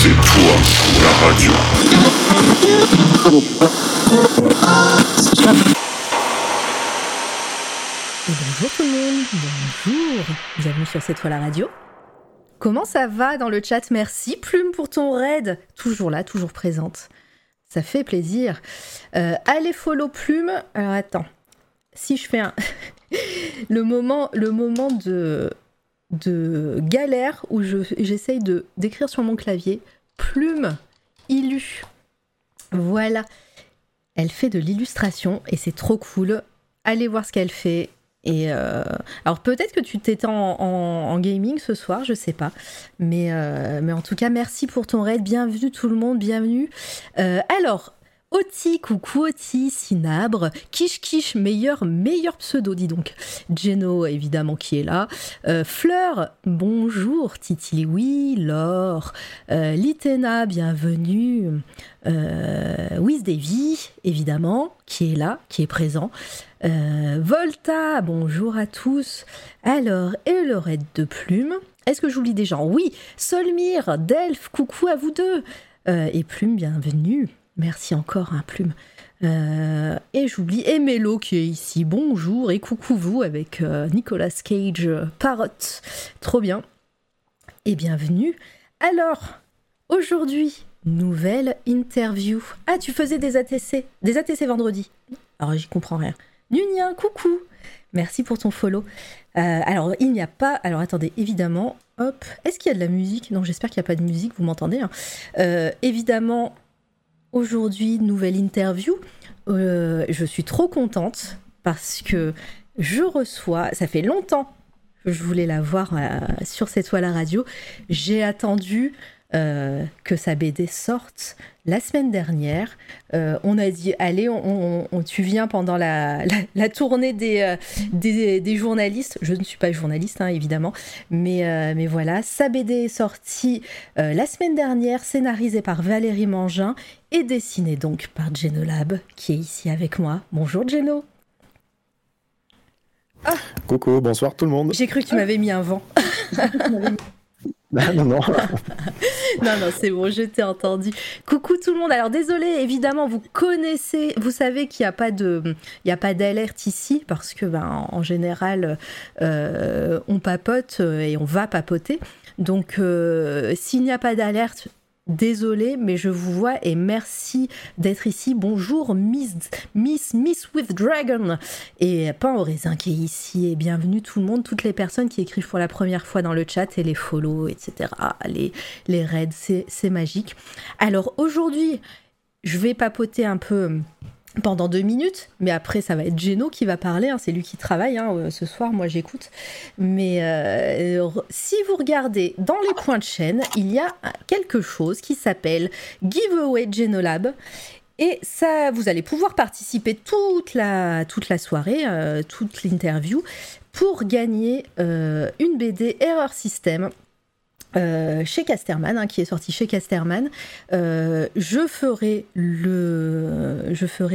C'est toi, la radio. Et bonjour tout le monde, bonjour, bienvenue sur C'est toi la radio. Comment ça va dans le chat? Merci Plume pour ton raid, toujours là, toujours présente. Ça fait plaisir. Allez follow Plume. Alors attends, si je fais un... le moment de galère où j'essaye d'écrire sur mon clavier Plume Illu. Voilà. Elle fait de l'illustration et c'est trop cool. Allez voir ce qu'elle fait. Et alors peut-être que tu t'étais en gaming ce soir, je sais pas. Mais en tout cas, merci pour ton raid. Bienvenue tout le monde, bienvenue. Alors, Oti, coucou Oti, Cinabre, Kish, meilleur pseudo, dis donc. Geno, évidemment, qui est là. Fleur, bonjour. Titiliwi, Laure, Litena, bienvenue. Wiz évidemment, qui est là, qui est présent. Volta, bonjour à tous. Alors, et le raid de Plume. Est-ce que j'oublie des gens? Oui, Solmire, Delph, coucou à vous deux. Et Plume, bienvenue. Merci encore, hein, Plume. Et j'oublie Emelo qui est ici. Bonjour et coucou vous avec Nicolas Cage, Parrot. Trop bien. Et bienvenue. Alors, aujourd'hui, nouvelle interview. Ah, tu faisais des ATC vendredi. Alors, j'y comprends rien. Nunien, coucou. Merci pour ton follow. Alors, il n'y a pas... Alors, attendez, évidemment, hop. Est-ce qu'il y a de la musique? Non, j'espère qu'il n'y a pas de musique, vous m'entendez, hein. Évidemment, aujourd'hui, nouvelle interview. Je suis trop contente parce que je reçois... Ça fait longtemps que je voulais la voir sur cette toile à radio. J'ai attendu... que sa BD sorte la semaine dernière. On a dit, allez, tu viens pendant la tournée des journalistes. Je ne suis pas journaliste, hein, évidemment, mais voilà, sa BD est sortie la semaine dernière, scénarisée par Valérie Mangin et dessinée donc par Geno Lab, qui est ici avec moi. Bonjour Geno. Ah. Coucou, bonsoir tout le monde. J'ai cru que tu m'avais mis un vent. Non. non, c'est bon, je t'ai entendu. Coucou tout le monde. Alors désolé, évidemment, vous savez qu'il n'y a pas d'alerte ici parce que, en général, on papote et on va papoter. Donc, s'il n'y a pas d'alerte, désolé, mais je vous vois et merci d'être ici. Bonjour Miss with Dragon et Pain au raisin qui est ici et bienvenue tout le monde, toutes les personnes qui écrivent pour la première fois dans le chat et les follow, etc. Les raids, c'est magique. Alors aujourd'hui, je vais papoter un peu pendant 2 minutes, mais après ça va être Geno qui va parler, hein, c'est lui qui travaille ce soir, moi j'écoute. Mais si vous regardez dans les points de chaîne, il y a quelque chose qui s'appelle Giveaway Geno Lab. Et ça, vous allez pouvoir participer toute la soirée, toute l'interview, pour gagner une BD Error System. Chez Casterman, qui est sorti chez Casterman. Je ferai le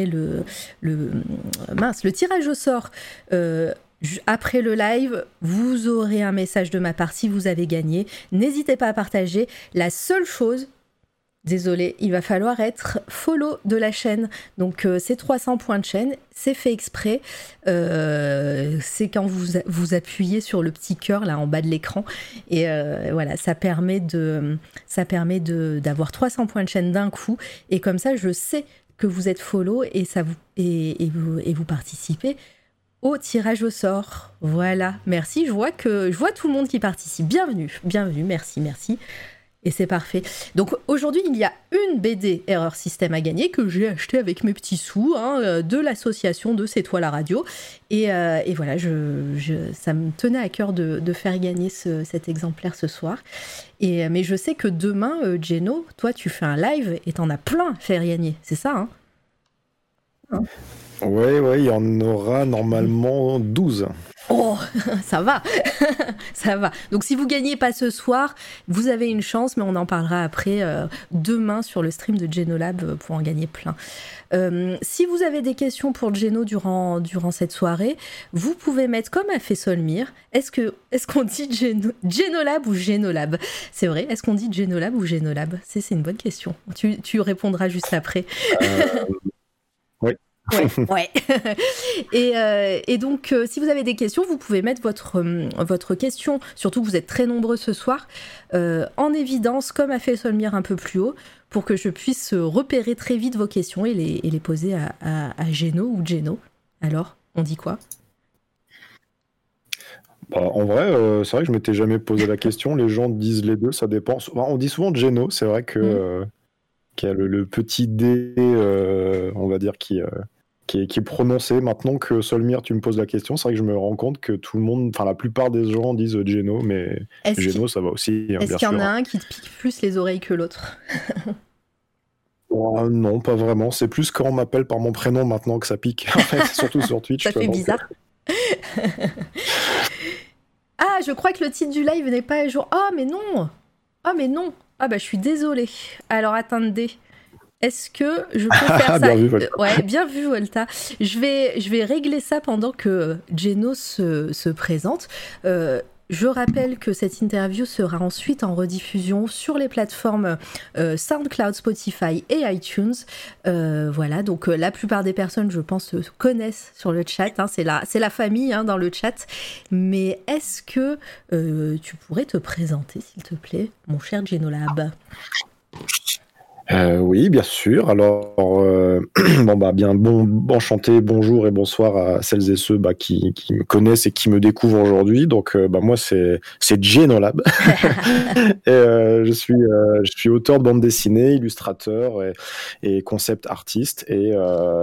tirage au sort après le live. Vous aurez un message de ma part si vous avez gagné. N'hésitez pas à partager. La seule chose, désolé, il va falloir être follow de la chaîne. Donc, c'est 300 points de chaîne. C'est fait exprès. C'est quand vous appuyez sur le petit cœur là en bas de l'écran. Et voilà, ça permet d'avoir 300 points de chaîne d'un coup. Et comme ça, je sais que vous êtes follow et vous participez au tirage au sort. Voilà, merci. Je vois tout le monde qui participe. Bienvenue, merci. Et c'est parfait. Donc aujourd'hui, il y a une BD Error System à gagner que j'ai acheté avec mes petits sous de l'association de C'est toi la radio. Et voilà, ça me tenait à cœur de faire gagner cet exemplaire ce soir. Mais je sais que demain, Geno, toi, tu fais un live et t'en as plein à faire gagner. C'est ça, hein? Oui, il y en aura normalement 12. Oh, ça va, ça va. Donc si vous gagnez pas ce soir, vous avez une chance, mais on en parlera après demain sur le stream de Genolab pour en gagner plein. Si vous avez des questions pour Geno durant cette soirée, vous pouvez mettre comme a fait Solmire. Est-ce qu'on dit Genolab ou Genolab? C'est vrai, est-ce qu'on dit Genolab ou Genolab? C'est une bonne question. Tu répondras juste après. Oui. Ouais. Et donc, si vous avez des questions, vous pouvez mettre votre question, surtout que vous êtes très nombreux ce soir, en évidence, comme a fait Solmire un peu plus haut, pour que je puisse repérer très vite vos questions et les poser à Geno ou Geno. Alors, on dit quoi? En vrai, c'est vrai que je m'étais jamais posé la question. Les gens disent les deux, ça dépend. On dit souvent Geno, c'est vrai que qu'il y a le petit D, on va dire, qui est prononcé. Maintenant que Solmire, tu me poses la question, c'est vrai que je me rends compte que tout le monde, enfin la plupart des gens disent Geno, mais Geno, ça va aussi, bien sûr. Est-ce qu'il y en a un qui te pique plus les oreilles que l'autre? Non, pas vraiment. C'est plus quand on m'appelle par mon prénom maintenant que ça pique, en fait, surtout sur Twitch. Ça fait bizarre. Ah, je crois que le titre du live n'est pas à jour. Ah, mais non. Ah, bah, je suis désolée. Alors, attendez. Est-ce que je peux faire ça? Bien vu, Volta. Ouais, bien vu, Volta. Je vais régler ça pendant que Geno se présente. Je rappelle que cette interview sera ensuite en rediffusion sur les plateformes SoundCloud, Spotify et iTunes. Voilà, donc la plupart des personnes, je pense, connaissent sur le chat. Hein, c'est la famille dans le chat. Mais est-ce que tu pourrais te présenter, s'il te plaît, mon cher Genolab? Oui, bien sûr. Alors, enchanté, bonjour et bonsoir à celles et ceux qui me connaissent et qui me découvrent aujourd'hui. Donc, moi, c'est Genolab. Et je suis auteur de bande dessinée, illustrateur et concept artiste. Et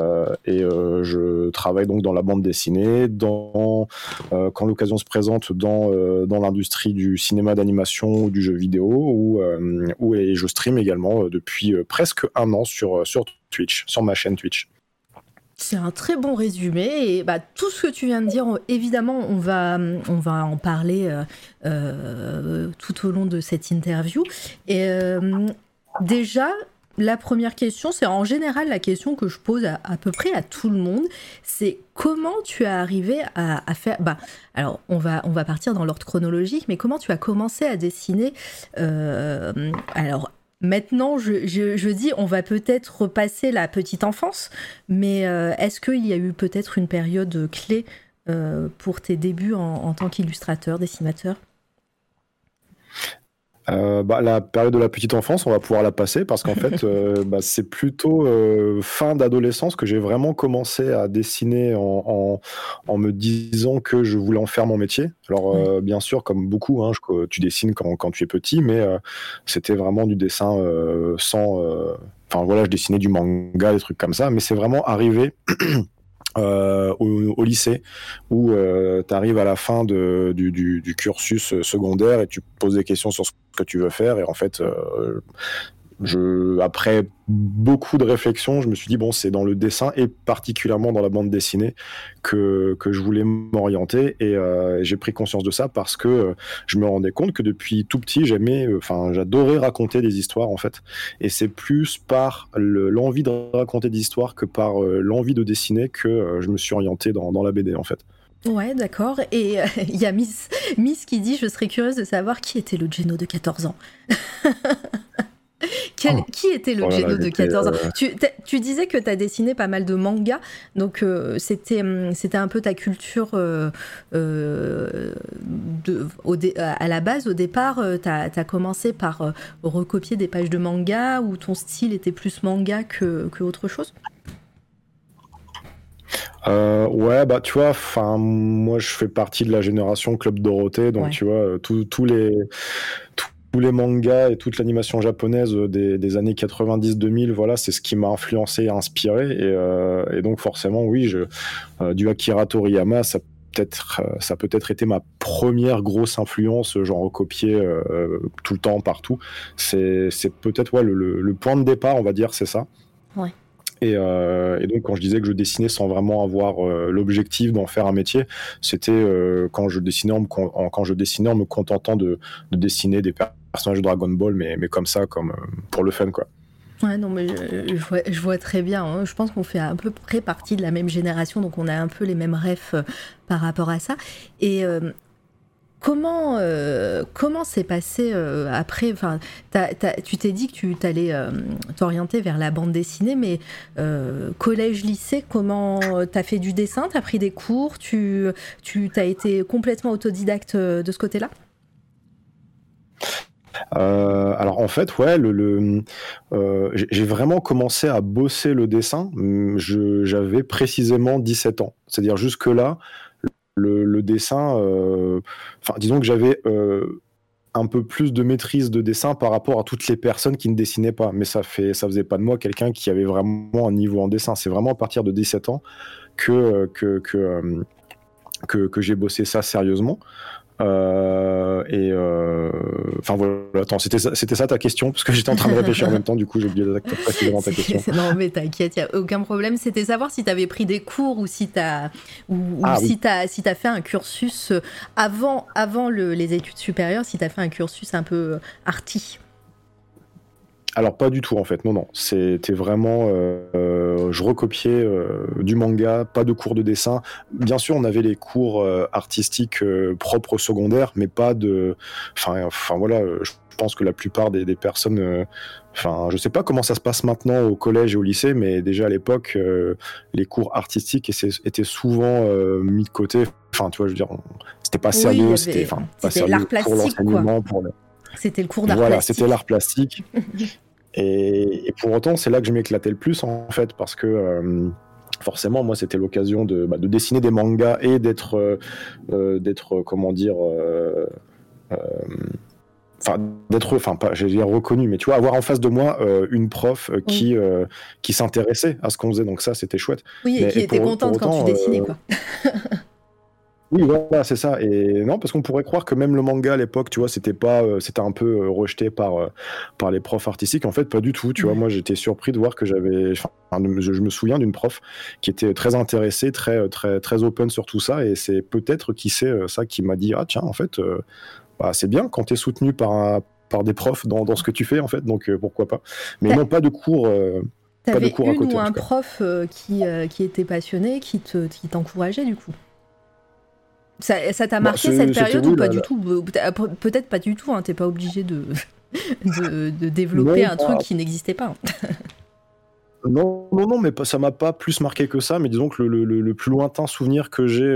je travaille donc dans la bande dessinée, quand l'occasion se présente, dans l'industrie du cinéma d'animation ou du jeu vidéo, et je stream également depuis presque un an sur Twitch, sur ma chaîne Twitch. C'est un très bon résumé et tout ce que tu viens de dire, évidemment, on va en parler tout au long de cette interview. Et déjà, la première question, c'est en général la question que je pose à peu près à tout le monde, c'est comment tu as arrivé à faire... alors, on va partir dans l'ordre chronologique, mais comment tu as commencé à dessiner alors, maintenant, je dis, on va peut-être repasser la petite enfance, mais est-ce qu'il y a eu peut-être une période clé pour tes débuts en tant qu'illustrateur, dessinateur? La période de la petite enfance, on va pouvoir la passer parce qu'en fait, c'est plutôt fin d'adolescence que j'ai vraiment commencé à dessiner en me disant que je voulais en faire mon métier. Alors, bien sûr, comme beaucoup, tu dessines quand tu es petit, mais c'était vraiment du dessin sans... Enfin, voilà, je dessinais du manga, des trucs comme ça, mais c'est vraiment arrivé... au lycée où tu arrives à la fin du cursus secondaire et tu poses des questions sur ce que tu veux faire et en fait après beaucoup de réflexions, je me suis dit c'est dans le dessin et particulièrement dans la bande dessinée que je voulais m'orienter et j'ai pris conscience de ça parce que je me rendais compte que depuis tout petit j'adorais raconter des histoires en fait et c'est plus par l'envie de raconter des histoires que par l'envie de dessiner que je me suis orienté dans la BD en fait. Ouais, d'accord. Et il y a Miss qui dit « Je serais curieuse de savoir qui était le Geno de 14 ans. » Qui était le Geno de 14 ans? Tu disais que tu as dessiné pas mal de mangas, donc c'était un peu ta culture à la base. Au départ, tu as commencé par recopier des pages de manga ou ton style était plus manga que autre chose? Tu vois, moi je fais partie de la génération Club Dorothée, donc tu vois, tous les mangas et toute l'animation japonaise des années 90-2000, voilà, c'est ce qui m'a influencé et inspiré. Et donc forcément, oui, du Akira Toriyama, ça peut être été ma première grosse influence, j'en recopiais tout le temps, partout. C'est peut-être le point de départ, on va dire, c'est ça. Ouais. Et donc, quand je disais que je dessinais sans vraiment avoir l'objectif d'en faire un métier, c'était quand je dessinais quand je dessinais en me contentant de dessiner des personnages de Dragon Ball, mais comme ça, comme pour le fun, quoi. Ouais, non, mais je vois très bien, hein. Je pense qu'on fait à peu près partie de la même génération, donc on a un peu les mêmes rêves par rapport à ça. Et comment s'est passé après, enfin, tu t'es dit que tu t'allais t'orienter vers la bande dessinée, mais collège, lycée, comment t'as fait du dessin, t'as pris des cours, tu t'as été complètement autodidacte de ce côté-là? Alors en fait, ouais, j'ai vraiment commencé à bosser le dessin. J'avais précisément 17 ans. C'est-à-dire jusque-là, le dessin, enfin disons que j'avais un peu plus de maîtrise de dessin par rapport à toutes les personnes qui ne dessinaient pas. Mais ça faisait pas de moi quelqu'un qui avait vraiment un niveau en dessin. C'est vraiment à partir de 17 ans que j'ai bossé ça sérieusement. Enfin voilà, attends, c'était ça ta question, parce que j'étais en train de réfléchir en même temps, du coup j'ai oublié précisément ta question. Non mais t'inquiète, il n'y a aucun problème. C'était savoir si t'avais pris des cours ou si t'as oui. si t'as fait un cursus avant les études supérieures, si t'as fait un cursus un peu arty. Alors pas du tout en fait, non, c'était vraiment, je recopiais du manga, pas de cours de dessin. Bien sûr, on avait les cours artistiques propres au secondaire, mais pas de, enfin voilà, je pense que la plupart des personnes, enfin je sais pas comment ça se passe maintenant au collège et au lycée, mais déjà à l'époque, les cours artistiques étaient souvent mis de côté. Enfin tu vois, je veux dire, c'était pas sérieux, c'était pas sérieux l'art plastique, pour l'enseignement, quoi. C'était le cours d'art voilà, plastique. c'était l'art plastique. Et pour autant, c'est là que je m'éclatais le plus, en fait, parce que forcément, moi, c'était l'occasion de dessiner des mangas et d'être, comment dire, j'allais dire reconnu, mais tu vois, avoir en face de moi une prof qui s'intéressait à ce qu'on faisait, donc ça, c'était chouette. Oui, et qui était contente quand tu dessinais, quoi. Oui, voilà, c'est ça. Et non, parce qu'on pourrait croire que même le manga à l'époque, tu vois, c'était un peu rejeté par les profs artistiques. En fait, pas du tout. Tu vois, moi, j'étais surpris de voir que je me souviens d'une prof qui était très intéressée, très, très, très open sur tout ça. Et c'est peut-être ça qui m'a dit, ah tiens, en fait, c'est bien quand tu es soutenu par des profs dans ce que tu fais, en fait. Donc, pourquoi pas. Mais non, pas de cours. Pas de cours à côté. Ou un prof qui était passionné, qui t'encourageait, du coup? Ça t'a marqué cette période ou pas du tout? Peut-être pas du tout, hein, t'es pas obligé de développer un truc qui n'existait pas. Non, mais ça m'a pas plus marqué que ça, mais disons que le plus lointain souvenir que j'ai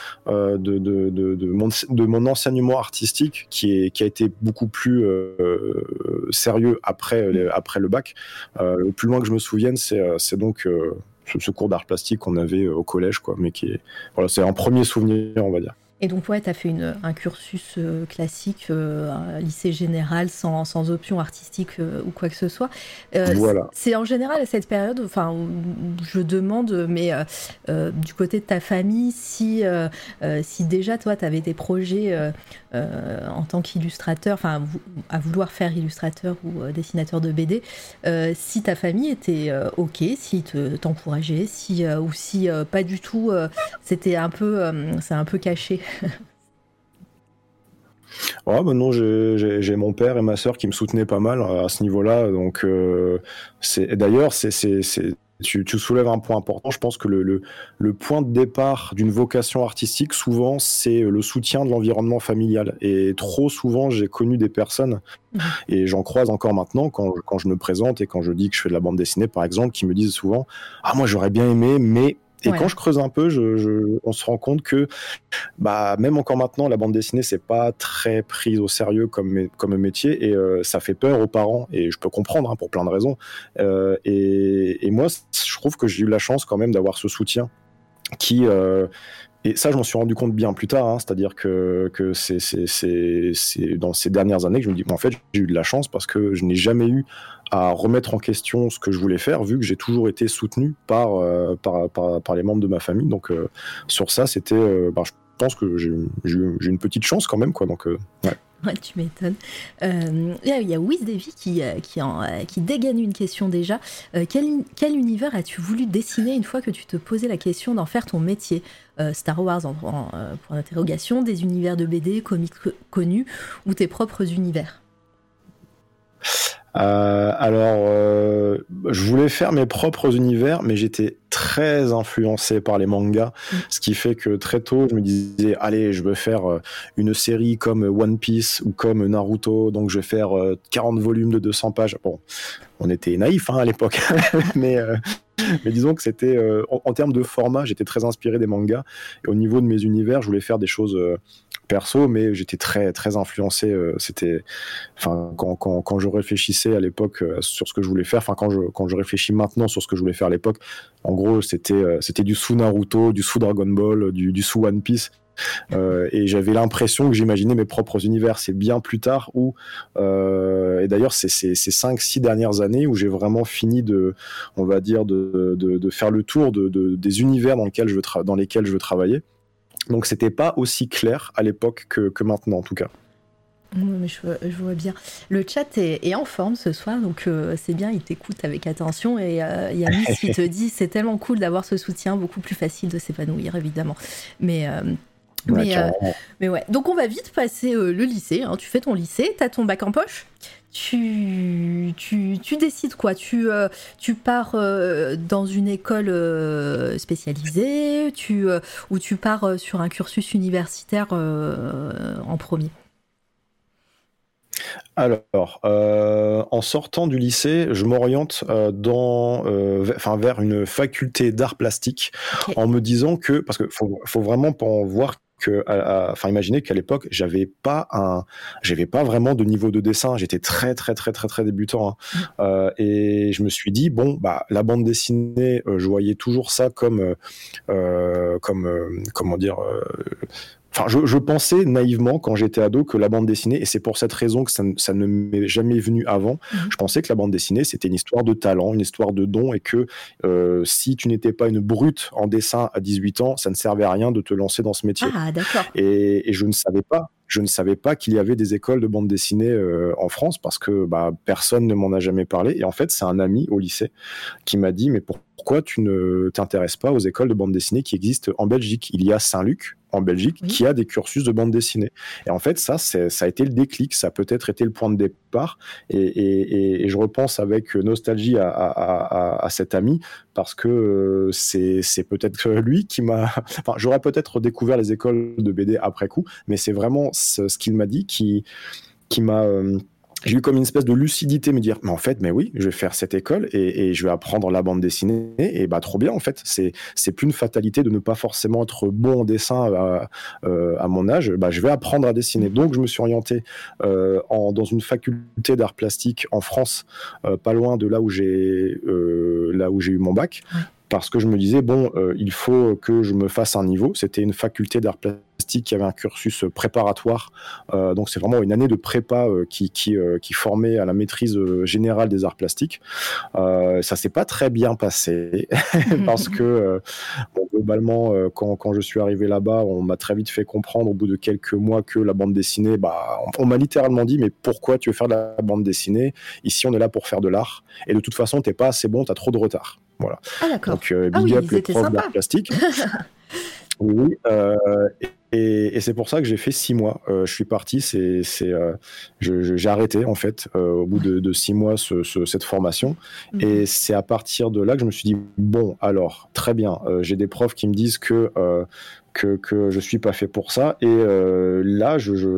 de mon enseignement artistique, qui a été beaucoup plus sérieux après le bac, le plus loin que je me souvienne, c'est donc ce cours d'art plastique qu'on avait au collège, quoi, mais c'est un premier souvenir, on va dire. Et donc, ouais, t'as fait un cursus classique, un lycée général, sans option artistique ou quoi que ce soit. Voilà. C'est en général à cette période, enfin, où je demande, mais du côté de ta famille, si déjà, toi, t'avais des projets en tant qu'illustrateur, enfin, à vouloir faire illustrateur ou dessinateur de BD, si ta famille était OK, si t'encourageait, ou si pas du tout, c'est un peu caché. Ouais, non, j'ai mon père et ma sœur qui me soutenaient pas mal à ce niveau-là. Donc, d'ailleurs, tu soulèves un point important. Je pense que le point de départ d'une vocation artistique, souvent, c'est le soutien de l'environnement familial. Et trop souvent, j'ai connu des personnes, et j'en croise encore maintenant, quand je me présente et quand je dis que je fais de la bande dessinée, par exemple, qui me disent souvent « Ah, moi, j'aurais bien aimé, mais… » Et quand je creuse un peu, on se rend compte que même encore maintenant, la bande dessinée, c'est pas très prise au sérieux comme métier, et ça fait peur aux parents, et je peux comprendre, hein, pour plein de raisons. Et moi, je trouve que j'ai eu la chance quand même d'avoir ce soutien qui… et ça, je m'en suis rendu compte bien plus tard, hein, c'est-à-dire que c'est dans ces dernières années que je me dis, en fait, j'ai eu de la chance parce que je n'ai jamais eu à remettre en question ce que je voulais faire, vu que j'ai toujours été soutenu par les membres de ma famille. Donc, sur ça, c'était, je pense que j'ai eu une petite chance quand même, quoi. Donc, ouais. Ouais, tu m'étonnes. Il y a Wiz Davy qui dégaine une question déjà. Quel univers as-tu voulu dessiner une fois que tu te posais la question d'en faire ton métier? Star Wars, pour l'interrogation, des univers de BD, comics connus ou tes propres univers? Je voulais faire mes propres univers, mais j'étais très influencé par les mangas, ce qui fait que très tôt, je me disais, allez, je veux faire une série comme One Piece ou comme Naruto, donc je vais faire 40 volumes de 200 pages. Bon, on était naïfs à l'époque, mais disons que c'était, en termes de format, j'étais très inspiré des mangas, et au niveau de mes univers, je voulais faire des choses perso, mais j'étais très très influencé. Quand je réfléchissais à l'époque sur ce que je voulais faire, quand je réfléchis maintenant sur ce que je voulais faire à l'époque, en gros c'était du sous Naruto, du sous Dragon Ball, du sous One Piece. Et j'avais l'impression que j'imaginais mes propres univers. C'est bien plus tard et d'ailleurs c'est ces 5-6 dernières années où j'ai vraiment fini de faire le tour des univers dans lesquels je veux travailler. Donc c'était pas aussi clair à l'époque que maintenant en tout cas. Oui, mais je vois bien. Le chat est en forme ce soir, donc c'est bien, il t'écoute avec attention. Et il y a Miss qui te dit c'est tellement cool d'avoir ce soutien, beaucoup plus facile de s'épanouir évidemment. Mais ouais. Donc on va vite passer le lycée. Hein. Tu fais ton lycée, t'as ton bac en poche. Tu décides quoi? Tu pars dans une école spécialisée, ou tu pars sur un cursus universitaire en premier? Alors, en sortant du lycée, je m'oriente vers une faculté d'art plastique, Okay. en me disant que, parce que faut vraiment pas voir que, imaginer qu'à l'époque, j'avais pas vraiment de niveau de dessin. J'étais très très très très très débutant, hein. Et je me suis dit bon, bah la bande dessinée, je voyais toujours ça comme comment dire. Enfin, je pensais naïvement quand j'étais ado que la bande dessinée, et c'est pour cette raison que ça ne m'est jamais venu avant, je pensais que la bande dessinée c'était une histoire de talent, une histoire de don, et que si tu n'étais pas une brute en dessin à 18 ans, ça ne servait à rien de te lancer dans ce métier. Ah, d'accord. Et je ne savais pas qu'il y avait des écoles de bande dessinée en France, parce que personne ne m'en a jamais parlé. Et en fait, c'est un ami au lycée qui m'a dit mais pourquoi tu ne t'intéresses pas aux écoles de bande dessinée qui existent en Belgique? Il y a Saint-Luc en Belgique, oui, qui a des cursus de bande dessinée. Et en fait, ça a été le déclic, ça a peut-être été le point de départ. Et je repense avec nostalgie à cet ami, parce que c'est peut-être lui qui m'a... Enfin, j'aurais peut-être découvert les écoles de BD après coup, mais c'est vraiment ce qu'il m'a dit qui m'a... j'ai eu comme une espèce de lucidité, me dire mais en fait, mais oui, je vais faire cette école et je vais apprendre la bande dessinée, et trop bien en fait. C'est plus une fatalité de ne pas forcément être bon en dessin à mon âge. Je vais apprendre à dessiner. Donc je me suis orienté dans une faculté d'art plastique en France, pas loin de là où j'ai eu mon bac. Parce que je me disais, il faut que je me fasse un niveau. C'était une faculté d'art plastique qui avait un cursus préparatoire. Donc, c'est vraiment une année de prépa qui formait à la maîtrise générale des arts plastiques. Ça s'est pas très bien passé parce que, globalement, quand je suis arrivé là-bas, on m'a très vite fait comprendre au bout de quelques mois que la bande dessinée, on m'a littéralement dit, mais pourquoi tu veux faire de la bande dessinée? Ici, on est là pour faire de l'art. Et de toute façon, t'es pas assez bon, t'as trop de retard. Voilà. Ah, d'accord. Donc, big up les profs d'art plastique. Oui, et c'est pour ça que j'ai fait 6 mois. Je suis parti, j'ai arrêté en fait au bout de 6 mois cette formation. Et c'est à partir de là que je me suis dit bon, alors très bien, j'ai des profs qui me disent que je suis pas fait pour ça, et là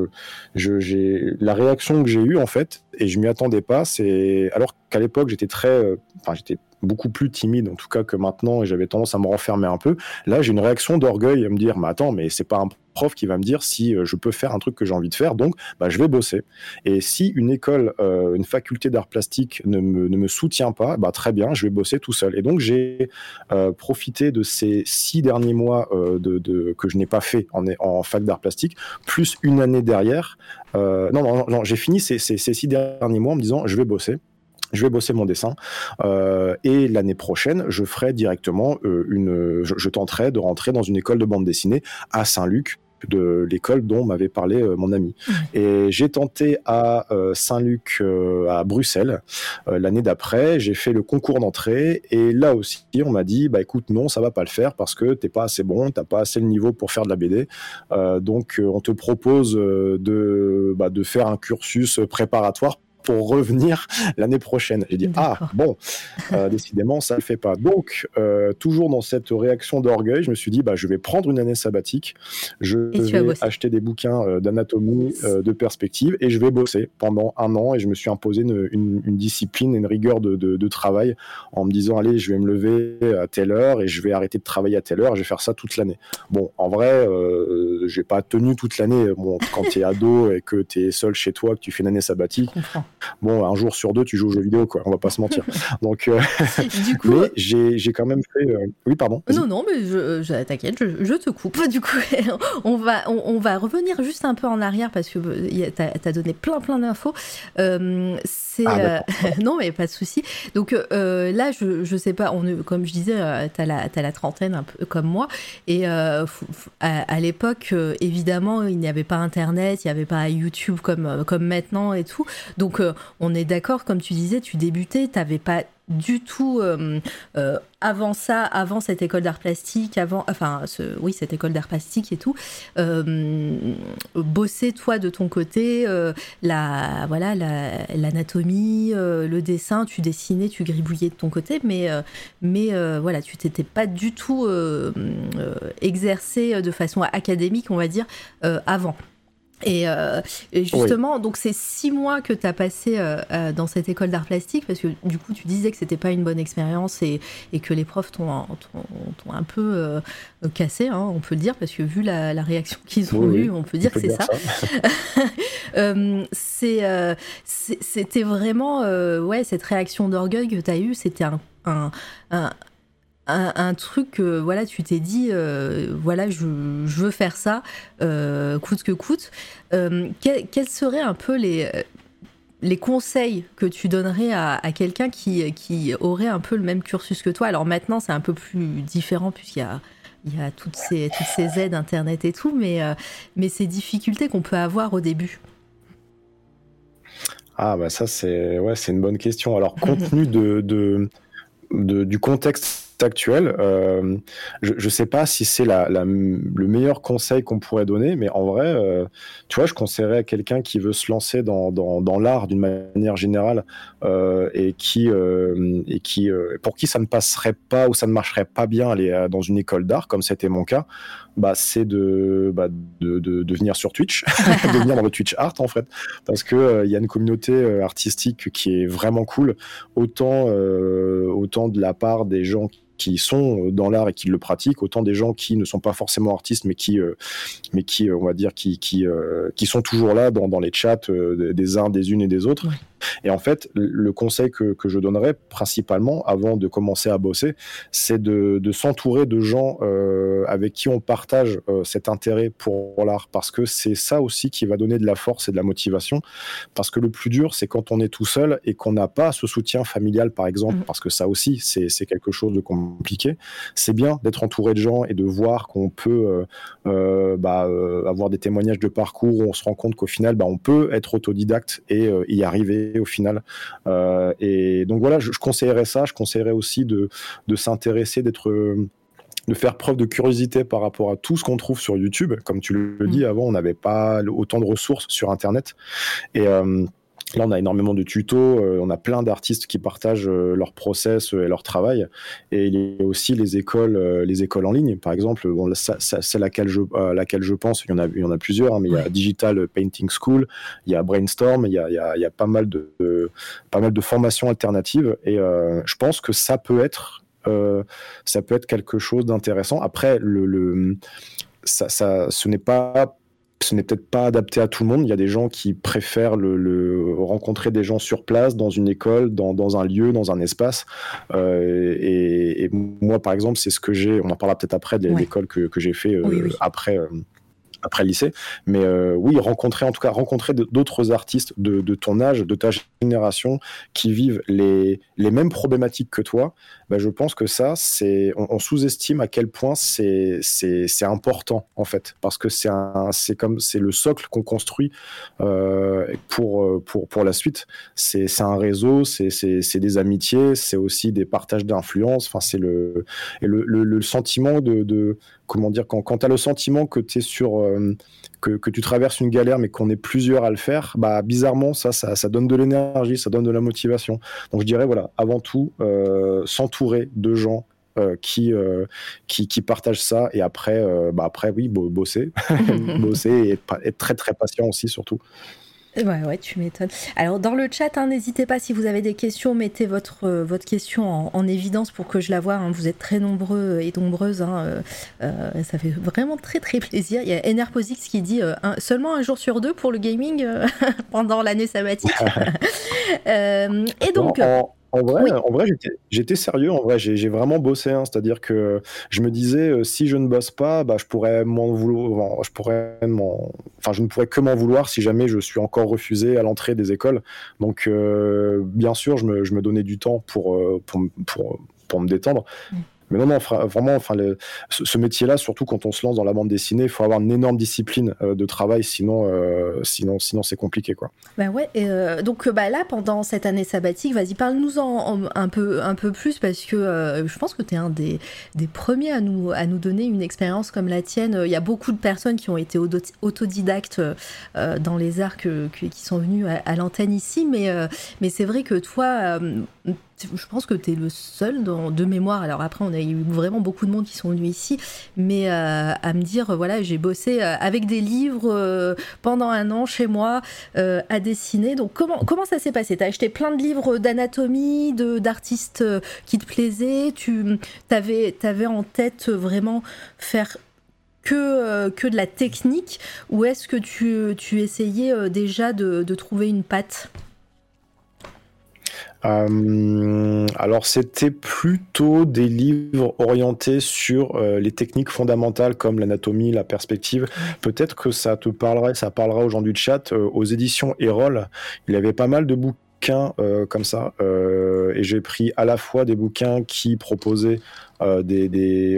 j'ai la réaction que j'ai eue en fait, et je m'y attendais pas, c'est alors qu'à l'époque j'étais beaucoup plus timide en tout cas que maintenant, et j'avais tendance à me renfermer un peu. Là, j'ai une réaction d'orgueil à me dire mais attends, mais c'est pas un prof qui va me dire si je peux faire un truc que j'ai envie de faire, donc je vais bosser. Et si une école, une faculté d'art plastique ne me soutient pas, très bien, je vais bosser tout seul. Et donc j'ai profité de ces 6 derniers mois que je n'ai pas fait en fac d'art plastique, plus une année derrière. Non, j'ai fini ces 6 derniers mois en me disant je vais bosser mon dessin, et l'année prochaine, je ferai directement je tenterai de rentrer dans une école de bande dessinée à Saint-Luc, de l'école dont m'avait parlé mon ami. Et j'ai tenté à Saint-Luc, à Bruxelles, l'année d'après. J'ai fait le concours d'entrée et là aussi, on m'a dit, bah écoute, non, ça va pas le faire parce que t'es pas assez bon, t'as pas assez le niveau pour faire de la BD. Donc, on te propose de faire un cursus préparatoire pour revenir l'année prochaine. J'ai dit, décidément, ça ne le fait pas. Donc, toujours dans cette réaction d'orgueil, je me suis dit, je vais prendre une année sabbatique, je vais acheter des bouquins d'anatomie, de perspective, et je vais bosser pendant 1 an, et je me suis imposé une discipline et une rigueur de travail, en me disant, allez, je vais me lever à telle heure, et je vais arrêter de travailler à telle heure, et je vais faire ça toute l'année. Bon, en vrai, j'ai pas tenu toute l'année. Bon, quand tu es ado et que tu es seul chez toi, que tu fais une année sabbatique, bon, un jour sur 2, tu joues aux jeux vidéo, quoi. On va pas se mentir. Donc, du coup, mais j'ai quand même fait. Oui, pardon. Vas-y. Non, mais t'inquiète, je te coupe. Du coup, on va revenir juste un peu en arrière parce que t'as donné plein d'infos. Non, mais pas de souci. Donc là, je sais pas. Comme je disais, t'as la trentaine, un peu comme moi. Et à l'époque, évidemment, il n'y avait pas Internet, il n'y avait pas YouTube comme maintenant et tout. Donc on est d'accord, comme tu disais, tu débutais, t'avais pas du tout avant cette école d'art plastique, cette école d'art plastique et tout, bosser toi de ton côté, l'anatomie, le dessin, tu dessinais, tu gribouillais de ton côté, mais voilà, tu t'étais pas du tout exercé de façon académique, on va dire, avant. Et justement, donc c'est 6 mois que tu as passé dans cette école d'art plastique, parce que du coup tu disais que c'était pas une bonne expérience et que les profs t'ont un peu cassé, hein, on peut le dire, parce que vu la réaction qu'ils ont eue, on peut dire que c'est ça. C'était vraiment cette réaction d'orgueil que tu as eue, c'était un truc, voilà, tu t'es dit, voilà, je veux faire ça, coûte que coûte. Quels seraient un peu les conseils que tu donnerais à quelqu'un qui aurait un peu le même cursus que toi? Alors maintenant, c'est un peu plus différent puisqu'il y a toutes ces aides, Internet et tout, mais ces difficultés qu'on peut avoir au début. Ah, ça, c'est une bonne question. Alors, compte tenu du contexte actuel, je sais pas si c'est le meilleur conseil qu'on pourrait donner, mais en vrai, tu vois, je conseillerais à quelqu'un qui veut se lancer dans l'art d'une manière générale et pour qui ça ne passerait pas ou ça ne marcherait pas bien aller dans une école d'art, comme c'était mon cas, c'est de venir sur Twitch, de venir dans le Twitch Art en fait, parce que y a une communauté artistique qui est vraiment cool, autant de la part des gens qui sont dans l'art et qui le pratiquent, autant des gens qui ne sont pas forcément artistes, mais qui on va dire, qui sont toujours là dans les chats des uns, des unes et des autres. Ouais. Et en fait, le conseil que je donnerais principalement avant de commencer à bosser, c'est de s'entourer de gens avec qui on partage cet intérêt pour l'art, parce que c'est ça aussi qui va donner de la force et de la motivation, parce que le plus dur, c'est quand on est tout seul et qu'on n'a pas ce soutien familial, par exemple, parce que ça aussi, c'est quelque chose de compliqué. C'est bien d'être entouré de gens et de voir qu'on peut avoir des témoignages de parcours où on se rend compte qu'au final, on peut être autodidacte et y arriver au final. Et donc voilà, je conseillerais ça. Je conseillerais aussi de s'intéresser, de faire preuve de curiosité par rapport à tout ce qu'on trouve sur YouTube. Comme tu le dis, avant, on n'avait pas autant de ressources sur Internet. Et là, on a énormément de tutos, on a plein d'artistes qui partagent leur process et leur travail. Et il y a aussi les écoles en ligne, par exemple. Bon, c'est laquelle je pense. Il y en a plusieurs, hein, mais il y a Digital Painting School, il y a Brainstorm, il y a pas mal de formations alternatives. Et je pense que ça peut être quelque chose d'intéressant. Après, ce n'est peut-être pas adapté à tout le monde. Il y a des gens qui préfèrent rencontrer des gens sur place, dans une école, dans un lieu, dans un espace. Et moi, par exemple, c'est ce que j'ai. On en parlera peut-être après de l'école que j'ai fait après après le lycée. Mais oui, rencontrer d'autres artistes de ton âge, de ta génération, qui vivent les mêmes problématiques que toi, bah, je pense que ça, on sous-estime à quel point c'est important, en fait, parce que c'est le socle qu'on construit pour la suite. C'est un réseau, c'est des amitiés, c'est aussi des partages d'influence. Enfin, c'est le sentiment de comment dire, quand tu as le sentiment que tu es que tu traverses une galère mais qu'on est plusieurs à le faire, bah bizarrement ça donne de l'énergie, ça donne de la motivation. Donc je dirais voilà, avant tout s'entourer de gens qui partagent ça, et après oui, bosser bosser et être très très patient aussi, surtout. Ouais, tu m'étonnes. Alors dans le chat, n'hésitez pas, si vous avez des questions, mettez votre question en évidence pour que je la voie. Vous êtes très nombreux et nombreuses. Ça fait vraiment très très plaisir. Il y a Enerposix qui dit seulement un jour sur 2 pour le gaming pendant l'année sabbatique. Et donc... En vrai, j'étais sérieux. En vrai, j'ai vraiment bossé. C'est-à-dire que je me disais, si je ne bosse pas, bah, je pourrais m'en vouloir. Je ne pourrais que m'en vouloir si jamais je suis encore refusé à l'entrée des écoles. Donc, bien sûr, je me donnais du temps pour me détendre. Mais non, vraiment, ce métier-là, surtout quand on se lance dans la bande dessinée, il faut avoir une énorme discipline de travail, sinon c'est compliqué, quoi. Bah ouais, donc là, pendant cette année sabbatique, vas-y, parle-nous-en un peu plus, parce que je pense que tu es un des premiers à nous donner une expérience comme la tienne. Il y a beaucoup de personnes qui ont été autodidactes dans les arts qui sont venus à l'antenne ici, mais c'est vrai que toi... je pense que tu es le seul de mémoire. Alors après, on a eu vraiment beaucoup de monde qui sont venus ici, mais à me dire, voilà, j'ai bossé avec des livres pendant un an chez moi à dessiner. Donc comment ça s'est passé ? Tu as acheté plein de livres d'anatomie, d'artistes qui te plaisaient. Tu avais en tête vraiment faire que de la technique, ou est-ce que tu essayais déjà de trouver une patte ? Alors c'était plutôt des livres orientés sur les techniques fondamentales comme l'anatomie, la perspective. Peut-être que ça parlera aux gens du chat. Aux éditions Erol, il y avait pas mal de bouquins comme ça, et j'ai pris à la fois des bouquins qui proposaient des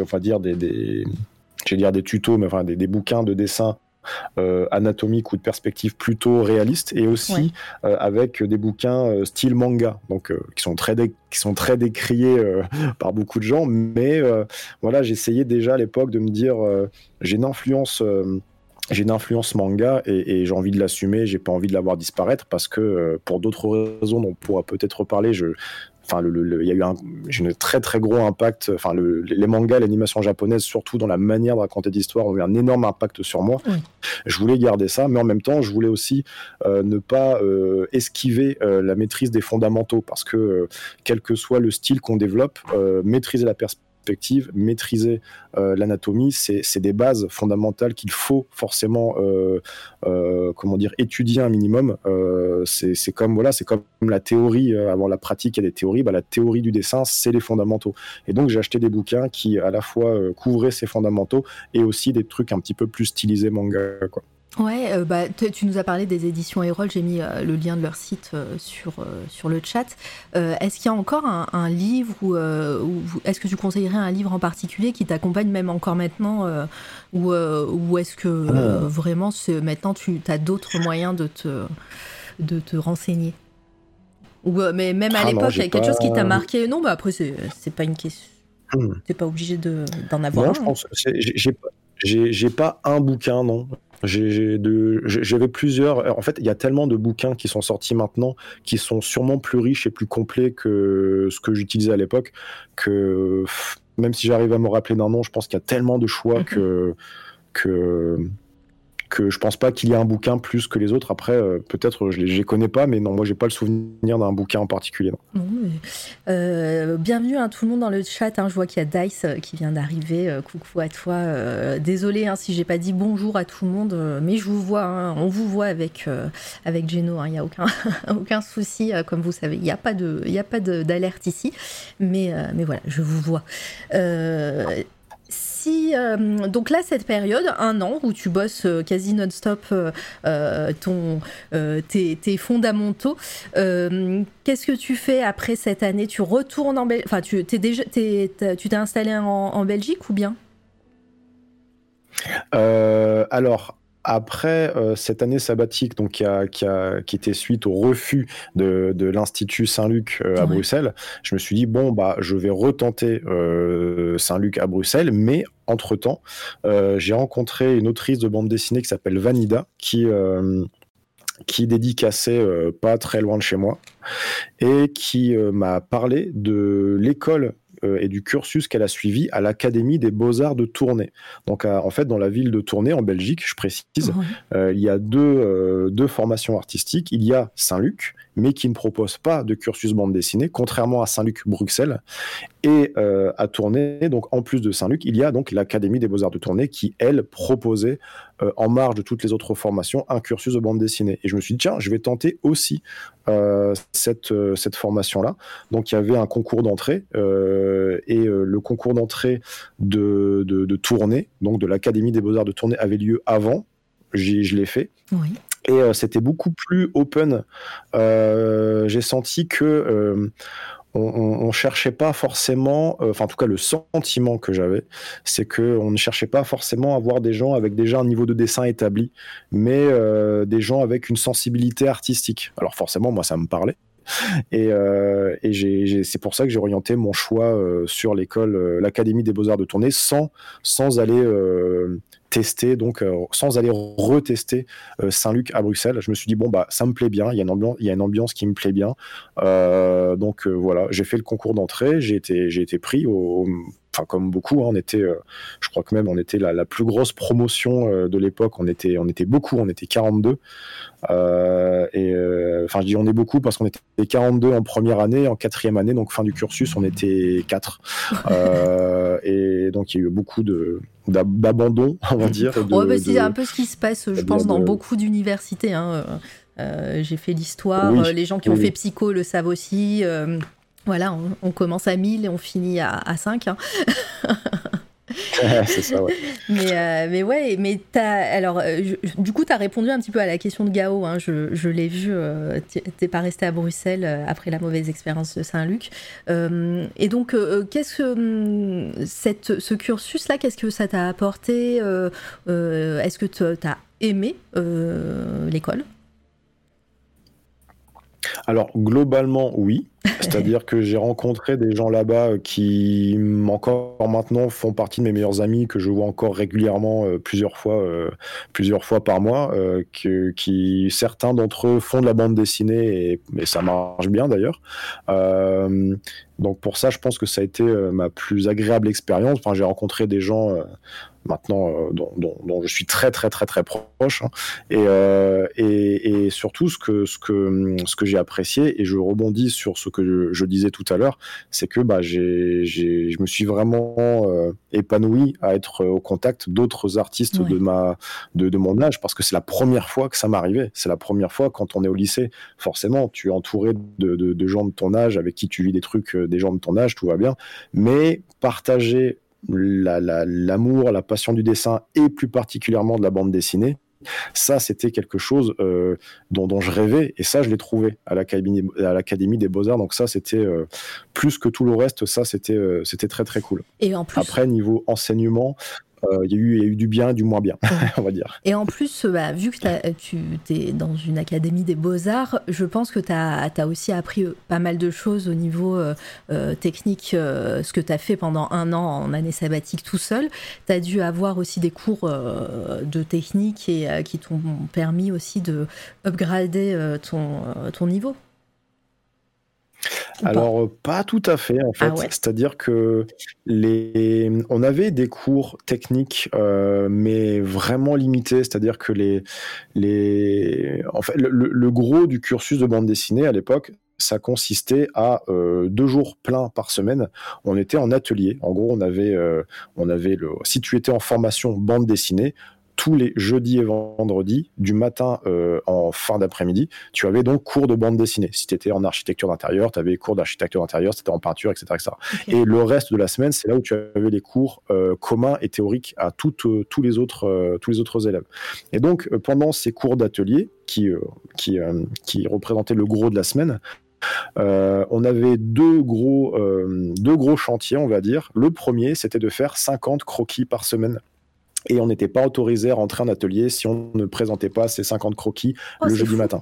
tutos, mais des bouquins de dessin anatomique ou de perspective plutôt réaliste, et aussi avec des bouquins style manga, donc qui sont très décriés par beaucoup de gens, mais voilà, j'essayais déjà à l'époque de me dire j'ai une influence manga, et j'ai envie de l'assumer, j'ai pas envie de la voir disparaître, parce que pour d'autres raisons dont on pourra peut-être reparler, il y a eu un très très gros impact. Les mangas, l'animation japonaise, surtout dans la manière de raconter des histoires, ont eu un énorme impact sur moi. Je voulais garder ça, mais en même temps, je voulais aussi ne pas esquiver la maîtrise des fondamentaux, parce que quel que soit le style qu'on développe, maîtriser la perspective, maîtriser l'anatomie, c'est des bases fondamentales qu'il faut forcément étudier un minimum. C'est comme la théorie avant la pratique. Il y a des théories, la théorie du dessin, c'est les fondamentaux, et donc j'ai acheté des bouquins qui à la fois couvraient ces fondamentaux et aussi des trucs un petit peu plus stylisés manga, quoi. Ouais, tu nous as parlé des éditions Erol, j'ai mis le lien de leur site sur le chat. Est-ce qu'il y a encore un livre, ou est-ce que tu conseillerais un livre en particulier qui t'accompagne même encore maintenant, ou est-ce que vraiment maintenant tu as d'autres moyens de te renseigner, mais même à l'époque, il y a quelque chose qui t'a marqué? Non, après c'est pas une question, t'es pas obligé d'en avoir. Non, je pense j'ai pas un bouquin, non. J'avais plusieurs. En fait, il y a tellement de bouquins qui sont sortis maintenant, qui sont sûrement plus riches et plus complets que ce que j'utilisais à l'époque, que même si j'arrive à me rappeler d'un nom, je pense qu'il y a tellement de choix que je pense pas qu'il y ait un bouquin plus que les autres. Après, peut-être je les connais pas, mais non, moi j'ai pas le souvenir d'un bouquin en particulier. Bienvenue tout le monde dans le chat. Je vois qu'il y a Dice qui vient d'arriver. Coucou à toi. Désolée si j'ai pas dit bonjour à tout le monde, mais je vous vois. On vous voit avec Geno. Il y a aucun souci. Comme vous savez, il y a pas d'alerte ici, mais voilà, je vous vois. donc là, cette période, 1 an, où tu bosses quasi non-stop tes fondamentaux, qu'est-ce que tu fais après cette année? Tu retournes en Belgique? Enfin, tu t'es installé en Belgique ou bien? Alors, après cette année sabbatique, donc qui était suite au refus de l'Institut Saint-Luc à Bruxelles, je me suis dit bon bah je vais retenter Saint-Luc à Bruxelles, mais entre-temps, j'ai rencontré une autrice de bande dessinée qui s'appelle Vanida, qui dédicaçait pas très loin de chez moi et qui m'a parlé de l'école et du cursus qu'elle a suivi à l'Académie des Beaux-Arts de Tournai. Donc, en fait, dans la ville de Tournai, en Belgique, je précise, il y a deux formations artistiques. Il y a Saint-Luc, mais qui ne propose pas de cursus bande dessinée, contrairement à Saint-Luc-Bruxelles. Et à Tournai, donc en plus de Saint-Luc, il y a donc l'Académie des Beaux-Arts de Tournai qui, elle, proposait, en marge de toutes les autres formations, un cursus de bande dessinée. Et je me suis dit, tiens, je vais tenter aussi cette formation-là. Donc il y avait un concours d'entrée, et le concours d'entrée de Tournai, donc de l'Académie des Beaux-Arts de Tournai, avait lieu avant. Je l'ai fait. Oui. Et c'était beaucoup plus open. J'ai senti que on cherchait pas forcément, en tout cas le sentiment que j'avais, c'est que on ne cherchait pas forcément à avoir des gens avec déjà un niveau de dessin établi, mais des gens avec une sensibilité artistique. Alors forcément, moi, ça me parlait. Et c'est pour ça que j'ai orienté mon choix sur l'Académie des Beaux-Arts de Tournai sans aller tester, donc sans aller retester Saint-Luc à Bruxelles. Je me suis dit bon bah ça me plaît bien, il y a une ambiance qui me plaît bien, donc voilà, j'ai fait le concours d'entrée, j'ai été pris comme beaucoup, hein, je crois que même on était la plus grosse promotion de l'époque, on était beaucoup, on était 42, je dis on est beaucoup parce qu'on était 42 en première année, en quatrième année, donc fin du cursus, on était 4, et donc il y a eu beaucoup d'abandon, on va dire. C'est un peu ce qui se passe, je pense, dans beaucoup d'universités, hein. J'ai fait l'histoire, les gens qui ont fait psycho le savent aussi. Voilà, on commence à 1000 et on finit à 5. Hein. C'est ça, ouais. Du coup, tu as répondu un petit peu à la question de Gao. Hein, je l'ai vu, t'es pas resté à Bruxelles après la mauvaise expérience de Saint-Luc. Et donc, qu'est-ce que ce cursus-là, qu'est-ce que ça t'a apporté? Est-ce que tu as aimé l'école? Alors, globalement, oui. C'est-à-dire que j'ai rencontré des gens là-bas qui, encore maintenant, font partie de mes meilleurs amis, que je vois encore régulièrement plusieurs fois par mois, qui certains d'entre eux font de la bande dessinée, et ça marche bien d'ailleurs. Donc pour ça, je pense que ça a été ma plus agréable expérience. J'ai rencontré des gens maintenant dont je suis très très très très proche, hein. Et surtout ce que j'ai apprécié, et je rebondis sur ce que je disais tout à l'heure, c'est que je me suis vraiment épanoui à être au contact d'autres artistes de mon âge, parce que c'est la première fois que ça m'arrivait. C'est la première fois quand on est au lycée. Forcément, tu es entouré de gens de ton âge avec qui tu vis des trucs, des gens de ton âge, tout va bien, mais partager l'amour, la passion du dessin, et plus particulièrement de la bande dessinée, ça c'était quelque chose dont je rêvais, et ça je l'ai trouvé à l'Académie des Beaux-Arts. Donc ça c'était plus que tout le reste, ça c'était très très cool. Et en plus, après, niveau enseignement, il y a eu du bien et du moins bien, on va dire. Et en plus, vu que tu es dans une académie des beaux-arts, je pense que tu as aussi appris pas mal de choses au niveau technique, ce que tu as fait pendant 1 an en année sabbatique tout seul. Tu as dû avoir aussi des cours de technique et qui t'ont permis aussi de upgrader ton niveau. Alors, pas tout à fait, en fait. C'est-à-dire que on avait des cours techniques, mais vraiment limités. C'est-à-dire que en fait, le gros du cursus de bande dessinée à l'époque, ça consistait à 2 jours pleins par semaine. On était en atelier. En gros, si tu étais en formation bande dessinée, tous les jeudis et vendredis, du matin en fin d'après-midi, tu avais donc cours de bande dessinée. Si tu étais en architecture d'intérieur, tu avais cours d'architecture d'intérieur, si tu étais en peinture, etc. etc. Okay. Et le reste de la semaine, c'est là où tu avais les cours communs et théoriques à tous les autres élèves. Et donc, pendant ces cours d'atelier, qui représentaient le gros de la semaine, on avait deux gros chantiers, on va dire. Le premier, c'était de faire 50 croquis par semaine. Et on n'était pas autorisé à rentrer en atelier si on ne présentait pas ces 50 croquis le jeudi matin.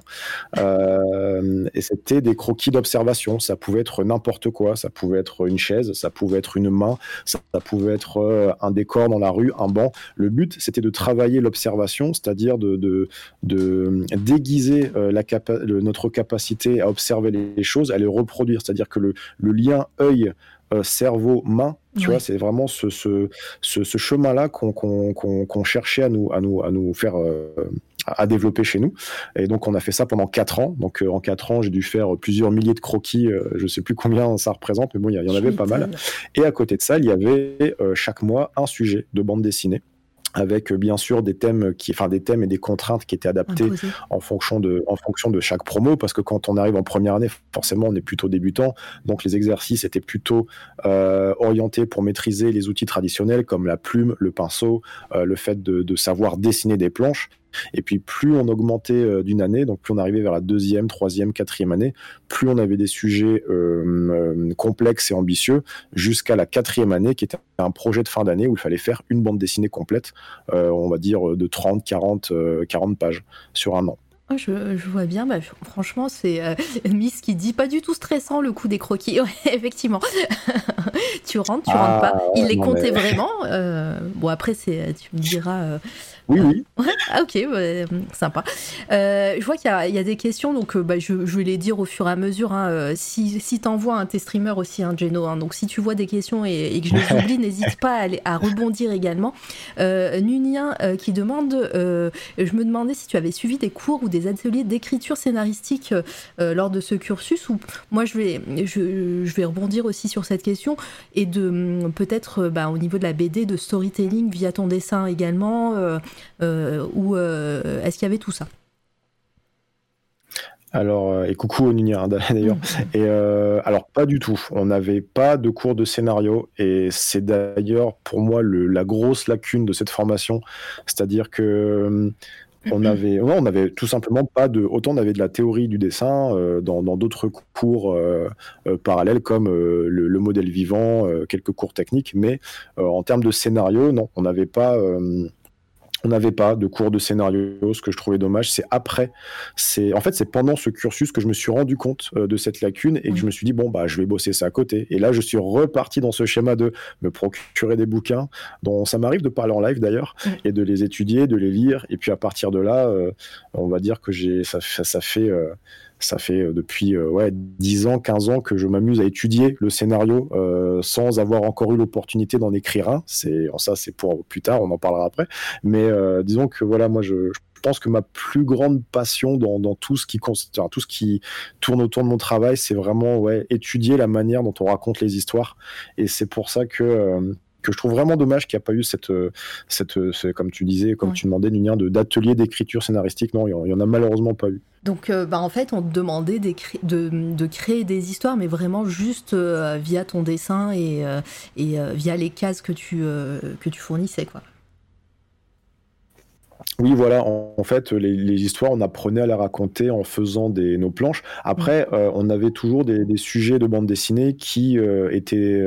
Et c'était des croquis d'observation. Ça pouvait être n'importe quoi. Ça pouvait être une chaise, ça pouvait être une main, ça pouvait être un décor dans la rue, un banc. Le but, c'était de travailler l'observation, c'est-à-dire de déguiser notre capacité à observer les choses, à les reproduire. C'est-à-dire que le lien œil cerveau-main, tu vois, c'est vraiment ce chemin-là qu'on cherchait à nous faire à développer chez nous. Et donc, on a fait ça pendant 4 ans. Donc, en 4 ans, j'ai dû faire plusieurs milliers de croquis. Je sais plus combien ça représente, mais bon, il y en avait pas mal. Et à côté de ça, il y avait chaque mois un sujet de bande dessinée, avec bien sûr des thèmes et des contraintes qui étaient adaptées en fonction de chaque promo, parce que quand on arrive en première année, forcément on est plutôt débutant, donc les exercices étaient plutôt orientés pour maîtriser les outils traditionnels comme la plume, le pinceau, le fait de savoir dessiner des planches. Et puis plus on augmentait d'une année, donc plus on arrivait vers la 2e, 3e, 4e année, plus on avait des sujets complexes et ambitieux, jusqu'à la 4e année qui était un projet de fin d'année où il fallait faire une bande dessinée complète, on va dire de 30, 40 pages sur un an. Oh, je vois bien, franchement, c'est Miss qui dit pas du tout stressant le coup des croquis. Ouais, effectivement. tu rentres pas. Il les comptait vraiment. Bon, après, tu me diras. Oui. Ah, ok, sympa. Je vois qu'il y a des questions, donc je vais les dire au fur et à mesure. Hein. Si t'envoies t'es streamer aussi, Geno, donc si tu vois des questions et que je les oublie, n'hésite pas à rebondir également. Nunien qui demande, je me demandais si tu avais suivi des cours ou des ateliers d'écriture scénaristique lors de ce cursus, ou moi je vais rebondir aussi sur cette question, et de peut-être au niveau de la BD, de storytelling via ton dessin également, ou est-ce qu'il y avait tout ça? Alors, et coucou au Nunien d'ailleurs. Et alors pas du tout. On n'avait pas de cours de scénario, et c'est d'ailleurs pour moi la grosse lacune de cette formation. C'est-à-dire que on avait tout simplement pas autant on avait de la théorie du dessin dans d'autres cours parallèles comme le modèle vivant, quelques cours techniques, mais en termes de scénario, non, on n'avait pas de cours de scénario, ce que je trouvais dommage. C'est pendant ce cursus que je me suis rendu compte de cette lacune, et que je me suis dit, je vais bosser ça à côté. Et là, je suis reparti dans ce schéma de me procurer des bouquins, dont ça m'arrive de parler en live d'ailleurs, et de les étudier, de les lire. Et puis à partir de là, on va dire que ça fait depuis 10 ans, 15 ans que je m'amuse à étudier le scénario sans avoir encore eu l'opportunité d'en écrire un. Ça, c'est pour plus tard, on en parlera après. Mais disons que voilà, moi, je pense que ma plus grande passion dans tout ce qui tourne autour de mon travail, c'est vraiment étudier la manière dont on raconte les histoires. Et c'est pour ça que je trouve vraiment dommage qu'il n'y a pas eu cette comme tu disais, comme tu demandais, Nunien, d'atelier d'écriture scénaristique. Non, il n'y en a malheureusement pas eu. Donc, en fait, on te demandait de créer des histoires, mais vraiment juste via ton dessin et via les cases que tu fournissais, quoi. Oui, voilà. En fait, les histoires, on apprenait à les raconter en faisant nos planches. Après, on avait toujours des sujets de bande dessinée qui étaient...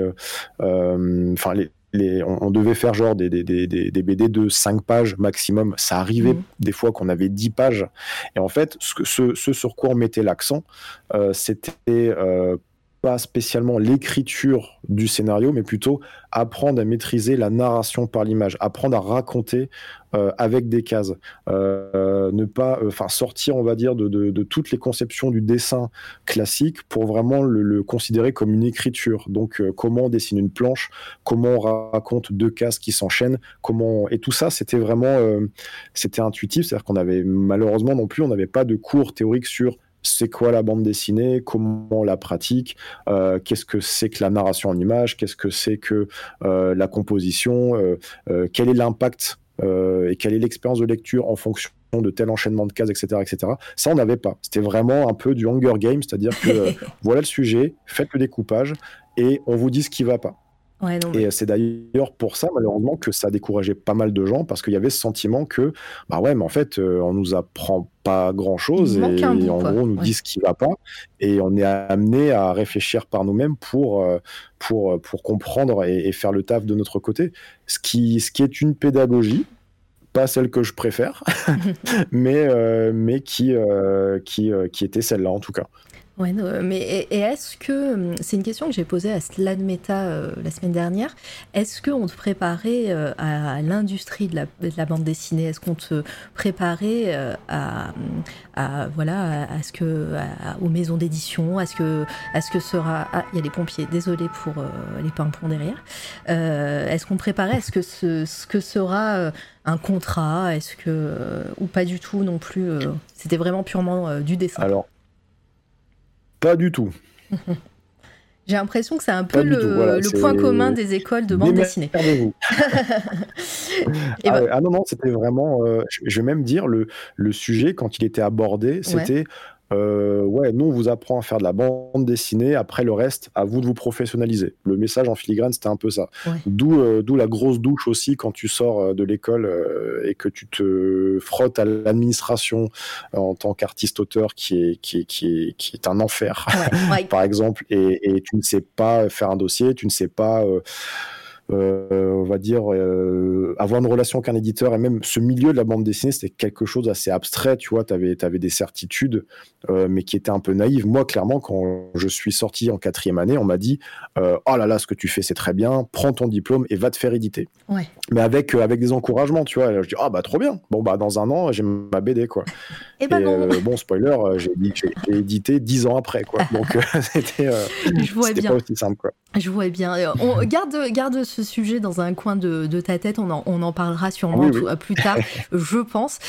on devait faire genre des BD de 5 pages maximum. Ça arrivait des fois qu'on avait 10 pages. Et en fait, ce sur quoi on mettait l'accent, c'était pas spécialement l'écriture du scénario, mais plutôt apprendre à maîtriser la narration par l'image, apprendre à raconter avec des cases, ne pas sortir, on va dire, de toutes les conceptions du dessin classique pour vraiment le considérer comme une écriture. Donc comment on dessine une planche, comment on raconte 2 cases qui s'enchaînent, et tout ça, c'était vraiment c'était intuitif. C'est-à-dire qu'on avait malheureusement non plus, on n'avait pas de cours théoriques sur c'est quoi la bande dessinée, comment on la pratique, qu'est-ce que c'est que la narration en image, qu'est-ce que c'est que la composition, quel est l'impact et quelle est l'expérience de lecture en fonction de tel enchaînement de cases, etc., etc. Ça, on n'avait pas. C'était vraiment un peu du Hunger Games, c'est-à-dire que voilà le sujet, faites le découpage et on vous dit ce qui va pas. Ouais, non, Et c'est d'ailleurs pour ça, malheureusement, que ça a découragé pas mal de gens, parce qu'il y avait ce sentiment que, bah ouais, mais en fait, on nous apprend pas grand-chose, il manque un et bout, en quoi. gros, on nous dit ce qui va pas, et on est amené à réfléchir par nous-mêmes pour comprendre et faire le taf de notre côté. Ce qui est une pédagogie, pas celle que je préfère, mais qui était celle-là, en tout cas. Ouais, mais est-ce que, c'est une question que j'ai posée à Slade Meta la semaine dernière, est-ce qu'on te préparait à l'industrie de la bande dessinée? Est-ce qu'on te préparait aux maisons d'édition? Est-ce que sera... Ah, il y a les pompiers, désolé pour les pimpons derrière. Est-ce qu'on préparait, est-ce que ce que sera un contrat, ou pas du tout non plus, c'était vraiment purement du dessin? Alors, pas du tout. J'ai l'impression que c'est un peu le point commun des écoles de bande dessinée. Non, c'était vraiment... je vais même dire, le sujet, quand il était abordé, c'était... nous, on vous apprend à faire de la bande dessinée, après le reste, à vous de vous professionnaliser. Le message en filigrane, c'était un peu ça. Ouais. D'où la grosse douche aussi quand tu sors de l'école et que tu te frottes à l'administration en tant qu'artiste-auteur qui est un enfer, par exemple, et tu ne sais pas faire un dossier, tu ne sais pas... on va dire, avoir une relation qu'un éditeur, et même ce milieu de la bande dessinée, c'était quelque chose d'assez abstrait, tu vois, t'avais des certitudes, mais qui étaient un peu naïves. Moi, clairement, quand je suis sorti en 4e année, on m'a dit, oh là là, ce que tu fais, c'est très bien, prends ton diplôme et va te faire éditer. Ouais. Mais avec des encouragements, tu vois. Et là, je dis, ah bah trop bien, bon bah dans un an, j'ai ma BD, quoi. Et bon, spoiler, j'ai édité 10 ans après, quoi. Donc c'était pas aussi simple, quoi. Je vois bien. On garde ce sujet dans un coin de ta tête. On en parlera sûrement plus tard, je pense.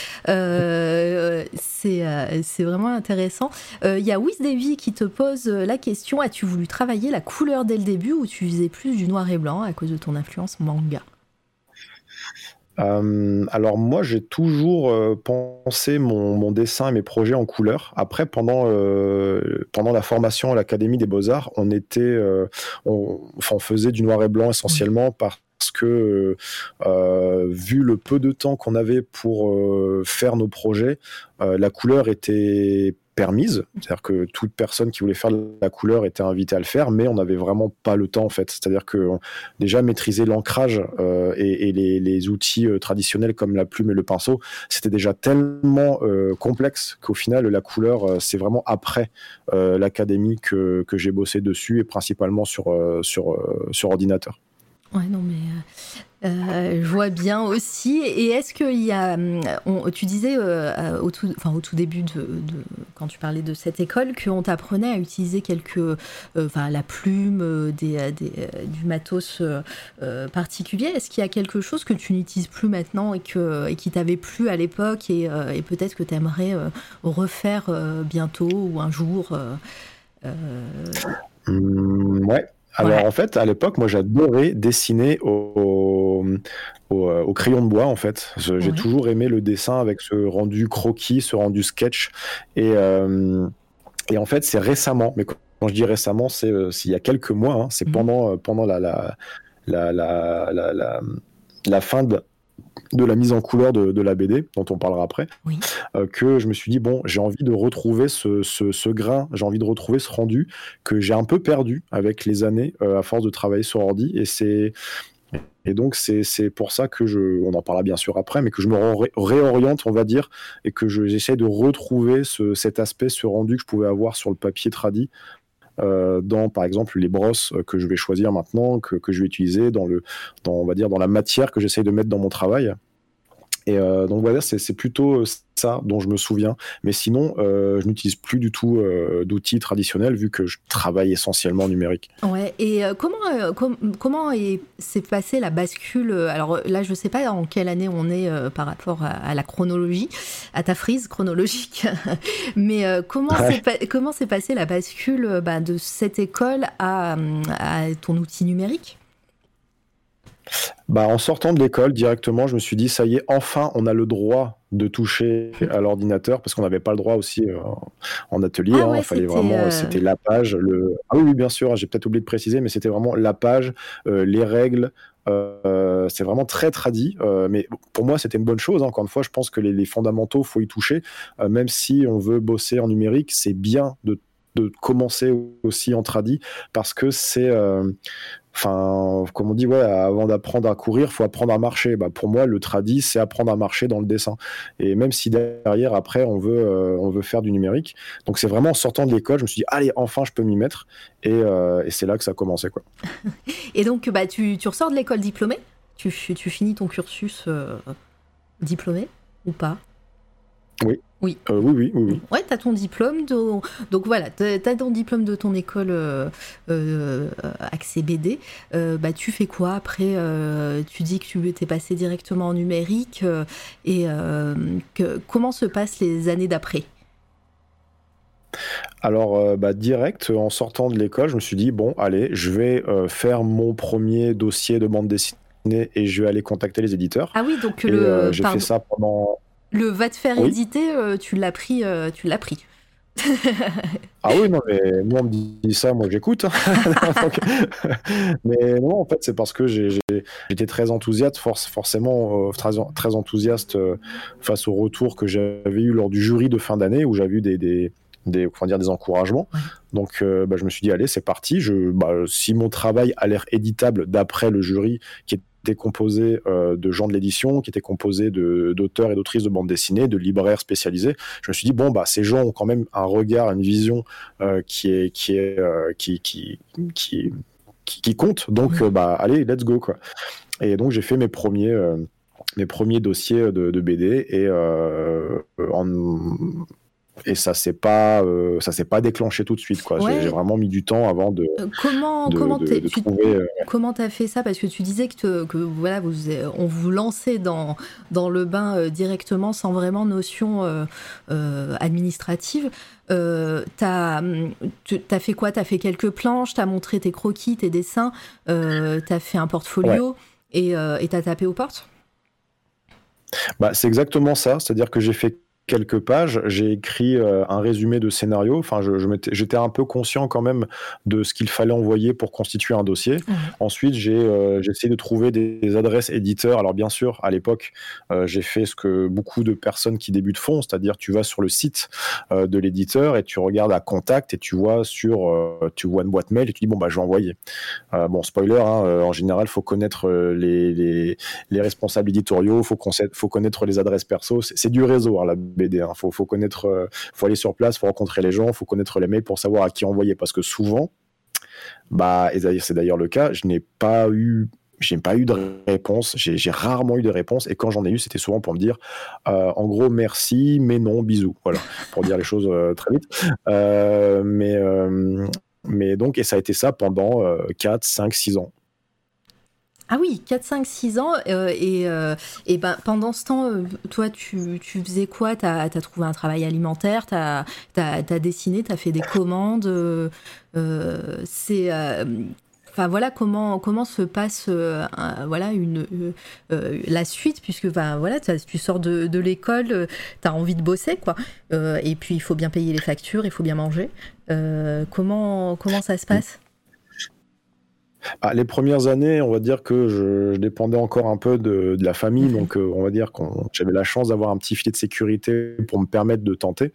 C'est vraiment intéressant. Il y a Wiz Davy qui te pose la question: as-tu voulu travailler la couleur dès le début, ou tu faisais plus du noir et blanc à cause de ton influence manga? Alors moi, j'ai toujours pensé mon dessin et mes projets en couleur. Après, pendant la formation à l'Académie des Beaux-Arts, on faisait du noir et blanc essentiellement parce que vu le peu de temps qu'on avait pour faire nos projets, la couleur était permise, c'est-à-dire que toute personne qui voulait faire de la couleur était invitée à le faire, mais on n'avait vraiment pas le temps, en fait. C'est-à-dire que déjà maîtriser l'ancrage et les outils traditionnels comme la plume et le pinceau, c'était déjà tellement complexe qu'au final, la couleur, c'est vraiment après l'académie que j'ai bossé dessus, et principalement sur ordinateur. Ouais, non, mais je vois bien aussi. Et est-ce qu'il y a... tu disais au tout début quand tu parlais de cette école, qu'on t'apprenait à utiliser la plume, du matos particulier. Est-ce qu'il y a quelque chose que tu n'utilises plus maintenant et qui t'avait plu à l'époque, et peut-être que tu aimerais refaire bientôt ou un jour Ouais. Alors en fait, à l'époque, moi j'adorais dessiner au crayon de bois, en fait. J'ai toujours aimé le dessin avec ce rendu croquis, ce rendu sketch. Et en fait, c'est récemment, mais quand je dis récemment, c'est il y a quelques mois, hein, c'est pendant la fin de la mise en couleur de la BD, dont on parlera après, que je me suis dit, bon, j'ai envie de retrouver ce grain, j'ai envie de retrouver ce rendu que j'ai un peu perdu avec les années à force de travailler sur ordi, et donc c'est pour ça que on en parlera bien sûr après, mais que je me réoriente, on va dire, et que j'essaie de retrouver cet aspect, ce rendu que je pouvais avoir sur le papier tradi, dans par exemple les brosses que je vais choisir maintenant, que je vais utiliser on va dire dans la matière que j'essaye de mettre dans mon travail. Et donc voilà, c'est plutôt ça dont je me souviens. Mais sinon, je n'utilise plus du tout d'outils traditionnels, vu que je travaille essentiellement en numérique. Ouais. Et comment s'est passée la bascule? Alors là, je ne sais pas en quelle année on est par rapport à la chronologie, à ta frise chronologique. Mais comment s'est passée la bascule de cette école à ton outil numérique? En sortant de l'école, directement, je me suis dit, ça y est, enfin, on a le droit de toucher à l'ordinateur, parce qu'on n'avait pas le droit aussi en atelier. Ah ouais, Fallait vraiment, c'était la page. Ah oui, oui, bien sûr, j'ai peut-être oublié de préciser, mais c'était vraiment la page, les règles. C'est vraiment très tradi, mais pour moi, c'était une bonne chose. Encore une fois, je pense que les fondamentaux, faut y toucher. Même si on veut bosser en numérique, c'est bien de commencer aussi en tradi, parce que c'est comme on dit, ouais, avant d'apprendre à courir, faut apprendre à marcher. Pour moi, le tradi, c'est apprendre à marcher dans le dessin. Et même si derrière, après, on veut faire du numérique. Donc, c'est vraiment en sortant de l'école, je me suis dit, allez, enfin, je peux m'y mettre. Et c'est là que ça a commencé, quoi. Et donc, tu ressors de l'école diplômée ? Tu finis ton cursus diplômé ou pas ? Oui. Oui. Oui. Ouais, t'as ton diplôme. Donc voilà, t'as ton diplôme de ton école Accès BD. Tu fais quoi après ? Tu dis que tu t'es passé directement en numérique. Comment se passent les années d'après ? Alors, direct, en sortant de l'école, je me suis dit, bon, allez, je vais faire mon premier dossier de bande dessinée et je vais aller contacter les éditeurs. Ah oui, donc j'ai fait ça pendant... Le va te faire éditer, tu l'as pris. Ah oui, non, mais moi, on me dit ça, moi, j'écoute. Mais non, en fait, c'est parce que j'étais très enthousiaste, forcément, très enthousiaste face au retour que j'avais eu lors du jury de fin d'année, où j'avais eu des encouragements. Ouais. Donc, je me suis dit, allez, c'est parti. Si mon travail a l'air éditable d'après le jury, qui était composé de gens de l'édition, qui était composé d'auteurs et d'autrices de bande dessinée, de libraires spécialisés, je me suis dit, ces gens ont quand même un regard, une vision qui compte. Donc, allez, let's go, quoi. Et donc, j'ai fait mes premiers dossiers de BD et ça s'est pas déclenché tout de suite, quoi. Ouais. J'ai vraiment mis du temps avant de trouver. Comment t'as fait ça ? Parce que tu disais que voilà, on vous lançait dans le bain directement, sans vraiment notion administrative. T'as fait quoi ? T'as fait quelques planches, t'as montré tes croquis, tes dessins, t'as fait un portfolio, et t'as tapé aux portes ? C'est exactement ça. C'est-à-dire que j'ai fait quelques pages, j'ai écrit un résumé de scénario. Enfin, j'étais un peu conscient quand même de ce qu'il fallait envoyer pour constituer un dossier. Mmh. Ensuite, j'ai essayé de trouver des adresses éditeurs. Alors bien sûr, à l'époque, j'ai fait ce que beaucoup de personnes qui débutent font, c'est-à-dire tu vas sur le site de l'éditeur et tu regardes à contact et tu vois une boîte mail et tu dis je vais envoyer. Spoiler, en général, faut connaître les responsables éditoriaux, faut connaître les adresses perso. C'est du réseau, la BD. Faut connaître, faut aller sur place, faut rencontrer les gens, faut connaître les mails pour savoir à qui envoyer. Parce que souvent, et c'est d'ailleurs le cas, je n'ai pas eu de réponse. J'ai rarement eu de réponse. Et quand j'en ai eu, c'était souvent pour me dire, en gros, merci, mais non, bisous. Voilà, pour dire les choses très vite. Mais donc, et ça a été ça pendant 4, 5, 6 ans. Ah oui, 4, 5, 6 ans. Pendant ce temps, toi, tu faisais quoi ? T'as trouvé un travail alimentaire, t'as dessiné, t'as fait des commandes. Comment se passe la suite, puisque tu sors de l'école, t'as envie de bosser, quoi. Et puis il faut bien payer les factures, il faut bien manger. Comment ça se passe ? Les premières années, on va dire que je dépendais encore un peu de la famille, donc on va dire que j'avais la chance d'avoir un petit filet de sécurité pour me permettre de tenter.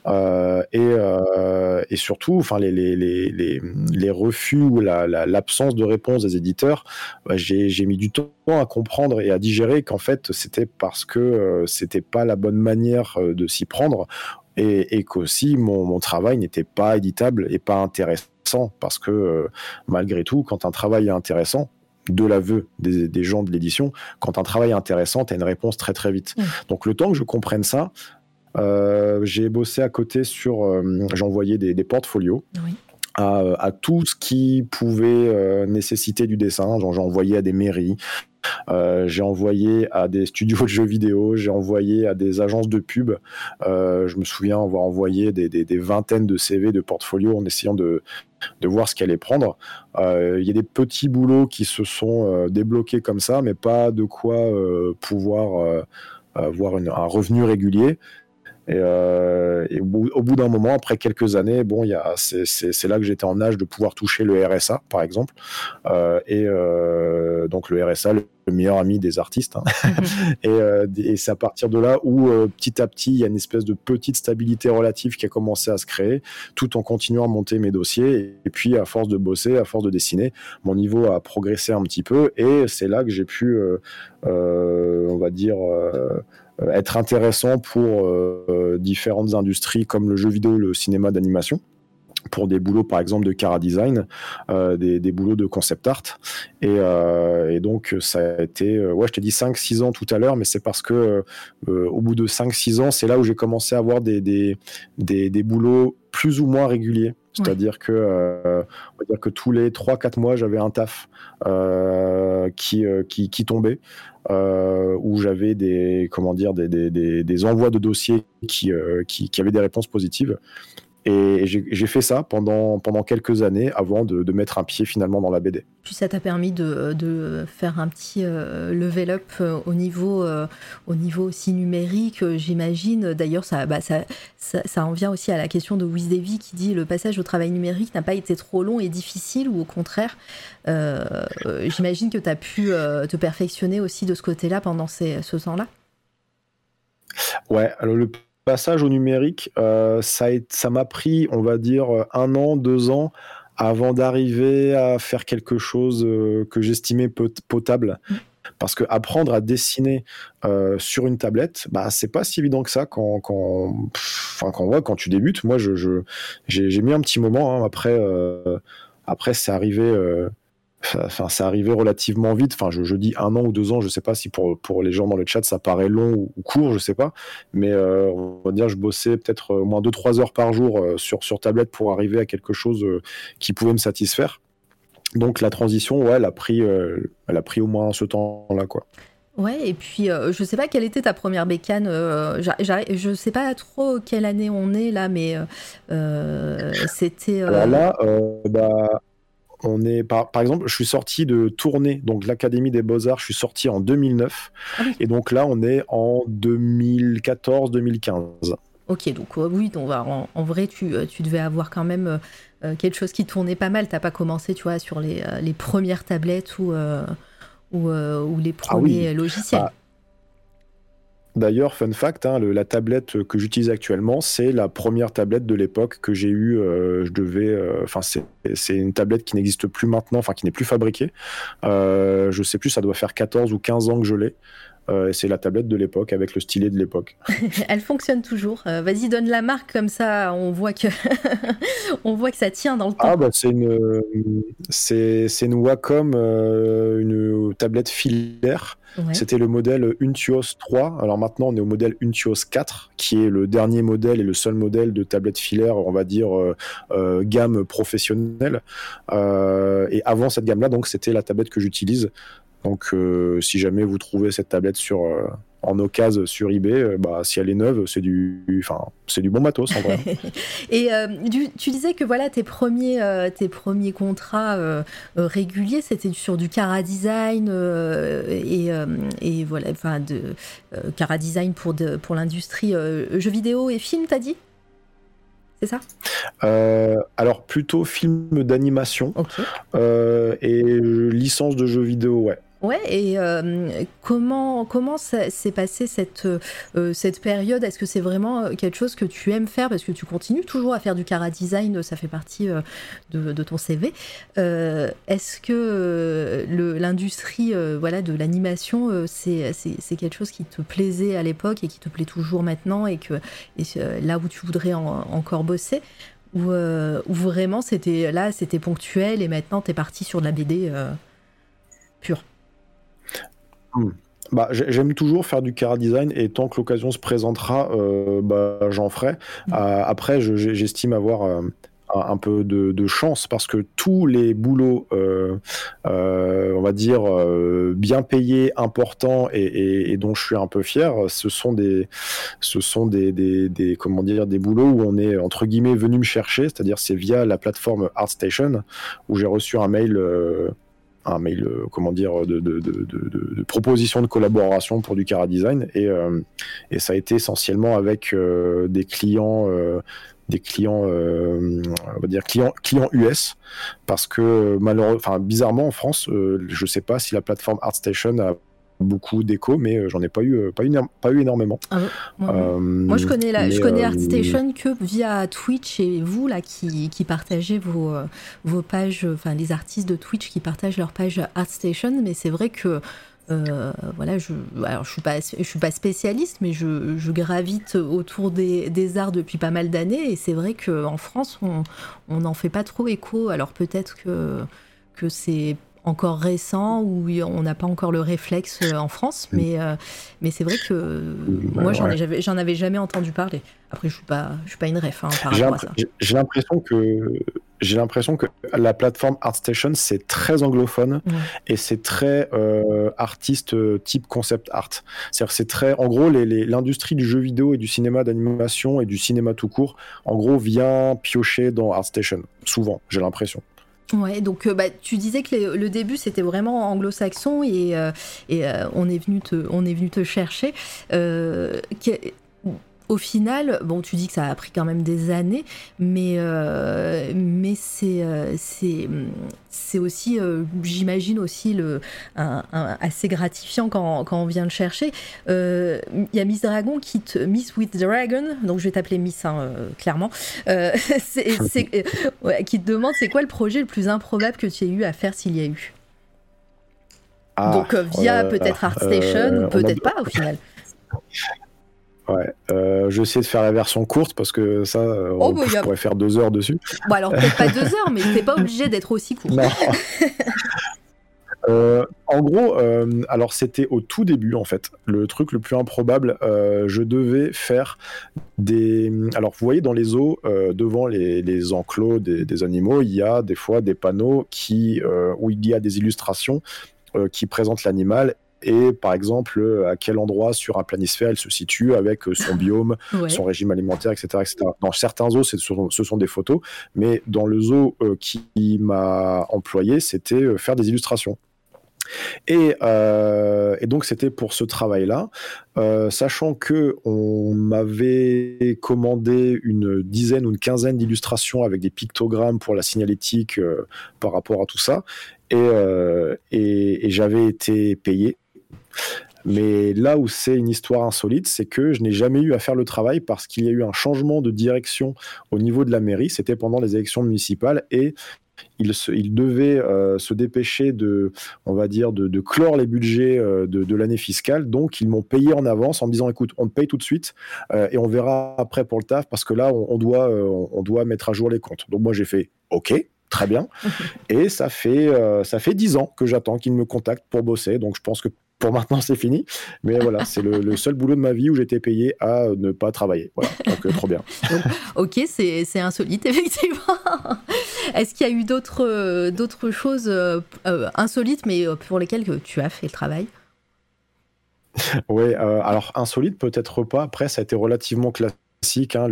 Et surtout, les refus ou l'absence de réponse des éditeurs, j'ai mis du temps à comprendre et à digérer qu'en fait, c'était parce que c'était pas la bonne manière de s'y prendre. Et qu'aussi mon travail n'était pas éditable et pas intéressant, parce que malgré tout, quand un travail est intéressant, de l'aveu des gens de l'édition, quand un travail est intéressant, tu as une réponse très très vite. Donc le temps que je comprenne ça, j'ai bossé à côté j'envoyais des portfolios. Oui. À tout ce qui pouvait nécessiter du dessin. J'ai envoyé à des mairies, j'ai envoyé à des studios de jeux vidéo, j'ai envoyé à des agences de pub. Je me souviens avoir envoyé des vingtaines de CV, de portfolios, en essayant de de voir ce qu'elle allait prendre. Il y a des petits boulots qui se sont débloqués comme ça, mais pas de quoi pouvoir avoir un revenu régulier. Et au bout d'un moment, après quelques années, bon, c'est là que j'étais en âge de pouvoir toucher le RSA, par exemple. Donc le RSA, le meilleur ami des artistes. Hein. Et c'est à partir de là où, petit à petit, il y a une espèce de petite stabilité relative qui a commencé à se créer, tout en continuant à monter mes dossiers. Et puis, à force de bosser, à force de dessiner, mon niveau a progressé un petit peu. Et c'est là que j'ai pu, on va dire... être intéressant pour différentes industries comme le jeu vidéo, le cinéma d'animation, pour des boulots par exemple de chara design, des boulots de concept art. Et donc ça a été, je t'ai dit 5-6 ans tout à l'heure, mais c'est parce que au bout de 5-6 ans, c'est là où j'ai commencé à avoir des boulots plus ou moins réguliers. C'est-à-dire que, on va dire que tous les 3-4 mois, j'avais un taf qui tombait, où j'avais des envois de dossiers qui avaient des réponses positives. Et j'ai fait ça pendant quelques années avant de mettre un pied finalement dans la BD. Puis ça t'a permis de faire un petit level up au niveau aussi numérique, j'imagine. D'ailleurs, ça en vient aussi à la question de Wiz Davy qui dit le passage au travail numérique n'a pas été trop long et difficile, ou au contraire. J'imagine que tu as pu te perfectionner aussi de ce côté-là pendant ce temps-là. Ouais, alors le passage au numérique, ça m'a pris, on va dire, 1 an, 2 ans avant d'arriver à faire quelque chose que j'estimais potable. Parce que apprendre à dessiner sur une tablette, c'est pas si évident que ça quand tu débutes. Moi, j'ai mis un petit moment. Hein, après, c'est arrivé. C'est arrivé relativement vite. Enfin, je dis 1 an ou 2 ans. Je sais pas si pour les gens dans le chat ça paraît long ou court, je sais pas. Mais on va dire, je bossais peut-être au moins 2-3 heures par jour sur tablette pour arriver à quelque chose qui pouvait me satisfaire. Donc la transition, elle a pris au moins ce temps-là, quoi. Ouais, et puis je sais pas quelle était ta première bécane. Je sais pas trop quelle année on est là, mais c'était. Alors là, on est par exemple, je suis sorti de tournée, donc l'Académie des Beaux-Arts, je suis sorti en 2009, et donc là on est en 2014-2015. Ok, donc oui, en vrai tu devais avoir quand même quelque chose qui tournait pas mal. T'as pas commencé, tu vois, sur les premières tablettes ou les premiers logiciels. D'ailleurs, fun fact, hein, la tablette que j'utilise actuellement, c'est la première tablette de l'époque que j'ai eue. C'est une tablette qui n'existe plus maintenant, enfin qui n'est plus fabriquée. Je sais plus, ça doit faire 14 ou 15 ans que je l'ai. C'est la tablette de l'époque avec le stylet de l'époque. Elle fonctionne toujours. Vas-y, donne la marque, comme ça on voit que on voit que ça tient dans le temps. C'est une Wacom, une tablette filaire. Ouais. C'était le modèle Untios 3. Alors maintenant, on est au modèle Untios 4, qui est le dernier modèle et le seul modèle de tablette filaire, on va dire, gamme professionnelle. Et avant cette gamme-là, donc, c'était la tablette que j'utilise. Donc, si jamais vous trouvez cette tablette en occasion sur eBay, si elle est neuve, c'est du bon matos en vrai. Et tu disais que voilà, tes premiers contrats réguliers, c'était sur du chara design et voilà, enfin chara design pour l'industrie jeux vidéo et film, t'as dit ? C'est ça ? Alors plutôt film d'animation. Okay. Et licence de jeux vidéo, ouais. Ouais, et comment s'est passée cette période ? Est-ce que c'est vraiment quelque chose que tu aimes faire ? Parce que tu continues toujours à faire du chara design, ça fait partie de ton CV. Est-ce que l'industrie de l'animation, c'est quelque chose qui te plaisait à l'époque et qui te plaît toujours maintenant, et là où tu voudrais encore bosser ? Ou vraiment c'était ponctuel et maintenant t'es parti sur de la BD pure ? J'aime toujours faire du chara design, et tant que l'occasion se présentera, j'en ferai. Après, j'estime avoir un peu de chance parce que tous les boulots, on va dire, bien payés, importants et dont je suis un peu fier, ce sont des comment dire, des boulots où on est entre guillemets venu me chercher, c'est-à-dire c'est via la plateforme ArtStation où j'ai reçu un mail, comment dire, de proposition de collaboration pour du Cara Design et ça a été essentiellement avec des clients, on va dire clients US, parce que bizarrement en France, je sais pas si la plateforme ArtStation a beaucoup d'écho, mais j'en ai pas eu énormément. Ah bon. Moi, je connais ArtStation que via Twitch et vous là qui partagez vos pages, enfin les artistes de Twitch qui partagent leur page ArtStation, mais c'est vrai que voilà, je suis pas spécialiste, mais je gravite autour des arts depuis pas mal d'années et c'est vrai qu'en France on n'en fait pas trop écho. Alors peut-être que c'est encore récent ou on n'a pas encore le réflexe en France, mais c'est vrai que moi j'en avais jamais entendu parler. Après je suis pas une ref par rapport à ça. J'ai l'impression que la plateforme ArtStation, c'est très anglophone et c'est très artiste type concept art. C'est-à-dire c'est très, en gros, l'industrie du jeu vidéo et du cinéma d'animation et du cinéma tout court, en gros, vient piocher dans ArtStation. Souvent, j'ai l'impression. Ouais, donc tu disais que le début c'était vraiment anglo-saxon et on est venu te chercher. Au final, bon, tu dis que ça a pris quand même des années, mais c'est aussi, j'imagine aussi assez gratifiant quand on vient le chercher. Il y a Miss with Dragon, donc je vais t'appeler Miss, clairement, qui te demande c'est quoi le projet le plus improbable que tu aies eu à faire s'il y a eu. Donc via peut-être ArtStation, ou peut-être pas au final. Ouais, je vais essayer de faire la version courte parce que ça, je pourrais faire 2 heures dessus. Bon, alors peut-être pas 2 heures, mais t'es pas obligé d'être aussi court. En gros, alors c'était au tout début en fait. Le truc le plus improbable, je devais faire Alors vous voyez dans les zoos, devant les enclos des animaux, il y a des fois des panneaux où il y a des illustrations qui présentent l'animal. Et par exemple, à quel endroit sur un planisphère elle se situe avec son biome, son régime alimentaire, etc., etc. Dans certains zoos, ce sont des photos, mais dans le zoo qui m'a employé, c'était faire des illustrations. Et donc c'était pour ce travail-là, sachant que on m'avait commandé une dizaine ou une quinzaine d'illustrations avec des pictogrammes pour la signalétique par rapport à tout ça, et j'avais été payé. Mais là où c'est une histoire insolite, c'est que je n'ai jamais eu à faire le travail parce qu'il y a eu un changement de direction au niveau de la mairie. C'était pendant les élections municipales et ils devaient se dépêcher on va dire, de clore les budgets de l'année fiscale. Donc, ils m'ont payé en avance en me disant, écoute, on te paye tout de suite et on verra après pour le taf parce que là, on doit mettre à jour les comptes. Donc, moi, j'ai fait OK. Très bien. Et ça fait 10 ans que j'attends qu'ils me contactent pour bosser. Donc, je pense que pour maintenant, c'est fini. Mais voilà, c'est le seul boulot de ma vie où j'ai été payé à ne pas travailler. Voilà, donc trop bien. Donc, ok, c'est insolite, effectivement. Est-ce qu'il y a eu d'autres choses insolites, mais pour lesquelles tu as fait le travail ? Oui, alors insolite, peut-être pas. Après, ça a été relativement classique, hein,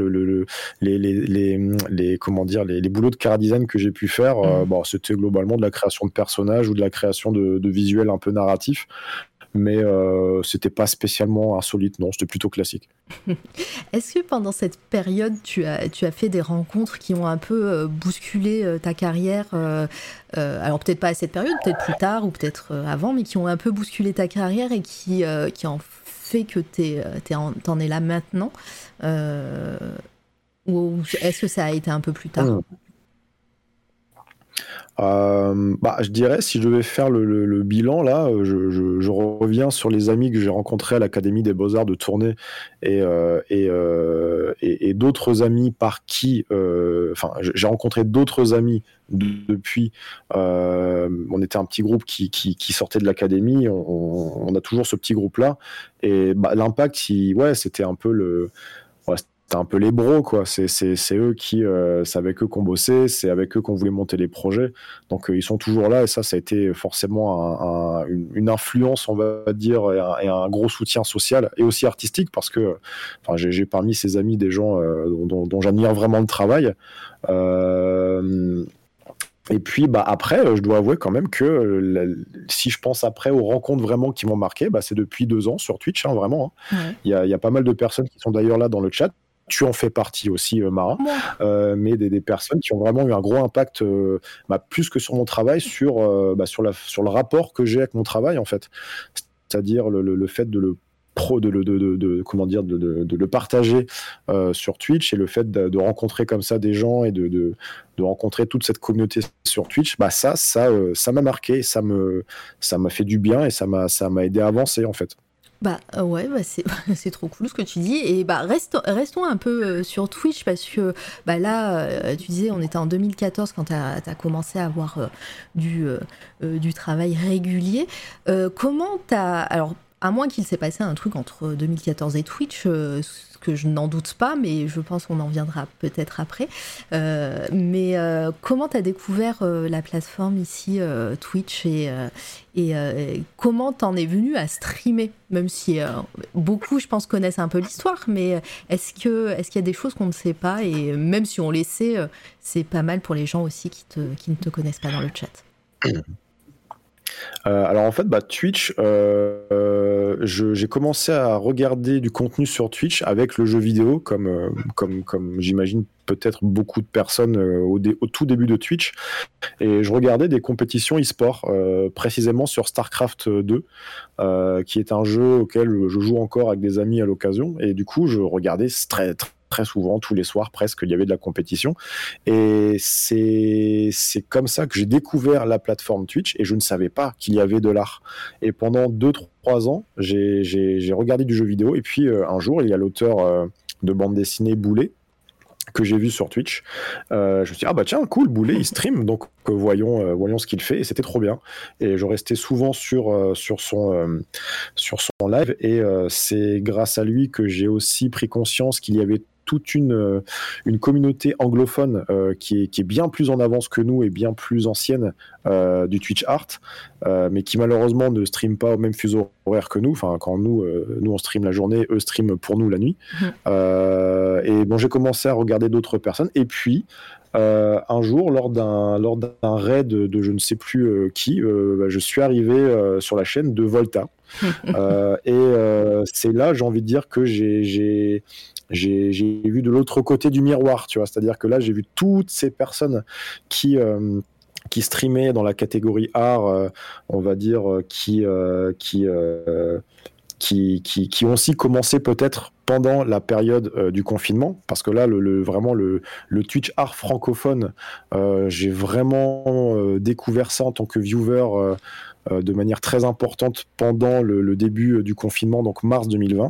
comment dire, les boulots de Cara Design que j'ai pu faire, c'était globalement de la création de personnages ou de la création de visuels un peu narratifs, mais c'était pas spécialement insolite, non, c'était plutôt classique. Est-ce que pendant cette période, tu as fait des rencontres qui ont un peu bousculé ta carrière, alors peut-être pas à cette période, peut-être plus tard ou peut-être avant, mais qui ont un peu bousculé ta carrière et qui en fait que t'en es là maintenant, ou est-ce que ça a été un peu plus tard ? Je dirais, si je devais faire le bilan, là, je reviens sur les amis que j'ai rencontrés à l'Académie des Beaux-Arts de Tournai et d'autres amis par qui... j'ai rencontré d'autres amis depuis. On était un petit groupe qui sortait de l'Académie. On a toujours ce petit groupe-là. Et l'impact, c'était un peu un peu les bros, quoi. C'est eux c'est avec eux qu'on bossait, c'est avec eux qu'on voulait monter les projets. Donc ils sont toujours là et ça a été forcément une influence, on va dire, et un gros soutien social et aussi artistique parce que j'ai parmi ces amis des gens dont j'admire vraiment le travail. Et puis après, je dois avouer quand même que si je pense après aux rencontres vraiment qui m'ont marqué, c'est depuis 2 ans sur Twitch, vraiment. Hein. Ouais. Il y a pas mal de personnes qui sont d'ailleurs là dans le chat. Tu en fais partie aussi, Mara, mais des personnes qui ont vraiment eu un gros impact, plus que sur mon travail, sur le rapport que j'ai avec mon travail en fait. C'est-à-dire le fait de le partager sur Twitch et le fait de rencontrer comme ça des gens et de rencontrer toute cette communauté sur Twitch, ça m'a marqué, ça m'a fait du bien et ça m'a aidé à avancer en fait. C'est trop cool ce que tu dis et restons un peu sur Twitch parce que là tu disais on était en 2014 quand t'as commencé à avoir du travail régulier. Comment alors à moins qu'il s'est passé un truc entre 2014 et Twitch, ce que je n'en doute pas, mais je pense qu'on en viendra peut-être après. Comment tu as découvert la plateforme ici, Twitch, et comment t'en es venu à streamer? Même si beaucoup, je pense, connaissent un peu l'histoire, mais est-ce qu'il y a des choses qu'on ne sait pas? Et même si on les sait, c'est pas mal pour les gens aussi qui ne te connaissent pas dans le chat. Alors en fait, Twitch, j'ai commencé à regarder du contenu sur Twitch avec le jeu vidéo, comme j'imagine peut-être beaucoup de personnes au tout début de Twitch. Et je regardais des compétitions e-sport, précisément sur StarCraft 2, qui est un jeu auquel je joue encore avec des amis à l'occasion. Et du coup, je regardais très souvent, tous les soirs presque, il y avait de la compétition. Et c'est comme ça que j'ai découvert la plateforme Twitch et je ne savais pas qu'il y avait de l'art. Et pendant 2-3 ans, j'ai regardé du jeu vidéo et puis un jour, il y a l'auteur de bande dessinée Boulet que j'ai vu sur Twitch. Je me suis dit, tiens, cool, Boulet, il stream, donc voyons ce qu'il fait, et c'était trop bien. Et je restais souvent sur son live, et c'est grâce à lui que j'ai aussi pris conscience qu'il y avait toute une communauté anglophone qui est bien plus en avance que nous et bien plus ancienne du Twitch Art, mais qui malheureusement ne stream pas au même fuseau horaire que nous. Enfin, quand nous on stream la journée, eux streament pour nous la nuit. Et j'ai commencé à regarder d'autres personnes. Et puis un jour, lors d'un raid de je ne sais plus qui, je suis arrivé sur la chaîne de Volta. C'est là, j'ai envie de dire que j'ai vu de l'autre côté du miroir, tu vois. C'est-à-dire que là, j'ai vu toutes ces personnes qui streamaient dans la catégorie art, on va dire, qui ont aussi commencé peut-être pendant la période du confinement, parce que là, vraiment le Twitch art francophone, j'ai vraiment découvert ça en tant que viewer de manière très importante pendant le début du confinement, donc mars 2020.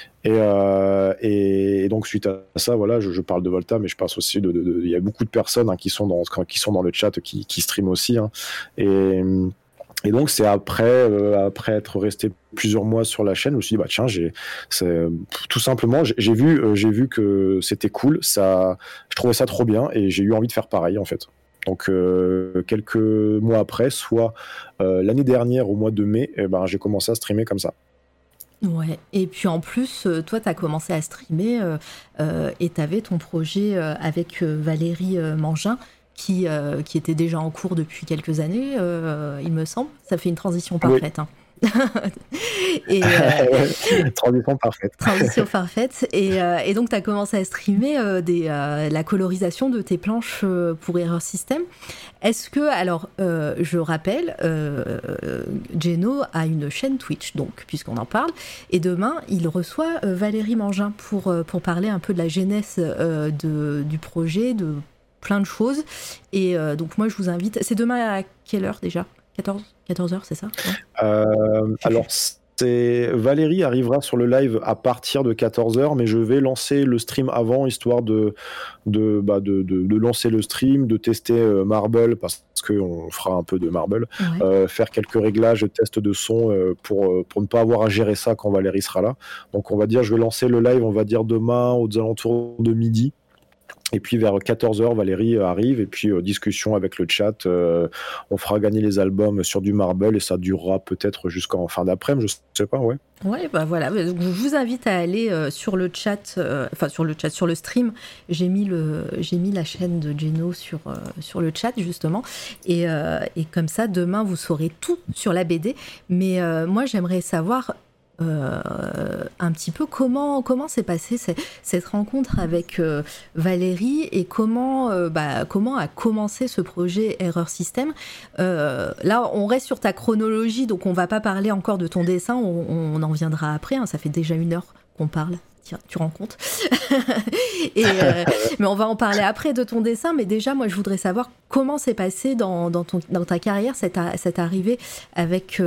Et donc suite à ça, voilà, je parle de Volta, mais je passe aussi il y a beaucoup de personnes qui sont dans le chat qui streament aussi, hein. Et donc c'est après être resté plusieurs mois sur la chaîne, je me suis dit tiens, tout simplement j'ai vu que c'était cool, ça, je trouvais ça trop bien et j'ai eu envie de faire pareil en fait. Donc quelques mois après, soit l'année dernière au mois de mai, j'ai commencé à streamer comme ça. Ouais, et puis en plus, toi, tu as commencé à streamer et tu avais ton projet avec Valérie Mangin qui était déjà en cours depuis quelques années, il me semble. Ça fait une transition parfaite. Oui. Hein. Transition parfaite. Transition parfaite. Et donc, tu as commencé à streamer la colorisation de tes planches pour Error System. Est-ce que, alors, je rappelle, Geno a une chaîne Twitch, donc, puisqu'on en parle, et demain, il reçoit Valérie Mangin pour parler un peu de la genèse du projet, de plein de choses. Et donc, moi, je vous invite. C'est demain à quelle heure déjà ? 14h, c'est ça ? Alors, Valérie arrivera sur le live à partir de 14h, mais je vais lancer le stream avant, histoire de lancer le stream, de tester Marble, parce qu'on fera un peu de Marble, faire quelques réglages, tests de son pour ne pas avoir à gérer ça quand Valérie sera là. Donc on va dire, je vais lancer le live, on va dire demain aux alentours de midi. Et puis vers 14h, Valérie arrive, et puis discussion avec le chat. On fera gagner les albums sur du Marble, et ça durera peut-être jusqu'en fin d'après-midi, je sais pas, ouais. Ouais, bah voilà. Je vous invite à aller sur le chat, sur le stream. J'ai mis la chaîne de Geno sur le chat, justement. Et comme ça, demain, vous saurez tout sur la BD. Mais moi, j'aimerais savoir un petit peu comment s'est passée cette rencontre avec Valérie, et comment a commencé ce projet Error System. Là, on reste sur ta chronologie, donc on va pas parler encore de ton dessin, on en viendra après, hein, ça fait déjà 1 heure qu'on parle. Tiens, tu rends compte. Mais on va en parler après de ton dessin. Mais déjà, moi, je voudrais savoir comment s'est passé dans ta carrière cette arrivée avec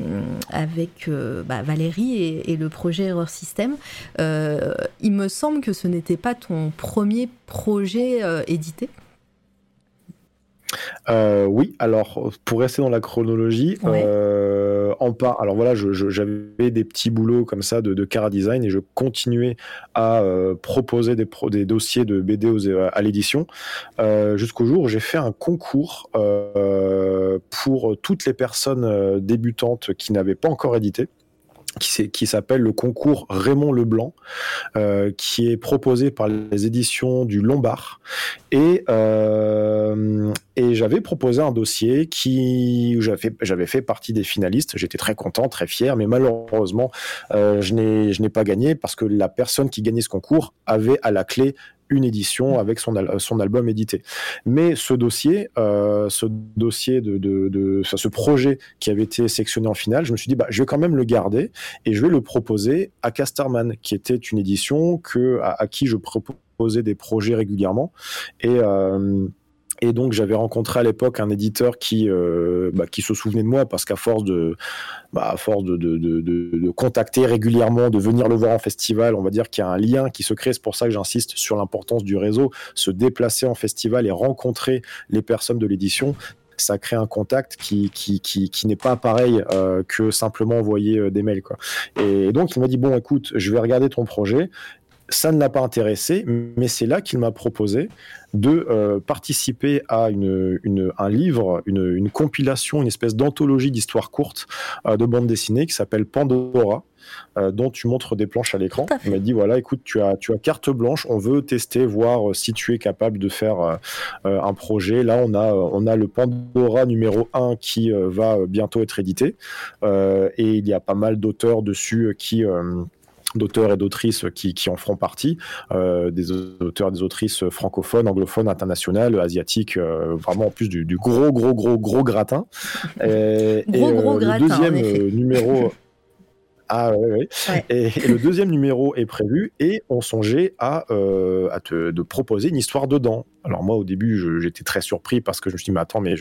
Valérie et le projet Error System. Il me semble que ce n'était pas ton premier projet édité. Oui, alors pour rester dans la chronologie, alors voilà, j'avais des petits boulots comme ça de Cara Design, et je continuais à proposer des dossiers de BD à l'édition, jusqu'au jour où j'ai fait un concours pour toutes les personnes débutantes qui n'avaient pas encore édité, qui s'appelle le concours Raymond Leblanc, qui est proposé par les éditions du Lombard, et j'avais proposé un dossier où j'avais fait partie des finalistes. J'étais très content, très fier, mais malheureusement je n'ai pas gagné, parce que la personne qui gagnait ce concours avait à la clé une édition avec son album édité. Mais ce projet qui avait été sélectionné en finale, je me suis dit, je vais quand même le garder, et je vais le proposer à Casterman, qui était une édition à qui je proposais des projets régulièrement. Et donc j'avais rencontré à l'époque un éditeur qui se souvenait de moi, parce qu'à force de contacter régulièrement, de venir le voir en festival, on va dire qu'il y a un lien qui se crée. C'est pour ça que j'insiste sur l'importance du réseau, se déplacer en festival et rencontrer les personnes de l'édition. Ça crée un contact qui n'est pas pareil que simplement envoyer des mails, quoi. Et donc il m'a dit, bon, écoute, je vais regarder ton projet. Ça ne l'a pas intéressé, mais c'est là qu'il m'a proposé de participer à un livre, une compilation, une espèce d'anthologie d'histoires courtes de bande dessinée qui s'appelle Pandora, dont tu montres des planches à l'écran. Il m'a dit, voilà, écoute, tu as carte blanche, on veut tester, voir si tu es capable de faire un projet. Là, on a le Pandora numéro 1 qui va bientôt être édité, et il y a pas mal d'auteurs dessus d'auteurs et d'autrices qui en feront partie, des auteurs et des autrices francophones, anglophones, internationales, asiatiques, vraiment en plus du gros gratin. Gros gratin, le deuxième numéro... Ah ouais. Et le deuxième numéro est prévu, et on songeait de proposer une histoire dedans. Alors moi, au début, j'étais très surpris, parce que je me suis dit, mais attends, mais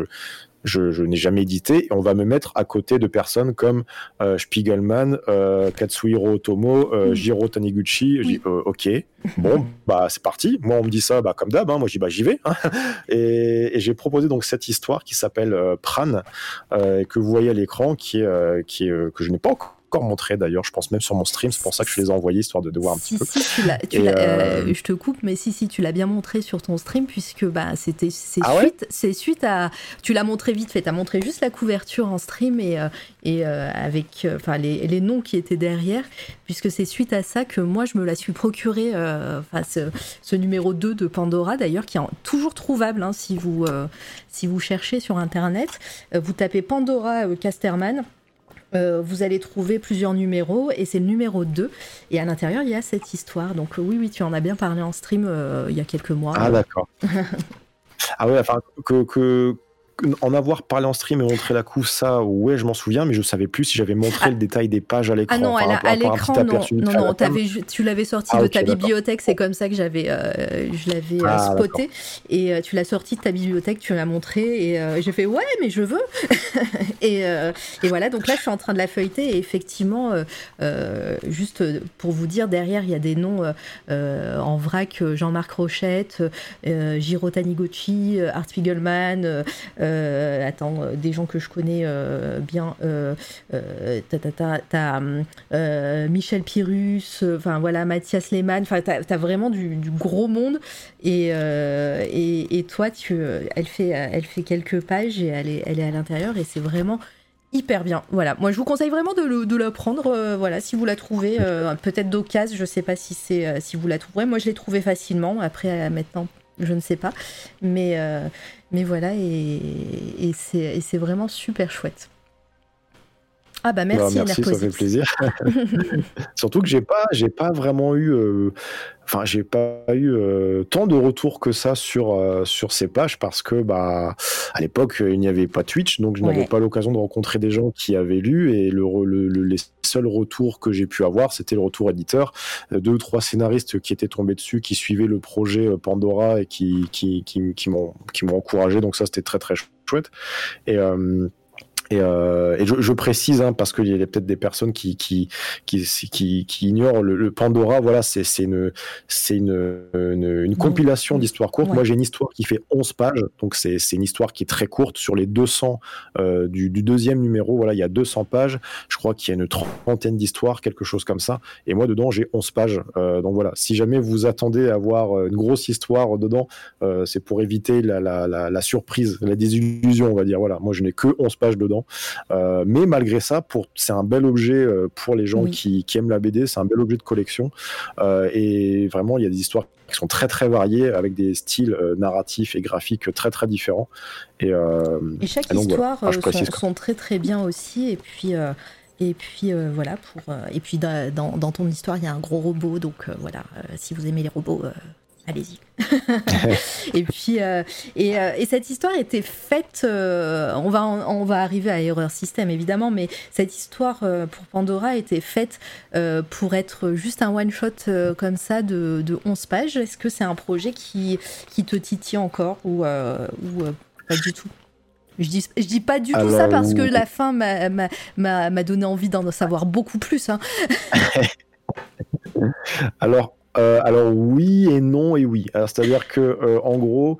je n'ai jamais édité, et on va me mettre à côté de personnes comme Spiegelman, Katsuhiro Otomo, Jiro Taniguchi. Je dis, ok, bon, c'est parti. Moi, on me dit ça, comme d'hab, moi je dis, j'y vais. Et j'ai proposé donc cette histoire qui s'appelle Pran, que vous voyez à l'écran, que je n'ai pas encore montré d'ailleurs, je pense même sur mon stream, c'est pour ça que je les ai envoyés, histoire de voir un petit peu. Je te coupe, mais si, tu l'as bien montré sur ton stream, puisque c'est suite à... Tu l'as montré vite fait, tu as montré juste la couverture en stream, et avec les noms qui étaient derrière, puisque c'est suite à ça que moi je me la suis procuré, ce numéro 2 de Pandora, d'ailleurs, qui est toujours trouvable, hein, si vous cherchez sur internet, vous tapez Pandora Casterman. Vous allez trouver plusieurs numéros, et c'est le numéro 2, et à l'intérieur il y a cette histoire, donc oui, tu en as bien parlé en stream il y a quelques mois. D'accord. Ah ouais, enfin, en avoir parlé en stream et montré la couve, ça, ouais, je m'en souviens, mais je savais plus si j'avais montré le détail des pages à l'écran. Ah non, à l'écran, non, tu l'avais sorti de ta bibliothèque, c'est comme ça que je l'avais spoté, et tu l'as sorti de ta bibliothèque, tu l'as montré, et j'ai fait ouais, mais je veux. et voilà, donc là, je suis en train de la feuilleter, et effectivement, juste pour vous dire, derrière, il y a des noms en vrac, Jean-Marc Rochette, Jiro Taniguchi, Art Spiegelman, des gens que je connais bien, t'as Michel Pyrrhus, enfin voilà, Mathias Lehmann, enfin t'as vraiment du gros monde, et toi elle fait quelques pages et elle est à l'intérieur, et c'est vraiment hyper bien. Voilà, moi je vous conseille vraiment de la prendre, voilà, si vous la trouvez, peut-être d'occasion, je sais pas si vous la trouverez. Moi je l'ai trouvée facilement, après maintenant je ne sais pas, mais voilà, et c'est vraiment super chouette. Ah bah merci, merci, ça fait plaisir. Surtout que j'ai pas vraiment eu, j'ai pas eu tant de retours que ça sur ces pages, parce que à l'époque il n'y avait pas Twitch, donc je n'avais pas l'occasion de rencontrer des gens qui avaient lu, et les seuls retours que j'ai pu avoir, c'était le retour éditeur, 2 ou 3 scénaristes qui étaient tombés dessus, qui suivaient le projet Pandora et qui m'ont encouragé, donc ça c'était très très chouette. Et je précise, parce qu'il y a peut-être des personnes qui ignorent le Pandora. Voilà, c'est une compilation d'histoires courtes. Moi, j'ai une histoire qui fait 11 pages, donc c'est une histoire qui est très courte. Sur les 200 du deuxième numéro, voilà, il y a 200 pages. Je crois qu'il y a une trentaine d'histoires, quelque chose comme ça. Et moi, dedans, j'ai 11 pages. Donc voilà, si jamais vous attendez à avoir une grosse histoire dedans, c'est pour éviter la surprise, la désillusion, on va dire. Voilà, moi, je n'ai que 11 pages dedans. Mais malgré ça, c'est un bel objet pour les gens qui aiment la BD, c'est un bel objet de collection, et vraiment il y a des histoires qui sont très très variées, avec des styles narratifs et graphiques très très différents, et chaque histoire sont très très bien aussi, et puis voilà, et puis dans ton histoire il y a un gros robot, donc voilà, si vous aimez les robots, allez-y. Et puis et cette histoire était faite, on va arriver à Error System évidemment, mais cette histoire pour Pandora était faite pour être juste un one shot comme ça de 11 pages. Est-ce que c'est un projet qui te titille encore, ou pas du tout? Je dis pas du tout ça parce que la fin m'a donné envie d'en savoir beaucoup plus, Alors oui et non et oui. Alors c'est-à-dire que en gros,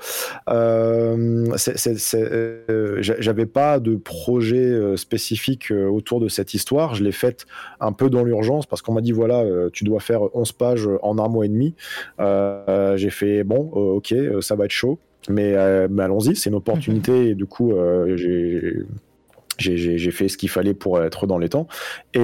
j'avais pas de projet spécifique autour de cette histoire. Je l'ai faite un peu dans l'urgence, parce qu'on m'a dit voilà, tu dois faire 11 pages en un mois et demi. J'ai fait bon, ok, ça va être chaud, mais allons-y, c'est une opportunité, et du coup j'ai fait ce qu'il fallait pour être dans les temps,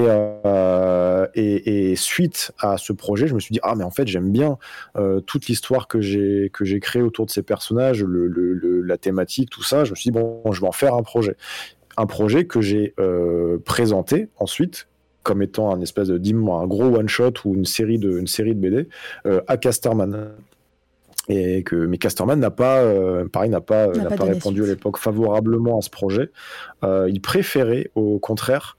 et suite à ce projet, je me suis dit mais en fait j'aime bien toute l'histoire que j'ai créée autour de ces personnages, la thématique, tout ça. Je me suis dit bon, je vais en faire un projet que j'ai présenté ensuite comme étant un espèce de un gros one shot ou une série de BD à Casterman. Mais Casterman n'a pas répondu à l'époque favorablement à ce projet. Il préférait, au contraire,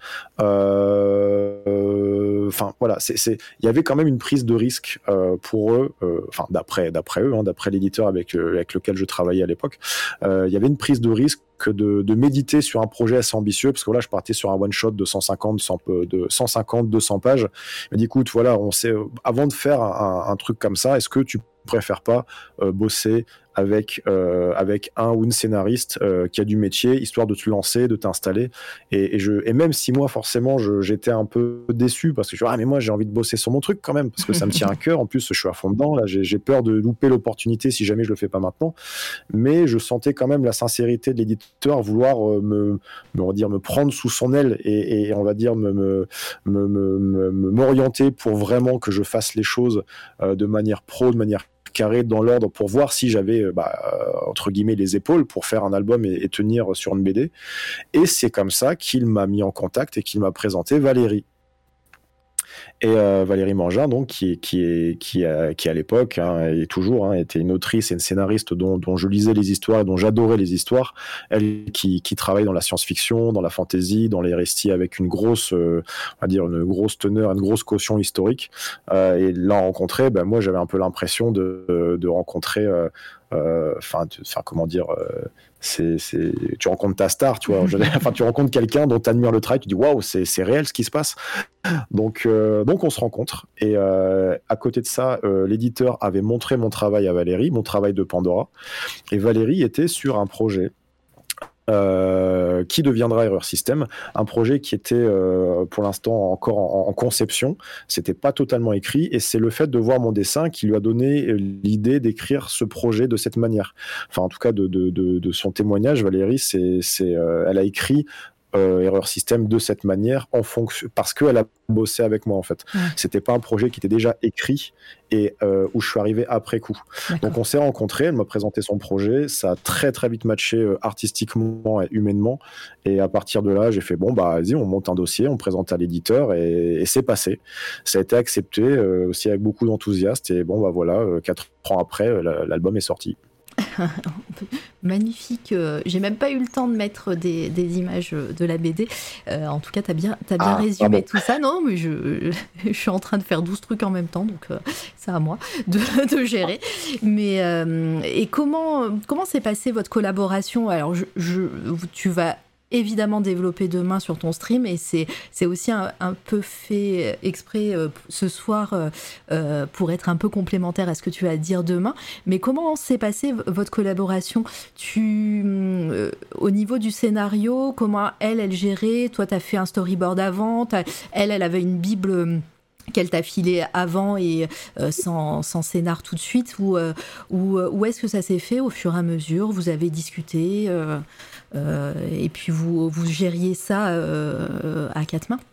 voilà, il y avait quand même une prise de risque pour eux, d'après eux, d'après l'éditeur avec lequel je travaillais à l'époque. Il y avait une prise de risque de méditer sur un projet assez ambitieux, parce que là je partais sur un one shot de 150-200 pages. Il m'a dit écoute, voilà, avant de faire un truc comme ça, est-ce que tu préfères pas bosser avec un ou une scénariste qui a du métier, histoire de te lancer, de t'installer, et même si moi forcément j'étais un peu déçu, parce que je mais moi j'ai envie de bosser sur mon truc quand même, parce que ça me tient à cœur, en plus je suis à fond dedans, là j'ai peur de louper l'opportunité si jamais je le fais pas maintenant, mais je sentais quand même la sincérité de l'éditeur, vouloir me prendre sous son aile, et on va dire m'orienter pour vraiment que je fasse les choses de manière pro, de manière carré, dans l'ordre, pour voir si j'avais entre guillemets les épaules pour faire un album et tenir sur une BD. Et c'est comme ça qu'il m'a mis en contact et qu'il m'a présenté Valérie. Et Valérie Mangin, donc, qui à l'époque, et toujours, était une autrice et une scénariste dont je lisais les histoires et dont j'adorais les histoires. Elle qui travaille dans la science-fiction, dans la fantasy, dans les récits avec une grosse, on va dire, une grosse teneur, une grosse caution historique. Et là, rencontrer, moi, j'avais un peu l'impression de rencontrer, comment dire, tu rencontres ta star, tu vois. Tu rencontres quelqu'un dont tu admires le travail, tu dis waouh, c'est réel ce qui se passe. Donc on se rencontre et à côté de ça, l'éditeur avait montré mon travail à Valérie, mon travail de Pandora, et Valérie était sur un projet qui deviendra Erreur System, un projet qui était pour l'instant encore en conception, c'était pas totalement écrit, et c'est le fait de voir mon dessin qui lui a donné l'idée d'écrire ce projet de cette manière. Enfin, en tout cas, de son témoignage, Valérie, elle a écrit Erreur System de cette manière en fonction, parce qu'elle a bossé avec moi en fait. Ouais. C'était pas un projet qui était déjà écrit et où je suis arrivé après coup. D'accord. Donc on s'est rencontrés, elle m'a présenté son projet, ça a très très vite matché artistiquement et humainement, et à partir de là j'ai fait vas-y, on monte un dossier, on présente à l'éditeur, et c'est passé. Ça a été accepté aussi avec beaucoup d'enthousiasme, et voilà, 4 ans après l'album est sorti. Magnifique. J'ai même pas eu le temps de mettre des images de la BD. En tout cas, t'as bien résumé tout ça. Non, mais je suis en train de faire 12 trucs en même temps, donc c'est à moi de gérer. Mais et comment s'est passée votre collaboration? Alors, tu vas évidemment développer demain sur ton stream, et c'est aussi un peu fait exprès ce soir pour être un peu complémentaire à ce que tu vas dire demain. Mais comment s'est passée votre collaboration? Au niveau du scénario, comment elle gérait? Toi, tu as fait un storyboard avant, elle avait une bible qu'elle t'a filé avant et sans scénar tout de suite, ou est-ce que ça s'est fait au fur et à mesure? Vous avez discuté et puis vous gériez ça à quatre mains?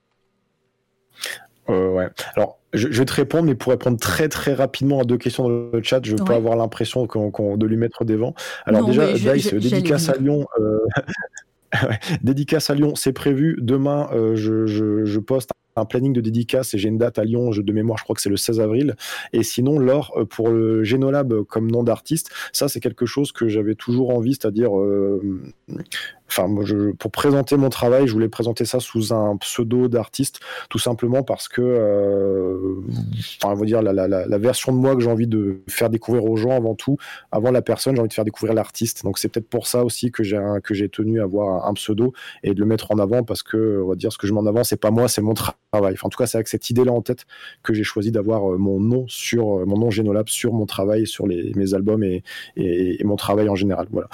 Ouais. Alors, je vais te répondre, mais pour répondre très très rapidement à 2 questions dans le chat, je veux pas avoir l'impression de lui mettre des vents. Alors non, déjà, Dice, dédicace à Lyon. Dédicace à Lyon, c'est prévu. Demain, je poste un planning de dédicace et j'ai une date à Lyon, de mémoire, je crois que c'est le 16 avril. Et sinon, Laure, pour le Génolab comme nom d'artiste, ça c'est quelque chose que j'avais toujours envie, c'est-à-dire pour présenter mon travail, je voulais présenter ça sous un pseudo d'artiste, tout simplement parce que on va dire la version de moi que j'ai envie de faire découvrir aux gens avant la personne, j'ai envie de faire découvrir l'artiste. Donc c'est peut-être pour ça aussi que j'ai tenu à avoir un pseudo et de le mettre en avant, parce que on va dire ce que je mets en avant, c'est pas moi, c'est mon travail. Enfin, en tout cas, c'est avec cette idée-là en tête que j'ai choisi d'avoir mon nom Génolab sur mon travail, sur mes albums et mon travail en général. Voilà.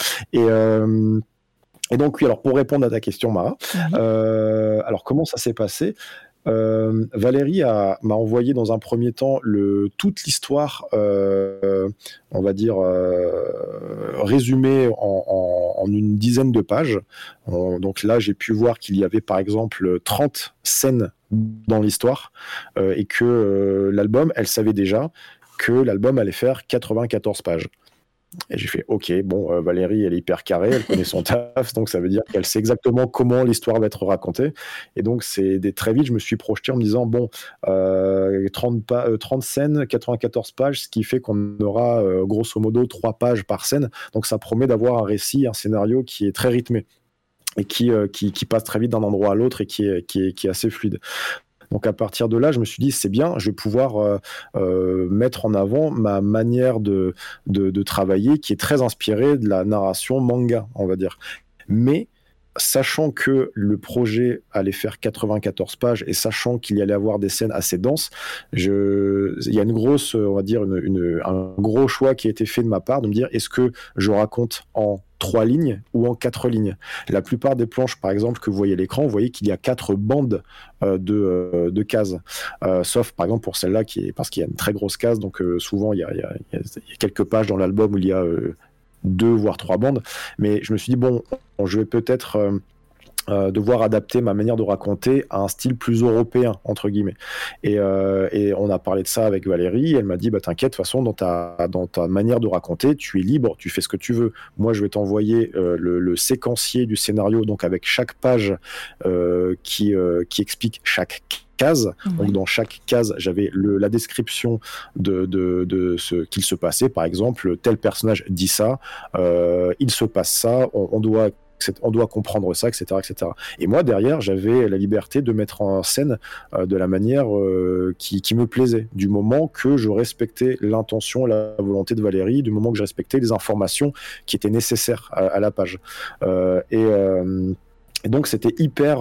Et donc oui, alors pour répondre à ta question, Mara, alors comment ça s'est passé? Valérie m'a envoyé dans un premier temps toute l'histoire, on va dire résumée en une dizaine de pages. Donc là, j'ai pu voir qu'il y avait par exemple 30 scènes dans l'histoire, et que l'album, elle savait déjà que l'album allait faire 94 pages. Et j'ai fait ok, Valérie, elle est hyper carrée, elle connaît son taf, donc ça veut dire qu'elle sait exactement comment l'histoire va être racontée. Et donc très vite, je me suis projeté en me disant 30 scènes, 94 pages, ce qui fait qu'on aura grosso modo 3 pages par scène. Donc ça promet d'avoir un récit, un scénario qui est très rythmé et qui passe très vite d'un endroit à l'autre et qui est assez fluide. Donc à partir de là, je me suis dit c'est bien, je vais pouvoir mettre en avant ma manière de travailler, qui est très inspirée de la narration manga, on va dire. Mais sachant que le projet allait faire 94 pages et sachant qu'il y allait avoir des scènes assez denses, il y a une grosse, on va dire, un gros choix qui a été fait de ma part, de me dire est-ce que je raconte en 3 lignes ou en 4 lignes. La plupart des planches, par exemple, que vous voyez à l'écran, vous voyez qu'il y a 4 bandes de cases. Sauf, par exemple, pour celle-là, parce qu'il y a une très grosse case, donc souvent, il y a quelques pages dans l'album où il y a 2 voire 3 bandes. Mais je me suis dit, je vais peut-être devoir adapter ma manière de raconter à un style plus européen, entre guillemets. Et on a parlé de ça avec Valérie, elle m'a dit t'inquiète, de toute façon dans ta manière de raconter, tu es libre, tu fais ce que tu veux. Moi je vais t'envoyer le séquencier du scénario, donc avec chaque page qui explique chaque cases. Donc dans chaque case, j'avais la description de ce qu'il se passait. Par exemple, tel personnage dit ça, il se passe ça, on doit comprendre ça, etc., etc. Et moi, derrière, j'avais la liberté de mettre en scène de la manière qui me plaisait, du moment que je respectais l'intention, la volonté de Valérie, du moment que je respectais les informations qui étaient nécessaires à la page. Et donc, c'était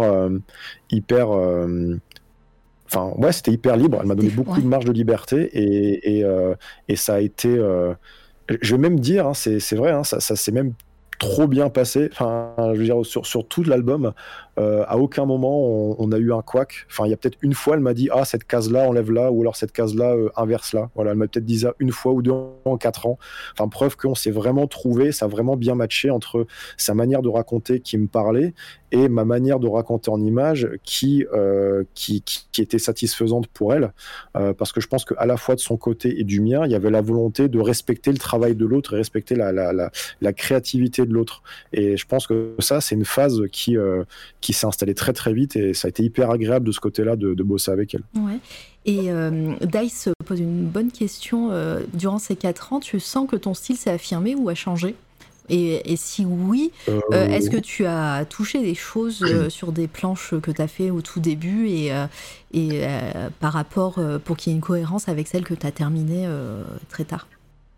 c'était hyper libre. Elle m'a donné beaucoup de marge de liberté et ça a été... je vais même dire, hein, c'est vrai, hein, ça s'est même trop bien passé. Enfin, je veux dire, sur tout l'album, à aucun moment on a eu un couac. Enfin, il y a peut-être une fois, elle m'a dit cette case-là, enlève-la, ou alors cette case-là, inverse-la. Voilà, elle m'a peut-être dit ça une fois ou deux en 4 ans. Enfin, preuve qu'on s'est vraiment trouvé, ça a vraiment bien matché entre sa manière de raconter qui me parlait et ma manière de raconter en image qui était satisfaisante pour elle, parce que je pense qu'à la fois de son côté et du mien, il y avait la volonté de respecter le travail de l'autre et respecter la créativité de l'autre. Et je pense que ça, c'est une phase qui s'est installée très très vite et ça a été hyper agréable de ce côté-là de bosser avec elle. Ouais. Et Dice pose une bonne question. Durant ces 4 ans, tu sens que ton style s'est affirmé ou a changé ? Et si oui, est-ce que tu as touché des choses sur des planches que tu as fait au tout début et par rapport, pour qu'il y ait une cohérence avec celles que tu as terminées très tard ?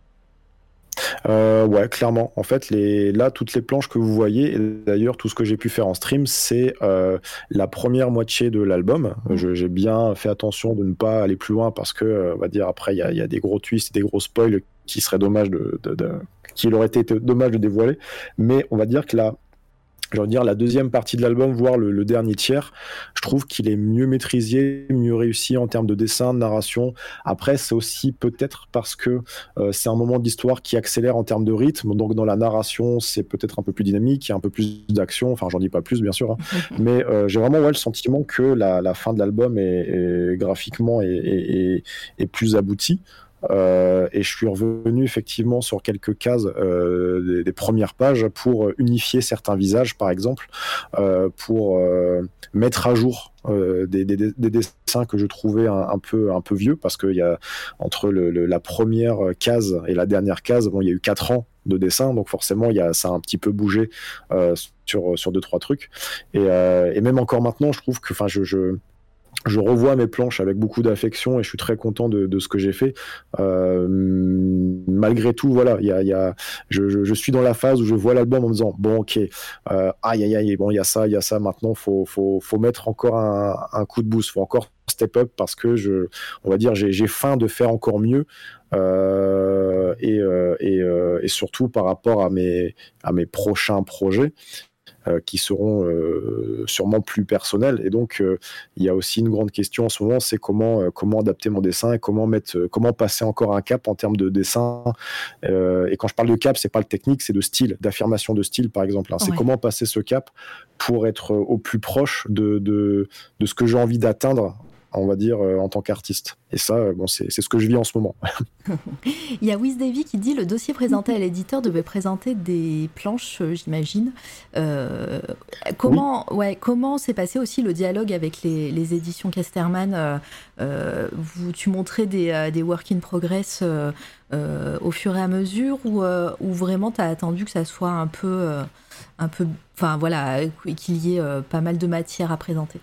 Ouais, clairement. En fait, toutes les planches que vous voyez, et d'ailleurs tout ce que j'ai pu faire en stream, c'est la première moitié de l'album. J'ai bien fait attention de ne pas aller plus loin parce que, on va dire, après, il y a des gros twists, des gros spoils qui serait dommage qu'il aurait été dommage de dévoiler. Mais on va dire que la deuxième partie de l'album, voire le dernier tiers, je trouve qu'il est mieux maîtrisé, mieux réussi en termes de dessin, de narration. Après, c'est aussi peut-être parce que c'est un moment d'histoire qui accélère en termes de rythme. Donc, dans la narration, c'est peut-être un peu plus dynamique, il y a un peu plus d'action. Enfin, j'en dis pas plus, bien sûr. Hein. Mais j'ai vraiment le sentiment que la fin de l'album est graphiquement est plus aboutie. Et je suis revenu effectivement sur quelques cases des premières pages pour unifier certains visages, par exemple, pour mettre à jour des dessins que je trouvais un peu vieux, parce qu'il y a entre la première case et la dernière case, il y a eu 4 ans de dessin, donc forcément ça a un petit peu bougé sur 2-3 trucs, et même encore maintenant, je trouve que je revois mes planches avec beaucoup d'affection et je suis très content de ce que j'ai fait. Malgré tout, voilà, je suis dans la phase où je vois l'album en me disant bon, ok, aïe, bon, il y a ça. Maintenant, faut mettre encore un coup de boost, faut encore step up parce que on va dire, j'ai faim de faire encore mieux. Et surtout par rapport à mes prochains projets. Qui seront sûrement plus personnels, et donc il y a aussi une grande question en ce moment, c'est comment adapter mon dessin et comment passer encore un cap en termes de dessin, et quand je parle de cap, c'est pas le technique, c'est de style, d'affirmation de style par exemple, hein. C'est comment passer ce cap pour être au plus proche de ce que j'ai envie d'atteindre, on va dire, en tant qu'artiste. Et ça, c'est ce que je vis en ce moment. Il y a WizDavy qui dit: le dossier présenté à l'éditeur devait présenter des planches, j'imagine. Comment s'est passé aussi le dialogue avec les éditions Casterman? Tu montrais des work in progress au fur et à mesure, ou vraiment tu as attendu que ça soit un peu, enfin voilà, qu'il y ait pas mal de matière à présenter?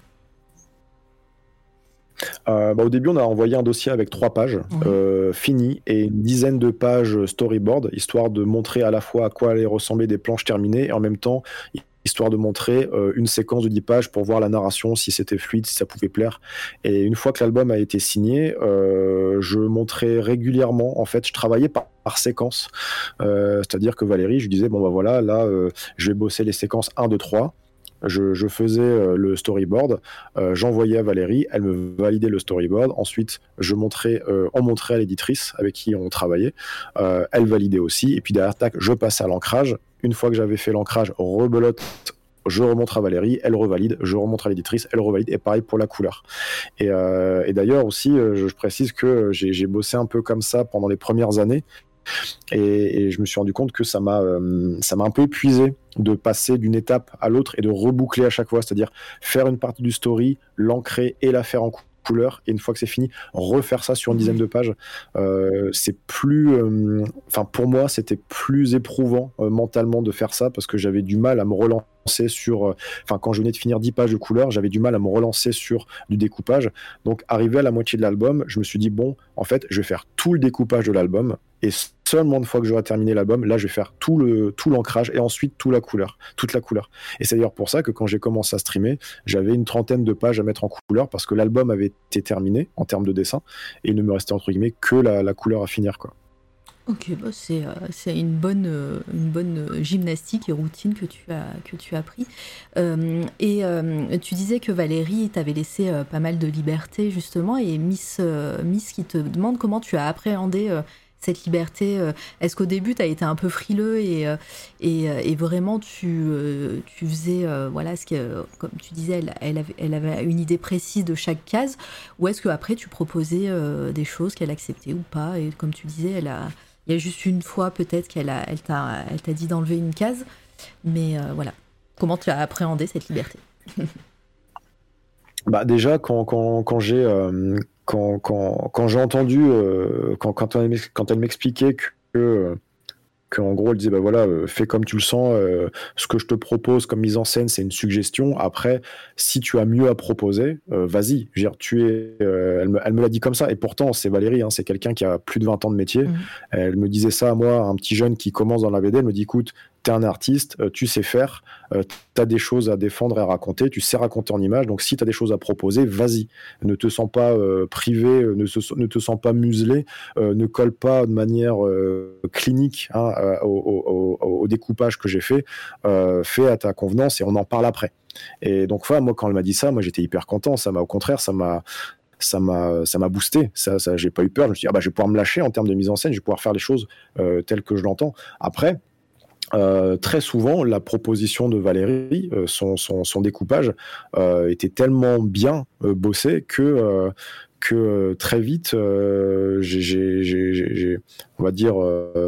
Au début, on a envoyé un dossier avec 3 pages finies et une dizaine de pages storyboard, histoire de montrer à la fois à quoi allaient ressembler des planches terminées et en même temps, histoire de montrer une séquence de 10 pages pour voir la narration, si c'était fluide, si ça pouvait plaire. Et une fois que l'album a été signé, je montrais régulièrement, en fait, je travaillais par séquence. C'est-à-dire que Valérie, je lui disais, je vais bosser les séquences 1, 2, 3. Je faisais le storyboard, j'envoyais à Valérie, elle me validait le storyboard, ensuite on montrait à l'éditrice avec qui on travaillait, elle validait aussi, et puis derrière, tac, je passais à l'ancrage. Une fois que j'avais fait l'ancrage, rebelote, je remonte à Valérie, elle revalide, je remonte à l'éditrice, elle revalide, et pareil pour la couleur. Et d'ailleurs aussi, je précise que j'ai bossé un peu comme ça pendant les premières années, Et je me suis rendu compte que ça m'a un peu épuisé de passer d'une étape à l'autre et de reboucler à chaque fois, c'est-à-dire faire une partie du story, l'ancrer et la faire en couleur, et une fois que c'est fini, refaire ça sur une dizaine de pages. C'est plus, pour moi, c'était plus éprouvant mentalement de faire ça, parce que j'avais du mal à me relancer sur, quand je venais de finir 10 pages de couleur, j'avais du mal à me relancer sur du découpage. Donc, arrivé à la moitié de l'album, je me suis dit, bon, en fait, je vais faire tout le découpage de l'album, et seulement une fois que j'aurai terminé l'album, là, je vais faire tout l'ancrage, et ensuite toute la couleur. Et c'est d'ailleurs pour ça que quand j'ai commencé à streamer, j'avais une 30aine de pages à mettre en couleur, parce que l'album avait été terminé en termes de dessin, et il ne me restait entre guillemets que la couleur à finir, quoi. Ok, bah c'est une bonne gymnastique et routine que tu as pris. Tu disais que Valérie t'avait laissé pas mal de liberté justement, et Miss qui te demande comment tu as appréhendé cette liberté. Est-ce qu'au début tu as été un peu frileux et vraiment tu faisais comme tu disais, elle avait une idée précise de chaque case, ou est-ce qu'après tu proposais des choses qu'elle acceptait ou pas, et comme tu disais, il y a juste une fois peut-être qu'elle t'a dit d'enlever une case, mais voilà. Comment tu as appréhendé cette liberté? Bah déjà quand j'ai entendu quand elle m'expliquait qu'en gros elle disait bah voilà, fais comme tu le sens, ce que je te propose comme mise en scène c'est une suggestion, après si tu as mieux à proposer, vas-y. Je veux dire, elle me l'a dit comme ça, et pourtant c'est Valérie, hein, c'est quelqu'un qui a plus de 20 ans de métier. Elle me disait ça à moi, un petit jeune qui commence dans la BD. Elle me dit écoute, t'es un artiste, tu sais faire, t'as des choses à défendre et à raconter, tu sais raconter en images, donc si t'as des choses à proposer, vas-y. Ne te sens pas privé, ne te sens pas muselé, ne colle pas de manière clinique au découpage que j'ai fait, fais à ta convenance et on en parle après. Et donc moi quand elle m'a dit ça, moi j'étais hyper content, au contraire ça m'a boosté, ça j'ai pas eu peur, je me suis dit je vais pouvoir me lâcher en termes de mise en scène, je vais pouvoir faire les choses telles que je l'entends. Après très souvent, la proposition de Valérie, son découpage était tellement bien bossé que très vite, on va dire,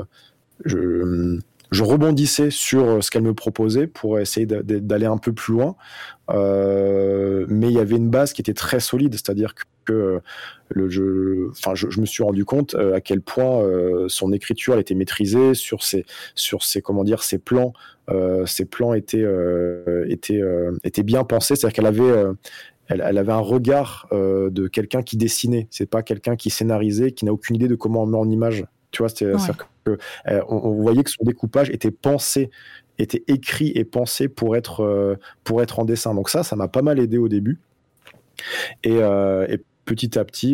je rebondissais sur ce qu'elle me proposait pour essayer d'aller un peu plus loin, mais il y avait une base qui était très solide, c'est-à-dire que je me suis rendu compte à quel point son écriture elle était maîtrisée sur ses plans. Ses plans étaient bien pensés, c'est-à-dire qu'elle avait elle avait un regard de quelqu'un qui dessinait. C'est pas quelqu'un qui scénarisait, qui n'a aucune idée de comment on met en image. Tu vois, c'est-à-dire que on voyait que son découpage était pensé, était écrit et pensé pour être en dessin. Donc ça m'a pas mal aidé au début. Et petit à petit,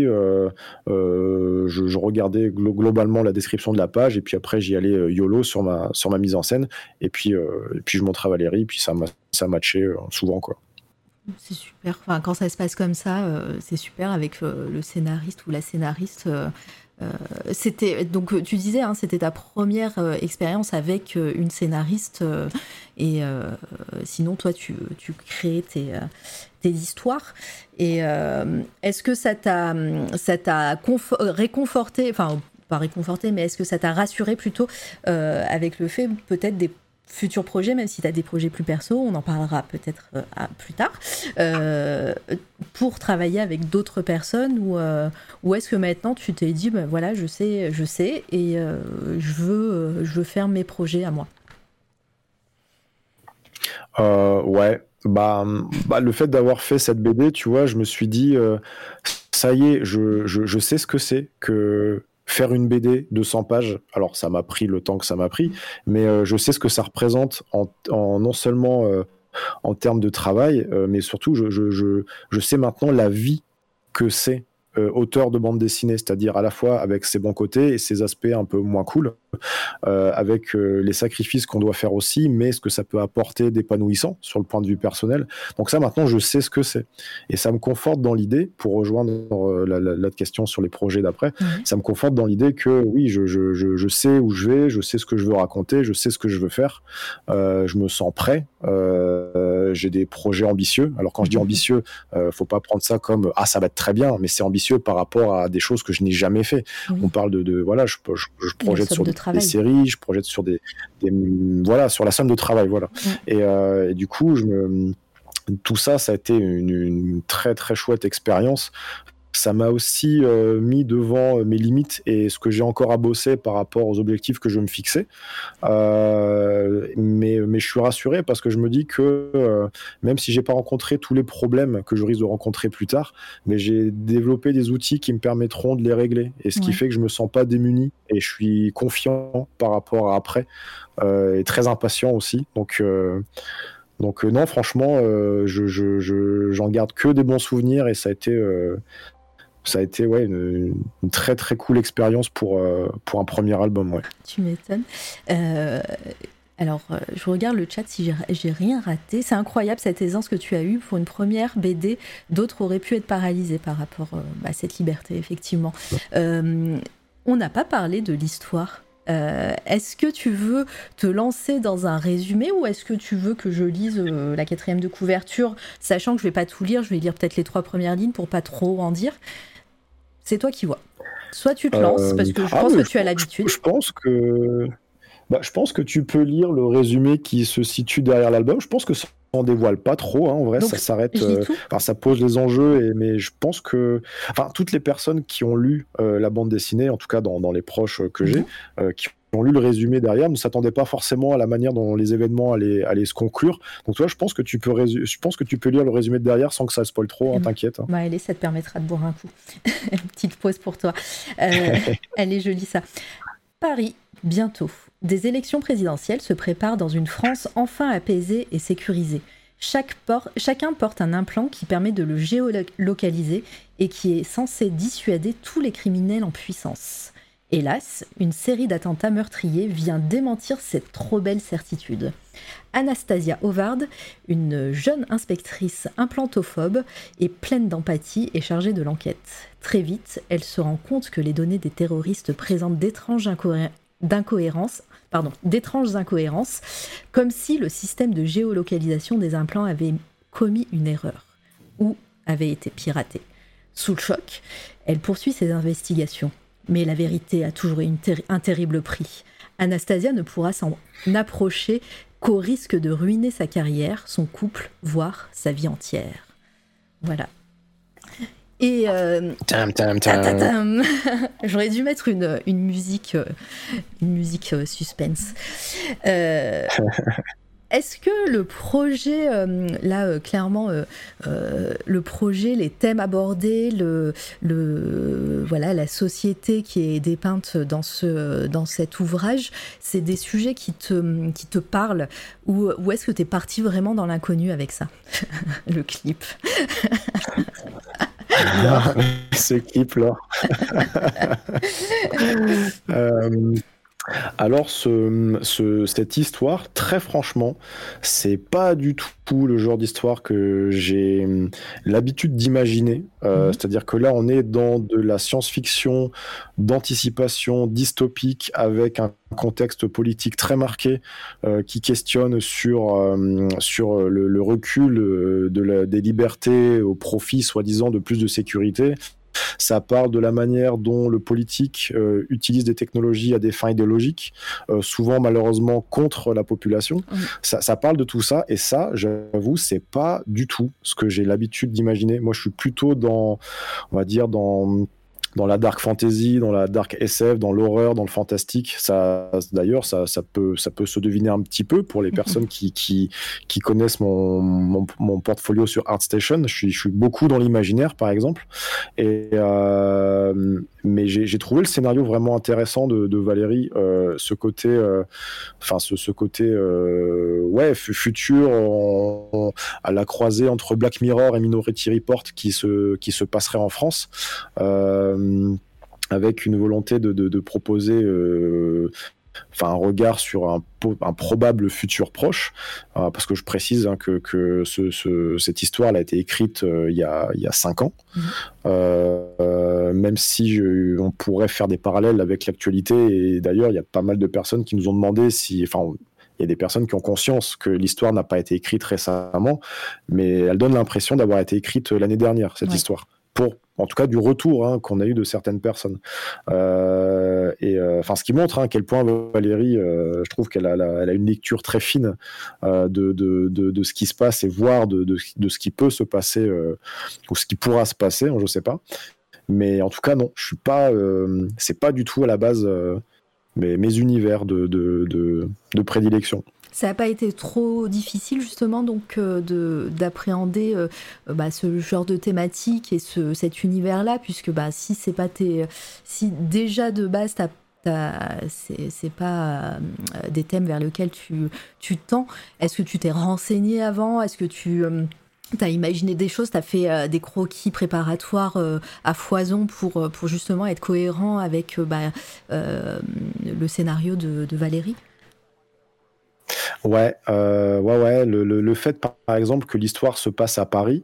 je regardais globalement la description de la page, et puis après j'y allais YOLO sur ma mise en scène, et puis je montrais à Valérie, puis ça matchait souvent, quoi. C'est super. Enfin, quand ça se passe comme ça, c'est super avec le scénariste ou la scénariste. C'était donc tu disais, hein, c'était ta première expérience avec une scénariste, et sinon toi tu créais tes histoires. Et est-ce que ça t'a réconforté, enfin pas réconforté, mais est-ce que ça t'a rassuré plutôt avec le fait peut-être des futurs projets, même si tu as des projets plus perso, on en parlera peut-être plus tard, pour travailler avec d'autres personnes, ou est-ce que maintenant tu t'es dit voilà, je sais et je veux faire mes projets à moi? Ouais, le fait d'avoir fait cette BD, tu vois, je me suis dit ça y est, je sais ce que c'est que faire une BD de 100 pages. Alors ça m'a pris le temps que ça m'a pris, mais je sais ce que ça représente en non seulement en termes de travail, mais surtout je sais maintenant la vie que c'est auteur de bande dessinée, c'est-à-dire à la fois avec ses bons côtés et ses aspects un peu moins cool, avec les sacrifices qu'on doit faire aussi, mais ce que ça peut apporter d'épanouissant sur le point de vue personnel. Donc ça, maintenant, je sais ce que c'est. Et ça me conforte dans l'idée, pour rejoindre la question sur les projets d'après, ça me conforte dans l'idée que oui, je sais où je vais, je sais ce que je veux raconter, je sais ce que je veux faire, je me sens prêt, j'ai des projets ambitieux. Alors quand je dis ambitieux, faut pas prendre ça comme ça va être très bien, mais c'est ambitieux ambitieux par rapport à des choses que je n'ai jamais fait. Oui. On parle voilà, je projette sur des séries, je projette sur voilà, sur la somme de travail, voilà. Et du coup, tout ça a été une très très chouette expérience. Ça m'a aussi mis devant mes limites et ce que j'ai encore à bosser par rapport aux objectifs que je me fixais. Mais je suis rassuré parce que je me dis que même si j'ai pas rencontré tous les problèmes que je risque de rencontrer plus tard, mais j'ai développé des outils qui me permettront de les régler. Et ce qui fait que je me sens pas démuni et je suis confiant par rapport à après et très impatient aussi. Donc non, franchement, j'en garde que des bons souvenirs et ça a été une très très cool expérience pour un premier album. Ouais. Tu m'étonnes. Alors, je regarde le chat si j'ai rien raté. C'est incroyable cette aisance que tu as eue pour une première BD. D'autres auraient pu être paralysés par rapport à cette liberté, effectivement. On n'a pas parlé de l'histoire. Est-ce que tu veux te lancer dans un résumé ou est-ce que tu veux que je lise la 4e de couverture, sachant que je vais pas tout lire, je vais lire peut-être les 3 premières lignes pour pas trop en dire. C'est toi qui vois. Soit tu te lances parce que je pense que tu as l'habitude. Je pense que tu peux lire le résumé qui se situe derrière l'album. Je pense que ça n'en dévoile pas trop, en vrai. Donc, ça s'arrête. Ça pose les enjeux, mais je pense que toutes les personnes qui ont lu la bande dessinée, en tout cas dans les proches que j'ai, qui ont lu le résumé derrière, ne s'attendaient pas forcément à la manière dont les événements allaient se conclure. Donc toi, je pense que tu peux lire le résumé de derrière sans que ça spoil trop, t'inquiète. Allez, ça te permettra de boire un coup. Une petite pause pour toi. Allez, je lis ça. Paris, bientôt. Des élections présidentielles se préparent dans une France enfin apaisée et sécurisée. Chacun porte un implant qui permet de le géolocaliser et qui est censé dissuader tous les criminels en puissance. Hélas, une série d'attentats meurtriers vient démentir cette trop belle certitude. Anastasia Howard, une jeune inspectrice implantophobe et pleine d'empathie, est chargée de l'enquête. Très vite, elle se rend compte que les données des terroristes présentent d'étranges incohérences, comme si le système de géolocalisation des implants avait commis une erreur ou avait été piraté. Sous le choc, elle poursuit ses investigations. Mais la vérité a toujours eu un terrible prix. Anastasia ne pourra s'en approcher qu'au risque de ruiner sa carrière, son couple, voire sa vie entière. Voilà. Et j'aurais dû mettre une musique suspense. Est-ce que le projet, clairement, le projet, les thèmes abordés, la société qui est dépeinte dans cet ouvrage, c'est des sujets qui te parlent ou est-ce que tu es parti vraiment dans l'inconnu avec ça? Le clip. Ce clip-là. Alors, cette histoire, très franchement, c'est pas du tout le genre d'histoire que j'ai l'habitude d'imaginer. C'est-à-dire que là, on est dans de la science-fiction, d'anticipation, dystopique, avec un contexte politique très marqué qui questionne sur le recul des libertés au profit, soi-disant, de plus de sécurité. Ça parle de la manière dont le politique utilise des technologies à des fins idéologiques, souvent malheureusement contre la population. Ça parle de tout ça, et ça, j'avoue, c'est pas du tout ce que j'ai l'habitude d'imaginer. Moi, je suis plutôt dans la dark fantasy, dans la dark SF, dans l'horreur, dans le fantastique. D'ailleurs, ça peut se deviner un petit peu pour les personnes qui connaissent mon portfolio sur ArtStation. Je suis beaucoup dans l'imaginaire, par exemple. Mais j'ai trouvé le scénario vraiment intéressant de Valérie. Ce côté, futur à la croisée entre Black Mirror et Minority Report qui se passerait en France. Avec une volonté de proposer un regard sur un probable futur proche, parce que je précise que cette histoire elle a été écrite il y a 5 ans, même si on pourrait faire des parallèles avec l'actualité, et d'ailleurs il y a pas mal de personnes qui nous ont demandé il y a des personnes qui ont conscience que l'histoire n'a pas été écrite récemment, mais elle donne l'impression d'avoir été écrite l'année dernière, cette histoire. pour en tout cas du retour qu'on a eu de certaines personnes. Ce qui montre à quel point Valérie, je trouve qu'elle a une lecture très fine de ce qui se passe et voire de ce qui peut se passer ou ce qui pourra se passer, je sais pas. Mais en tout cas, non, je suis pas. C'est pas du tout à la base mes univers de prédilection. Ça n'a pas été trop difficile justement donc d'appréhender ce genre de thématique et cet univers-là, puisque si c'est pas si déjà de base c'est pas des thèmes vers lesquels tu tends. Est-ce que tu t'es renseigné avant? Est-ce que tu t'as imaginé des choses? T'as fait des croquis préparatoires à foison pour justement être cohérent avec le scénario de Valérie? Ouais. Le fait, par exemple, que l'histoire se passe à Paris,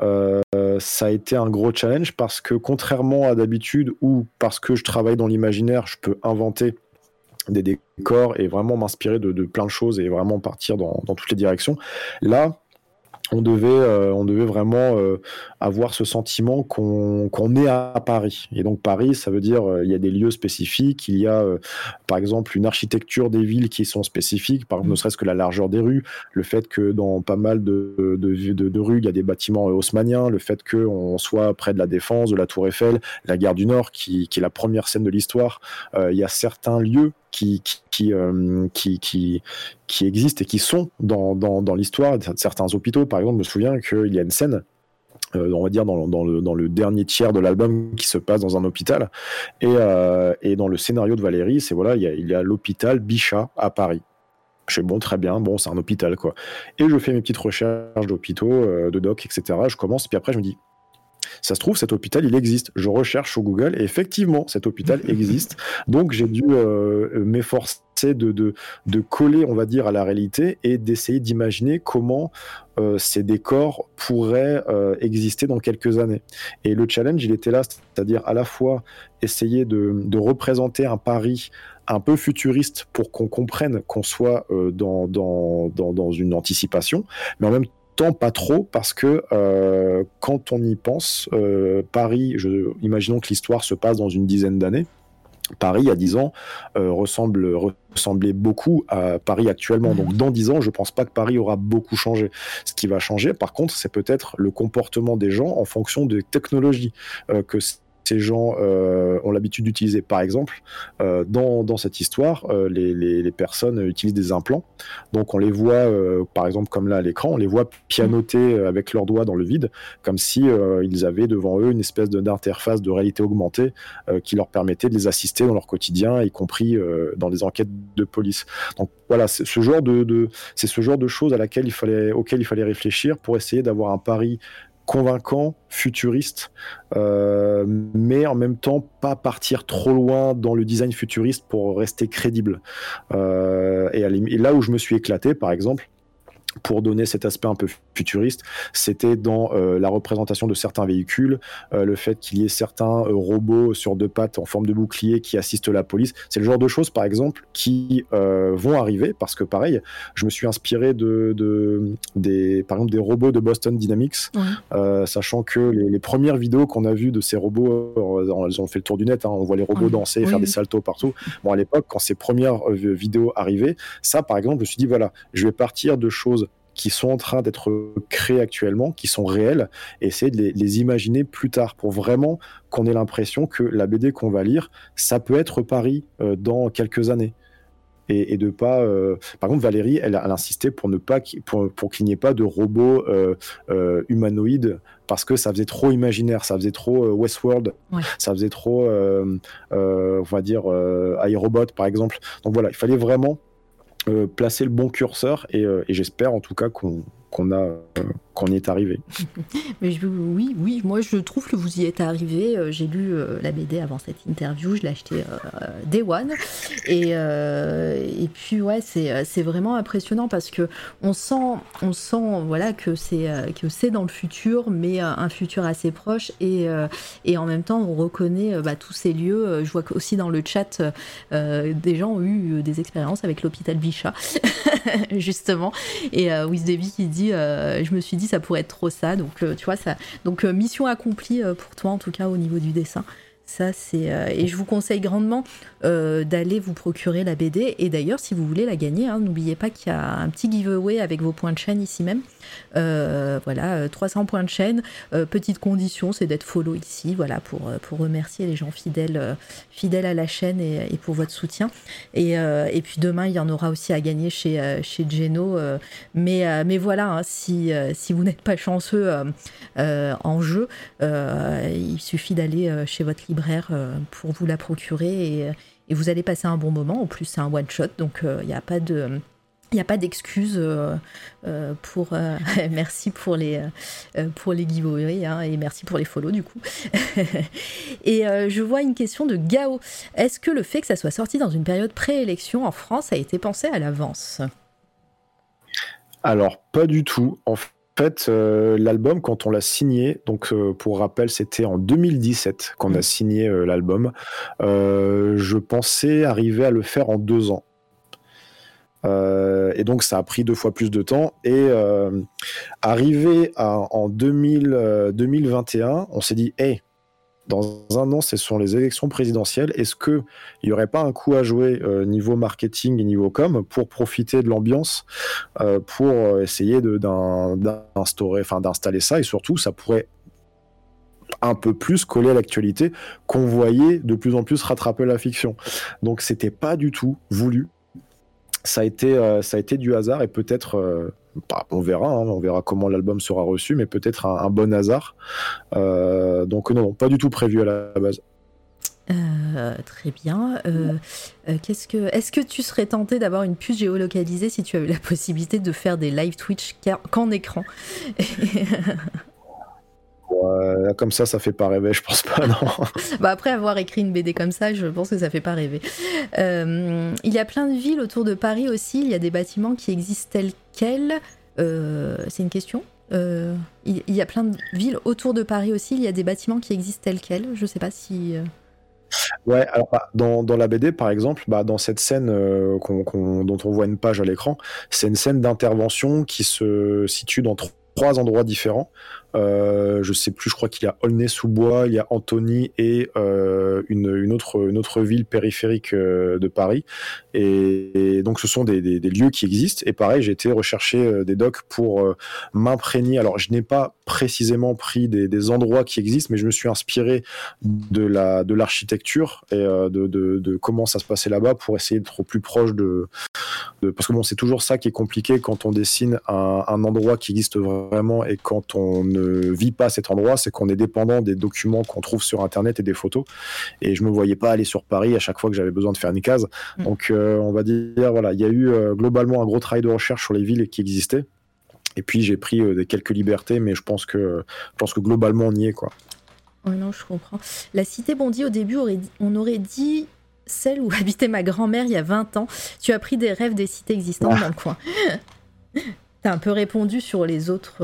ça a été un gros challenge parce que contrairement à d'habitude ou parce que je travaille dans l'imaginaire, je peux inventer des décors et vraiment m'inspirer de plein de choses et vraiment partir dans toutes les directions. Là, on devait vraiment avoir ce sentiment qu'on est à Paris. Et donc Paris, ça veut dire il y a des lieux spécifiques, il y a par exemple une architecture des villes qui sont spécifiques, par exemple ne serait-ce que la largeur des rues, le fait que dans pas mal de rues, il y a des bâtiments haussmanniens, le fait qu'on soit près de la Défense, de la Tour Eiffel, la gare du Nord, qui est la première scène de l'histoire. Il y a certains lieux qui existent et qui sont dans l'histoire. Certains hôpitaux, par exemple, je me souviens qu'il y a une scène, on va dire dans le dernier tiers de l'album, qui se passe dans un hôpital, et dans le scénario de Valérie, il y a l'hôpital Bichat à Paris. Je fais bon, très bien, c'est un hôpital, quoi. Et je fais mes petites recherches d'hôpitaux, de docs, etc. Je commence, puis après je me dis, ça se trouve, cet hôpital, il existe. Je recherche sur Google et effectivement, cet hôpital existe. Donc, j'ai dû m'efforcer de coller, on va dire, à la réalité et d'essayer d'imaginer comment ces décors pourraient exister dans quelques années. Et le challenge, il était là, c'est-à-dire à la fois essayer de représenter un Paris un peu futuriste pour qu'on comprenne qu'on soit dans une anticipation, mais en même temps, pas trop, parce que quand on y pense, Paris, imaginons que l'histoire se passe dans une dizaine d'années, Paris, il y a 10 ans, ressemblait beaucoup à Paris actuellement. Donc, dans 10 ans, je ne pense pas que Paris aura beaucoup changé. Ce qui va changer, par contre, c'est peut-être le comportement des gens en fonction des technologies que ces gens ont l'habitude d'utiliser. Par exemple, dans cette histoire, les personnes utilisent des implants. Donc, on les voit, par exemple, comme là à l'écran, on les voit pianoter avec leurs doigts dans le vide, comme si ils avaient devant eux une espèce d'interface de réalité augmentée qui leur permettait de les assister dans leur quotidien, y compris dans les enquêtes de police. Donc, voilà, c'est ce genre de choses auquel il fallait réfléchir pour essayer d'avoir un Paris convaincant, futuriste, mais en même temps pas partir trop loin dans le design futuriste pour rester crédible. Et là où je me suis éclaté, par exemple, pour donner cet aspect un peu futuriste, c'était dans la représentation de certains véhicules, le fait qu'il y ait certains robots sur deux pattes en forme de bouclier qui assistent la police. C'est le genre de choses, par exemple, qui vont arriver, parce que pareil, je me suis inspiré par exemple des robots de Boston Dynamics, sachant que les premières vidéos qu'on a vues de ces robots, elles ont fait le tour du net, on voit les robots danser et faire des saltos partout. Bon, à l'époque, quand ces premières vidéos arrivaient, ça, par exemple, je me suis dit, voilà, je vais partir de choses qui sont en train d'être créés actuellement, qui sont réels, et essayer de les imaginer plus tard, pour vraiment qu'on ait l'impression que la BD qu'on va lire, ça peut être Paris dans quelques années. Et de pas... Par contre, Valérie, elle insistait pour qu'il n'y ait pas de robots humanoïdes, parce que ça faisait trop imaginaire, ça faisait trop Westworld, ça faisait trop, on va dire, iRobot, par exemple. Donc voilà, il fallait vraiment placer le bon curseur, et j'espère en tout cas qu'on y est arrivé. Mais oui, moi je trouve que vous y êtes arrivé. J'ai lu la BD avant cette interview, je l'ai acheté Day One, et puis ouais, c'est vraiment impressionnant, parce que on sent voilà que c'est dans le futur, mais un futur assez proche, et en même temps on reconnaît tous ces lieux. Je vois aussi dans le chat des gens ont eu des expériences avec l'hôpital Bichat justement, et Wiz Davy qui dit je me suis dit dit ça pourrait être trop ça, donc tu vois ça. Donc mission accomplie pour toi en tout cas au niveau du dessin. Ça c'est et je vous conseille grandement d'aller vous procurer la BD, et d'ailleurs si vous voulez la gagner, n'oubliez pas qu'il y a un petit giveaway avec vos points de chaîne ici même. Voilà, 300 points de chaîne. Petite condition, c'est d'être follow ici, voilà, pour remercier les gens fidèles à la chaîne et pour votre soutien. Et puis demain, il y en aura aussi à gagner chez Geno. Mais voilà, si vous n'êtes pas chanceux en jeu, il suffit d'aller chez votre libraire pour vous la procurer, et vous allez passer un bon moment. En plus, c'est un one shot, donc il n'y a pas de... Il n'y a pas d'excuses pour... merci pour les giveaways, et merci pour les follow du coup. Et je vois une question de Gao. Est-ce que le fait que ça soit sorti dans une période pré-élection en France a été pensé à l'avance ? Alors, pas du tout. En fait, l'album, quand on l'a signé, donc pour rappel, c'était en 2017 qu'on a signé l'album, je pensais arriver à le faire en 2 ans. Et donc ça a pris 2 fois plus de temps, et arrivé en 2021, on s'est dit hey, dans 1 an ce sont les élections présidentielles, est-ce qu'il n'y aurait pas un coup à jouer niveau marketing et niveau com pour profiter de l'ambiance, pour essayer d'installer ça, et surtout ça pourrait un peu plus coller à l'actualité qu'on voyait de plus en plus rattraper la fiction. Donc c'était pas du tout voulu. Ça a été du hasard, et peut-être, on verra comment l'album sera reçu, mais peut-être un bon hasard. Donc non, pas du tout prévu à la base. Très bien. Est-ce que tu serais tenté d'avoir une puce géolocalisée si tu avais la possibilité de faire des live Twitch qu'en écran? Là, comme ça fait pas rêver, je pense pas, non. Après avoir écrit une BD comme ça, je pense que ça fait pas rêver. Il y a plein de villes autour de Paris aussi, il y a des bâtiments qui existent tels quels. C'est une question. Il y a plein de villes autour de Paris aussi, il y a des bâtiments qui existent tels quels. Je sais pas si... Ouais, alors dans la BD par exemple, dans cette scène dont on voit une page à l'écran, c'est une scène d'intervention qui se situe dans 3 endroits différents. Je sais plus, je crois qu'il y a Aulnay-sous-Bois, il y a Antony et une autre ville périphérique de Paris. Et donc ce sont des lieux qui existent. Et pareil, j'ai été rechercher des docs pour m'imprégner. Alors je n'ai pas précisément pris des endroits qui existent, mais je me suis inspiré de l'architecture et de comment ça se passait là-bas pour essayer d'être au plus proche parce que bon, c'est toujours ça qui est compliqué quand on dessine un endroit qui existe vraiment, et quand on ne vit pas cet endroit, c'est qu'on est dépendant des documents qu'on trouve sur internet et des photos, et je me voyais pas aller sur Paris à chaque fois que j'avais besoin de faire une case. Donc on va dire, voilà, il y a eu globalement un gros travail de recherche sur les villes qui existaient, et puis j'ai pris quelques libertés, mais je pense que globalement on y est, quoi. Oh non, je comprends. La cité Bondy, au début, on aurait dit celle où habitait ma grand-mère il y a 20 ans. Tu as pris des rêves des cités existantes dans le coin. T'as un peu répondu sur les autres...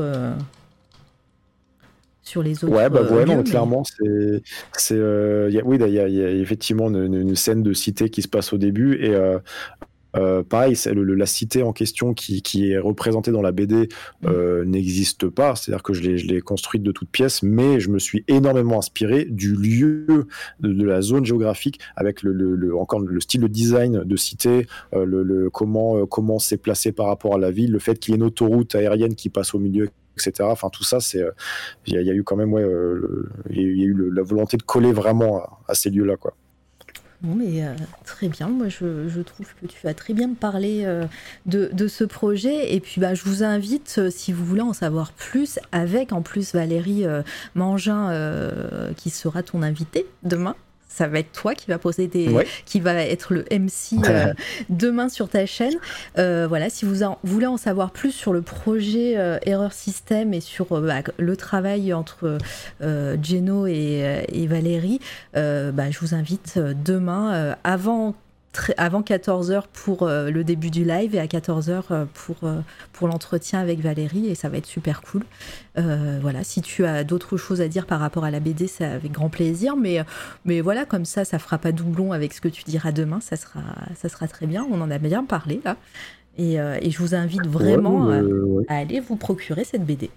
Ouais, non, clairement, il y a effectivement une scène de cité qui se passe au début, et pareil, la cité en question qui est représentée dans la BD n'existe pas, c'est-à-dire que je l'ai construite de toutes pièces, mais je me suis énormément inspiré du lieu, de la zone géographique, avec encore le style de design de cité, comment c'est placé par rapport à la ville, le fait qu'il y ait une autoroute aérienne qui passe au milieu, etc. Enfin, tout ça, il y a eu quand même, il y a eu la volonté de coller vraiment à ces lieux-là, quoi. Bon, mais très bien. Moi, je trouve que tu as très bien parlé de ce projet. Et puis, je vous invite, si vous voulez en savoir plus, avec en plus Valérie Mangin, qui sera ton invitée demain. Ça va être toi qui va poser qui va être le MC demain sur ta chaîne. Voilà, si vous voulez en savoir plus sur le projet Error System et sur le travail entre Geno et Valérie, je vous invite demain avant 14h pour le début du live, et à 14h pour l'entretien avec Valérie, et ça va être super cool. Voilà, si tu as d'autres choses à dire par rapport à la BD, c'est avec grand plaisir, mais voilà, comme ça fera pas doublon avec ce que tu diras demain, ça sera très bien. On en a bien parlé là, et je vous invite vraiment à aller vous procurer cette BD.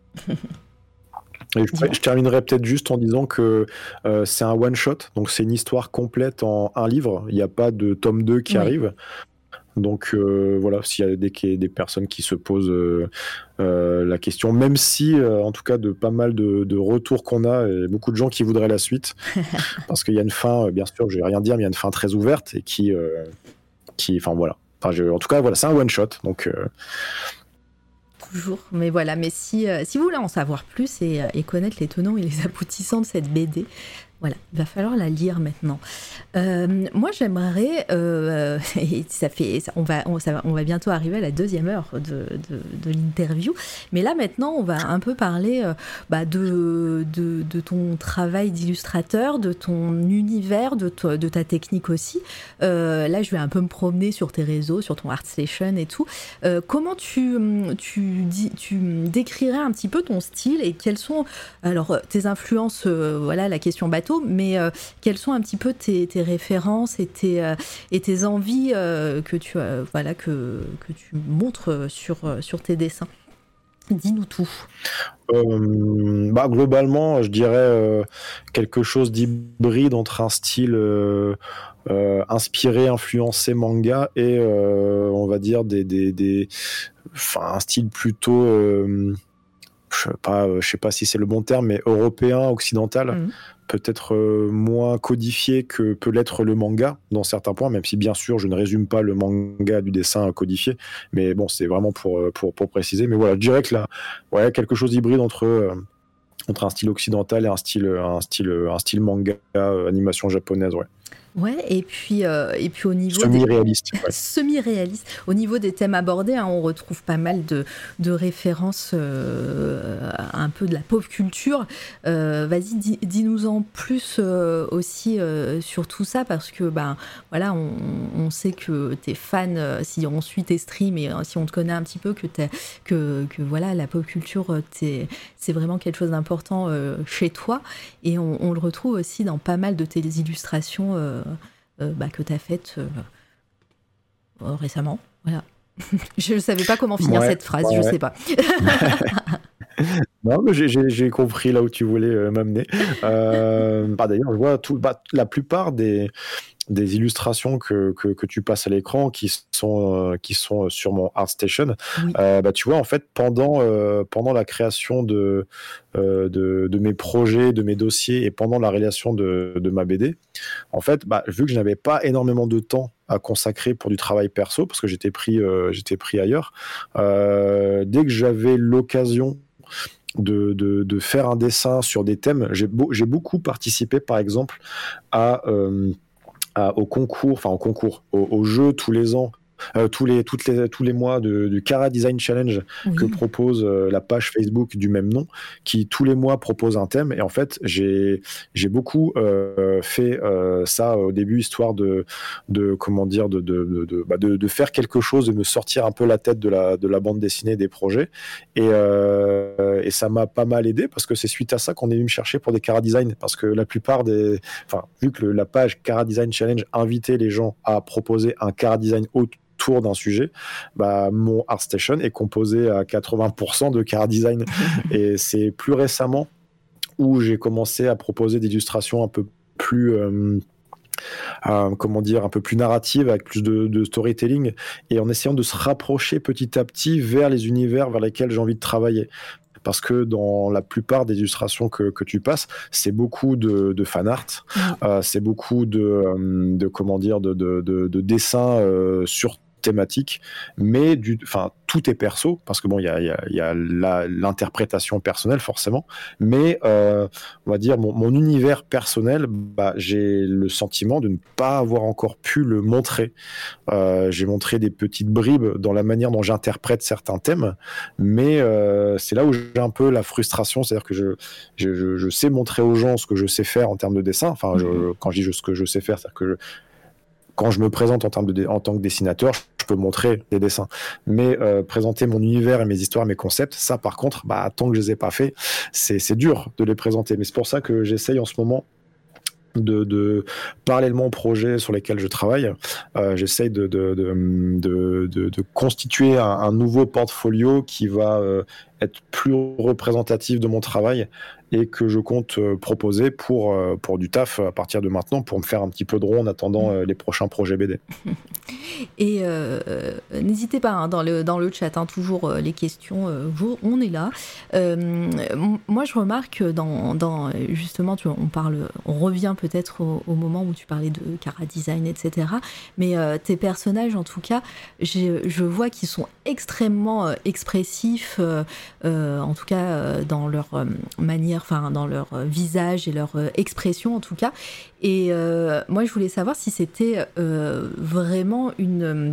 Et je terminerai peut-être juste en disant que c'est un one-shot, donc c'est une histoire complète en un livre. Il n'y a pas de tome 2 qui arrive. Donc voilà, s'il y a des personnes qui se posent la question, même si, en tout cas, de pas mal de retours qu'on a, et beaucoup de gens qui voudraient la suite, parce qu'il y a une fin, bien sûr, je vais rien dire, mais il y a une fin très ouverte et qui enfin voilà. Enfin, en tout cas, voilà, c'est un one-shot, donc... Toujours, mais voilà, mais si vous voulez en savoir plus et connaître les tenants et les aboutissants de cette BD, voilà, il va falloir la lire maintenant. Moi, j'aimerais, et on va bientôt arriver à la 2e heure de l'interview, mais là maintenant, on va un peu parler de ton travail d'illustrateur, de ton univers, de ta technique aussi. Là, je vais un peu me promener sur tes réseaux, sur ton ArtStation et tout. Comment tu décrirais un petit peu ton style et quelles sont alors tes influences, voilà la question bateau, mais quelles sont un petit peu tes références et tes envies que tu montres sur tes dessins. Dis-nous tout. Globalement, je dirais quelque chose d'hybride entre un style inspiré, influencé manga et on va dire un style plutôt je sais pas si c'est le bon terme, mais européen, occidental, peut-être moins codifié que peut l'être le manga dans certains points, même si bien sûr je ne résume pas le manga du dessin codifié, mais bon, c'est vraiment pour préciser. Mais voilà, je dirais que là, quelque chose d'hybride entre un style occidental et un style manga, animation japonaise, ouais. Ouais, et puis au niveau semi-réaliste. Semi-réaliste. Au niveau des thèmes abordés, on retrouve pas mal de références un peu de la pop culture. Vas-y, dis-nous en plus aussi sur tout ça, parce que voilà, on sait que t'es fan, si on suit tes streams et si on te connaît un petit peu, que voilà, la pop culture, c'est vraiment quelque chose d'important chez toi, et on le retrouve aussi dans pas mal de tes illustrations que tu as faites récemment. Voilà. Je ne savais pas comment finir cette phrase, je ne sais pas. Non, mais j'ai compris là où tu voulais m'amener. D'ailleurs, je vois la plupart des illustrations que tu passes à l'écran qui sont sur mon ArtStation. Oui. Tu vois, en fait, pendant la création de mes projets, de mes dossiers et pendant la réalisation de ma BD, en fait, vu que je n'avais pas énormément de temps à consacrer pour du travail perso, parce que j'étais pris ailleurs, dès que j'avais l'occasion de faire un dessin sur des thèmes, j'ai beaucoup participé, par exemple, au jeu tous les ans, tous les mois du Cara Design Challenge que propose la page Facebook du même nom, qui tous les mois propose un thème. Et en fait, j'ai beaucoup fait ça au début, histoire de faire quelque chose, de me sortir un peu la tête de la bande dessinée, des projets. Et ça m'a pas mal aidé, parce que c'est suite à ça qu'on est venu me chercher pour des Cara Design, parce que la plupart vu que la page Cara Design Challenge invitait les gens à proposer un Cara Design autour d'un sujet, mon ArtStation est composé à 80% de Cara Design. Et c'est plus récemment où j'ai commencé à proposer des illustrations un peu plus un peu plus narrative, avec plus de storytelling, et en essayant de se rapprocher petit à petit vers les univers vers lesquels j'ai envie de travailler. Parce que dans la plupart des illustrations que tu passes, c'est beaucoup de fan art, c'est beaucoup de dessins sur thématique, mais tout est perso, parce que bon, il y a l'interprétation personnelle forcément, mais on va dire mon univers personnel, j'ai le sentiment de ne pas avoir encore pu le montrer. J'ai montré des petites bribes dans la manière dont j'interprète certains thèmes, mais c'est là où j'ai un peu la frustration, c'est-à-dire que je sais montrer aux gens ce que je sais faire en termes de dessin. Enfin, quand je dis ce que je sais faire, c'est-à-dire que quand je me présente en tant que dessinateur, je peux montrer des dessins. Mais présenter mon univers et mes histoires, mes concepts, ça par contre, tant que je les ai pas fait, c'est dur de les présenter. Mais c'est pour ça que j'essaye en ce moment de parallèlement aux projets sur lesquels je travaille, j'essaye de constituer un nouveau portfolio qui va être plus représentatif de mon travail et que je compte proposer pour du taf à partir de maintenant, pour me faire un petit peu de rond en attendant les prochains projets BD. Et n'hésitez pas, dans le chat, toujours les questions, on est là. Moi, je remarque dans justement, on revient peut-être au moment où tu parlais de chara design, etc. Mais tes personnages, en tout cas, je vois qu'ils sont extrêmement expressifs, en tout cas dans leur manière, enfin dans leur visage et leur expression, en tout cas. Et moi, je voulais savoir si c'était vraiment une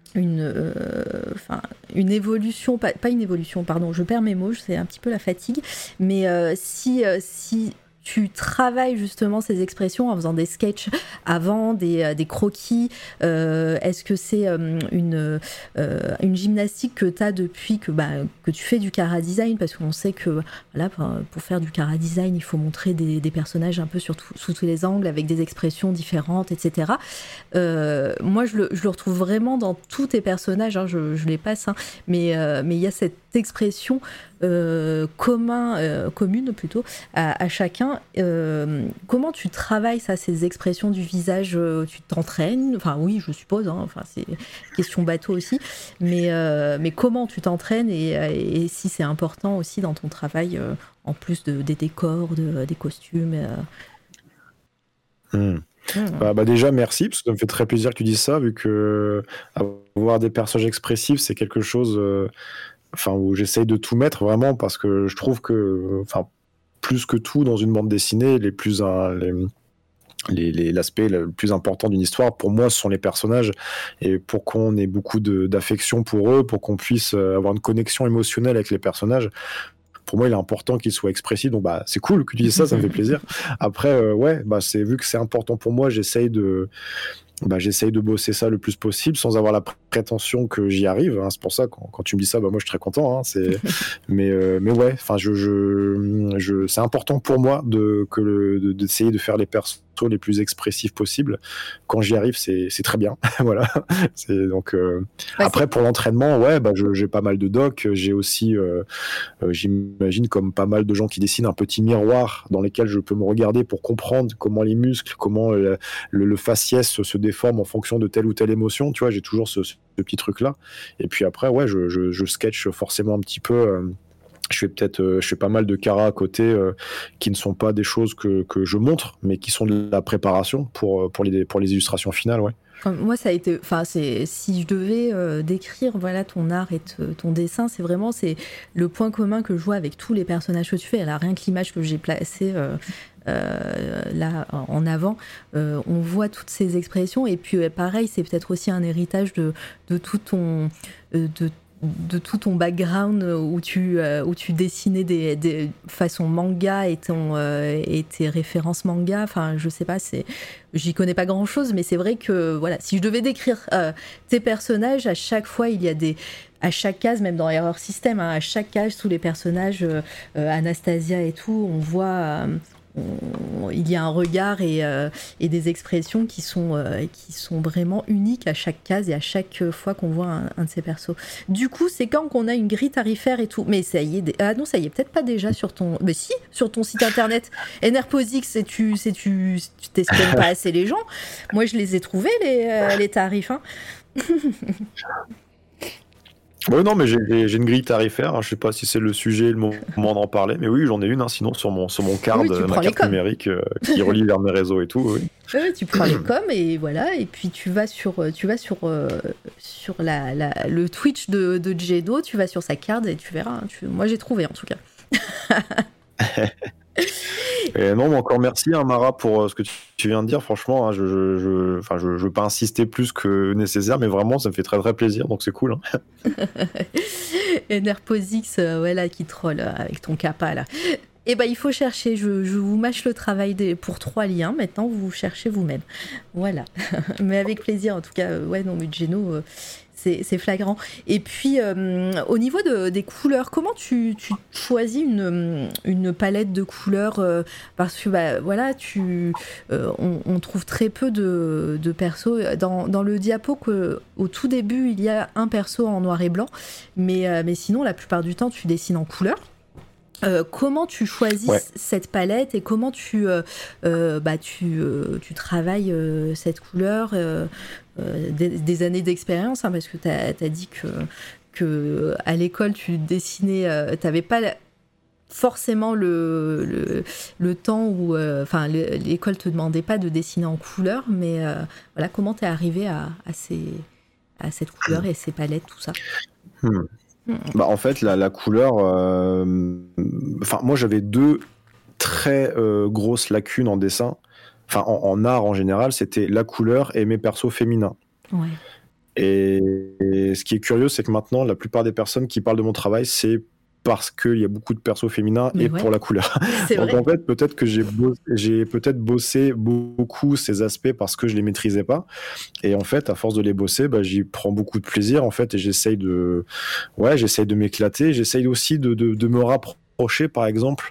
évolution, pas une évolution, pardon, je perds mes mots, c'est un petit peu la fatigue, mais si tu travailles justement ces expressions en faisant des sketchs avant, des croquis, est-ce que c'est une gymnastique que tu as depuis que tu fais du chara design, parce qu'on sait que voilà, pour faire du chara design, il faut montrer des personnages un peu sous tous les angles, avec des expressions différentes, etc. Moi, je le retrouve vraiment dans tous tes personnages, je les passe, mais il y a cette expression commune plutôt à chacun. Comment tu travailles ça, ces expressions du visage? Tu t'entraînes? Enfin oui, je suppose, c'est question bateau aussi, mais comment tu t'entraînes, et si c'est important aussi dans ton travail, en plus des décors, des costumes. Déjà merci, parce que ça me fait très plaisir que tu dises ça, vu que avoir des personnages expressifs, c'est quelque chose où j'essaye de tout mettre vraiment, parce que je trouve que plus que tout dans une bande dessinée, l'aspect le plus important d'une histoire, pour moi, ce sont les personnages, et pour qu'on ait beaucoup d'affection pour eux, pour qu'on puisse avoir une connexion émotionnelle avec les personnages, pour moi, il est important qu'ils soient expressifs. Donc, c'est cool que tu dises ça, ça me fait plaisir. Après, vu que c'est important pour moi, j'essaye de bosser ça le plus possible, sans avoir la prétention que j'y arrive. C'est pour ça, quand tu me dis ça, moi, je suis très content. Mais ouais, c'est important pour moi d'essayer de faire les persos les plus expressifs possibles. Quand j'y arrive, c'est très bien. Voilà. Après, pour l'entraînement, j'ai pas mal de docs. J'ai aussi, j'imagine, comme pas mal de gens qui dessinent, un petit miroir dans lequel je peux me regarder pour comprendre comment les muscles, comment le faciès se déforme en fonction de telle ou telle émotion. Tu vois, j'ai toujours ce petit truc-là. Et puis après, je sketch forcément un petit peu. Je fais pas mal de chara à côté, qui ne sont pas des choses que je montre, mais qui sont de la préparation pour les illustrations finales, ouais. Moi, ça a été, si je devais décrire ton art et ton dessin, c'est le point commun que je vois avec tous les personnages que tu fais. Alors, rien que l'image que j'ai placée là en avant, on voit toutes ces expressions, et puis pareil, c'est peut-être aussi un héritage de tout ton de tout ton background où tu dessinais des façons manga et tes références manga. Enfin, je sais pas, j'y connais pas grand chose, mais c'est vrai que voilà, si je devais décrire tes personnages, à chaque fois à chaque case, même dans Error System, à chaque case, tous les personnages, Anastasia et tout, on voit il y a un regard et des expressions qui sont vraiment uniques à chaque case et à chaque fois qu'on voit un de ces persos. Du coup, c'est quand qu'on a une grille tarifaire et tout. Mais ça y est, non, ça y est peut-être pas déjà sur ton... Mais si, sur ton site internet. NRPOSX, tu t'espionnes pas assez les gens. Moi, je les ai trouvés, les tarifs. Ouais, non, mais j'ai une grille tarifaire. Je sais pas si c'est le sujet, le moment d'en parler, mais oui, j'en ai une. Sinon, sur mon card, ma carte numérique qui relie vers mes réseaux et tout. Oui. Oui, tu prends les coms et voilà, et puis tu vas sur le Twitch de Jedo, tu vas sur sa carte et tu verras. Moi, j'ai trouvé en tout cas. Et non, mais encore merci Mara pour ce que tu viens de dire. Franchement, je veux pas insister plus que nécessaire, mais vraiment ça me fait très très plaisir, donc c'est cool. NRPOSX, là, qui troll avec ton kappa là. Et il faut chercher, je vous mâche le travail pour 3 liens, maintenant vous cherchez vous-même. Voilà. Mais avec plaisir en tout cas, mais Geno, c'est flagrant. Et puis, au niveau des couleurs, comment tu choisis une palette de couleurs parce que, voilà, on trouve très peu de persos. Dans le diapo, au tout début, il y a un perso en noir et blanc, mais sinon, la plupart du temps, tu dessines en couleur. Comment tu choisis cette palette et comment tu travailles cette couleur des années d'expérience, hein, parce que tu as dit que à l'école tu dessinais, tu n'avais pas forcément le temps où l'école te demandait pas de dessiner en couleur, mais voilà, comment tu es arrivé à cette couleur et ces palettes, tout ça. En fait, la couleur... moi, j'avais 2 très grosses lacunes en dessin. Enfin, en art en général, c'était la couleur et mes persos féminins. Ouais. Et ce qui est curieux, c'est que maintenant, la plupart des personnes qui parlent de mon travail, c'est parce qu'il y a beaucoup de persos féminins pour la couleur. Donc en fait, peut-être que j'ai peut-être bossé beaucoup ces aspects parce que je les maîtrisais pas. Et en fait, à force de les bosser, j'y prends beaucoup de plaisir en fait, et j'essaye de m'éclater. J'essaye aussi de me rapprocher, par exemple,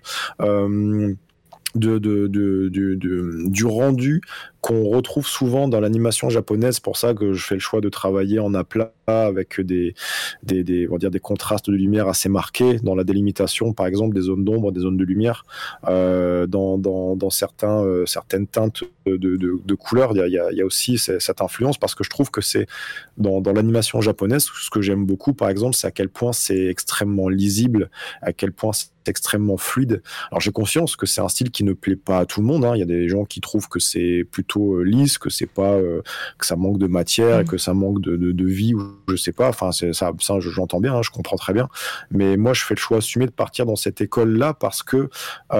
du rendu qu'on retrouve souvent dans l'animation japonaise. C'est pour ça que je fais le choix de travailler en aplat avec des contrastes de lumière assez marqués dans la délimitation, par exemple des zones d'ombre, des zones de lumière, dans certaines teintes de couleurs. Il y a aussi cette influence, parce que je trouve que c'est dans l'animation japonaise, ce que j'aime beaucoup, par exemple, c'est à quel point c'est extrêmement lisible, à quel point c'est extrêmement fluide. Alors j'ai conscience que c'est un style qui ne plaît pas à tout le monde, hein. Il y a des gens qui trouvent que c'est plutôt lisse, que c'est pas que ça manque de matière et que ça manque de vie, ou je sais pas. Enfin, ça j'entends bien, hein, je comprends très bien. Mais moi, je fais le choix assumé de partir dans cette école-là parce que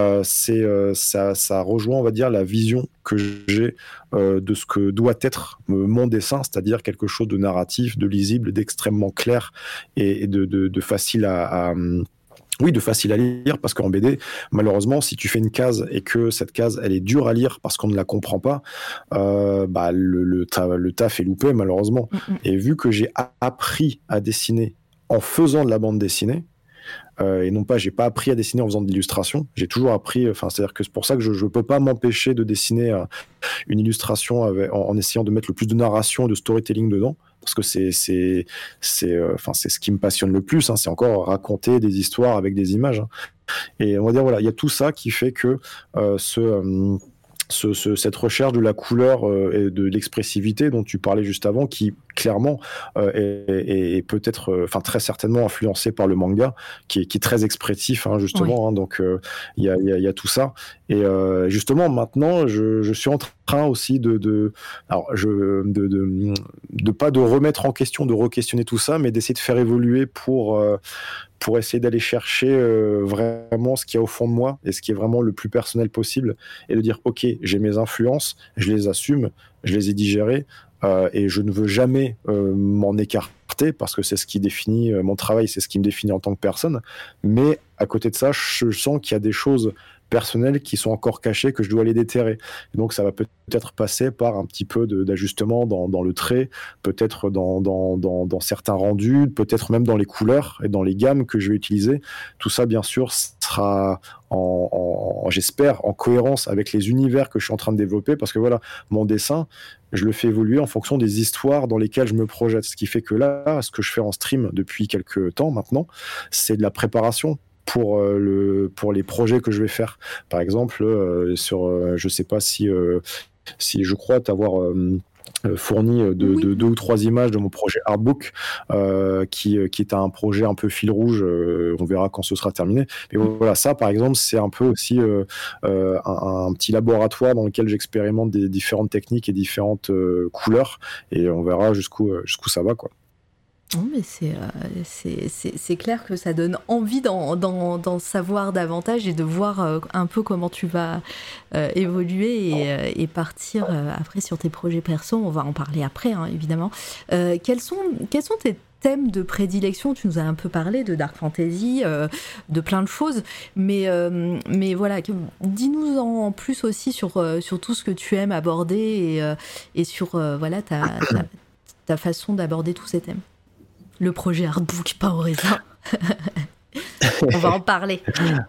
ça rejoint, on va dire, la vision que j'ai de ce que doit être mon dessin, c'est-à-dire quelque chose de narratif, de lisible, d'extrêmement clair et de facile de facile à lire, parce qu'en BD, malheureusement, si tu fais une case et que cette case, elle est dure à lire parce qu'on ne la comprend pas, le taf est loupé, malheureusement. Et vu que j'ai appris à dessiner en faisant de la bande dessinée, et non pas, j'ai pas appris à dessiner en faisant de l'illustration, j'ai toujours appris, c'est-à-dire que c'est pour ça que je peux pas m'empêcher de dessiner une illustration en essayant de mettre le plus de narration et de storytelling dedans, parce que c'est ce qui me passionne le plus, hein, c'est encore raconter des histoires avec des images, hein. Et on va dire, voilà, il y a tout ça qui fait que cette recherche de la couleur et de l'expressivité dont tu parlais juste avant, qui clairement est peut-être, très certainement influencé par le manga, qui est très expressif, hein, justement, hein, donc il y a tout ça. Et justement, maintenant, je suis en train aussi de pas de remettre en question, de re-questionner tout ça, mais d'essayer de faire évoluer pour essayer d'aller chercher vraiment ce qu'il y a au fond de moi et ce qui est vraiment le plus personnel possible, et de dire, ok, j'ai mes influences, je les assume, je les ai digérées, et je ne veux jamais m'en écarter, parce que c'est ce qui définit mon travail, c'est ce qui me définit en tant que personne. Mais à côté de ça, je sens qu'il y a des choses personnelles qui sont encore cachées, que je dois les déterrer. Et donc ça va peut-être passer par un petit peu d'ajustement dans le trait, peut-être dans certains rendus, peut-être même dans les couleurs et dans les gammes que je vais utiliser. Tout ça, bien sûr, sera j'espère en cohérence avec les univers que je suis en train de développer, parce que voilà, mon dessin, je le fais évoluer en fonction des histoires dans lesquelles je me projette. Ce qui fait que là, ce que je fais en stream depuis quelques temps maintenant, c'est de la préparation pour les projets que je vais faire. Par exemple, je sais pas si je crois t'avoir fourni deux ou trois images de mon projet Artbook, qui est un projet un peu fil rouge, on verra quand ce sera terminé. Mais voilà, ça par exemple, c'est un peu aussi un petit laboratoire dans lequel j'expérimente des différentes techniques et différentes couleurs, et on verra jusqu'où ça va, quoi. Non, mais c'est clair que ça donne envie d'en savoir davantage et de voir un peu comment tu vas évoluer et partir après sur tes projets perso. On va en parler après, hein, évidemment. Quels sont tes thèmes de prédilection? Tu nous as un peu parlé de Dark Fantasy, de plein de choses, mais voilà, dis-nous en plus aussi sur tout ce que tu aimes aborder et sur voilà ta façon d'aborder tous ces thèmes. Le projet Artbook, pain au raisin. On va en parler.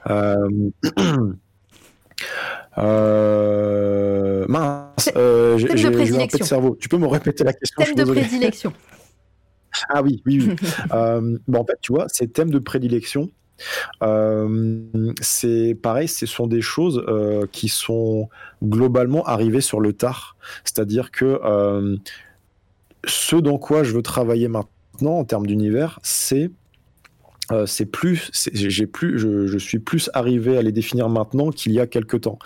Mince, Thème de j'ai eu un peu de prédilection. cerveau. Tu peux me répéter la question? Je Thème suis de désolé. prédilection. Ah oui. En fait, tu vois, ces thèmes de prédilection, c'est pareil, ce sont des choses qui sont globalement arrivées sur le tard. C'est-à-dire que ce dans quoi je veux travailler maintenant en termes d'univers, je suis plus arrivé à les définir maintenant qu'il y a quelque temps.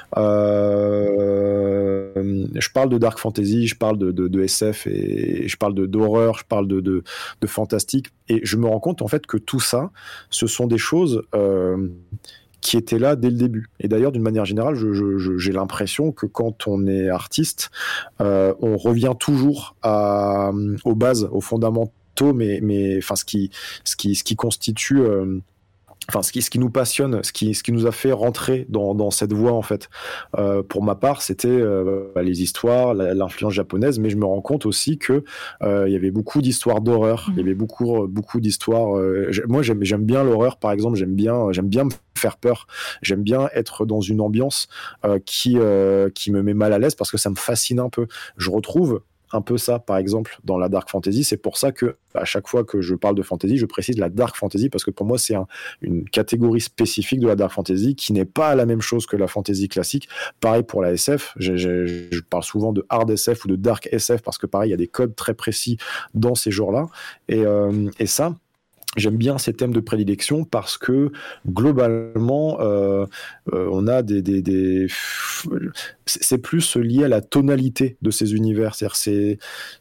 Je parle de dark fantasy, je parle de SF et je parle d'horreur, je parle de fantastique, et je me rends compte en fait que tout ça, ce sont des choses qui étaient là dès le début. Et d'ailleurs, d'une manière générale, j'ai l'impression que quand on est artiste, on revient toujours aux bases, aux fondamentaux, mais enfin ce qui constitue ce qui nous passionne, ce qui nous a fait rentrer dans cette voie en fait. Pour ma part, c'était les histoires, l'influence japonaise, mais je me rends compte aussi que il y avait beaucoup d'histoires d'horreur, il y avait beaucoup d'histoires. Moi, j'aime bien l'horreur, par exemple. J'aime bien me faire peur. J'aime bien être dans une ambiance qui me met mal à l'aise parce que ça me fascine un peu. Je retrouve un peu ça, par exemple, dans la dark fantasy. C'est pour ça que à chaque fois que je parle de fantasy, je précise la dark fantasy parce que pour moi, c'est une catégorie spécifique de la dark fantasy qui n'est pas la même chose que la fantasy classique. Pareil pour la SF. Je parle souvent de hard SF ou de dark SF parce que pareil, il y a des codes très précis dans ces genres-là. Et ça, j'aime bien ces thèmes de prédilection parce que globalement, on a c'est plus lié à la tonalité de ces univers. C'est-à-dire,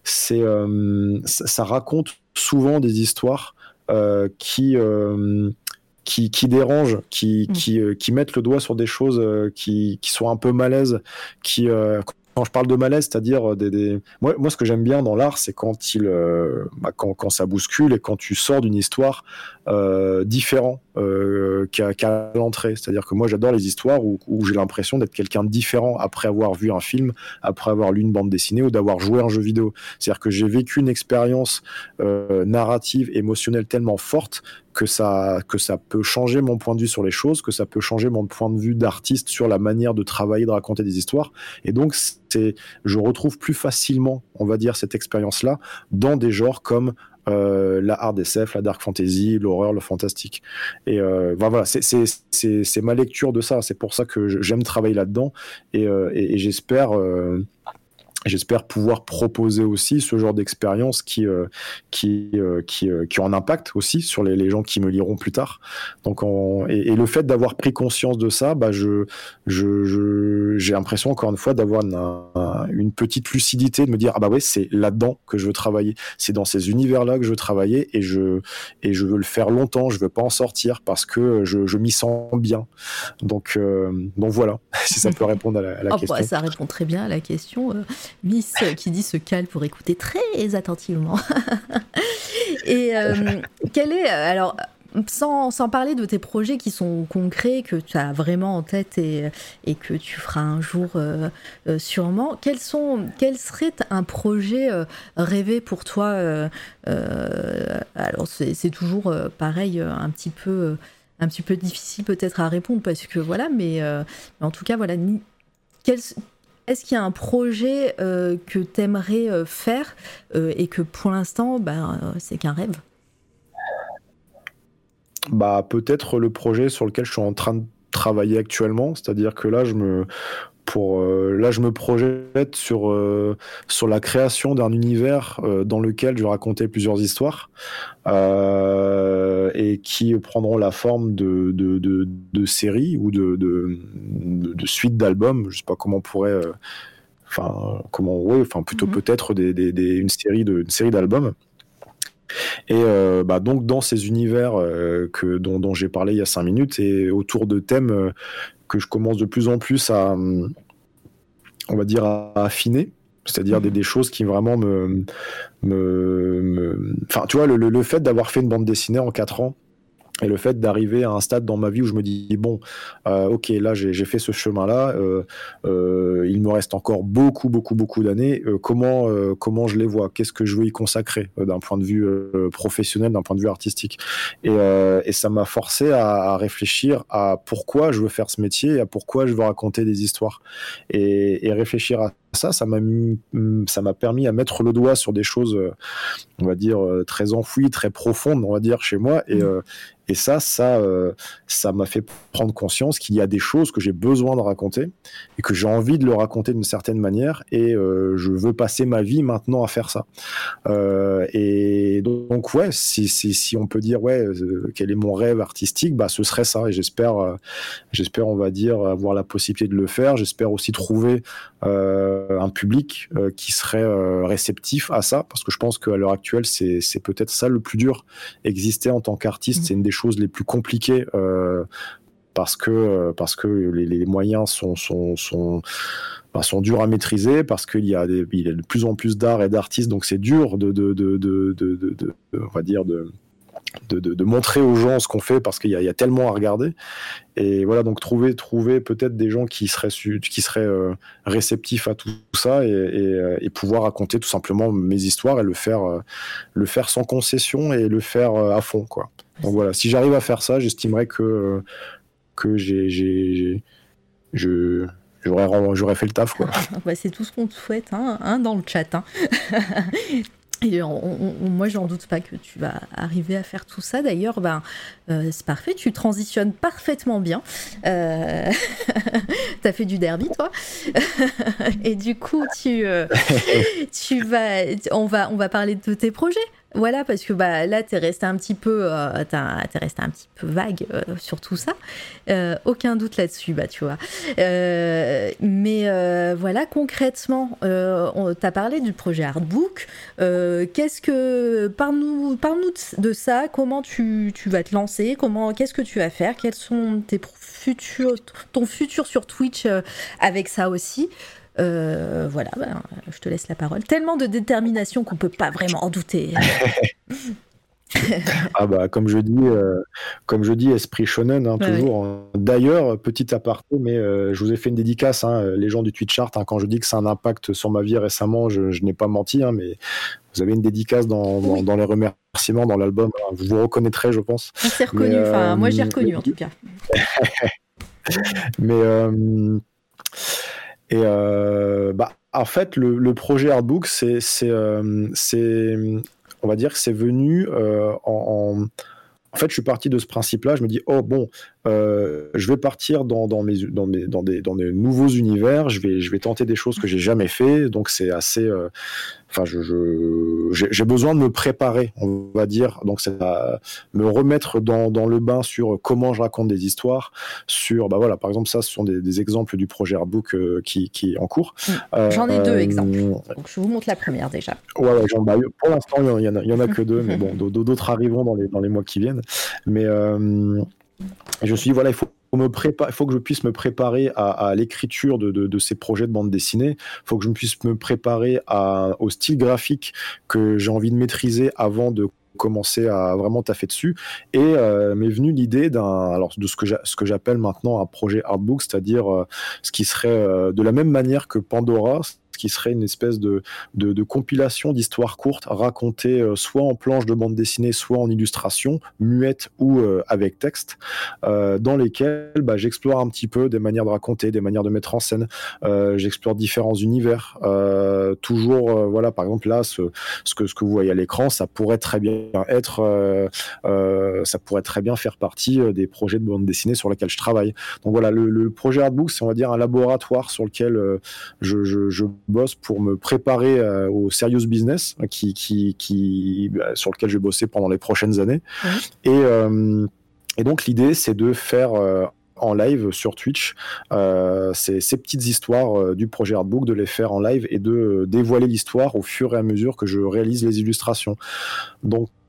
ça raconte souvent des histoires qui dérangent, qui mettent le doigt sur des choses qui sont un peu malaises, quand je parle de malaise, c'est-à-dire moi, ce que j'aime bien dans l'art, c'est quand quand ça bouscule et quand tu sors d'une histoire différent qu'à l'entrée. C'est-à-dire que moi, j'adore les histoires où j'ai l'impression d'être quelqu'un de différent après avoir vu un film, après avoir lu une bande dessinée ou d'avoir joué à un jeu vidéo. C'est-à-dire que j'ai vécu une expérience narrative, émotionnelle tellement forte que ça peut changer mon point de vue sur les choses, que ça peut changer mon point de vue d'artiste sur la manière de travailler, de raconter des histoires. Et donc, je retrouve plus facilement, on va dire, cette expérience-là dans des genres comme la hard SF, la dark fantasy, l'horreur, le fantastique. Et voilà, c'est ma lecture de ça. C'est pour ça que j'aime travailler là-dedans et j'espère pouvoir proposer aussi ce genre d'expérience qui ont un impact aussi sur les gens qui me liront plus tard. Donc et le fait d'avoir pris conscience de ça, j'ai l'impression encore une fois d'avoir une petite lucidité, de me dire ah bah ouais, c'est là-dedans que je veux travailler, c'est dans ces univers-là que je veux travailler et je veux le faire longtemps, je veux pas en sortir parce que je m'y sens bien. Donc voilà, si ça peut répondre à la question. Bah, ça répond très bien à la question. Miss qui dit se cale pour écouter très attentivement. Et quel est, alors, sans parler de tes projets qui sont concrets, que tu as vraiment en tête et que tu feras un jour sûrement, quel serait un projet rêvé pour toi alors c'est toujours pareil, un petit peu difficile peut-être à répondre parce que voilà, mais en tout cas voilà, est-ce qu'il y a un projet que t'aimerais faire et que pour l'instant c'est qu'un rêve? Peut-être le projet sur lequel je suis en train de travailler actuellement, c'est-à-dire que là je me projette sur la création d'un univers dans lequel je vais raconter plusieurs histoires et qui prendront la forme de séries ou de suites d'albums. Je sais pas comment on pourrait plutôt peut-être une série d'albums. Et donc dans ces univers dont j'ai parlé il y a 5 minutes et autour de thèmes que je commence de plus en plus à affiner, c'est-à-dire des choses qui vraiment enfin tu vois, le fait d'avoir fait une bande dessinée en 4 ans, Et le fait d'arriver à un stade dans ma vie où je me dis bon, ok, là j'ai fait ce chemin-là, il me reste encore beaucoup d'années. Comment je les vois? Qu'est-ce que je veux y consacrer d'un point de vue professionnel, d'un point de vue artistique? Et ça m'a forcé à réfléchir à pourquoi je veux faire ce métier, et à pourquoi je veux raconter des histoires. Et réfléchir à ça m'a permis à mettre le doigt sur des choses, on va dire, très enfouies, très profondes, on va dire, chez moi. Et ça m'a fait prendre conscience qu'il y a des choses que j'ai besoin de raconter et que j'ai envie de le raconter d'une certaine manière, et je veux passer ma vie maintenant à faire ça. Et donc ouais, si on peut dire quel est mon rêve artistique, bah ce serait ça. Et j'espère, on va dire, avoir la possibilité de le faire. J'espère aussi trouver un public qui serait réceptif à ça, parce que je pense qu'à l'heure actuelle, c'est peut-être ça le plus dur. Exister en tant qu'artiste, c'est une des choses les plus compliquées, parce que les moyens sont durs à maîtriser, parce qu'il y a de plus en plus d'art et d'artistes, donc c'est dur on va dire de montrer aux gens ce qu'on fait, parce qu'il y a tellement à regarder. Et voilà, donc trouver peut-être des gens qui seraient réceptifs à tout ça, et pouvoir raconter tout simplement mes histoires, et le faire sans concession, et le faire à fond, quoi. Donc voilà, si j'arrive à faire ça, j'estimerais que j'aurais fait le taf, quoi. Bah, c'est tout ce qu'on te souhaite, dans le chat. Et moi, j'en doute pas que tu vas arriver à faire tout ça. D'ailleurs, c'est parfait, tu transitionnes parfaitement bien. T'as fait du derby, toi. Et du coup, on va parler de tes projets. Voilà, parce que là, t'es resté un petit peu vague sur tout ça. Aucun doute là-dessus, tu vois. Mais voilà, concrètement, t'as parlé du projet Artbook. Parle-nous de ça. Comment tu vas te lancer? Qu'est-ce que tu vas faire? Quels sont ton futur sur Twitch avec ça aussi? Voilà, je te laisse la parole. Tellement de détermination qu'on peut pas vraiment en douter. Comme je dis, esprit shonen, toujours. Ouais. D'ailleurs, petit aparté, mais je vous ai fait une dédicace, les gens du Twitch Chart, quand je dis que c'est un impact sur ma vie récemment, je n'ai pas menti, mais vous avez une dédicace dans les remerciements, dans l'album. Vous vous reconnaîtrez, je pense. On s'est reconnu, moi j'ai reconnu en tout cas. Mais en fait, le projet Artbook, c'est on va dire que c'est venu en fait, je suis parti de ce principe-là. Je me dis, je vais partir dans des nouveaux univers. Je vais tenter des choses que j'ai jamais fait. Donc c'est assez. J'ai besoin de me préparer, on va dire. Donc c'est me remettre dans le bain sur comment je raconte des histoires. Sur par exemple, ça, ce sont des exemples du projet Artbook qui est en cours. J'en ai 2 exemples. Donc je vous montre la première déjà. Ouais, pour l'instant, il y en a que 2, mais bon, d'autres arriveront dans les mois qui viennent. Mais je me suis dit, voilà, il faut que je puisse me préparer à l'écriture de ces projets de bande dessinée. Il faut que je puisse me préparer au style graphique que j'ai envie de maîtriser avant de commencer à vraiment taffer dessus. Et m'est venue l'idée de ce que j'appelle maintenant un projet Artbook, c'est-à-dire ce qui serait de la même manière que Pandora, ce qui serait une espèce de compilation d'histoires courtes racontées soit en planche de bande dessinée, soit en illustration, muette ou avec texte, dans lesquelles j'explore un petit peu des manières de raconter, des manières de mettre en scène, j'explore différents univers, toujours, par exemple là, ce que vous voyez à l'écran, ça pourrait très bien faire partie des projets de bande dessinée sur lesquels je travaille. Donc voilà, le projet Artbook, c'est, on va dire, un laboratoire sur lequel je bosse pour me préparer au serious business sur lequel je vais bosser pendant les prochaines années. Mmh. Et donc l'idée, c'est de faire en live sur Twitch ces petites histoires du projet Artbook, de les faire en live et de dévoiler l'histoire au fur et à mesure que je réalise les illustrations. Donc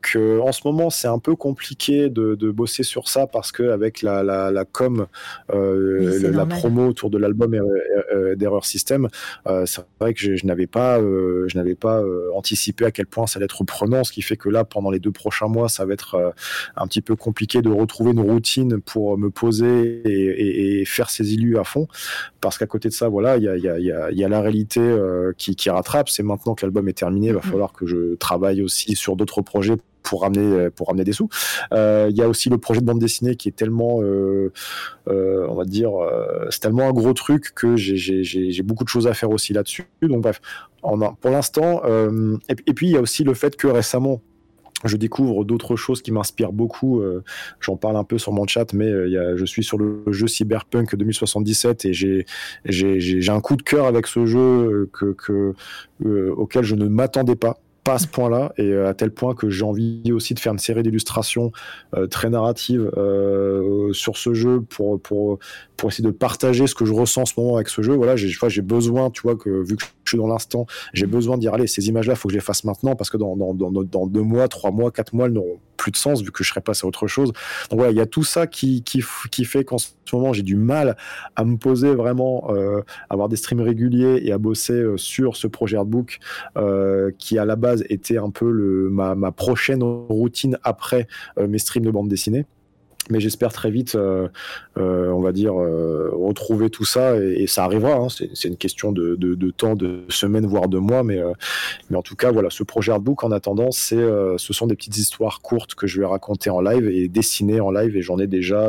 Donc en ce moment c'est un peu compliqué de bosser sur ça parce que avec la com, la promo autour de l'album d'Error System, c'est vrai que je n'avais pas anticipé à quel point ça allait être prenant, ce qui fait que là pendant les 2 prochains mois ça va être un petit peu compliqué de retrouver une routine pour me poser et faire ces illus à fond, parce qu'à côté de ça voilà il y a la réalité qui rattrape. C'est maintenant que l'album est terminé, il va falloir que je travaille aussi sur d'autres projets pour ramener des sous. Il y a aussi le projet de bande dessinée qui est tellement on va dire c'est tellement un gros truc que j'ai beaucoup de choses à faire aussi là-dessus. Donc bref, pour l'instant et puis il y a aussi le fait que récemment je découvre d'autres choses qui m'inspirent beaucoup. J'en parle un peu sur mon chat, mais je suis sur le jeu Cyberpunk 2077 et j'ai un coup de cœur avec ce jeu auquel je ne m'attendais pas à ce point-là, et à tel point que j'ai envie aussi de faire une série d'illustrations très narratives sur ce jeu pour essayer de partager ce que je ressens en ce moment avec ce jeu. Voilà, j'ai besoin, tu vois, que vu que je suis dans l'instant, j'ai besoin de dire allez, ces images-là, faut que je les fasse maintenant parce que dans 2 mois, 3 mois, 4 mois, elles n'auront plus de sens vu que je serai passé à autre chose. Donc voilà, il y a tout ça qui fait qu'en ce moment j'ai du mal à me poser vraiment, avoir des streams réguliers et à bosser sur ce projet artbook qui à la base était un peu ma prochaine routine après mes streams de bande dessinée. Mais j'espère très vite, on va dire, retrouver tout ça, et ça arrivera. Hein. C'est une question de temps, de semaines, voire de mois, mais en tout cas, voilà, ce projet artbook, en attendant, ce sont des petites histoires courtes que je vais raconter en live et dessiner en live, et j'en ai déjà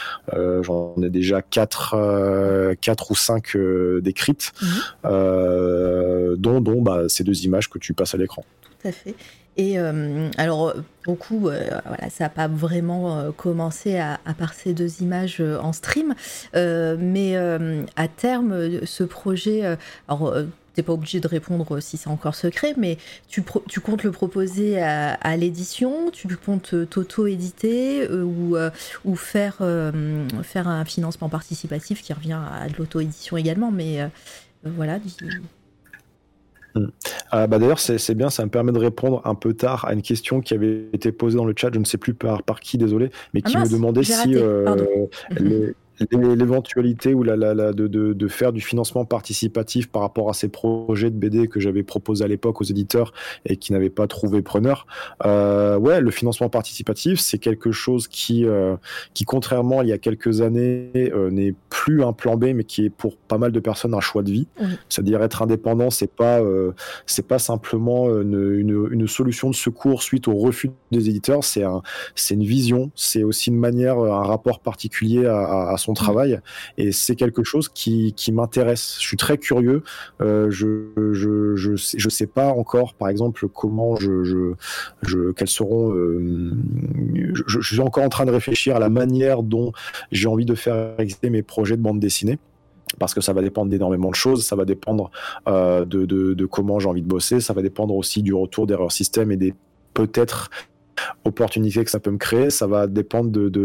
4 ou 5 décrites, dont ces 2 images que tu passes à l'écran. Tout à fait. Et alors, beaucoup, voilà, ça n'a pas vraiment commencé à part ces 2 images en stream, mais à terme, ce projet, alors t'es pas obligé de répondre si c'est encore secret, mais tu comptes le proposer à l'édition, tu comptes t'auto-éditer ou faire un financement participatif qui revient à de l'auto-édition également, mais voilà. D'ailleurs c'est bien, ça me permet de répondre un peu tard à une question qui avait été posée dans le chat, je ne sais plus par qui, désolé, mais qui me demandait si l'éventualité ou de faire du financement participatif par rapport à ces projets de BD que j'avais proposé à l'époque aux éditeurs et qui n'avaient pas trouvé preneur. Ouais, le financement participatif, c'est quelque chose qui contrairement il y a quelques années n'est plus un plan B, mais qui est pour pas mal de personnes un choix de vie. C'est-à-dire être indépendant, c'est pas simplement une solution de secours suite au refus des éditeurs, c'est une vision, c'est aussi une manière, un rapport particulier à son travail, et c'est quelque chose qui m'intéresse. Je suis très curieux. Je sais pas encore, par exemple, comment quels seront. Je suis encore en train de réfléchir à la manière dont j'ai envie de faire exister mes projets de bande dessinée. Parce que ça va dépendre d'énormément de choses, ça va dépendre de comment j'ai envie de bosser, ça va dépendre aussi du retour d'Error System et des peut-être opportunités que ça peut me créer, ça va dépendre de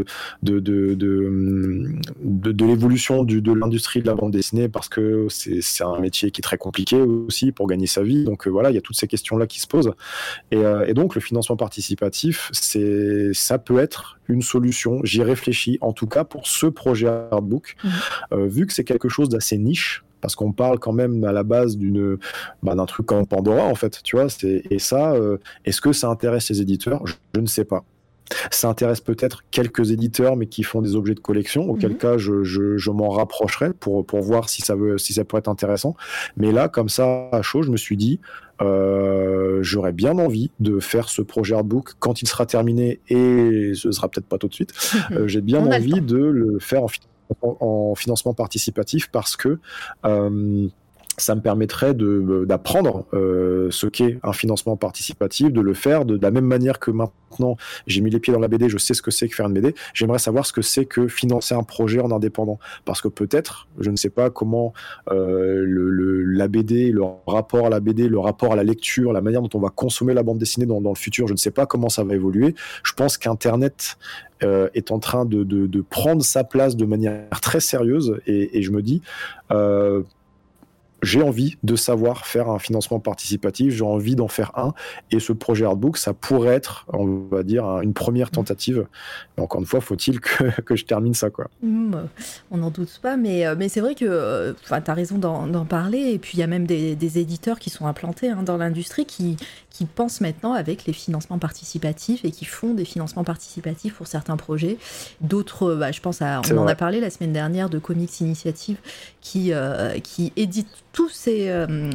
l'évolution de l'industrie de la bande dessinée, parce que c'est un métier qui est très compliqué aussi pour gagner sa vie. Donc voilà, il y a toutes ces questions-là qui se posent. Et donc le financement participatif, ça peut être une solution. J'y réfléchis, en tout cas pour ce projet artbook, vu que c'est quelque chose d'assez niche. Parce qu'on parle quand même à la base d'un truc comme Pandora, en fait, tu vois. Et ça, est-ce que ça intéresse les éditeurs ? Je ne sais pas. Ça intéresse peut-être quelques éditeurs, mais qui font des objets de collection, auquel cas je m'en rapprocherai pour voir si ça peut être intéressant. Mais là, comme ça, à chaud, je me suis dit, j'aurais bien envie de faire ce projet artbook quand il sera terminé, et ce sera peut-être pas tout de suite. J'ai bien envie de le faire en financement participatif, parce que ça me permettrait d'apprendre ce qu'est un financement participatif, de le faire de la même manière que maintenant j'ai mis les pieds dans la BD, je sais ce que c'est que faire une BD. J'aimerais savoir ce que c'est que financer un projet en indépendant, parce que peut-être, je ne sais pas comment la BD, le rapport à la BD, le rapport à la lecture, la manière dont on va consommer la bande dessinée dans le futur, je ne sais pas comment ça va évoluer. Je pense qu'Internet est en train de prendre sa place de manière très sérieuse, et je me dis j'ai envie de savoir faire un financement participatif, j'ai envie d'en faire un, et ce projet Artbook, ça pourrait être, on va dire, une première tentative. Mais encore une fois, faut-il que je termine ça, quoi. On n'en doute pas, mais c'est vrai que tu as raison d'en parler, et puis il y a même des éditeurs qui sont implantés dans l'industrie qui pensent maintenant avec les financements participatifs et qui font des financements participatifs pour certains projets. D'autres, je pense on en a parlé la semaine dernière de Comics Initiative qui édite tous ces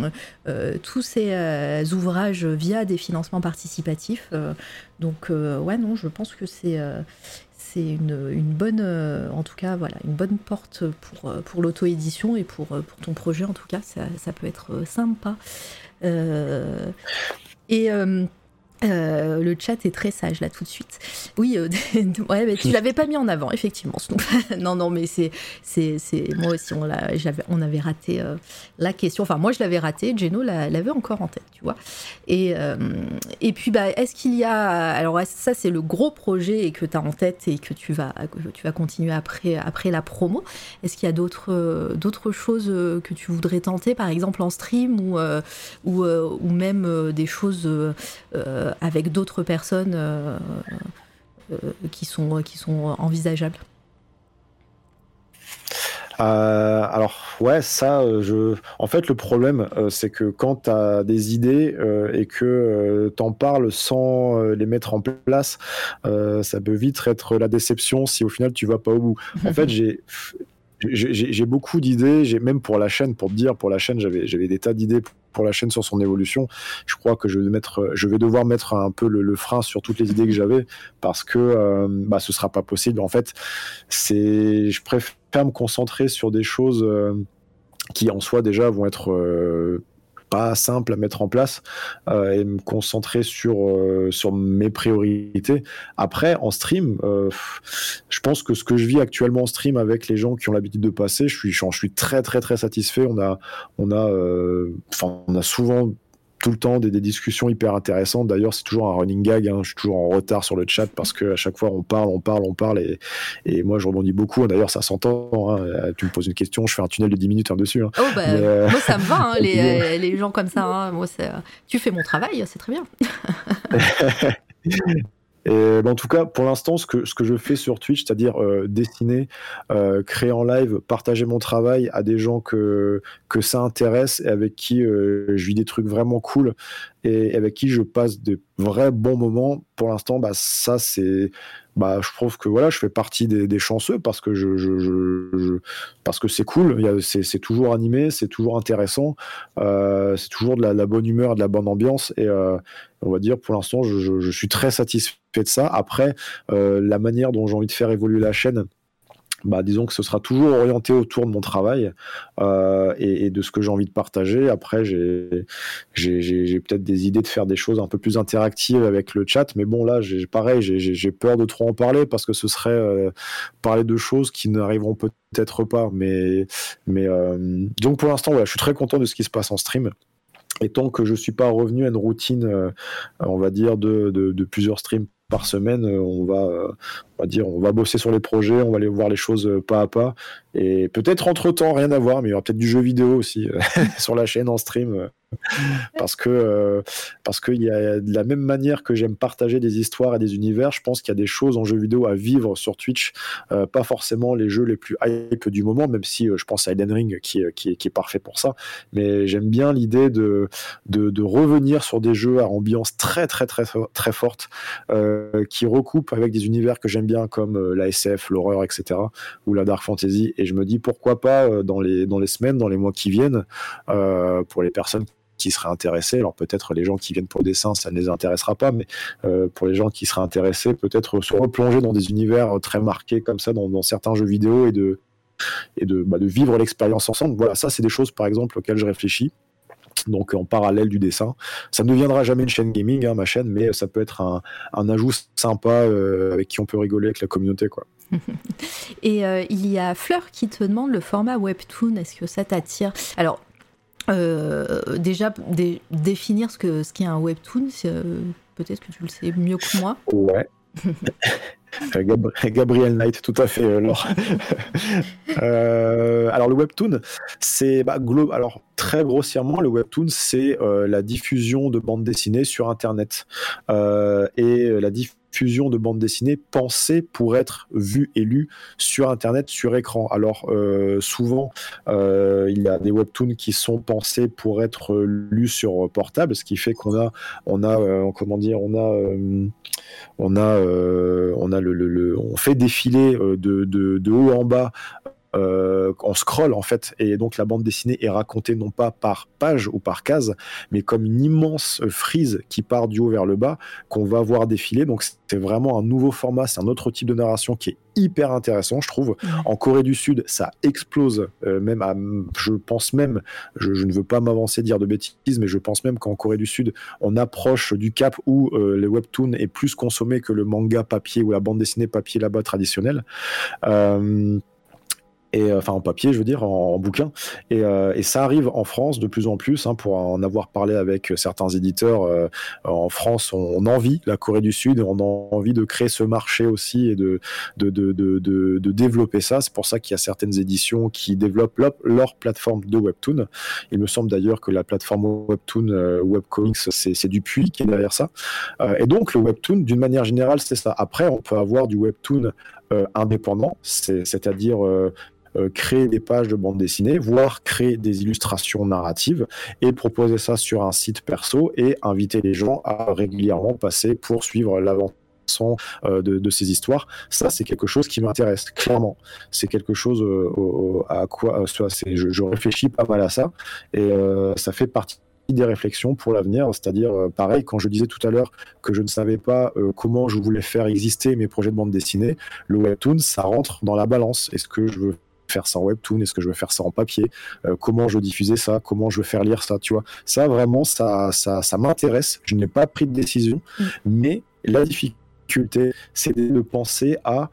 ouvrages via des financements participatifs. Donc, non, je pense que c'est une bonne, en tout cas, voilà, une bonne porte pour l'auto-édition et pour ton projet, en tout cas, ça peut être sympa. Le chat est très sage là tout de suite. Oui, ouais, mais tu l'avais pas mis en avant, effectivement. Non, mais c'est moi aussi on avait raté la question. Enfin, moi je l'avais raté, Geno l'avait encore en tête, tu vois. Et puis est-ce qu'il y a, alors ça c'est le gros projet et que tu as en tête et que tu vas continuer après la promo. Est-ce qu'il y a d'autres choses que tu voudrais tenter, par exemple en stream ou même des choses avec d'autres personnes qui sont envisageables? Alors ouais, ça, en fait, le problème, c'est que quand tu as des idées et que t'en parles sans les mettre en place, ça peut vite être la déception si au final tu vas pas au bout. En fait, j'ai beaucoup d'idées, même pour la chaîne, pour la chaîne, j'avais des tas d'idées pour la chaîne sur son évolution. Je crois que je vais devoir mettre un peu le frein sur toutes les idées que j'avais parce que ce sera pas possible. En fait, je préfère me concentrer sur des choses qui en soi déjà vont être pas simple à mettre en place et me concentrer sur mes priorités. Après, en stream, je pense que ce que je vis actuellement en stream avec les gens qui ont l'habitude de passer, je suis très très très satisfait. On a souvent tout le temps des discussions hyper intéressantes. D'ailleurs, c'est toujours un running gag. Je suis toujours en retard sur le chat parce que à chaque fois on parle et moi je rebondis beaucoup. D'ailleurs, ça s'entend. Tu me poses une question, je fais un tunnel de 10 minutes dessus. Moi ça me va. Les gens comme ça. Moi, tu fais mon travail, c'est très bien. Et en tout cas, pour l'instant, ce que je fais sur Twitch, c'est-à-dire dessiner, créer en live, partager mon travail à des gens que ça intéresse et avec qui je vis des trucs vraiment cool et avec qui je passe de vrais bons moments. Pour l'instant, ça c'est, je trouve que voilà, je fais partie des chanceux parce que parce que c'est cool. C'est toujours animé, c'est toujours intéressant, c'est toujours de la bonne humeur, de la bonne ambiance et on va dire pour l'instant, je suis très satisfait de ça. Après, la manière dont j'ai envie de faire évoluer la chaîne, disons que ce sera toujours orienté autour de mon travail et de ce que j'ai envie de partager. Après, j'ai peut-être des idées de faire des choses un peu plus interactives avec le chat, mais bon là, j'ai peur de trop en parler parce que ce serait parler de choses qui n'arriveront peut-être pas. Mais donc pour l'instant, voilà, je suis très content de ce qui se passe en stream. Et tant que je suis pas revenu à une routine, on va dire de plusieurs streams par semaine, on va bosser sur les projets, on va aller voir les choses pas à pas. Et peut-être entre-temps, rien à voir, mais il y aura peut-être du jeu vidéo aussi sur la chaîne en stream. Parce que il y a de la même manière que j'aime partager des histoires et des univers, je pense qu'il y a des choses en jeu vidéo à vivre sur Twitch, pas forcément les jeux les plus hype du moment, même si je pense à Elden Ring qui est parfait pour ça, mais j'aime bien l'idée de revenir sur des jeux à ambiance très très très très forte, qui recoupent avec des univers que j'aime bien comme la SF, l'horreur, etc., ou la dark fantasy, et je me dis pourquoi pas dans les semaines, dans les mois qui viennent, pour les personnes qui seraient intéressés, alors peut-être les gens qui viennent pour le dessin, ça ne les intéressera pas, mais pour les gens qui seraient intéressés, peut-être se replonger dans des univers très marqués comme ça dans certains jeux vidéo et de vivre l'expérience ensemble. Voilà, ça c'est des choses par exemple auxquelles je réfléchis. Donc en parallèle du dessin, ça ne deviendra jamais une chaîne gaming, ma chaîne, mais ça peut être un ajout sympa avec qui on peut rigoler avec la communauté, quoi. Et il y a Fleur qui te demande le format webtoon, est-ce que ça t'attire? Alors déjà définir ce qu'est un webtoon, peut-être que tu le sais mieux que moi. Ouais. Gabriel Knight, tout à fait, Laure. Alors le webtoon, c'est alors très grossièrement, le webtoon, c'est la diffusion de bandes dessinées sur Internet et la diffusion de bandes dessinées pensées pour être vues et lues sur Internet, sur écran. Alors souvent, il y a des webtoons qui sont pensés pour être lus sur portable, ce qui fait on fait défiler de haut en bas. On scrolle en fait, et donc la bande dessinée est racontée non pas par page ou par case, mais comme une immense frise qui part du haut vers le bas, qu'on va voir défiler. Donc c'est vraiment un nouveau format, c'est un autre type de narration qui est hyper intéressant, je trouve. En Corée du Sud, ça explose, je pense même, je ne veux pas m'avancer, dire de bêtises, mais je pense même qu'en Corée du Sud, on approche du cap où le webtoon est plus consommé que le manga papier ou la bande dessinée papier là-bas traditionnelle. Enfin en papier, je veux dire, en bouquin. Et ça arrive en France de plus en plus, pour en avoir parlé avec certains éditeurs. En France, on envie la Corée du Sud, on a envie de créer ce marché aussi et de développer ça. C'est pour ça qu'il y a certaines éditions qui développent leur plateforme de webtoon. Il me semble d'ailleurs que la plateforme webtoon Webcomics, c'est Dupuis qui est derrière ça. Et donc le webtoon, d'une manière générale, c'est ça. Après, on peut avoir du webtoon indépendant, c'est-à-dire créer des pages de bande dessinée, voire créer des illustrations narratives et proposer ça sur un site perso et inviter les gens à régulièrement passer pour suivre l'avancement de ces histoires. Ça, c'est quelque chose qui m'intéresse, clairement. C'est quelque chose à quoi je réfléchis pas mal à ça, et ça fait partie des réflexions pour l'avenir, c'est-à-dire pareil, quand je disais tout à l'heure que je ne savais pas comment je voulais faire exister mes projets de bande dessinée, le webtoon, ça rentre dans la balance. Est-ce que je veux faire ça en webtoon, est-ce que je veux faire ça en papier, comment je veux diffuser ça, comment je veux faire lire ça, tu vois, ça vraiment, ça m'intéresse. Je n'ai pas pris de décision, mais la difficulté, c'est de penser à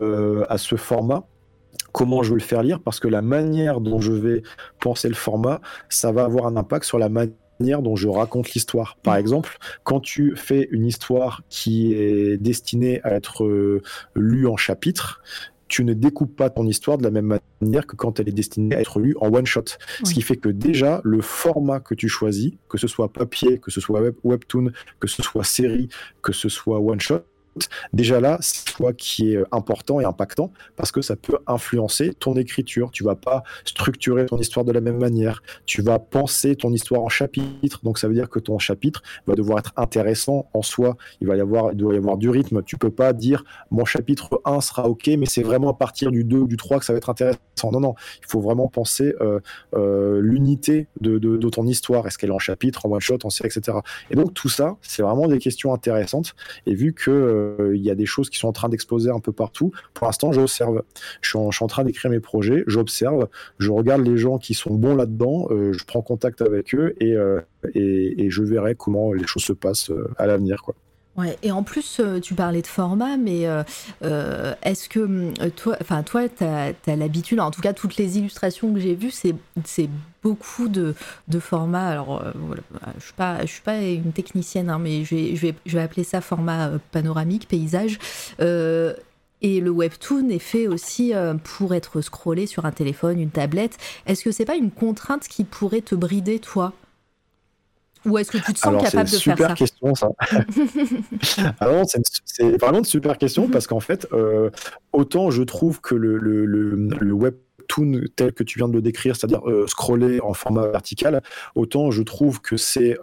ce format, comment je veux le faire lire, parce que la manière dont je vais penser le format, ça va avoir un impact sur la manière dont je raconte l'histoire. Par exemple, quand tu fais une histoire qui est destinée à être lue en chapitres, tu ne découpes pas ton histoire de la même manière que quand elle est destinée à être lue en one-shot. Oui. Ce qui fait que déjà, le format que tu choisis, que ce soit papier, que ce soit webtoon, que ce soit série, que ce soit one-shot, déjà là, c'est toi qui est important et impactant, parce que ça peut influencer ton écriture. Tu vas pas structurer ton histoire de la même manière. Tu vas penser ton histoire en chapitres. Donc ça veut dire que ton chapitre va devoir être intéressant en soi. Il doit y avoir du rythme. Tu peux pas dire mon chapitre 1 sera ok, mais c'est vraiment à partir du 2 ou du 3 que ça va être intéressant. Non. Il faut vraiment penser l'unité de ton histoire. Est-ce qu'elle est en chapitre, en one shot, en série, etc. Et donc tout ça, c'est vraiment des questions intéressantes. Et vu que il y a des choses qui sont en train d'exploser un peu partout. Pour l'instant, j'observe. Je suis en train d'écrire mes projets, j'observe, je regarde les gens qui sont bons là-dedans, je prends contact avec eux et je verrai comment les choses se passent à l'avenir, quoi. Ouais, et en plus, tu parlais de format, mais est-ce que toi, t'as l'habitude, en tout cas, toutes les illustrations que j'ai vues, c'est beaucoup de formats. Alors, voilà, je suis pas une technicienne, mais je vais appeler ça format panoramique, paysage. Et le webtoon est fait aussi pour être scrollé sur un téléphone, une tablette. Est-ce que c'est pas une contrainte qui pourrait te brider, toi ? Ou est-ce que tu te sens capable de faire ça ? C'est une super question, ça. Alors, c'est vraiment une super question, parce qu'en fait, autant je trouve que le webtoon tel que tu viens de le décrire, c'est-à-dire scroller en format vertical, autant je trouve que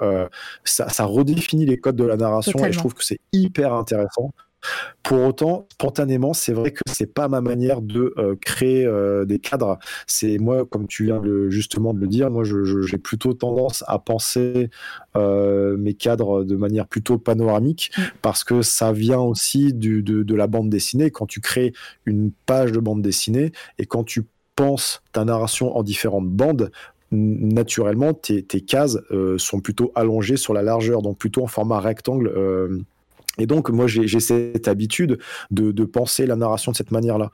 ça redéfinit les codes de la narration. Totalement. Et je trouve que c'est hyper intéressant. Pour autant, spontanément, c'est vrai que c'est pas ma manière de créer des cadres. C'est moi, comme tu viens justement de le dire, moi j'ai plutôt tendance à penser mes cadres de manière plutôt panoramique, parce que ça vient aussi de la bande dessinée. Quand tu crées une page de bande dessinée et quand tu penses ta narration en différentes bandes, naturellement, tes cases sont plutôt allongées sur la largeur, donc plutôt en format rectangle. Et donc, moi, j'ai cette habitude de penser la narration de cette manière-là.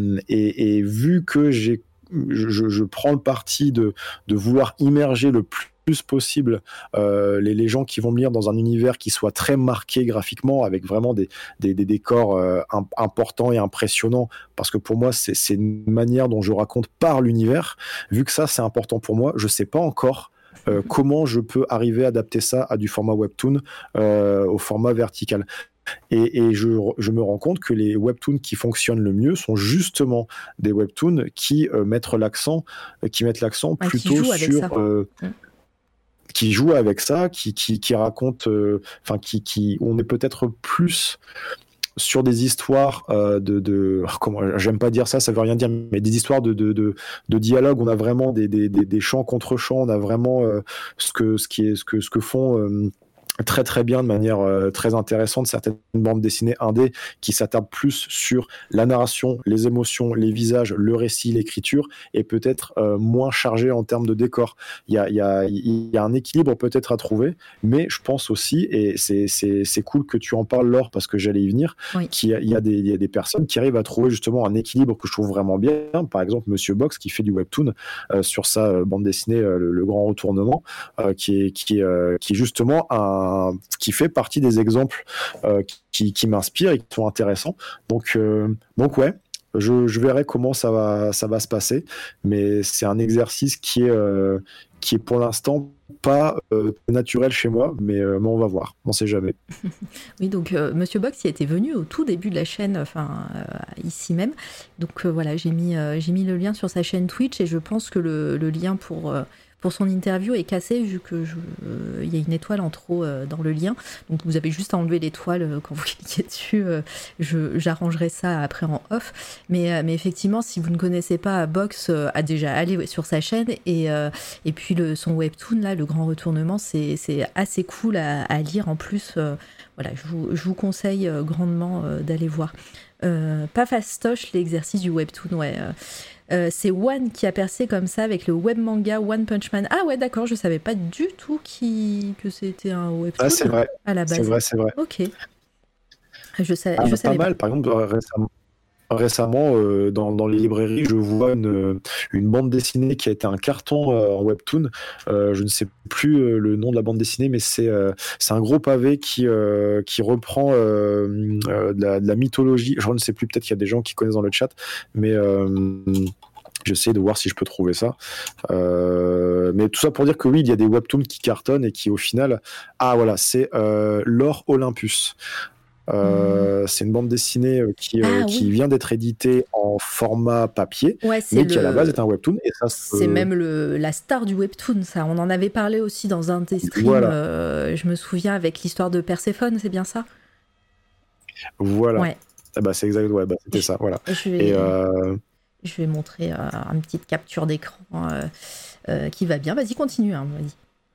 Et vu que je prends le parti de vouloir immerger le plus plus possible les gens qui vont me lire dans un univers qui soit très marqué graphiquement, avec vraiment des décors importants et impressionnants, parce que pour moi c'est une manière dont je raconte par l'univers. Vu que ça c'est important pour moi, je sais pas encore comment je peux arriver à adapter ça à du format webtoon, au format vertical. Et je me rends compte que les webtoons qui fonctionnent le mieux sont justement des webtoons qui mettent l'accent plutôt sur qui jouent avec ça, qui racontent, on est peut-être plus sur des histoires comment, j'aime pas dire ça veut rien dire, mais des histoires de dialogue. On a vraiment des chants contre chants, on a vraiment ce que font très très bien, de manière très intéressante, certaines bandes dessinées indé qui s'attardent plus sur la narration, les émotions, les visages, le récit, l'écriture, et peut-être moins chargé en termes de décor. Il y a un équilibre peut-être à trouver, mais je pense aussi, et c'est cool que tu en parles, Laure, parce que j'allais y venir, oui. qu'il y a des personnes qui arrivent à trouver justement un équilibre que je trouve vraiment bien. Par exemple, Monsieur Box qui fait du webtoon sur sa bande dessinée le Grand Retournement, qui est justement qui fait partie des exemples qui m'inspirent et qui sont intéressants. Donc ouais, je verrai comment ça va se passer, mais c'est un exercice qui est pour l'instant pas naturel chez moi, mais on va voir, on sait jamais. Oui, donc Monsieur Box, il était venu au tout début de la chaîne, ici même. Donc voilà, j'ai mis le lien sur sa chaîne Twitch, et je pense que le lien pour son interview est cassé, vu que y a une étoile en trop dans le lien. Donc vous avez juste à enlever l'étoile quand vous cliquez dessus. J'arrangerai ça après en off. Mais effectivement, si vous ne connaissez pas Box, a déjà allé sur sa chaîne, et puis son webtoon là, le Grand Retournement, c'est assez cool à lire en plus. Voilà, je vous conseille grandement d'aller voir. Pas fastoche l'exercice du webtoon, ouais. C'est One qui a percé comme ça avec le web manga One Punch Man. Ah ouais, d'accord, je savais pas du tout que c'était un webtoon. Ah, c'est vrai. À la base. C'est vrai. Ok. Je savais pas mal. Par exemple, récemment dans les librairies, je vois une bande dessinée qui a été un carton en webtoon. Je ne sais plus le nom de la bande dessinée, mais c'est un gros pavé qui reprend de la mythologie. Je ne sais plus, peut-être qu'il y a des gens qui connaissent dans le chat, mais j'essaie de voir si je peux trouver ça. Mais tout ça pour dire que oui, il y a des webtoons qui cartonnent et qui au final... Ah voilà, c'est L'Or Olympus. C'est une bande dessinée qui vient d'être éditée en format papier, mais qui à la base est un webtoon. Et ça, c'est même la star du webtoon, ça. On en avait parlé aussi dans un des streams, voilà. Je me souviens, avec l'histoire de Perséphone, c'est bien ça ? Voilà. Ouais. C'est exact, c'était ça. Voilà. Je vais montrer une petite capture d'écran qui va bien. Vas-y, continue. Vas-y.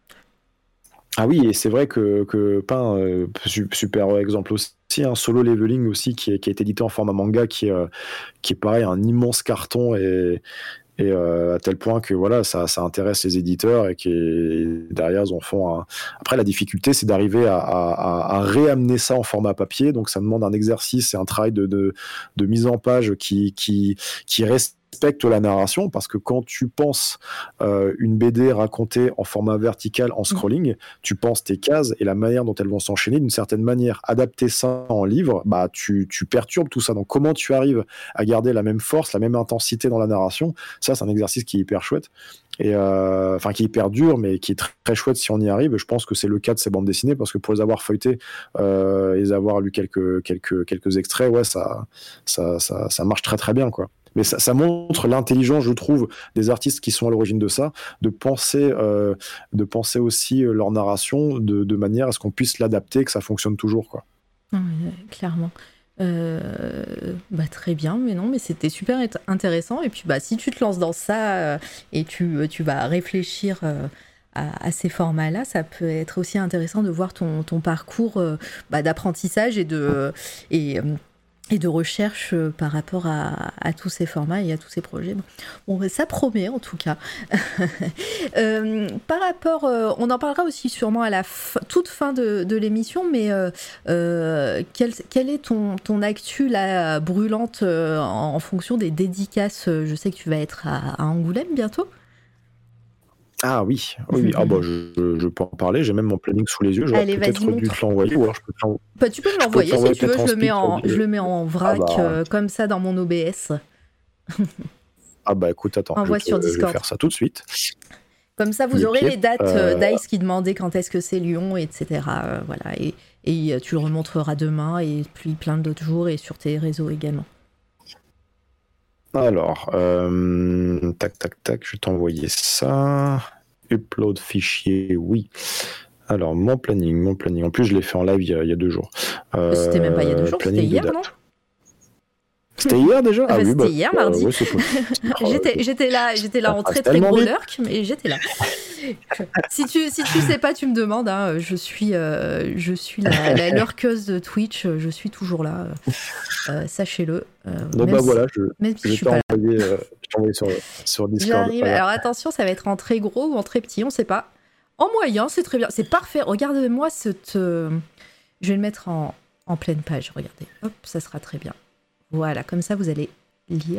Ah oui, et c'est vrai que Pain, super exemple aussi, un Solo Leveling aussi qui a été édité en format manga, qui est pareil, un immense carton, et à tel point que voilà, ça intéresse les éditeurs, et qui derrière ils en font Après, la difficulté, c'est d'arriver à réamener ça en format papier, donc ça demande un exercice et un travail de mise en page qui respecte la narration, parce que quand tu penses une BD racontée en format vertical, en scrolling, tu penses tes cases et la manière dont elles vont s'enchaîner d'une certaine manière. Adapter ça en livre, tu perturbes tout ça. Donc comment tu arrives à garder la même force, la même intensité dans la narration, ça c'est un exercice qui est hyper chouette, et qui est hyper dur, mais qui est très, très chouette si on y arrive. Et je pense que c'est le cas de ces bandes dessinées, parce que pour les avoir feuilletées et les avoir lu quelques extraits, ouais, ça marche très très bien, quoi. Mais ça montre l'intelligence, je trouve, des artistes qui sont à l'origine de ça, de penser aussi leur narration de manière à ce qu'on puisse l'adapter, que ça fonctionne toujours, quoi. Clairement. Très bien, mais c'était super intéressant. Et puis si tu te lances dans ça et tu vas réfléchir à ces formats-là, ça peut être aussi intéressant de voir ton parcours d'apprentissage et de recherche par rapport à tous ces formats et à tous ces projets. Bon, ça promet en tout cas. Par rapport, on en parlera aussi sûrement à la toute fin de l'émission, mais quelle est ton actu là, brûlante en fonction des dédicaces ? Je sais que tu vas être à Angoulême bientôt. Ah oui, oui. Ah bah je peux en parler, j'ai même mon planning sous les yeux, j'aurais Allez, peut-être vas-y, dû te montre. l'envoyer, ou alors je peux te l'envoyer. Bah, tu peux me Je peux te l'envoyer si l'envoyer tu veux, peut-être en speed sur je le mets en Ah vrac, bah, comme ça, dans mon OBS. écoute, attends, Envoie sur je vais Discord. faire ça tout de suite. Comme ça, vous Yep, aurez yep. les dates d'Ice qui demandait quand est-ce que c'est Lyon, etc. Voilà, et tu le remontreras demain, et puis plein d'autres jours, et sur tes réseaux également. Alors, tac, tac, tac, je vais t'envoyer ça. Upload fichier, oui. Alors, mon planning. En plus, je l'ai fait en live il y a 2 jours. C'était même pas il y a 2 jours, c'était planning de hier, date. non? C'était hier déjà? Ah bah, c'était hier, mardi. Ouais, c'est possible. J'étais là en très très tellement gros vite. lurk, mais j'étais là. Si tu sais pas, tu me demandes. Hein, je suis la lurkeuse de Twitch. Je suis toujours là. Sachez-le. Donc bah voilà, je même si je vais suis pas là. t'envoyer sur Discord. J'arrive. Voilà. Alors attention, ça va être en très gros ou en très petit, on sait pas. En moyen, c'est très bien. C'est parfait. Regardez-moi cette. Je vais le mettre en pleine page. Regardez. Hop, ça sera très bien. Voilà, comme ça vous allez lire.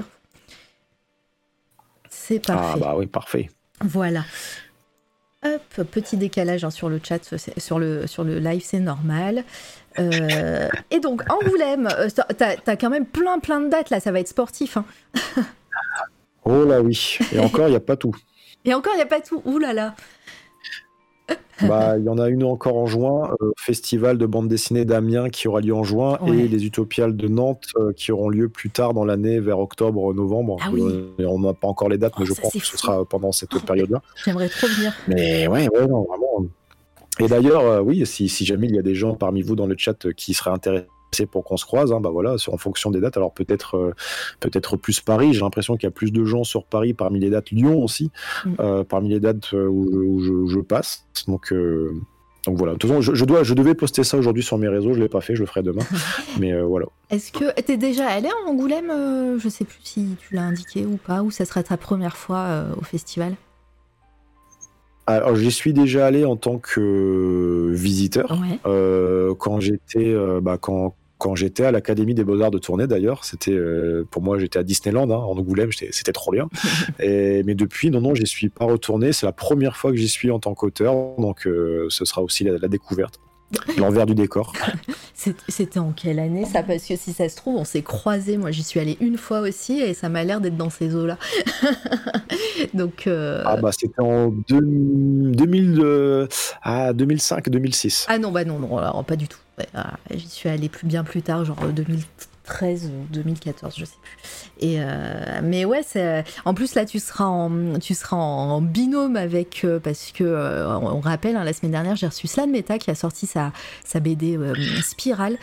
C'est parfait. Ah bah oui, parfait. Voilà. Hop, petit décalage hein, sur le chat, sur le live, c'est normal. Et donc, Angoulême, t'as quand même plein de dates là, ça va être sportif. Hein. Oh là oui, et encore, il n'y a pas tout. Et encore, il n'y a pas tout. Ouh là là. Bah, il y en a une encore en juin, festival de bande dessinée d'Amiens qui aura lieu en juin, Ouais. et les Utopiales de Nantes qui auront lieu plus tard dans l'année, vers octobre, novembre. Ah oui. Et on n'a pas encore les dates, mais je ça, pense c'est que ce fou. sera pendant cette période-là. J'aimerais trop venir. Mais ouais, non, vraiment. Et d'ailleurs, oui, si jamais il y a des gens parmi vous dans le chat qui seraient intéressés pour qu'on se croise, hein, bah voilà, en fonction des dates. Alors peut-être plus Paris. J'ai l'impression qu'il y a plus de gens sur Paris parmi les dates. Lyon aussi, parmi les dates où je passe. Donc voilà. De toute façon, je devais poster ça aujourd'hui sur mes réseaux. Je l'ai pas fait. Je le ferai demain. Mais voilà. Est-ce que t'es déjà allé en Angoulême? Je sais plus si tu l'as indiqué ou pas, ou ça sera ta première fois au festival. Alors, j'y suis déjà allé en tant que visiteur, Ouais. quand j'étais quand j'étais à l'Académie des Beaux-Arts de Tournai d'ailleurs. C'était pour moi, j'étais à Disneyland, hein, en Angoulême, c'était trop bien. Mais depuis, non, j'y suis pas retourné. C'est la première fois que j'y suis en tant qu'auteur, donc ce sera aussi la découverte, l'envers du décor. C'était en quelle année ça? Parce que si ça se trouve, on s'est croisés. Moi, j'y suis allée une fois aussi et ça m'a l'air d'être dans ces eaux-là. Donc. Ah bah c'était en 2005-2006. Ah non, non, alors pas du tout. Ouais, j'y suis allée bien plus tard, genre 2013 ou 2014, je sais plus. Mais ouais, en plus là, tu seras en binôme avec, parce que on rappelle, hein, la semaine dernière, j'ai reçu Slan Meta qui a sorti sa BD Spirale,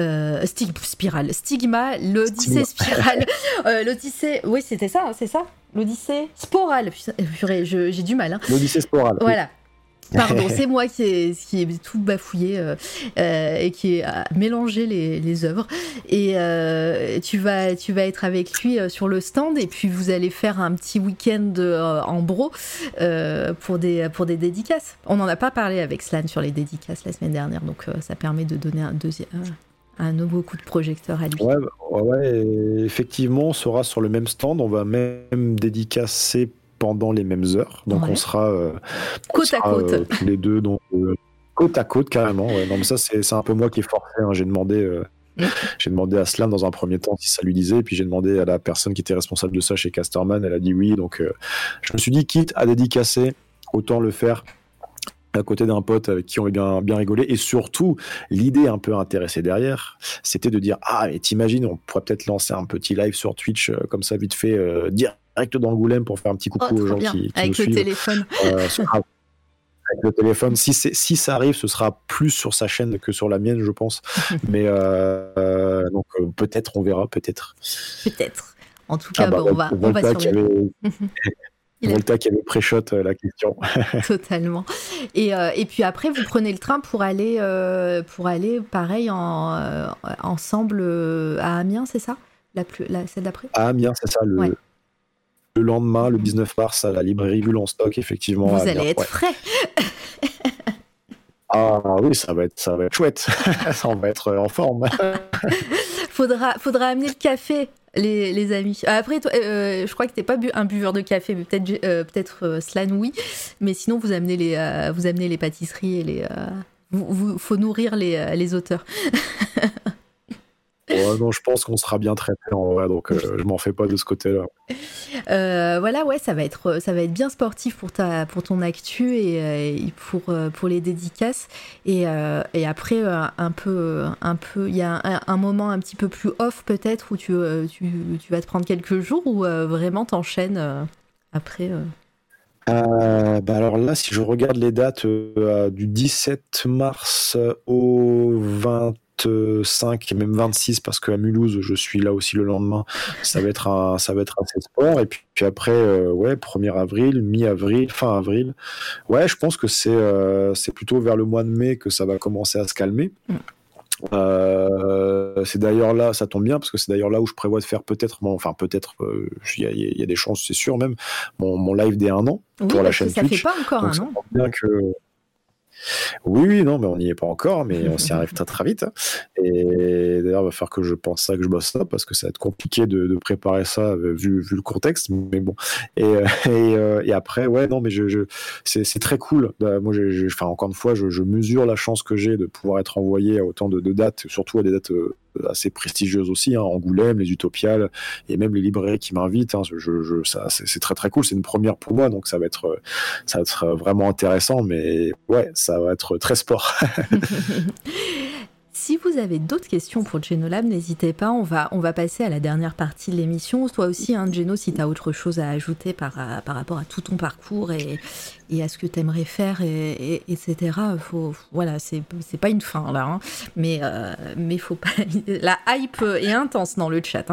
Stigma, l'Odyssée Spirale, l'Odyssée, oui, c'était ça, hein, c'est ça, l'Odyssée Sporale. Purée, j'ai du mal. Hein. L'Odyssée Sporale. Voilà. Pardon, c'est moi qui ai tout bafouillé et qui a mélangé les œuvres. Et tu vas être avec lui sur le stand et puis vous allez faire un petit week-end en bro pour des dédicaces. On n'en a pas parlé avec Slan sur les dédicaces la semaine dernière, donc ça permet de donner un nouveau coup de projecteur à lui. Ouais, effectivement, on sera sur le même stand. On va même dédicacer pendant les mêmes heures, donc on sera côte à côte tous les deux, donc côte à côte carrément. Ouais. Non mais ça c'est un peu moi qui ai forcé. Hein. J'ai demandé à Slam dans un premier temps si ça lui disait, et puis j'ai demandé à la personne qui était responsable de ça chez Casterman. Elle a dit oui, donc je me suis dit quitte à dédicacer, autant le faire à côté d'un pote avec qui on va bien rigoler. Et surtout, l'idée un peu intéressée derrière, c'était de dire mais t'imagines, on pourrait peut-être lancer un petit live sur Twitch comme ça vite fait, direct d'Angoulême pour faire un petit coucou aux gens qui avec nous suivent. Téléphone. Avec le téléphone. Si ça arrive, ce sera plus sur sa chaîne que sur la mienne, je pense. Mais donc peut-être, on verra, peut-être. Peut-être. En tout cas, on va surveiller. Volta qui avait pré-shot la question. Totalement. Et puis après, vous prenez le train pour aller pareil, ensemble à Amiens, c'est ça? Celle d'après? À Amiens, c'est ça, le lendemain, le 19 mars, à la librairie Bulle en stock, effectivement. Vous allez être frais. Ah oui, ça va être chouette. Ça, on va être en forme. Faudra amener le café les amis. Après, toi, je crois que t'es pas un buveur de café, mais peut-être Slan, oui. Mais sinon, vous amenez les pâtisseries et faut nourrir les auteurs. Non, je pense qu'on sera bien traité en vrai, donc je m'en fais pas de ce côté-là. Voilà, ouais, ça va être bien sportif pour ton actu et pour les dédicaces. Et après, il y a un moment un petit peu plus off peut-être où tu vas te prendre quelques jours ou vraiment t'enchaînes après. Alors là, si je regarde les dates du 17 mars au 25 et même 26, parce qu'à Mulhouse, je suis là aussi le lendemain, ça va être assez sport. Et puis après, 1er avril, mi-avril, fin avril. Ouais, je pense que c'est plutôt vers le mois de mai que ça va commencer à se calmer. C'est d'ailleurs là, ça tombe bien parce que c'est d'ailleurs là où je prévois de faire peut-être, il y a des chances, c'est sûr même, mon live des 1 an pour la chaîne ça Twitch. Fait pas encore donc, un an. Bien que oui, non, mais on n'y est pas encore, mais on s'y arrive très très vite. Et d'ailleurs, il va falloir que je pense ça, que je bosse ça, parce que ça va être compliqué de préparer ça vu le contexte. Mais bon. Et après, ouais, non, mais c'est très cool. Moi, encore une fois, je mesure la chance que j'ai de pouvoir être envoyé à autant de dates, surtout à des dates assez prestigieuses aussi, Angoulême, les Utopiales et même les librairies qui m'invitent. C'est très très cool. C'est une première pour moi, donc ça va être vraiment intéressant. Mais ouais, ça va être très sport. Si vous avez d'autres questions pour Genolab, n'hésitez pas, on va passer à la dernière partie de l'émission. Toi aussi, Geno, si tu as autre chose à ajouter par rapport à tout ton parcours et à ce que tu aimerais faire, etc. Voilà, c'est pas une fin là, mais faut pas. La hype est intense dans le chat.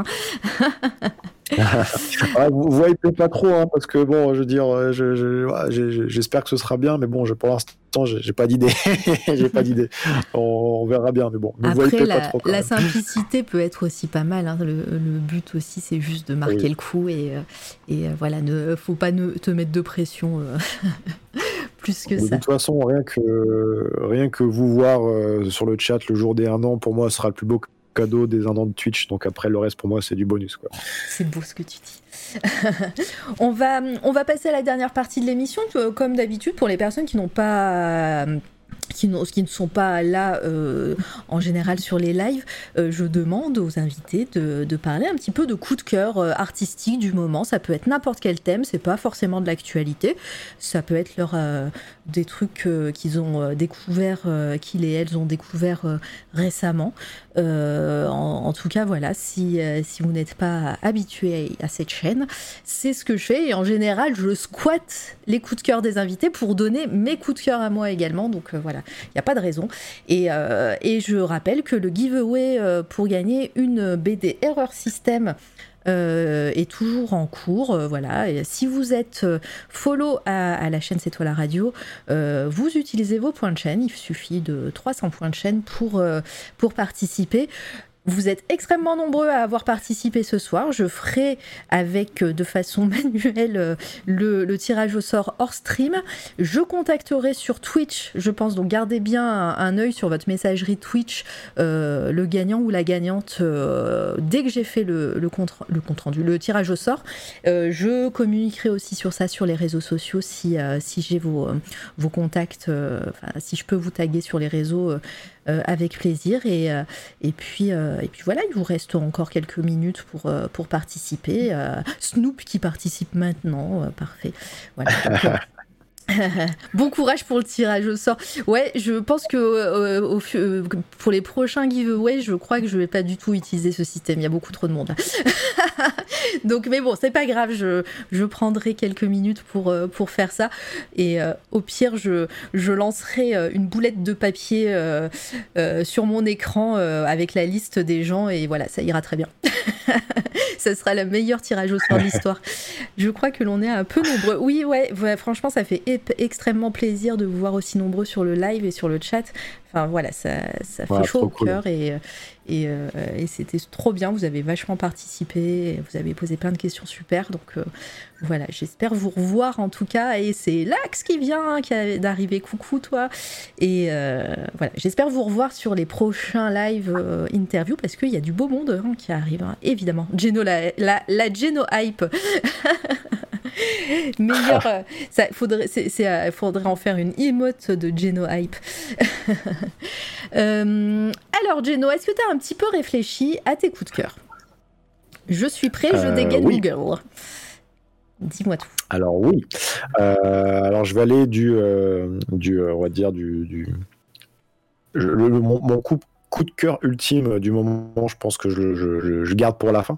Vous hypez pas trop, parce que bon, je veux dire, j'espère que ce sera bien, mais bon, pour l'instant, j'ai pas d'idée. J'ai pas d'idée. On verra bien, mais bon. Après, pas trop, la simplicité peut être aussi pas mal. Le but aussi, c'est juste de marquer le coup et voilà, faut pas te mettre de pression plus que ça. De toute façon, rien que vous voir sur le chat le jour des 1 an, pour moi, ce sera le plus beau cadeau des 1 an de Twitch, donc après le reste pour moi c'est du bonus, quoi. C'est beau ce que tu dis. on va passer à la dernière partie de l'émission, comme d'habitude, pour les personnes qui ne sont pas là en général sur les lives, je demande aux invités de parler un petit peu de coup de cœur artistique du moment. Ça peut être n'importe quel thème, c'est pas forcément de l'actualité, ça peut être des trucs qu'ils ont découvert, qu'ils et elles ont découvert récemment. En tout cas, voilà, si vous n'êtes pas habitué à cette chaîne, c'est ce que je fais, et en général je squatte les coups de cœur des invités pour donner mes coups de cœur à moi également, donc voilà, il n'y a pas de raison. Et je rappelle que le giveaway pour gagner une BD Erreur System est toujours en cours, voilà. Et si vous êtes follow à la chaîne C'est toi la radio, vous utilisez vos points de chaîne, il suffit de 300 points de chaîne pour participer. Vous êtes extrêmement nombreux à avoir participé ce soir. Je ferai de façon manuelle le tirage au sort hors stream. Je contacterai sur Twitch, je pense, donc gardez bien un œil sur votre messagerie Twitch, le gagnant ou la gagnante dès que j'ai fait le compte rendu, le tirage au sort. Je communiquerai aussi sur ça sur les réseaux sociaux si j'ai vos contacts, si je peux vous taguer sur les réseaux. Avec plaisir, et puis voilà, il vous reste encore quelques minutes pour participer. Snoop qui participe maintenant, parfait. Voilà. Bon courage pour le tirage au sort. Ouais, je pense que pour les prochains giveaways, je crois que je vais pas du tout utiliser ce système. Il y a beaucoup trop de monde. Donc, mais bon, c'est pas grave. Je prendrai quelques minutes pour faire ça. Et au pire, je lancerai une boulette de papier sur mon écran avec la liste des gens, et voilà, ça ira très bien. Ça sera le meilleur tirage au sort de l'histoire. Je crois que l'on est un peu nombreux. Oui, ouais, franchement, ça fait fait extrêmement plaisir de vous voir aussi nombreux sur le live et sur le chat. Enfin voilà, ça fait chaud au cœur et c'était trop bien. Vous avez vachement participé, vous avez posé plein de questions super. Donc voilà, j'espère vous revoir en tout cas. Et c'est Lax qui vient d'arriver. Coucou toi. Et voilà, j'espère vous revoir sur les prochains live interviews parce qu'il y a du beau monde qui arrive, hein, évidemment. Geno, la Geno hype. Meilleur, faudrait en faire une emote de Geno hype. Alors Geno, est-ce que tu as un petit peu réfléchi à tes coups de cœur? Je suis prêt, je dégaine Google. Dis-moi tout. Alors oui. Alors je vais aller on va dire mon coup de cœur ultime du moment, je pense que je garde pour la fin.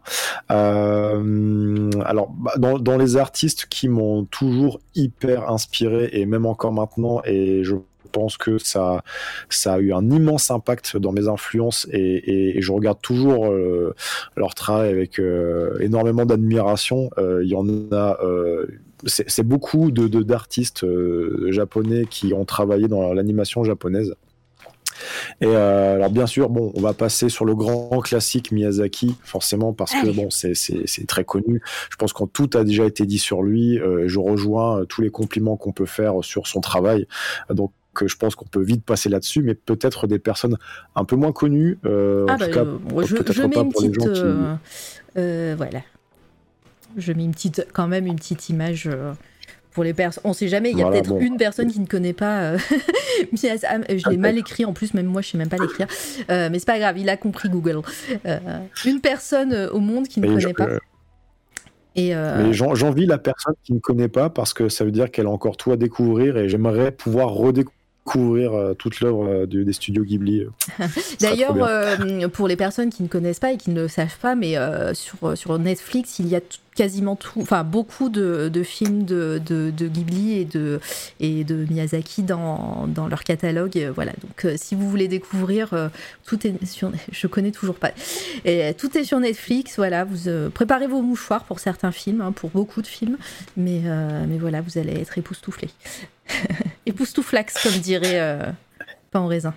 Alors, dans les artistes qui m'ont toujours hyper inspiré, et même encore maintenant, et je pense que ça a eu un immense impact dans mes influences, et je regarde toujours leur travail avec énormément d'admiration. Il y en a... c'est beaucoup d'artistes japonais qui ont travaillé dans l'animation japonaise. Et alors bien sûr, bon, on va passer sur le grand classique Miyazaki, forcément, parce que bon, c'est très connu. Je pense que tout a déjà été dit sur lui. Je rejoins tous les compliments qu'on peut faire sur son travail. Donc je pense qu'on peut vite passer là-dessus, mais peut-être des personnes un peu moins connues. En tout cas, je mets une petite, voilà. Je mets quand même une petite image. Pour les personnes, on sait jamais, il y a peut-être une personne qui ne connaît pas je l'ai mal écrit en plus, même moi je sais même pas l'écrire, mais c'est pas grave, il a compris Google. Une personne au monde qui ne connaît pas. Mais j'envie la personne qui ne connaît pas parce que ça veut dire qu'elle a encore tout à découvrir et j'aimerais pouvoir redécouvrir toute l'œuvre des studios Ghibli. D'ailleurs, pour les personnes qui ne connaissent pas et qui ne le savent pas, mais sur Netflix, il y a quasiment beaucoup de films de Ghibli et de Miyazaki dans leur catalogue. Voilà. Donc, si vous voulez découvrir, tout est sur. Je connais toujours pas. Et tout est sur Netflix. Voilà. Vous préparez vos mouchoirs pour certains films, pour beaucoup de films, mais voilà, vous allez être époustouflés. Époustouflax, comme dirait pas en raisin.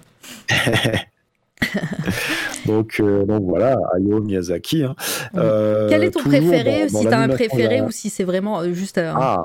donc voilà, Hayao Miyazaki. Hein. Quel est ton préféré, si t'as un préféré ou si c'est vraiment juste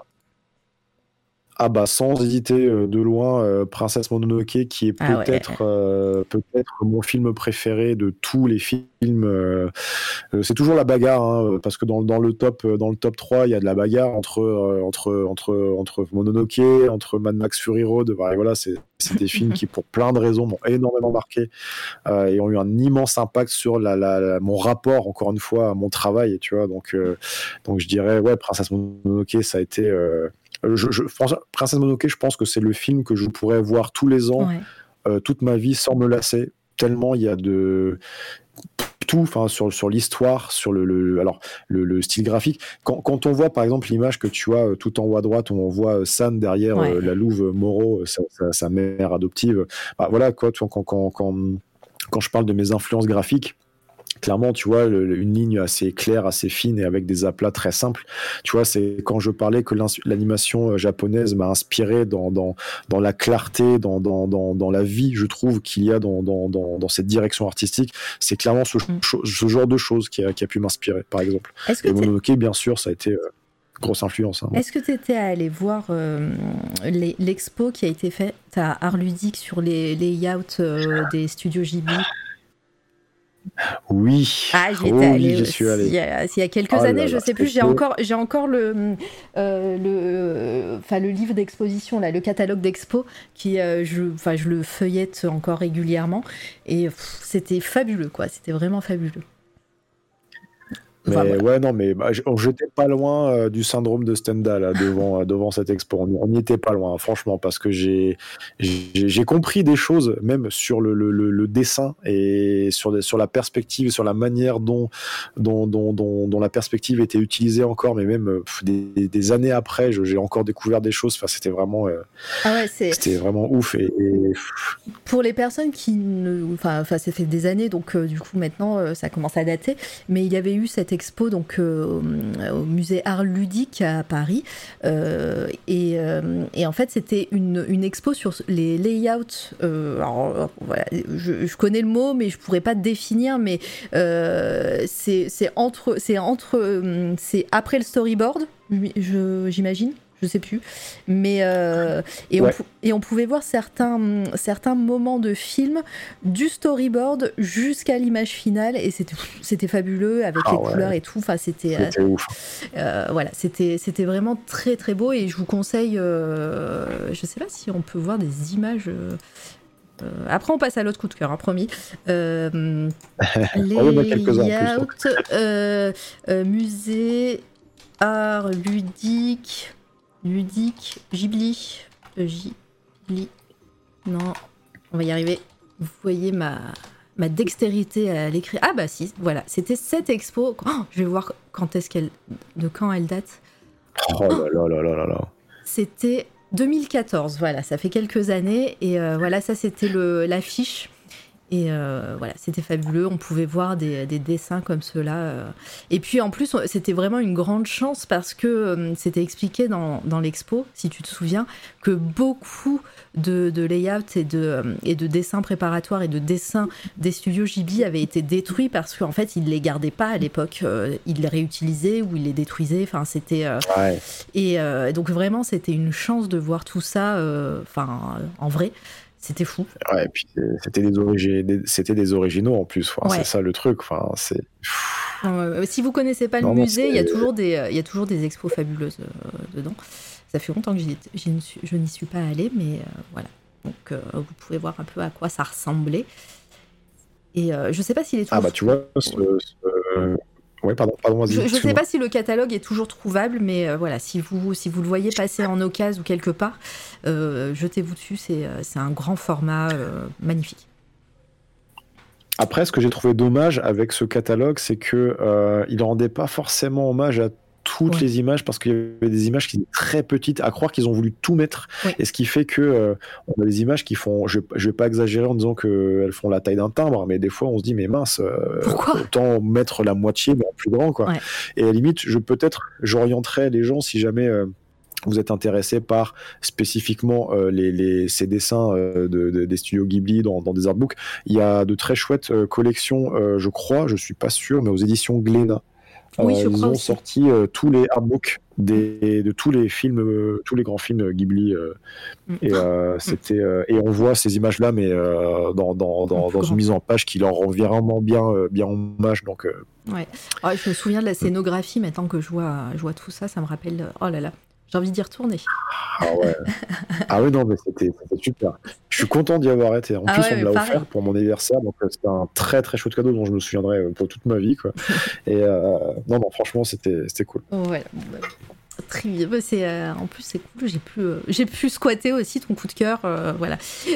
sans hésiter de loin, Princesse Mononoke, qui est peut-être mon film préféré de tous les films. C'est toujours la bagarre, hein, parce que dans le top 3, il y a de la bagarre entre Mononoke, entre Mad Max Fury Road. Voilà, c'est des films qui, pour plein de raisons, m'ont énormément marqué et ont eu un immense impact sur mon rapport, encore une fois, à mon travail. Tu vois, donc je dirais, Princesse Mononoke, ça a été... Princesse Mononoke, je pense que c'est le film que je pourrais voir tous les ans, toute ma vie, sans me lasser, tellement il y a de tout, sur l'histoire, sur le style graphique. Quand on voit par exemple l'image que tu as tout en haut à droite, où on voit San derrière la louve Moro, sa mère adoptive. Voilà quoi, quand je parle de mes influences graphiques, clairement, tu vois, une ligne assez claire, assez fine et avec des aplats très simples. Tu vois, c'est quand je parlais que l'animation japonaise m'a inspiré dans la clarté, dans la vie, je trouve, qu'il y a dans cette direction artistique. C'est clairement ce genre de choses qui a pu m'inspirer, par exemple. Et Mononoke, bien sûr, ça a été... grosse influence. Hein. Est-ce que tu étais allé voir l'expo qui a été faite à Art Ludique sur les layouts des studios Ghibli? Oui. J'y suis allé. Il y a quelques années, je sais plus. J'ai encore le livre d'exposition là, le catalogue d'expo qui je le feuillette encore régulièrement c'était fabuleux quoi. C'était vraiment fabuleux. Mais j'étais pas loin du syndrome de Stendhal là, devant cette expo. On n'y était pas loin, franchement, parce que j'ai compris des choses, même sur le dessin et sur la perspective, sur la manière dont la perspective était utilisée encore, mais même des années après, j'ai encore découvert des choses. Enfin, c'était vraiment, c'était vraiment ouf. Et pour les personnes qui ça fait des années, donc du coup maintenant ça commence à dater, mais il y avait eu cette cette expo donc au musée Art Ludique à Paris et en fait c'était une expo sur les layouts. Alors voilà, je connais le mot mais je pourrais pas te définir, mais c'est après le storyboard, j'imagine. Je sais plus, mais et on pouvait voir certains moments de film du storyboard jusqu'à l'image finale, et c'était fabuleux avec les couleurs et tout. Enfin, c'était ouf. Voilà, c'était vraiment très très beau, et je vous conseille. Je sais pas si on peut voir des images. Après, on passe à l'autre coup de cœur, hein, promis. Les layouts, musée, art ludique, Ghibli. Non, on va y arriver. Vous voyez ma dextérité à l'écrire. Ah bah si, voilà, c'était cette expo. Oh, je vais voir de quand elle date. Oh là. C'était 2014, voilà, ça fait quelques années, et voilà, ça c'était l'affiche, et voilà, c'était fabuleux, on pouvait voir des dessins comme ceux-là, et puis en plus c'était vraiment une grande chance parce que c'était expliqué dans l'expo, si tu te souviens, que beaucoup de layouts et de dessins préparatoires et de dessins des studios Ghibli avaient été détruits parce qu'en fait ils les gardaient pas à l'époque, ils les réutilisaient ou ils les détruisaient, enfin c'était et donc vraiment c'était une chance de voir tout ça en vrai. C'était fou. Ouais, et puis c'était des originaux en plus. Enfin, c'est ça le truc. Enfin, c'est. Si vous connaissez pas le musée, il y a toujours des expos fabuleuses dedans. Ça fait longtemps que je n'y suis pas allée, mais voilà. Donc vous pouvez voir un peu à quoi ça ressemblait. Et je sais pas s'il est toujours. Ah bah tu vois. Ouais, pardon, vas-y. Je sais pas si le catalogue est toujours trouvable, mais voilà, si vous le voyez passer en occasion ou quelque part, jetez-vous dessus, c'est un grand format magnifique. Après, ce que j'ai trouvé dommage avec ce catalogue, c'est que il ne rendait pas forcément hommage à toutes les images, parce qu'il y avait des images qui étaient très petites, à croire qu'ils ont voulu tout mettre, et ce qui fait que on a des images qui font, je vais pas exagérer en disant qu'elles font la taille d'un timbre, mais des fois on se dit mais mince, autant mettre la moitié mais en plus grand, quoi. Et à la limite, j'orienterais les gens, si jamais vous êtes intéressé par spécifiquement ces dessins des studios Ghibli dans des artbooks, il y a de très chouettes collections, je suis pas sûr, mais aux éditions Glénat. Ils ont sorti tous les artbooks de tous les films, tous les grands films Ghibli, et et on voit ces images-là, mais dans une mise en page qui leur rend vraiment bien hommage. Donc, je me souviens de la scénographie. Maintenant que je vois tout ça, ça me rappelle. Oh là là. J'ai envie d'y retourner. Ah ouais, non, mais c'était super. Je suis content d'y avoir été. En plus, on me l'a offert pour mon anniversaire, donc c'était un très très chouette cadeau dont je me souviendrai pour toute ma vie, quoi. Et non, franchement, c'était cool. Ouais, très bien. En plus, c'est cool. J'ai pu squatter aussi ton coup de cœur, voilà.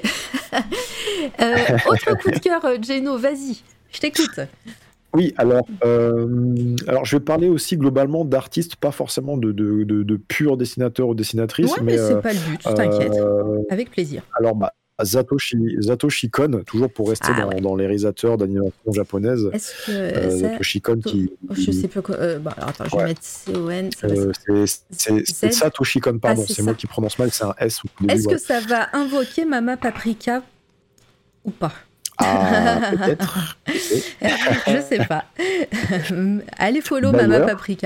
Autre coup de cœur, Jeno, vas-y, je t'écoute. Oui, alors je vais parler aussi globalement d'artistes, pas forcément de purs dessinateurs ou dessinatrices. Ouais, mais c'est pas le but, t'inquiète, avec plaisir. Alors, Satoshi Kon, toujours pour rester dans les réalisateurs d'animation japonaise. Est-ce que Satoshi Kon je sais pas quoi. Attends, je vais mettre C-O-N. C'est Satoshi Kon, pardon, c'est moi qui prononce mal, c'est un S. Est-ce que ça va invoquer Mama Paprika ou pas? Ah, peut-être. Je sais pas. Allez follow Mama Paprika.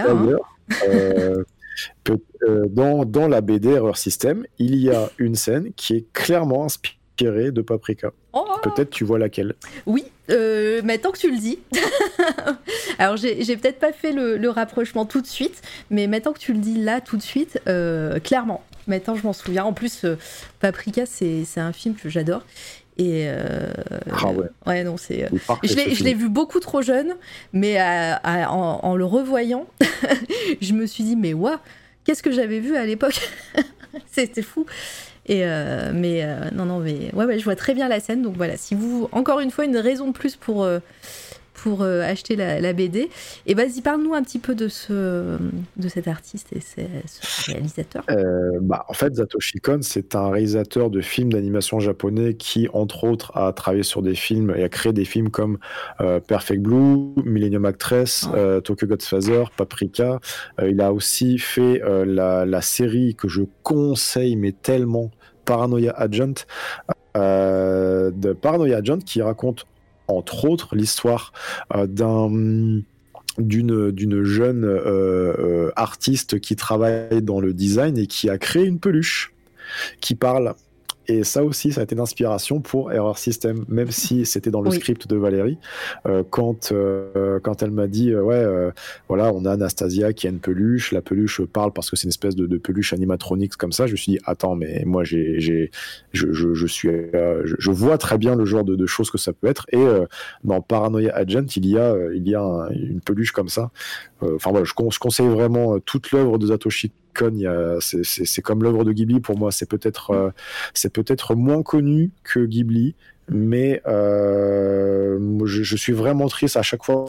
Dans la BD Error System, il y a une scène qui est clairement inspirée de Paprika. Peut-être tu vois laquelle. Oui, maintenant que tu le dis. Alors j'ai peut-être pas fait le rapprochement tout de suite, mais maintenant que tu le dis là tout de suite, clairement. Maintenant je m'en souviens. En plus, Paprika c'est un film que j'adore. Et non, c'est. Je l'ai vu beaucoup trop jeune, mais en le revoyant, je me suis dit mais qu'est-ce que j'avais vu à l'époque. C'était fou. Et mais je vois très bien la scène. Donc voilà, si vous, encore une fois, une raison de plus pour pour acheter la BD. Et vas-y, parle-nous un petit peu de cet artiste et ce réalisateur. En fait, Satoshi Kon, c'est un réalisateur de films d'animation japonais qui, entre autres, a travaillé sur des films et a créé des films comme Perfect Blue, Millennium Actress, Tokyo Godfather, Paprika. Il a aussi fait la série que je conseille, mais tellement, Paranoia Agent, de Paranoia Agent, qui raconte entre autres l'histoire d'une jeune artiste qui travaille dans le design et qui a créé une peluche qui parle. Et ça aussi, ça a été une inspiration pour Error System, même si c'était dans le script de Valérie. Quand elle m'a dit, voilà, on a Anastasia qui a une peluche, la peluche parle parce que c'est une espèce de peluche animatronique comme ça, je me suis dit, attends, mais moi, je vois très bien le genre de choses que ça peut être. Et dans Paranoia Agent, il y a une peluche comme ça. Enfin voilà, je conseille vraiment toute l'œuvre de Satoshi Kon. C'est comme l'œuvre de Ghibli pour moi. C'est peut-être moins connu que Ghibli, mais je suis vraiment triste à chaque fois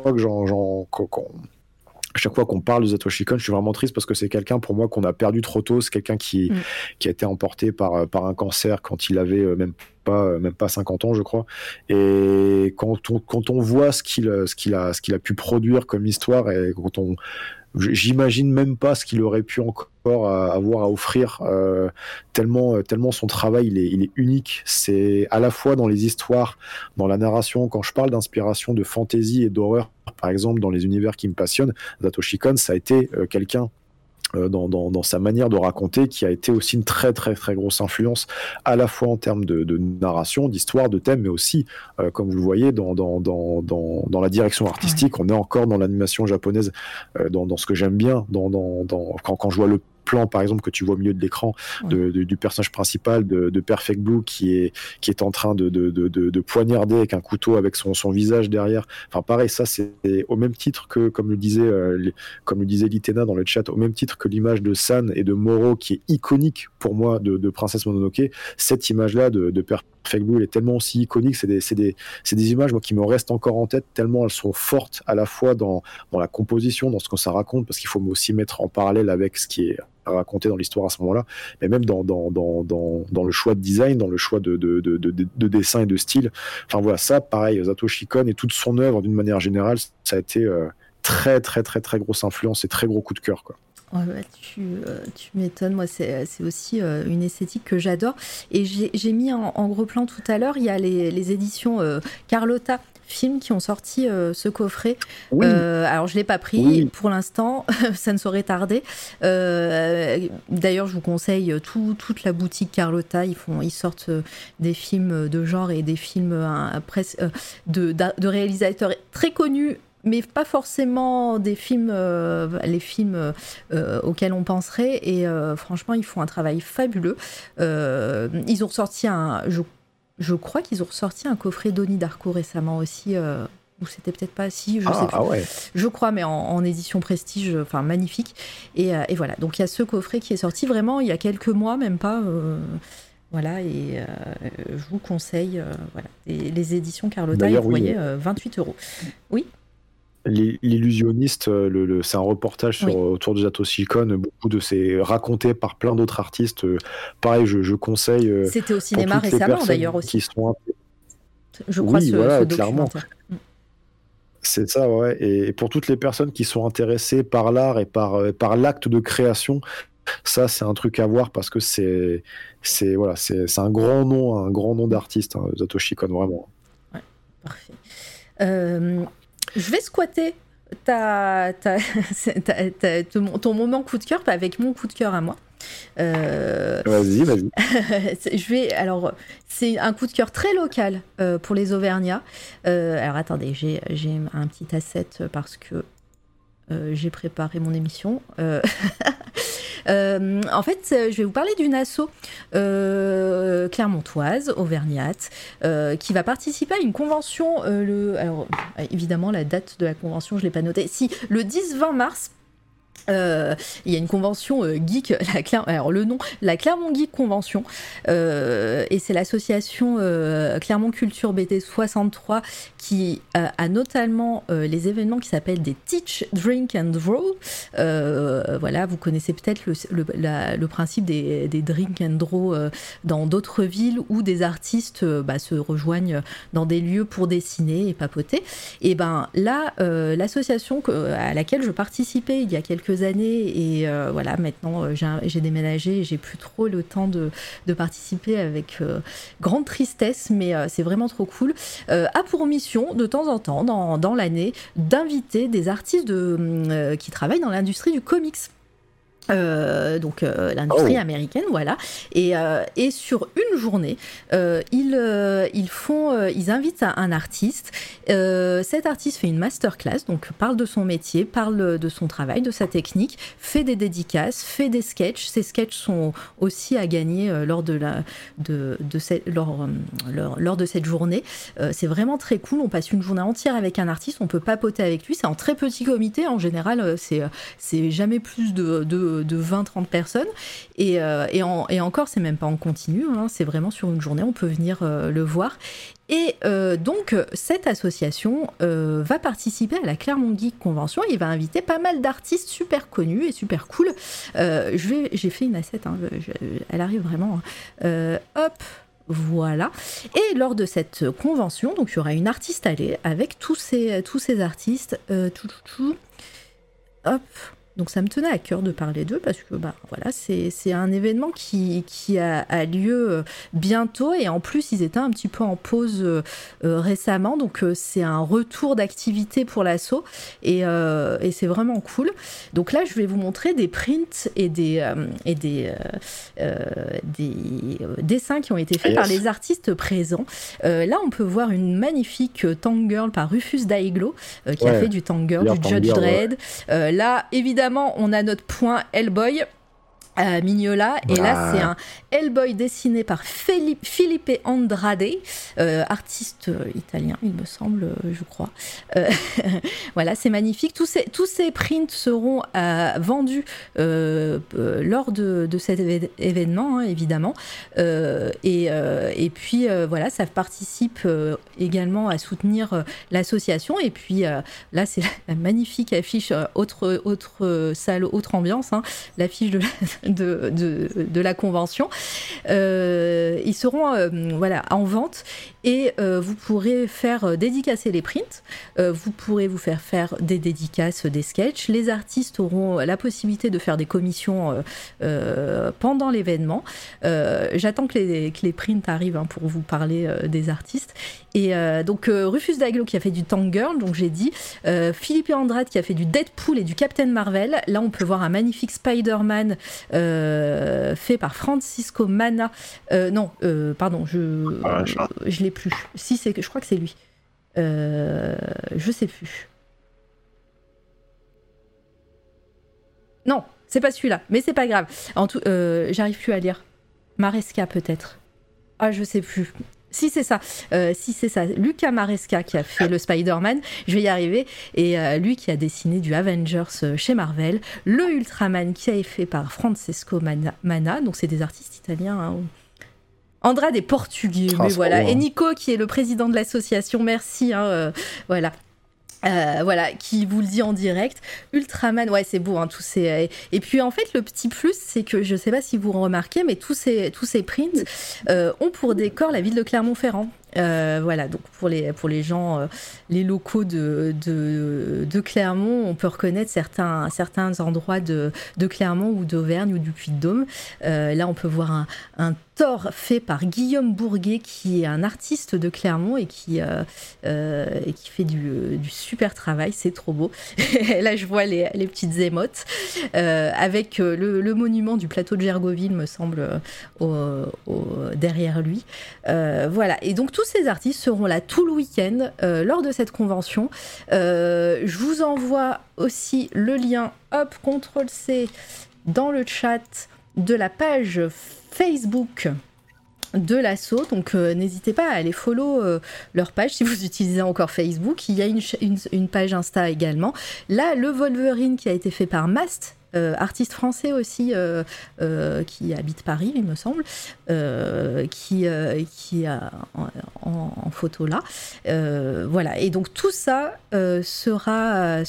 qu'on parle de Satoshi Kon. Je suis vraiment triste parce que c'est quelqu'un pour moi qu'on a perdu trop tôt. C'est quelqu'un qui a été emporté par un cancer quand il avait même pas 50 ans, je crois. Et quand on voit ce qu'il a pu produire comme histoire, et j'imagine même pas ce qu'il aurait pu encore avoir à offrir, tellement son travail il est unique. C'est à la fois dans les histoires, dans la narration. Quand je parle d'inspiration de fantasy et d'horreur, par exemple, dans les univers qui me passionnent, Satoshi Kon, ça a été quelqu'un dans sa manière de raconter, qui a été aussi une très très très grosse influence, à la fois en termes de narration, d'histoire, de thème, mais aussi, comme vous le voyez, dans la direction artistique. On est encore dans l'animation japonaise, dans ce que j'aime bien, quand je vois le plan, par exemple, que tu vois au milieu de l'écran du personnage principal de Perfect Blue qui est en train de poignarder avec un couteau avec son visage derrière. Enfin pareil, ça c'est au même titre que, comme le disait Litena dans le chat, au même titre que l'image de San et de Moro qui est iconique pour moi de Princesse Mononoke. Cette image-là de Perfect Blue, elle est tellement aussi iconique. C'est des images, moi, qui me restent encore en tête tellement elles sont fortes, à la fois dans la composition, dans ce que ça raconte, parce qu'il faut aussi mettre en parallèle avec ce qui est raconté dans l'histoire à ce moment-là, mais même dans le choix de design, dans le choix de dessin et de style. Enfin voilà, ça, pareil, Satoshi Kon et toute son œuvre d'une manière générale, ça a été très très très très grosse influence et très gros coup de cœur, quoi. Ouais, tu m'étonnes, moi c'est aussi une esthétique que j'adore, et j'ai mis en gros plan tout à l'heure, il y a les éditions Carlotta Film qui ont sorti ce coffret. Oui. Alors je l'ai pas pris pour l'instant, ça ne saurait tarder. D'ailleurs je vous conseille toute la boutique Carlotta, ils sortent des films de genre et des films de réalisateurs très connus, mais pas forcément des films, les films auxquels on penserait. Et franchement, ils font un travail fabuleux. Ils ont ressorti je crois qu'ils ont ressorti un coffret Donnie Darko récemment aussi, ou c'était peut-être pas si, je sais plus. Ouais. Je crois, mais en édition prestige, enfin magnifique. Et voilà, donc il y a ce coffret qui est sorti vraiment il y a quelques mois, même pas. Voilà, et je vous conseille voilà, les éditions Carlotta, vous voyez, 28 €. Oui. L'illusionniste, c'est un reportage autour de Satoshi Kon, beaucoup de ces racontés par plein d'autres artistes. Pareil, je conseille. C'était au cinéma récemment d'ailleurs aussi. Je crois ce documentaire. C'est ça, ouais. Et pour toutes les personnes qui sont intéressées par l'art et par l'acte de création, ça c'est un truc à voir parce que c'est un grand nom d'artiste, hein, Satoshi Kon, vraiment. Ouais, parfait. Je vais squatter ton moment coup de cœur avec mon coup de cœur à moi. Vas-y. Alors, c'est un coup de cœur très local pour les Auvergnats. Alors, attendez, j'ai un petit asset parce que j'ai préparé mon émission. En fait, je vais vous parler d'une asso clermontoise, auvergnate, qui va participer à une convention. Alors, évidemment, la date de la convention, je ne l'ai pas notée. Si, le 10-20 mars. il y a une convention geek, alors le nom, la Clermont Geek Convention, et c'est l'association Clermont Culture BT 63 qui a notamment les événements qui s'appellent des Teach, Drink and Draw. Voilà, vous connaissez peut-être le principe des Drink and Draw dans d'autres villes où des artistes se rejoignent dans des lieux pour dessiner et papoter. Et ben là, l'association à laquelle je participais il y a quelques années, et voilà, maintenant j'ai déménagé et j'ai plus trop le temps de participer, avec grande tristesse, mais c'est vraiment trop cool, a pour mission de temps en temps dans l'année d'inviter des artistes qui travaillent dans l'industrie du comics. Donc l'industrie américaine, voilà, et sur une journée ils invitent un artiste. Cet artiste fait une masterclass, donc parle de son métier, parle de son travail, de sa technique, fait des dédicaces, fait des sketchs. Ces sketchs sont aussi à gagner lors de cette journée. C'est vraiment très cool. On passe une journée entière avec un artiste, on peut papoter avec lui. C'est en très petit comité, en général c'est jamais plus de 20-30 personnes, et encore c'est même pas en continu, hein, c'est vraiment sur une journée, on peut venir le voir. Et donc cette association va participer à la Clermont Geek Convention, et il va inviter pas mal d'artistes super connus et super cool. J'ai fait une asset, hein, elle arrive vraiment, hop, voilà. Et lors de cette convention, donc il y aura une artiste allée avec tous ces artistes, hop. Donc ça me tenait à cœur de parler d'eux, parce que voilà, c'est un événement qui a lieu bientôt, et en plus ils étaient un petit peu en pause récemment, donc c'est un retour d'activité pour l'asso, et c'est vraiment cool. Donc là je vais vous montrer des prints et des dessins qui ont été faits par les artistes présents. Là on peut voir une magnifique Tank Girl par Rufus Daiglo, qui a fait du Tank Girl, du Judge Dredd. Là évidemment on a notre point Hellboy, Mignola, et là c'est un Hellboy dessiné par Felipe Andrade, artiste italien il me semble, je crois. Voilà, c'est magnifique. Tous ces prints seront vendus lors de cet événement, hein, évidemment, et puis voilà, ça participe également à soutenir l'association. Et puis là c'est la magnifique affiche, autre salle, autre ambiance, hein, l'affiche de la convention. Ils seront voilà, en vente, et vous pourrez faire dédicacer les prints, vous pourrez vous faire des dédicaces, des sketchs. Les artistes auront la possibilité de faire des commissions pendant l'événement. J'attends que les prints arrivent, hein, pour vous parler des artistes. Et donc Rufus Daiglo qui a fait du Tank Girl, donc j'ai dit, Felipe Andrade qui a fait du Deadpool et du Captain Marvel. Là on peut voir un magnifique Spider-Man fait par Francisco Mana. Pardon, je l'ai plus. Si, je crois que c'est lui. Je sais plus. Non, c'est pas celui-là, mais c'est pas grave. J'arrive plus à lire. Maresca peut-être. Ah, je sais plus. Si c'est ça, Luca Maresca qui a fait le Spider-Man, je vais y arriver, et lui qui a dessiné du Avengers chez Marvel, le Ultraman qui a été fait par Francesco Mana, donc c'est des artistes italiens, hein. Andrade est portugais, mais voilà, et Nico qui est le président de l'association, merci, hein, voilà. Voilà, qui vous le dit en direct. Ultraman, ouais, c'est beau, hein, tous ces. Et puis en fait, le petit plus, c'est que je sais pas si vous remarquez, mais tous ces prints ont pour décor la ville de Clermont-Ferrand. Voilà, donc pour les gens, les locaux de Clermont, on peut reconnaître certains endroits de Clermont ou d'Auvergne ou du Puy-de-Dôme. Là, on peut voir un Thor fait par Guillaume Bourguet, qui est un artiste de Clermont et qui fait du super travail, c'est trop beau. Là, je vois les petites émotes avec le monument du plateau de Gergoville, me semble, derrière lui. Voilà, et donc tous ces artistes seront là tout le week-end lors de cette convention. Je vous envoie aussi le lien, hop, CTRL-C, dans le chat de la page Facebook de l'assaut. Donc n'hésitez pas à aller follow leur page si vous utilisez encore Facebook. Il y a une page Insta également. Là, le Wolverine qui a été fait par Mast, artiste français aussi qui habite Paris, il me semble, qui est en photo là. Voilà. Et donc tout ça sera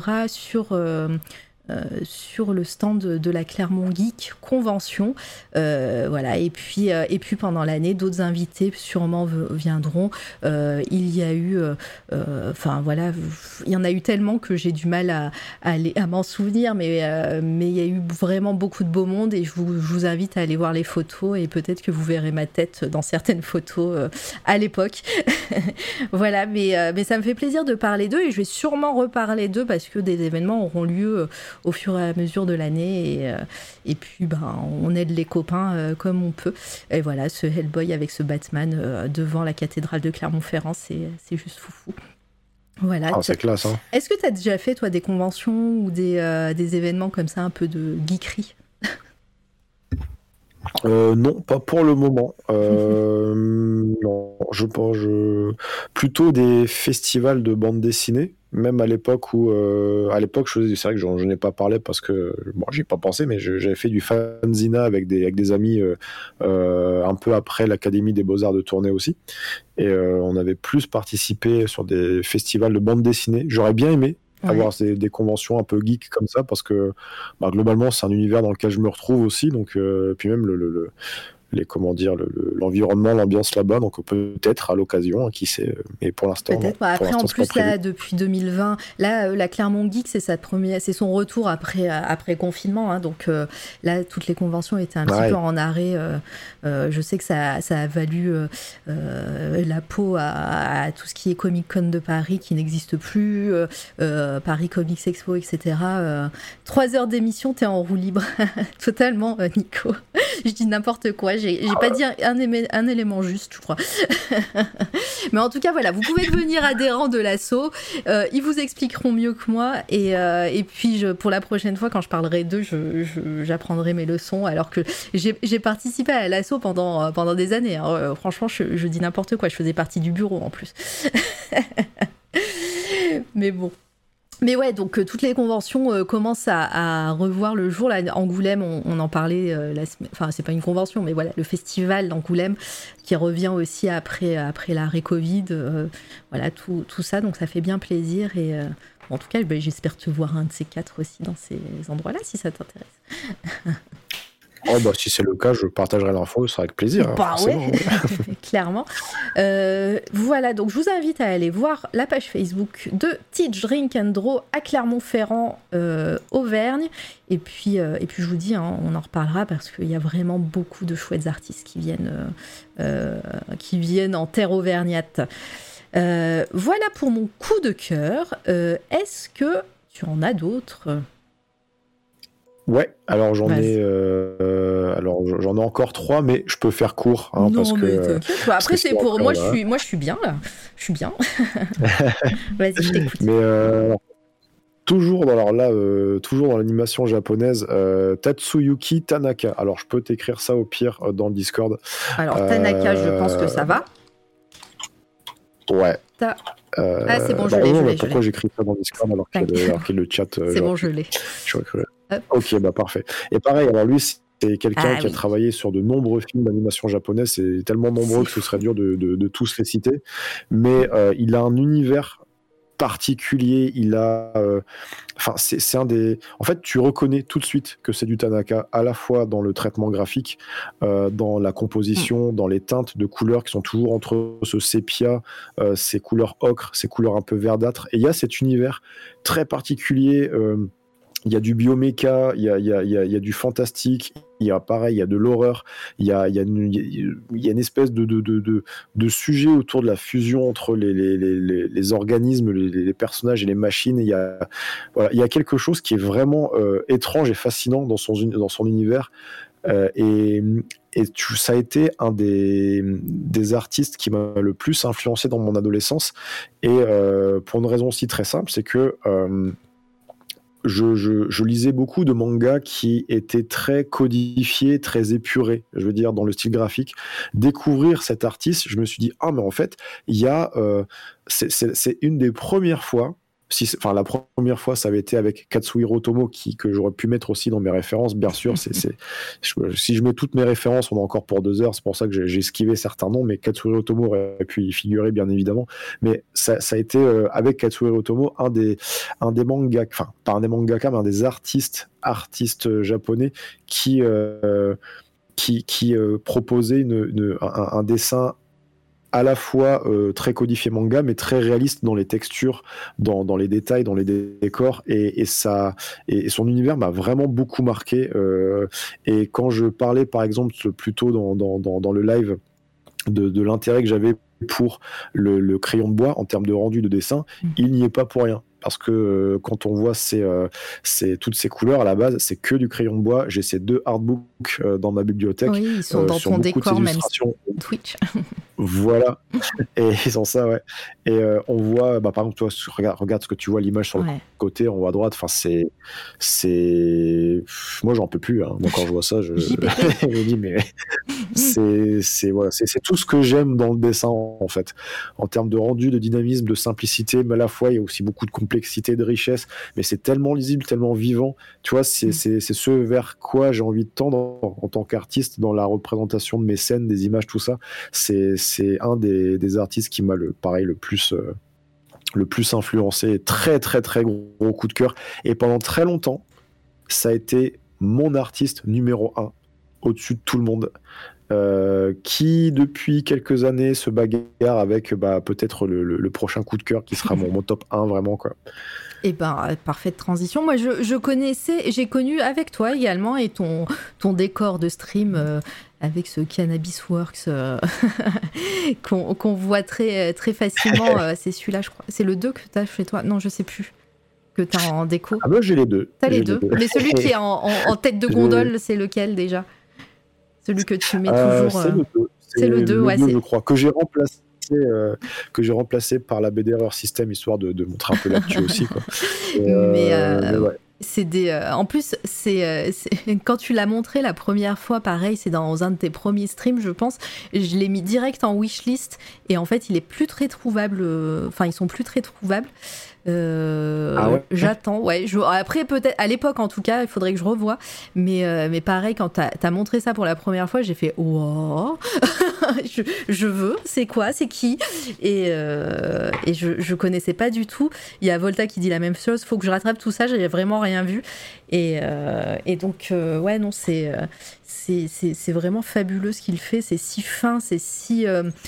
sur le stand de la Clermont Geek Convention. Voilà. Et puis pendant l'année, d'autres invités sûrement viendront. Il y a eu, voilà, il y en a eu tellement que j'ai du mal à m'en souvenir, mais il y a eu vraiment beaucoup de beau monde et je vous invite à aller voir les photos et peut-être que vous verrez ma tête dans certaines photos à l'époque. Voilà, mais ça me fait plaisir de parler d'eux et je vais sûrement reparler d'eux parce que des événements auront lieu au fur et à mesure de l'année et puis on aide les copains comme on peut. Et voilà, ce Hellboy avec ce Batman devant la cathédrale de Clermont-Ferrand, c'est juste foufou. Voilà. Ah, c'est classe, hein. Est-ce que tu as déjà fait, toi, des conventions ou des événements comme ça, un peu de geekerie? Non, pas pour le moment. Non, je pense plutôt des festivals de bande dessinée. Même à l'époque où, c'est vrai que j'en ai pas parlé parce que bon, j'y ai pas pensé, mais j'avais fait du fanzina avec des amis un peu après l'Académie des Beaux-Arts de Tournai aussi. Et on avait plus participé sur des festivals de bande dessinée. J'aurais bien aimé avoir des conventions un peu geek comme ça parce que globalement c'est un univers dans lequel je me retrouve aussi, donc puis même l'environnement, l'ambiance là-bas, donc peut-être à l'occasion, qui sait, mais pour l'instant peut-être. Non. Après, en plus là, depuis 2020, là la Clermont Geek, c'est son retour après confinement, hein, donc là toutes les conventions étaient un petit peu en arrêt. Je sais que ça a valu la peau à tout ce qui est Comic Con de Paris qui n'existe plus, Paris Comics Expo, etc. 3 heures d'émission, t'es en roue libre totalement, Nico. Je dis n'importe quoi, j'ai pas dit un élément juste, je crois. Mais en tout cas, voilà, vous pouvez devenir adhérent de l'asso. Ils vous expliqueront mieux que moi. Et puis, pour la prochaine fois, quand je parlerai d'eux, j'apprendrai mes leçons. Alors que j'ai participé à l'asso pendant des années. Hein. Franchement, je dis n'importe quoi. Je faisais partie du bureau en plus. Mais bon. Mais ouais, donc toutes les conventions commencent à revoir le jour. Là, Angoulême, on en parlait enfin, c'est pas une convention, mais voilà, le festival d'Angoulême qui revient aussi après l'arrêt Covid. Voilà, tout ça, donc ça fait bien plaisir. Et en tout cas, j'espère te voir un de ces 4 aussi dans ces endroits-là, si ça t'intéresse. Oh si c'est le cas, je partagerai l'info, ce sera avec plaisir. Ouais, clairement. Voilà, donc je vous invite à aller voir la page Facebook de Teach, Drink and Draw à Clermont-Ferrand, Auvergne. Et puis je vous dis, hein, on en reparlera parce qu'il y a vraiment beaucoup de chouettes artistes qui viennent en terre auvergnate. Voilà pour mon coup de cœur. Est-ce que tu en as d'autres ? Ouais, alors j'en ai encore 3, mais je peux faire court. Hein, non, parce mais que, t'inquiète. Après, c'est pour moi. Je suis bien là. Je suis bien. Vas-y, je t'écoute. Mais toujours dans l'animation japonaise, Tatsuyuki Tanaka. Alors, je peux t'écrire ça au pire dans le Discord. Alors, Tanaka, je pense que ça va. Ouais. C'est bon, je l'ai. Pourquoi j'écris ça dans le Discord alors qu'il y a le chat c'est bon, je l'ai. Ok, parfait. Et pareil, alors lui, c'est quelqu'un qui a travaillé sur de nombreux films d'animation japonaise. C'est tellement nombreux que ce serait dur de tous les citer. Mais il a un univers particulier. Il a... c'est un des... En fait, tu reconnais tout de suite que c'est du Tanaka, à la fois dans le traitement graphique, dans la composition, dans les teintes de couleurs qui sont toujours entre ce sépia, ces couleurs ocre, ces couleurs un peu verdâtres. Et il y a cet univers très particulier... Il y a du bioméca, il y a du fantastique, il y a de l'horreur, il y a une espèce de sujet autour de la fusion entre les organismes, les personnages et les machines. Il y a quelque chose qui est vraiment étrange et fascinant dans son univers. Ça a été un des artistes qui m'a le plus influencé dans mon adolescence. Et pour une raison aussi très simple, c'est que je lisais beaucoup de mangas qui étaient très codifiés, très épurés, je veux dire, dans le style graphique. Découvrir cet artiste, je me suis dit, ah, mais en fait, il y a, c'est une des premières fois, enfin, la première fois, ça avait été avec Katsuhiro Otomo, que j'aurais pu mettre aussi dans mes références, bien sûr. Si je mets toutes mes références, on a encore pour 2 heures, c'est pour ça que j'ai esquivé certains noms, mais Katsuhiro Otomo aurait pu y figurer, bien évidemment. Mais ça a été, avec Katsuhiro Otomo, un des mangakas, enfin, pas un des mangakas, mais un des artistes japonais qui proposait un dessin à la fois très codifié manga, mais très réaliste dans les textures, dans les détails, dans les décors, et son univers m'a vraiment beaucoup marqué. Et quand je parlais, par exemple, plus tôt dans le live de l'intérêt que j'avais pour le crayon de bois en termes de rendu de dessin, il n'y est pas pour rien. Parce que quand on voit toutes ces couleurs, à la base, c'est que du crayon de bois. J'ai ces 2 artbooks dans ma bibliothèque. Oui, ils sont dans ton décor, même Twitch. Voilà. Et ils ont ça, ouais. Et on voit, par exemple, toi, regarde ce que tu vois, l'image sur le côté, en haut à droite. Enfin, moi, j'en peux plus. Hein. Moi, quand je vois ça, je me dis, mais c'est tout ce que j'aime dans le dessin, en fait. En termes de rendu, de dynamisme, de simplicité, mais à la fois, il y a aussi beaucoup de complexité, de richesse. Mais c'est tellement lisible, tellement vivant. Tu vois, c'est ce vers quoi j'ai envie de tendre en tant qu'artiste dans la représentation de mes scènes, des images, tout ça. C'est un des artistes qui m'a le plus influencé. Très, très, très gros coup de cœur. Et pendant très longtemps, ça a été mon artiste numéro 1, au-dessus de tout le monde. Qui depuis quelques années se bagarre avec peut-être le prochain coup de cœur qui sera mon top 1 vraiment, quoi. Et parfaite transition. Moi, j'ai connu avec toi également, et ton décor de stream avec ce Cannabis Works qu'on voit très, très facilement. C'est celui-là, je crois. C'est le 2 que tu as chez toi. Non, je sais plus. Que tu as en déco. Ah, moi, j'ai les 2. T'as les deux. Mais celui qui est en tête de gondole, c'est lequel déjà? Celui que tu mets toujours. C'est le 2, ouais. Je crois, que j'ai remplacé par la BD Error System, histoire de montrer un peu l'actu aussi, quoi. Mais ouais. C'est en plus, quand tu l'as montré la première fois, pareil, c'est dans un de tes premiers streams, je pense. Je l'ai mis direct en wishlist, et en fait, il est plus très trouvable. Enfin, ils sont plus très trouvables. Ah ouais. J'attends, ouais. Après, peut-être, à l'époque en tout cas, il faudrait que je revoie. Mais pareil, quand t'as montré ça pour la première fois, j'ai fait wow, je veux, c'est quoi, c'est qui? Et je connaissais pas du tout. Il y a Volta qui dit la même chose, faut que je rattrape tout ça, j'ai vraiment rien vu. Et donc, ouais, non, c'est vraiment fabuleux ce qu'il fait, c'est si fin, c'est si.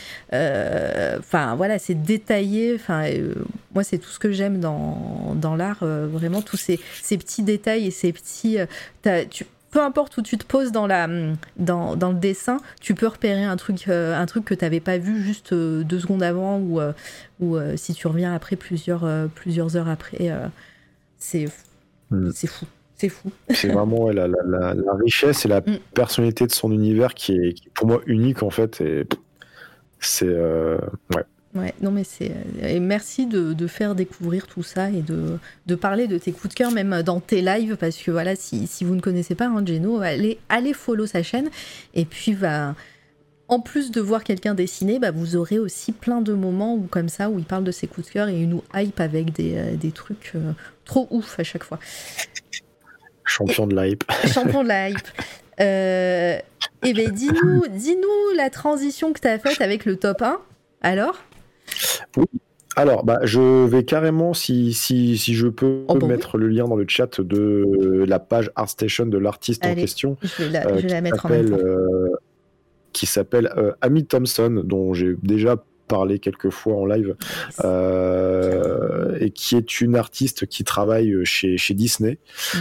Enfin, voilà, c'est détaillé. Enfin, moi, c'est tout ce que j'aime dans l'art, vraiment, tous ces petits détails et ces petits. Peu importe où tu te poses dans le dessin, tu peux repérer un truc que tu n'avais pas vu juste 2 secondes avant, ou si tu reviens après plusieurs heures après. C'est fou. C'est fou. C'est vraiment la richesse et la personnalité de son univers qui est pour moi unique, en fait. Et c'est ouais. Ouais, non mais et merci de faire découvrir tout ça et de parler de tes coups de cœur même dans tes lives, parce que voilà, si vous ne connaissez pas Geno, allez follow sa chaîne, et puis en plus de voir quelqu'un dessiner, vous aurez aussi plein de moments où il parle de ses coups de cœur et il nous hype avec des trucs trop ouf à chaque fois. Champion de la hype. Champion de la hype. Et ben dis-nous la transition que tu as faite avec le top 1, alors? Oui. Alors, je vais carrément, si je peux mettre le lien dans le chat de la page ArtStation de l'artiste en question. Je vais la mettre en même temps. Qui s'appelle Amy Thompson, dont j'ai déjà parlé quelques fois en live, et qui est une artiste qui travaille chez Disney.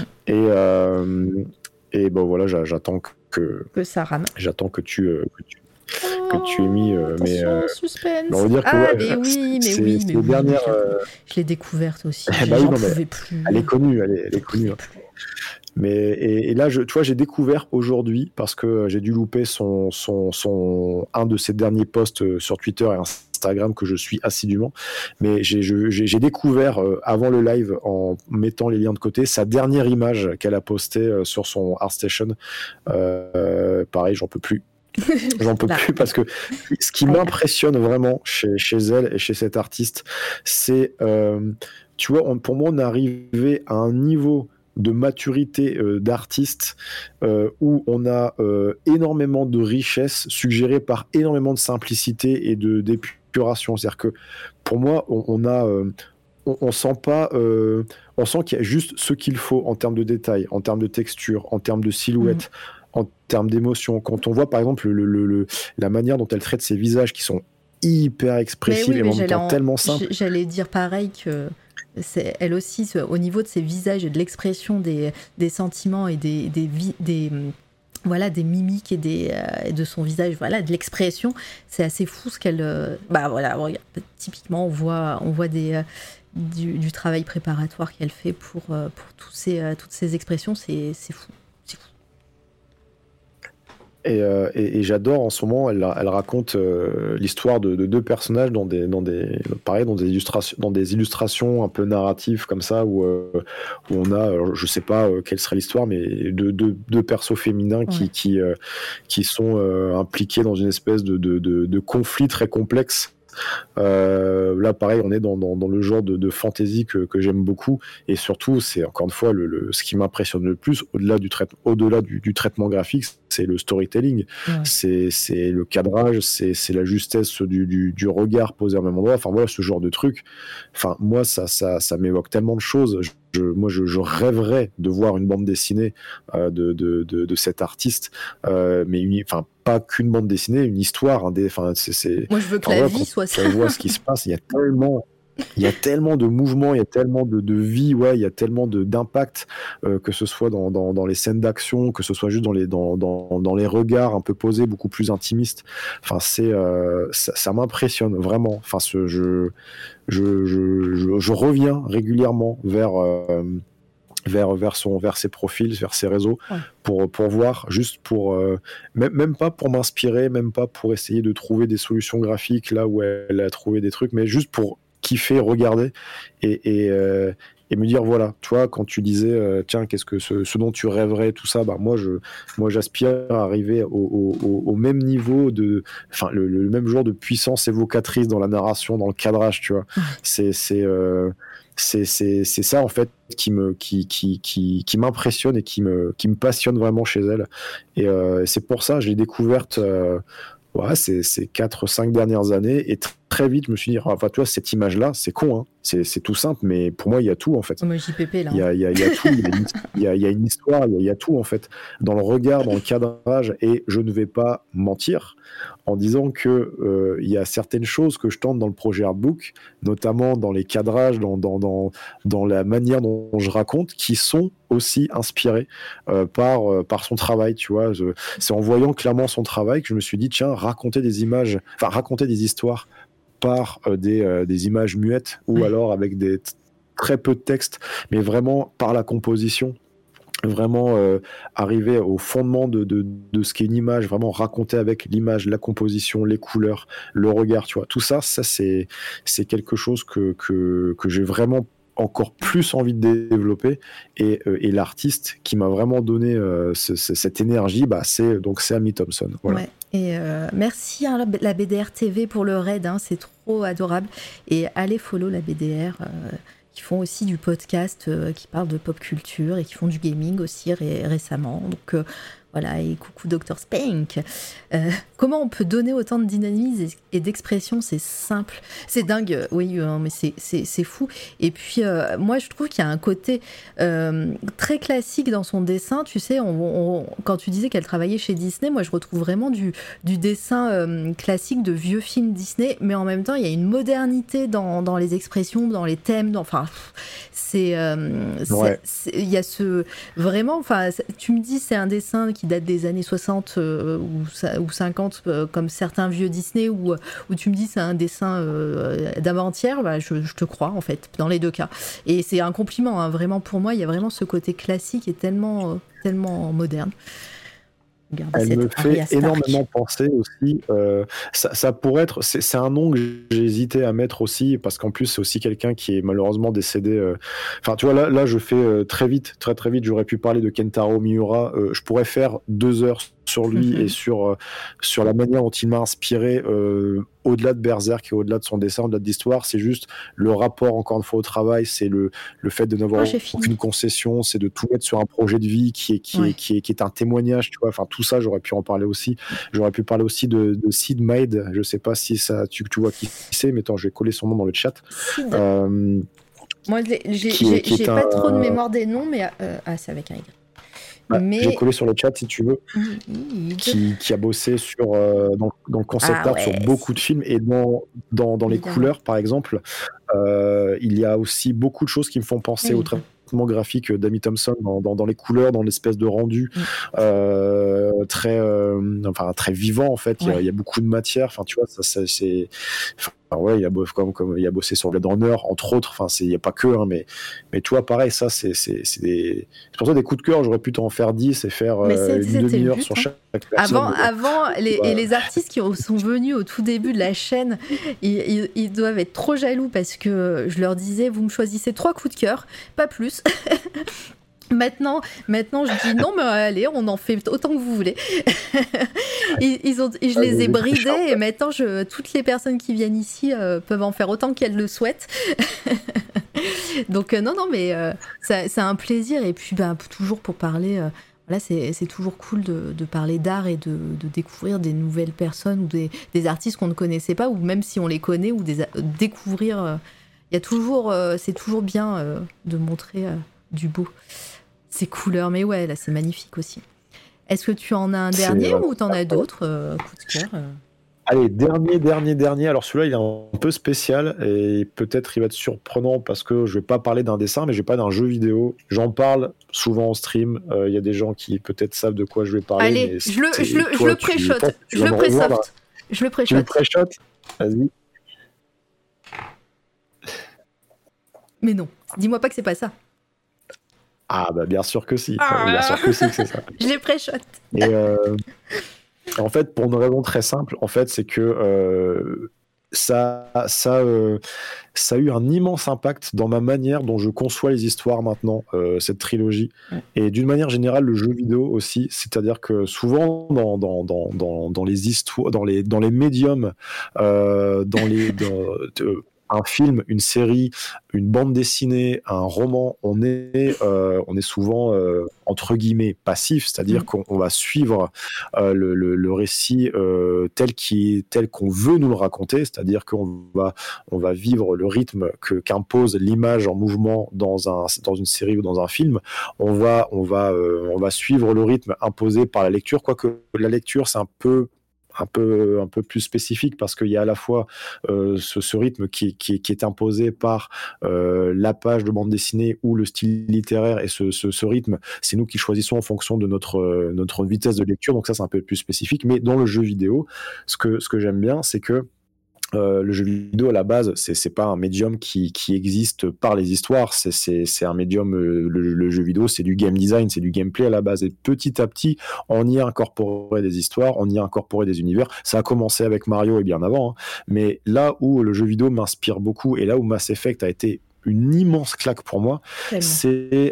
Et bon, voilà, j'attends que ça rame. J'attends que tu aies mis, mais suspense. On va dire que oui, je l'ai découverte aussi. J'en pouvais plus. Elle est connue, elle est connue. Mais et là, tu vois, j'ai découvert aujourd'hui, parce que j'ai dû louper un de ses derniers posts sur Twitter et Instagram. Instagram que je suis assidûment. Mais j'ai découvert avant le live, en mettant les liens de côté, sa dernière image qu'elle a postée sur son ArtStation. Pareil, j'en peux plus. J'en peux plus parce que ce qui m'impressionne vraiment chez elle et chez cet artiste, c'est, tu vois, pour moi, on est arrivé à un niveau de maturité d'artiste où on a énormément de richesse suggérée par énormément de simplicité et de d'épuration. C'est-à-dire que pour moi, on sent pas, on sent qu'il y a juste ce qu'il faut en termes de détails, en termes de texture, en termes de silhouette. En termes d'émotion, quand on voit par exemple la manière dont elle traite ses visages qui sont hyper expressifs et en même temps tellement simples. J'allais dire pareil que elle aussi, au niveau de ses visages et de l'expression des sentiments et des mimiques et de son visage, voilà, de l'expression, c'est assez fou ce qu'elle. Regarde, typiquement, on voit du travail préparatoire qu'elle fait pour toutes ces expressions, c'est fou. Et j'adore en ce moment, elle raconte l'histoire de deux personnages dans des illustrations un peu narratives comme ça où on a, je sais pas quelle serait l'histoire, mais deux persos féminins qui sont impliqués dans une espèce de conflit très complexe. Là pareil, on est dans le genre de fantasy que j'aime beaucoup, et surtout c'est encore une fois ce qui m'impressionne le plus au-delà du traitement graphique, c'est le storytelling, c'est le cadrage, c'est la justesse du regard posé au même endroit, enfin voilà, ce genre de truc, enfin moi ça m'évoque tellement de choses. Je rêverais de voir une bande dessinée de cet artiste, mais pas qu'une bande dessinée, une histoire. Moi, je veux que la vie soit ça. On voit ce qui se passe. Il y a tellement de mouvements, il y a tellement de vie, il y a tellement d'impact, que ce soit dans les scènes d'action, que ce soit juste dans les regards un peu posés, beaucoup plus intimistes. Enfin, ça m'impressionne vraiment. Enfin, je reviens régulièrement vers ses profils, vers ses réseaux, pour voir, juste pour même pas pour m'inspirer, même pas pour essayer de trouver des solutions graphiques là où elle a trouvé des trucs, mais juste pour kiffer, regarder et me dire voilà, toi quand tu disais tiens, qu'est-ce que ce dont tu rêverais, tout ça, moi j'aspire à arriver au même niveau le même genre de puissance évocatrice dans la narration, dans le cadrage, tu vois. C'est ça en fait qui m'impressionne et qui me passionne vraiment chez elle, et c'est pour ça je l'ai découverte ces 4-5 dernières années, et très vite je me suis dit, enfin tu vois, cette image là c'est con, hein. C'est tout simple, mais pour moi il y a tout en fait. Moi JPP là. Il y a tout, il y a une histoire, il y a tout en fait dans le regard, dans le cadrage, et je ne vais pas mentir en disant que il y a certaines choses que je tente dans le projet Artbook, notamment dans les cadrages, dans la manière dont je raconte, qui sont aussi inspirés par son travail, tu vois. C'est en voyant clairement son travail que je me suis dit, tiens, raconter des histoires par des images muettes, ou alors avec très peu de texte, mais vraiment par la composition, vraiment arriver au fondement de ce qu'est une image, vraiment raconter avec l'image, la composition, les couleurs, le regard, tu vois. Tout ça c'est quelque chose que j'ai vraiment encore plus envie de développer, et l'artiste qui m'a vraiment donné cette énergie, c'est Amy Thompson. Voilà. Ouais. Et merci la BDR TV pour le raid, hein, c'est trop adorable, et allez follow la BDR qui font aussi du podcast qui parle de pop culture, et qui font du gaming aussi récemment, donc voilà, et coucou Dr Spank. Comment on peut donner autant de dynamisme et d'expression? C'est simple, c'est dingue, oui, mais c'est fou. Et puis moi je trouve qu'il y a un côté très classique dans son dessin, tu sais, quand tu disais qu'elle travaillait chez Disney, moi je retrouve vraiment du dessin classique de vieux films Disney, mais en même temps il y a une modernité dans les expressions, dans les thèmes, il y a vraiment, tu me dis c'est un dessin qui date des années 60 ou 50, comme certains vieux Disney, où tu me dis c'est un dessin d'avant-hier, je te crois en fait dans les deux cas, et c'est un compliment, hein, vraiment. Pour moi il y a vraiment ce côté classique et tellement moderne. Regardez Elle me cette fait Arya Stark. énormément penser aussi. Ça pourrait être. C'est un nom que j'ai hésité à mettre aussi parce qu'en plus c'est aussi quelqu'un qui est malheureusement décédé. Enfin, tu vois là, je fais très vite. J'aurais pu parler de Kentaro Miura. Je pourrais faire 2 heures sur lui et sur la manière dont il m'a inspiré. Au-delà de Berserk et au-delà de son dessin, au-delà de l'histoire, c'est juste le rapport encore une fois au travail, c'est le fait de n'avoir aucune concession, c'est de tout mettre sur un projet de vie qui est un témoignage, tu vois. Enfin, tout ça, j'aurais pu en parler aussi. J'aurais pu parler aussi de Sid Mead. Je sais pas si ça, tu vois qui c'est, mais attends, je vais coller son nom dans le chat. Moi, j'ai pas trop de mémoire des noms, mais c'est avec un Y. Mais... J'ai collé sur le chat si tu veux, qui a bossé sur dans le concept art sur beaucoup de films et dans les couleurs par exemple. Il y a aussi beaucoup de choses qui me font penser au traitement graphique d'Amy Thompson dans les couleurs, dans l'espèce de rendu très vivant en fait. Il y a beaucoup de matière. Enfin, tu vois, ça c'est. Ouais, il a bossé sur Blade Runner entre autres. Enfin, il y a pas que, hein, mais tu vois, pareil, ça c'est pour ça des coups de cœur. J'aurais pu t'en faire 10 et faire une demi-heure sur chaque personne. Avant les artistes qui sont venus au tout début de la chaîne, ils doivent être trop jaloux parce que je leur disais, vous me choisissez 3 coups de cœur, pas plus. Maintenant, je dis non, mais allez, on en fait autant que vous voulez. Je les ai bridés et maintenant, toutes les personnes qui viennent ici peuvent en faire autant qu'elles le souhaitent. Donc non, mais c'est un plaisir. Et puis, toujours pour parler, voilà, c'est toujours cool de parler d'art et de découvrir des nouvelles personnes ou des artistes qu'on ne connaissait pas, ou même si on les connaît, ou découvrir. Il y a toujours, c'est toujours bien de montrer du beau. Ces couleurs, mais ouais, là c'est magnifique aussi. Est-ce que tu en as un dernier ou t'en as d'autres coups de cœur Allez, dernier. Alors celui-là, il est un peu spécial et peut-être il va être surprenant parce que je vais pas parler d'un dessin, mais je vais parler d'un jeu vidéo. J'en parle souvent en stream. Il y a des gens qui peut-être savent de quoi je vais parler. Allez, mais je le pré-shot. Je le pré-shot. Tu le pré-shot ? Vas-y. Mais non, dis-moi pas que c'est pas ça. Ah bah bien sûr que si. Bien sûr que si que c'est ça. Je les pré-shot. Et en fait, pour une raison très simple, en fait, c'est que ça a eu un immense impact dans ma manière dont je conçois les histoires maintenant, cette trilogie. Et d'une manière générale, le jeu vidéo aussi. C'est-à-dire que souvent dans les histoires, dans les médiums, un film, une série, une bande dessinée, un roman, on est souvent entre guillemets passif, c'est-à-dire qu'on va suivre le récit tel qu'on veut nous le raconter, c'est-à-dire qu'on va vivre le rythme qu'impose l'image en mouvement dans une série ou dans un film. On va suivre le rythme imposé par la lecture, quoique la lecture c'est un peu plus spécifique parce qu'il y a à la fois ce rythme qui est imposé par la page de bande dessinée ou le style littéraire, et ce rythme, c'est nous qui choisissons en fonction de notre vitesse de lecture, donc ça c'est un peu plus spécifique. Mais dans le jeu vidéo, ce que j'aime bien, c'est que le jeu vidéo à la base, c'est pas un médium qui existe par les histoires, c'est un médium, le jeu vidéo c'est du game design, c'est du gameplay à la base, et petit à petit on y a incorporé des histoires, on y a incorporé des univers. Ça a commencé avec Mario et bien avant, hein. Mais là où le jeu vidéo m'inspire beaucoup et là où Mass Effect a été une immense claque pour moi, c'est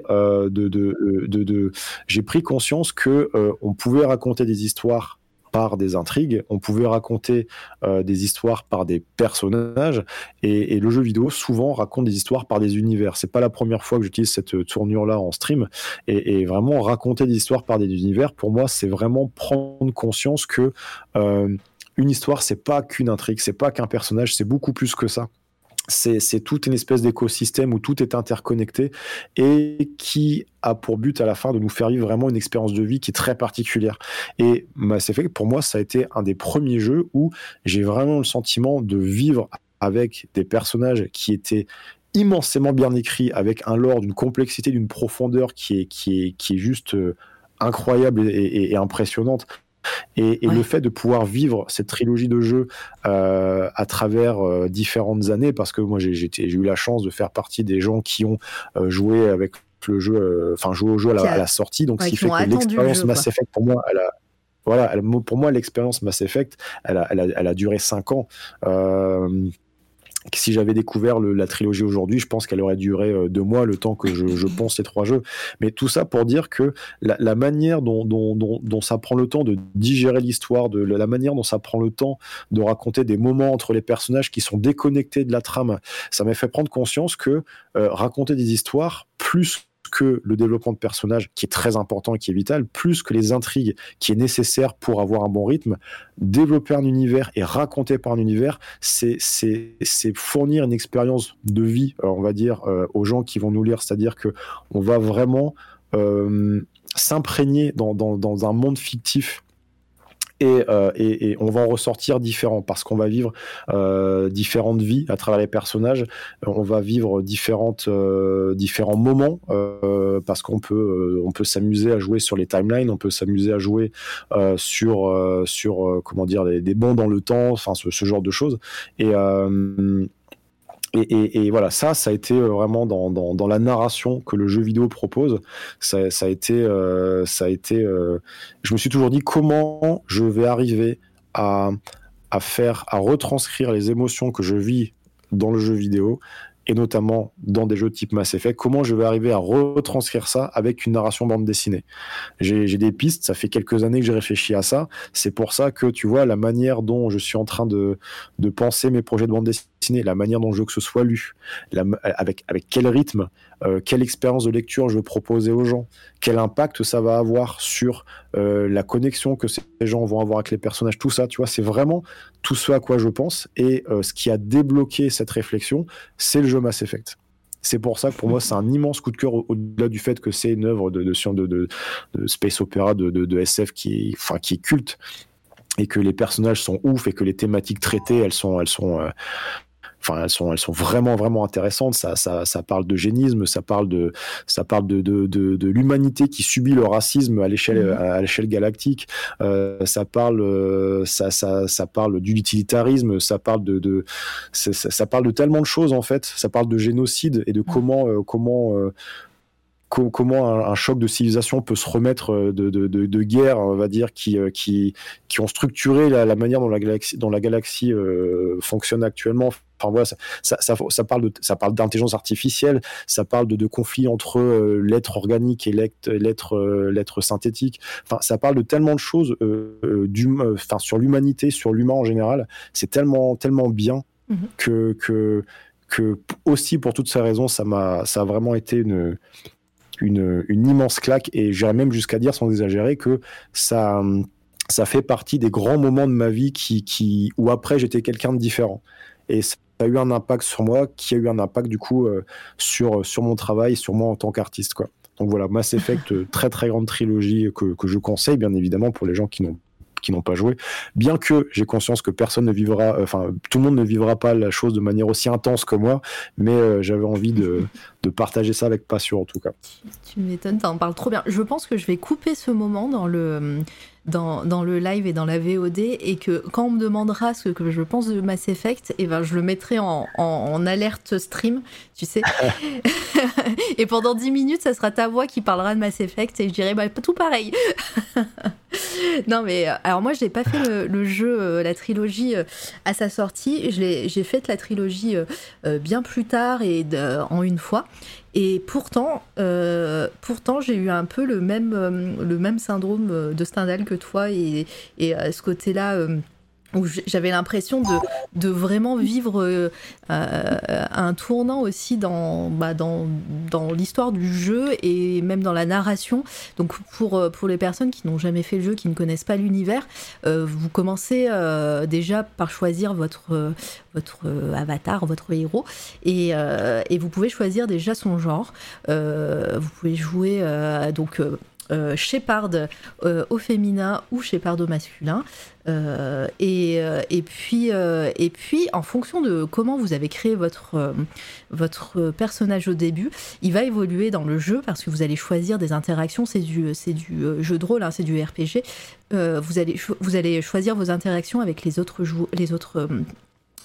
j'ai pris conscience que on pouvait raconter des histoires par des intrigues, on pouvait raconter des histoires par des personnages, et le jeu vidéo souvent raconte des histoires par des univers. C'est pas la première fois que j'utilise cette tournure-là en stream, et vraiment raconter des histoires par des univers, pour moi, c'est vraiment prendre conscience que une histoire, c'est pas qu'une intrigue, c'est pas qu'un personnage, c'est beaucoup plus que ça. C'est toute une espèce d'écosystème où tout est interconnecté et qui a pour but à la fin de nous faire vivre vraiment une expérience de vie qui est très particulière. Et Mass Effect, pour moi, ça a été un des premiers jeux où j'ai vraiment le sentiment de vivre avec des personnages qui étaient immensément bien écrits, avec un lore d'une complexité, d'une profondeur qui est juste incroyable et impressionnante. Et le fait de pouvoir vivre cette trilogie de jeux à travers différentes années, parce que moi j'ai eu la chance de faire partie des gens qui ont joué avec le jeu, joué au jeu à la sortie, donc ce qui fait que l'expérience Mass Effect pour moi, voilà, pour moi, l'expérience Mass Effect, elle a duré 5 ans. Si j'avais découvert la trilogie aujourd'hui, je pense qu'elle aurait duré 2 mois, le temps que je ponce ces 3 jeux. Mais tout ça pour dire que la manière dont ça prend le temps de digérer l'histoire, la manière dont ça prend le temps de raconter des moments entre les personnages qui sont déconnectés de la trame, ça m'a fait prendre conscience que raconter des histoires, plus que le développement de personnages qui est très important et qui est vital, plus que les intrigues qui est nécessaire pour avoir un bon rythme, développer un univers et raconter par un univers, c'est fournir une expérience de vie, on va dire, aux gens qui vont nous lire, c'est-à-dire que on va vraiment s'imprégner dans un monde fictif. Et on va en ressortir différent parce qu'on va vivre différentes vies à travers les personnages. On va vivre différents moments parce qu'on peut s'amuser à jouer sur les timelines, on peut s'amuser à jouer sur comment dire des bonds dans le temps, enfin ce genre de choses. Et voilà, ça a été vraiment dans la narration que le jeu vidéo propose. Ça a été. Je me suis toujours dit comment je vais arriver à retranscrire les émotions que je vis dans le jeu vidéo, et notamment dans des jeux type Mass Effect, comment je vais arriver à retranscrire ça avec une narration bande dessinée. J'ai des pistes, ça fait quelques années que j'ai réfléchi à ça, c'est pour ça que tu vois la manière dont je suis en train de penser mes projets de bande dessinée, la manière dont je veux que ce soit lu, avec quel rythme, quelle expérience de lecture je veux proposer aux gens, quel impact ça va avoir sur la connexion que ces gens vont avoir avec les personnages, tout ça, tu vois, c'est vraiment tout ce à quoi je pense, et ce qui a débloqué cette réflexion, c'est le jeu Mass Effect. C'est pour ça que pour moi c'est un immense coup de cœur, au-delà du fait que c'est une œuvre de space opéra, de SF qui est culte, et que les personnages sont ouf, et que les thématiques traitées elles sont vraiment vraiment intéressantes. Ça parle d'eugénisme, ça parle de l'humanité qui subit le racisme à l'échelle galactique. Ça parle du utilitarisme, ça parle de tellement de choses en fait. Ça parle de génocide et de comment un choc de civilisation peut se remettre de guerres, on va dire, qui ont structuré la manière dont la galaxie fonctionne actuellement. Enfin voilà, ça parle d'intelligence artificielle, ça parle de conflits entre l'être organique et l'être synthétique. Enfin, ça parle de tellement de choses sur l'humanité, sur l'humain en général. C'est tellement bien que aussi pour toutes ces raisons, ça a vraiment été une immense claque, et j'irais même jusqu'à dire, sans exagérer, que ça fait partie des grands moments de ma vie où après j'étais quelqu'un de différent, et ça a eu un impact sur moi, qui a eu un impact du coup sur mon travail, sur moi en tant qu'artiste, quoi. Donc voilà, Mass Effect, très très grande trilogie que je conseille bien évidemment pour les gens qui n'ont pas joué, bien que j'ai conscience que personne ne vivra, tout le monde ne vivra pas la chose de manière aussi intense que moi, mais j'avais envie de partager ça avec passion en tout cas. Tu m'étonnes, t'en parles trop bien. Je pense que je vais couper ce moment dans le live et dans la VOD, et que quand on me demandera ce que je pense de Mass Effect, je le mettrai en alerte stream, tu sais. Et pendant 10 minutes, ça sera ta voix qui parlera de Mass Effect, et je dirai tout pareil. Non mais alors moi je n'ai pas fait le jeu, la trilogie à sa sortie. J'ai fait la trilogie bien plus tard et en une fois. Et pourtant j'ai eu un peu le même syndrome de Stendhal que toi, et ce côté-là où j'avais l'impression de vraiment vivre un tournant aussi dans l'histoire du jeu, et même dans la narration. Donc pour les personnes qui n'ont jamais fait le jeu, qui ne connaissent pas l'univers, vous commencez déjà par choisir votre avatar, votre héros, et vous pouvez choisir déjà son genre. Vous pouvez jouer Shepard au féminin ou Shepard au masculin, et puis en fonction de comment vous avez créé votre personnage au début, il va évoluer dans le jeu, parce que vous allez choisir des interactions. C'est du jeu de rôle, hein, c'est du RPG. Vous allez choisir vos interactions avec les autres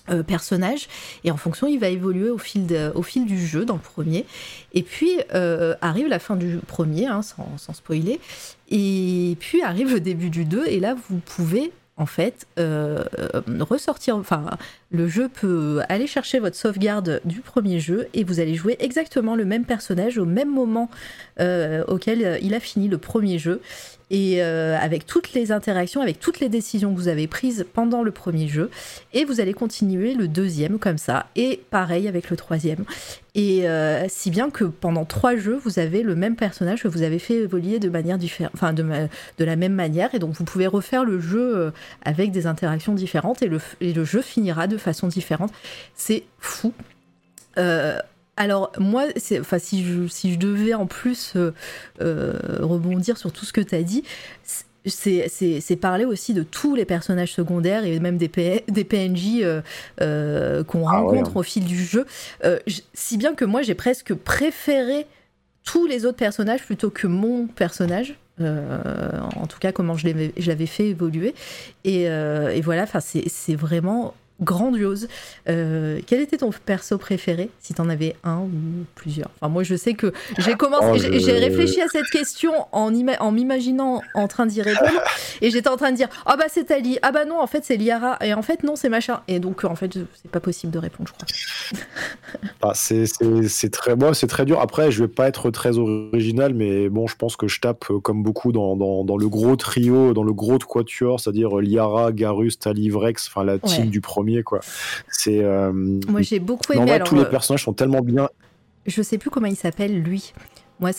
personnage, et en fonction il va évoluer au fil du jeu dans le premier, et puis arrive la fin du premier, hein, sans spoiler, et puis arrive le début du 2, et là vous pouvez en fait ressortir, enfin le jeu peut aller chercher votre sauvegarde du premier jeu et vous allez jouer exactement le même personnage au même moment auquel il a fini le premier jeu, et avec toutes les interactions, avec toutes les décisions que vous avez prises pendant le premier jeu, et vous allez continuer le deuxième comme ça, et pareil avec le troisième, et si bien que pendant 3 jeux vous avez le même personnage que vous avez fait évoluer de manière différente, enfin de la même manière, et donc vous pouvez refaire le jeu avec des interactions différentes, et le jeu finira de façon différente. C'est fou. Alors moi, si je devais en plus rebondir sur tout ce que tu as dit, c'est parler aussi de tous les personnages secondaires et même des PNJ qu'on rencontre au fil du jeu, si bien que moi j'ai presque préféré tous les autres personnages plutôt que mon personnage. En tout cas comment je l'avais fait évoluer, et voilà, c'est vraiment grandiose. Quel était ton perso préféré, si t'en avais un ou plusieurs? Enfin, moi je sais que j'ai réfléchi à cette question en m'imaginant en train d'y répondre, et j'étais en train de dire ah bah c'est Tali, ah bah non en fait c'est Liara, et en fait non c'est machin, et donc en fait c'est pas possible de répondre, je crois. C'est très dur. Après je vais pas être très original, mais bon je pense que je tape comme beaucoup dans le gros trio, dans le gros quatuor, c'est-à-dire Liara, Garrus, Tali, Vrex, enfin la team du premier, quoi. Moi j'ai beaucoup aimé. Alors, tous les personnages sont tellement bien. Je sais plus comment il s'appelle lui. Moi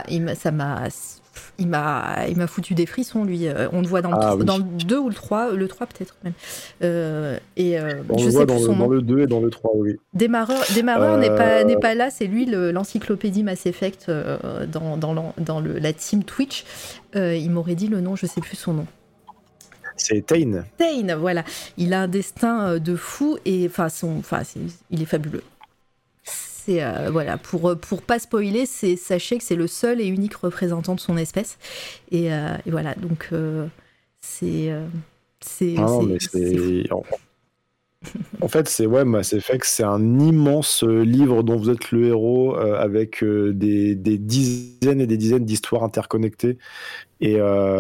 il m'a foutu des frissons, lui. On le voit dans le 2 ou le 3, le 3 peut-être même. Je sais plus son nom. Dans le 2 et dans le 3, oui. Démarreur n'est pas là, c'est lui l'encyclopédie Mass Effect dans la team Twitch. Il m'aurait dit le nom, je sais plus son nom. C'est Tain. Tain, voilà. Il a un destin de fou, et il est fabuleux. C'est voilà, pour pas spoiler, sachez que c'est le seul et unique représentant de son espèce, et voilà, donc c'est en fait, Mass Effect, c'est un immense livre dont vous êtes le héros, avec des dizaines et des dizaines d'histoires interconnectées. Et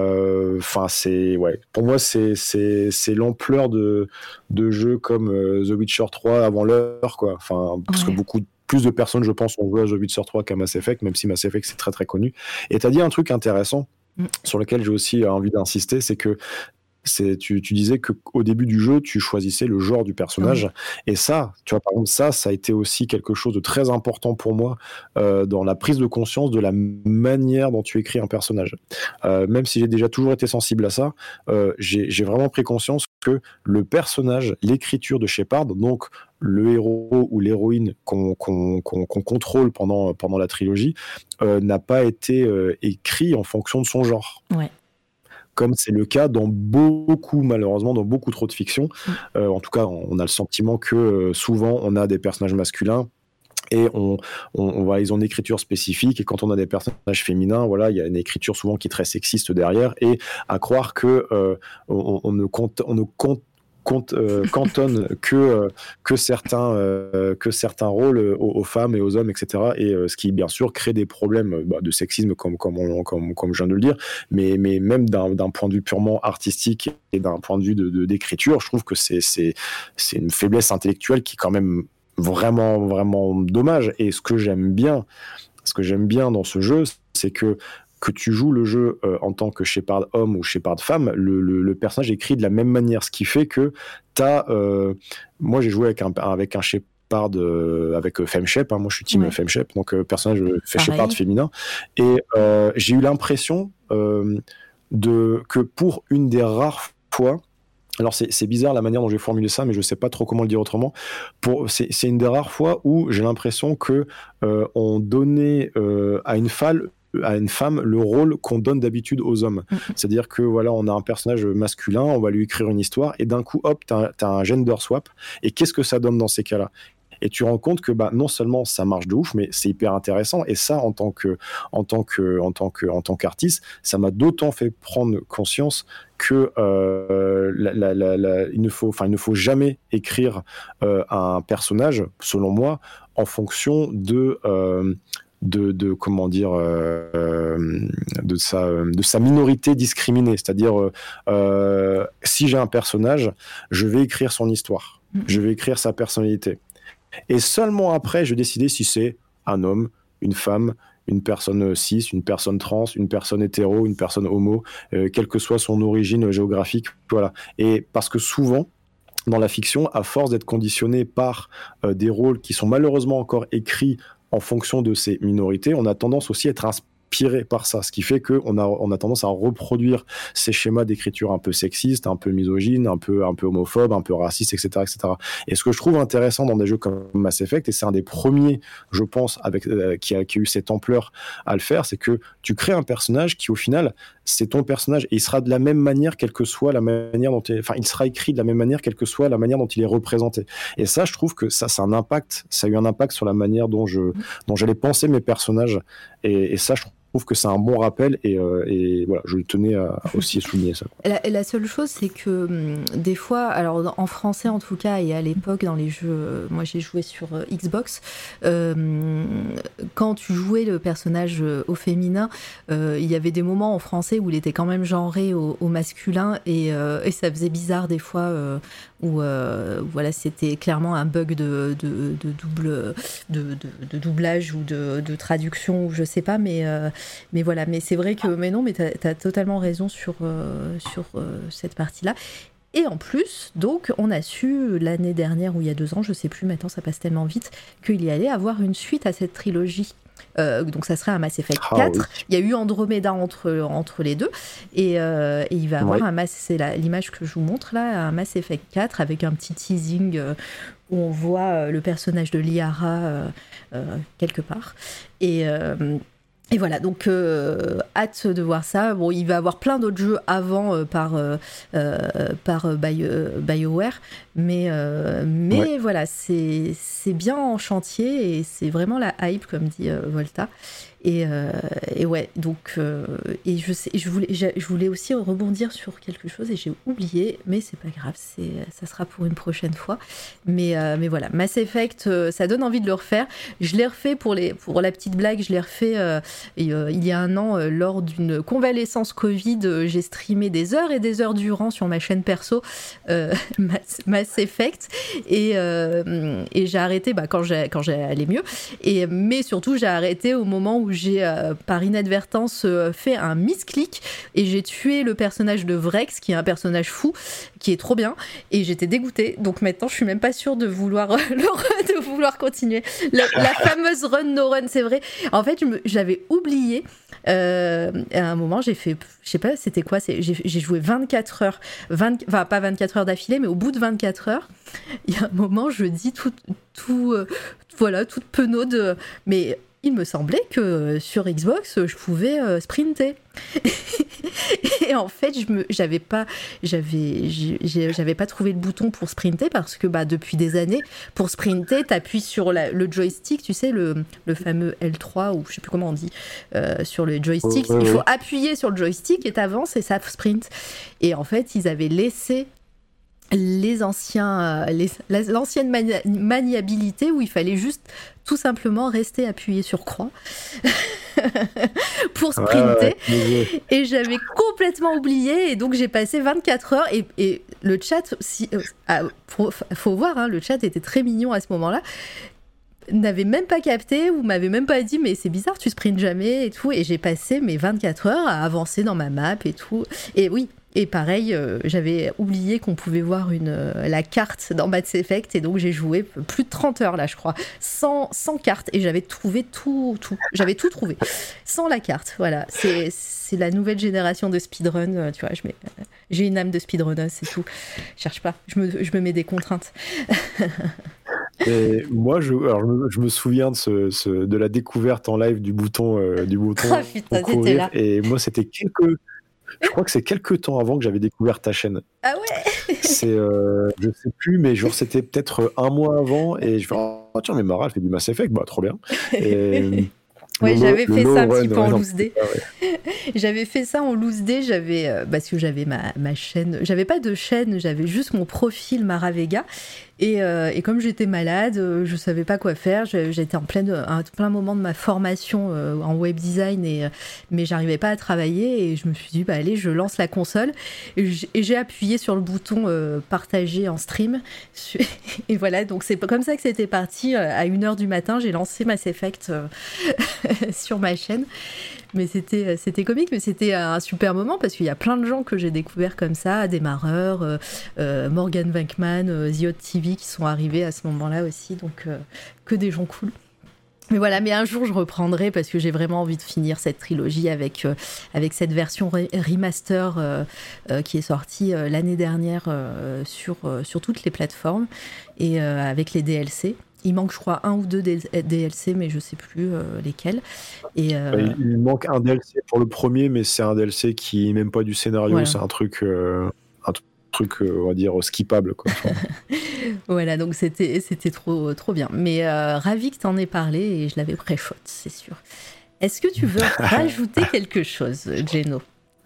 pour moi, c'est l'ampleur de jeux comme The Witcher 3 avant l'heure, quoi. Enfin, parce que beaucoup plus de personnes, je pense, ont joué à The Witcher 3 qu'à Mass Effect, même si Mass Effect c'est très très connu. Et t'as dit un truc intéressant sur lequel j'ai aussi envie d'insister, c'est que tu disais qu'au début du jeu, tu choisissais le genre du personnage. Et ça, tu vois, par exemple, ça a été aussi quelque chose de très important pour moi dans la prise de conscience de la manière dont tu écris un personnage. Même si j'ai déjà toujours été sensible à ça, j'ai vraiment pris conscience que le personnage, l'écriture de Shepard, donc le héros ou l'héroïne qu'on contrôle pendant la trilogie, n'a pas été écrit en fonction de son genre. Ouais. Comme c'est le cas malheureusement, dans beaucoup trop de fiction. En tout cas, on a le sentiment que souvent, on a des personnages masculins et ils ont une écriture spécifique, et quand on a des personnages féminins, voilà, il y a une écriture souvent qui est très sexiste derrière, et à croire que on ne cantonne que certains rôles aux femmes et aux hommes, etc. Et ce qui bien sûr crée des problèmes de sexisme, comme je viens de le dire, mais même d'un point de vue purement artistique et d'un point de vue d'écriture, je trouve que c'est une faiblesse intellectuelle qui est quand même vraiment vraiment dommage. Et ce que j'aime bien dans ce jeu, c'est que tu joues le jeu en tant que Shepard homme ou Shepard femme, le personnage écrit de la même manière, ce qui fait que moi j'ai joué avec un Shepard avec FemShep, moi je suis team FemShep, donc personnage Shepard féminin, et j'ai eu l'impression que pour une des rares fois, alors c'est bizarre la manière dont j'ai formulé ça, mais je sais pas trop comment le dire autrement, c'est une des rares fois où j'ai l'impression que on donnait à une femme le rôle qu'on donne d'habitude aux hommes. C'est-à-dire que voilà, on a un personnage masculin, on va lui écrire une histoire, et d'un coup, hop, t'as un gender swap. Et qu'est-ce que ça donne dans ces cas-là ? Et tu rends compte que non seulement ça marche de ouf, mais c'est hyper intéressant. Et ça, en tant qu'artiste, ça m'a d'autant fait prendre conscience que il ne faut jamais écrire un personnage, selon moi, en fonction de comment dire de sa minorité discriminée, c'est-à-dire si j'ai un personnage, je vais écrire son histoire, je vais écrire sa personnalité, et seulement après je vais décider si c'est un homme, une femme, une personne cis, une personne trans, une personne hétéro, une personne homo, quelle que soit son origine géographique, voilà. Et parce que souvent dans la fiction, à force d'être conditionné par des rôles qui sont malheureusement encore écrits en fonction de ces minorités, on a tendance aussi à être inspiré par ça, ce qui fait qu'on a tendance à reproduire ces schémas d'écriture un peu sexistes, un peu misogynes, un peu homophobes, un peu racistes, etc., etc. Et ce que je trouve intéressant dans des jeux comme Mass Effect, et c'est un des premiers, je pense, qui a eu cette ampleur à le faire, c'est que tu crées un personnage qui, au final, c'est ton personnage, et il sera de la même manière, quelle que soit la manière dont il sera écrit de la même manière, quelle que soit la manière dont il est représenté. Et ça, je trouve que ça a eu un impact sur la manière dont j'allais penser mes personnages, et ça, je trouve que c'est un bon rappel, et voilà, je tenais aussi à souligner ça. La seule chose, c'est que des fois, alors en français en tout cas, et à l'époque dans les jeux, moi j'ai joué sur Xbox, quand tu jouais le personnage au féminin, il y avait des moments en français où il était quand même genré au masculin, et ça faisait bizarre des fois, où voilà, c'était clairement un bug de doublage ou de traduction, ou je sais pas, mais voilà, mais c'est vrai que mais t'as totalement raison sur cette partie-là. Et en plus, donc, on a su l'année dernière ou il y a 2 ans, je sais plus, maintenant ça passe tellement vite, qu'il y allait avoir une suite à cette trilogie. Donc ça serait un Mass Effect 4. Oui. Il y a eu Andromeda entre les deux, et il va avoir c'est l'image que je vous montre là, un Mass Effect 4 avec un petit teasing où on voit le personnage de Liara quelque part, et voilà, donc hâte de voir ça. Bon, il va y avoir plein d'autres jeux avant par BioWare, mais voilà, c'est bien en chantier, et c'est vraiment la hype, comme dit Volta. Et ouais, donc et je voulais aussi rebondir sur quelque chose, et j'ai oublié, mais c'est pas grave, ça sera pour une prochaine fois. Mais voilà, Mass Effect, ça donne envie de le refaire. Je l'ai refait pour la petite blague, je l'ai refait il y a 1 an lors d'une convalescence Covid. J'ai streamé des heures et des heures durant sur ma chaîne perso Mass Effect, et j'ai arrêté quand j'ai allé mieux, mais surtout j'ai arrêté au moment où j'ai par inadvertance fait un misclick, et j'ai tué le personnage de Vrex, qui est un personnage fou, qui est trop bien, et j'étais dégoûtée. Donc maintenant je suis même pas sûre de vouloir continuer la fameuse run no run. C'est vrai, en fait j'avais oublié, à un moment j'ai fait, je sais pas c'était quoi, j'ai joué 24 heures, enfin pas 24 heures d'affilée, mais au bout de 24 heures il y a un moment je dis voilà, toute penaude, mais il me semblait que sur Xbox, je pouvais sprinter. Et en fait, j'avais pas trouvé le bouton pour sprinter, parce que depuis des années, pour sprinter, t'appuies sur le joystick, tu sais, le fameux L3, ou je sais plus comment on dit, sur le joystick. Il faut appuyer sur le joystick et t'avances et ça sprint. Et en fait, ils avaient laissé l'ancienne maniabilité, où il fallait juste tout simplement rester appuyé sur croix pour sprinter. Et j'avais complètement oublié, et donc j'ai passé 24 heures, et le chat, faut voir, hein, le chat était très mignon à ce moment-là, n'avait même pas capté, ou m'avait même pas dit mais c'est bizarre, tu sprintes jamais et tout, et j'ai passé mes 24 heures à avancer dans ma map et tout. Et oui, et pareil, j'avais oublié qu'on pouvait voir la carte dans Mass Effect, et donc j'ai joué plus de 30 heures là, je crois, sans carte, et j'avais trouvé tout, j'avais tout trouvé sans la carte. Voilà, c'est la nouvelle génération de speedrun, tu vois, j'ai une âme de speedrunner, c'est tout. Je cherche pas, je me mets des contraintes. Et moi, je me souviens de la découverte en live du bouton oh, putain, pour courir, là. Et moi, je crois que c'est quelques temps avant que j'avais découvert ta chaîne. Ah ouais. je sais plus, mais genre c'était peut-être un mois avant et je fais oh, tiens mais Mara elle fait du Mass Effect, bah trop bien. Et Ouais, j'avais fait ça un petit peu en ouais, loose day. J'avais fait ça en loose day, parce que j'avais ma chaîne, j'avais pas de chaîne, j'avais juste mon profil Mara Vega. Et comme j'étais malade, je savais pas quoi faire. J'étais en plein moment de ma formation en web design, mais j'arrivais pas à travailler. Et je me suis dit, bah allez, je lance la console. Et j'ai appuyé sur le bouton partager en stream. Et voilà, donc c'est comme ça que c'était parti. À 1h du matin, j'ai lancé Mass Effect sur ma chaîne. Mais c'était comique, mais c'était un super moment parce qu'il y a plein de gens que j'ai découverts comme ça, démarreurs, Morgan Venkman, The Hot TV qui sont arrivés à ce moment-là aussi, donc que des gens cool. Mais voilà, mais un jour je reprendrai parce que j'ai vraiment envie de finir cette trilogie avec cette version remaster qui est sortie l'année dernière sur toutes les plateformes et avec les DLC. Il manque, je crois, 1 ou 2 DLC, mais je sais plus lesquels. Et il manque un DLC pour le premier, mais c'est un DLC qui n'est même pas du scénario, voilà. C'est un truc, on va dire, skippable, quoi. Enfin. Voilà, donc c'était trop bien. Mais ravi que t'en aies parlé et je l'avais pré-shot, c'est sûr. Est-ce que tu veux rajouter quelque chose, Geno ?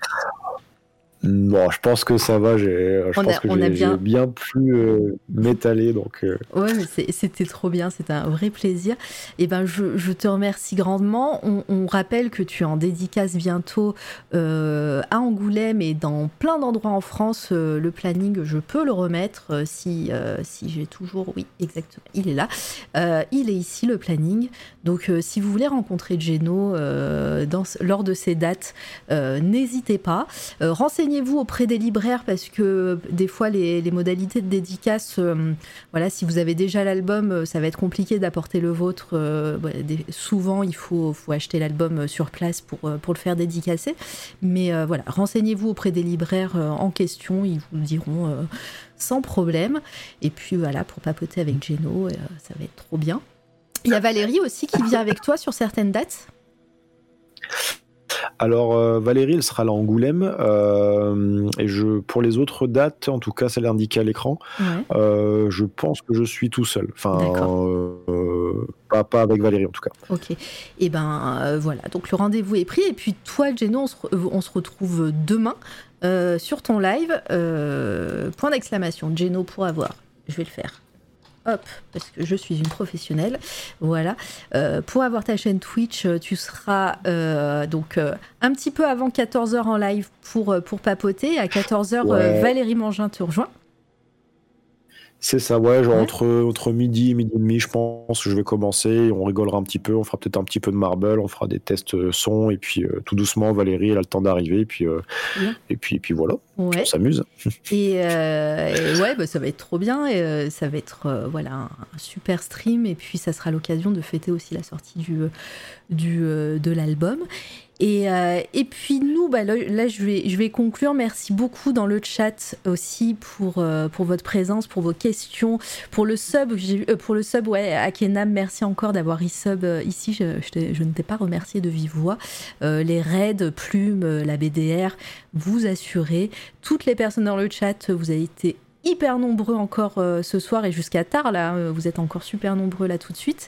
Non, je pense que ça va. Je pense que j'ai bien pu m'étaler. Donc, Ouais, mais c'était trop bien. C'était un vrai plaisir. Et ben, je te remercie grandement. On rappelle que tu es en dédicace bientôt à Angoulême et dans plein d'endroits en France. Le planning, je peux le remettre si j'ai toujours. Oui, exactement. Il est là. Il est ici, le planning. Donc, si vous voulez rencontrer Geno lors de ces dates, n'hésitez pas. Renseignez-vous auprès des libraires parce que des fois les modalités de dédicace, voilà, si vous avez déjà l'album, ça va être compliqué d'apporter le vôtre. Souvent, il faut acheter l'album sur place pour le faire dédicacer. Mais voilà, renseignez-vous auprès des libraires en question, ils vous le diront sans problème. Et puis voilà, pour papoter avec Geno, ça va être trop bien. Il y a Valérie aussi qui vient avec toi sur certaines dates. Alors Valérie, elle sera là à Angoulême et pour les autres dates, en tout cas celle indiquée à l'écran, ouais. Je pense que je suis tout seul. Enfin, pas avec Valérie en tout cas. Ok. Et ben voilà. Donc le rendez-vous est pris. Et puis toi, Geno, on se retrouve demain sur ton live. Point d'exclamation. Geno pour avoir. Je vais le faire. Hop, parce que je suis une professionnelle. Voilà. Pour avoir ta chaîne Twitch, tu seras donc un petit peu avant 14h en live pour papoter. À 14h, ouais. Valérie Mangin te rejoint. C'est ça, ouais, genre ouais. Entre midi et midi et demi, je pense que je vais commencer. On rigolera un petit peu, on fera peut-être un petit peu de marble, on fera des tests son, et puis tout doucement, Valérie, elle a le temps d'arriver, et puis voilà, ouais. On s'amuse. Et ouais, bah, ça va être trop bien, et ça va être voilà, un super stream, et puis ça sera l'occasion de fêter aussi la sortie de l'album. Et puis nous, bah là je vais conclure. Merci beaucoup dans le chat aussi pour votre présence, pour vos questions, pour le sub. Ouais, Akenam, merci encore d'avoir resub ici. Je ne t'ai pas remercié de vive voix. Les raids, Plume, la BDR, vous assurez. Toutes les personnes dans le chat, vous avez été hyper nombreux encore ce soir et jusqu'à tard là. Vous êtes encore super nombreux là tout de suite.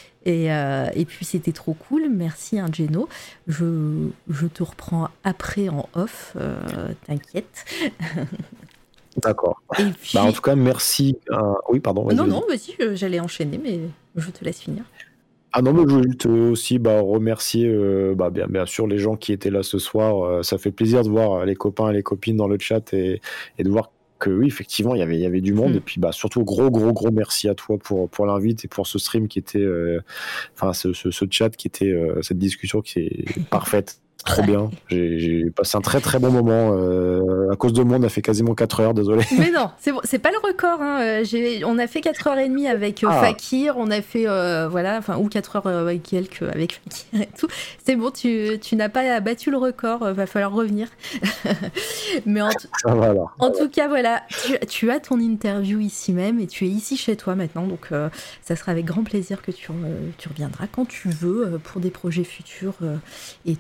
Et puis c'était trop cool, merci Geno. Je te reprends après en off, t'inquiète. D'accord. Et puis... en tout cas, merci. Oui, pardon. Vas-y. Non, vas-y, j'allais enchaîner, mais je te laisse finir. Ah non, mais je voulais aussi remercier bien sûr les gens qui étaient là ce soir. Ça fait plaisir de voir les copains et les copines dans le chat et de voir que oui, effectivement, il y avait du monde. Et puis surtout, gros merci à toi pour l'invite et pour ce stream qui était, ce chat qui était, cette discussion qui est parfaite. Trop bien. J'ai passé un très très bon moment. À cause de moi, on a fait quasiment 4 heures, désolé. Mais non, c'est pas le record. Hein. On a fait 4h30 avec Fakir, on a fait, ou 4 heures quelques avec Fakir et tout. C'est bon, tu n'as pas battu le record, va falloir revenir. Mais en tout cas, voilà, tu as ton interview ici même et tu es ici chez toi maintenant. Donc, ça sera avec grand plaisir que tu reviendras quand tu veux pour des projets futurs et trop cool.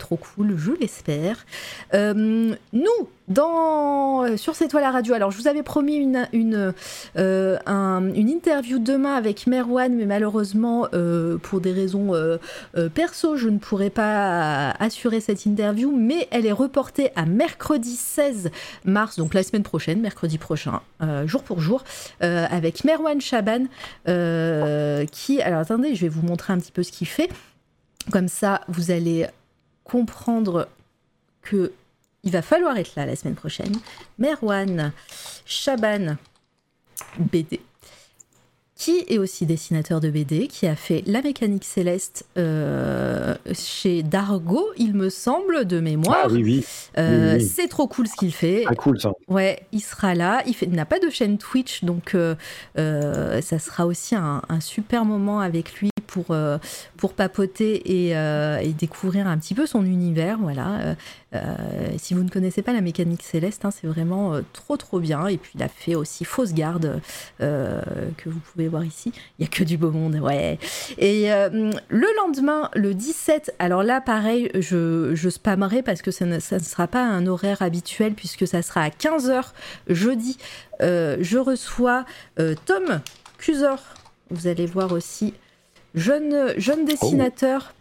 cool, je l'espère. Nous, sur C'est toi la radio, alors je vous avais promis une interview demain avec Merwan, mais malheureusement, pour des raisons perso, je ne pourrai pas assurer cette interview, mais elle est reportée à mercredi 16 mars, donc la semaine prochaine, mercredi prochain, jour pour jour, avec Merwan Chaban, qui... Alors attendez, je vais vous montrer un petit peu ce qu'il fait. Comme ça, vous allez comprendre que il va falloir être là la semaine prochaine. Merwan Chaban, BD, qui est aussi dessinateur de BD, qui a fait La Mécanique Céleste chez Dargo, il me semble, de mémoire. Ah oui. C'est trop cool ce qu'il fait. Ah cool ça. Ouais, il sera là. Il n'a pas de chaîne Twitch, donc ça sera aussi un super moment avec lui pour papoter et découvrir un petit peu son univers. Voilà. Si vous ne connaissez pas La Mécanique Céleste, c'est vraiment trop bien. Et puis il a fait aussi Fausse Garde, que vous pouvez voir ici. Il n'y a que du beau monde, ouais. Et le lendemain, le 17, alors là pareil, je spammerai parce que ça ne sera pas un horaire habituel, puisque ça sera à 15h jeudi. Je reçois Tom Cuser. Vous allez voir aussi, jeune dessinateur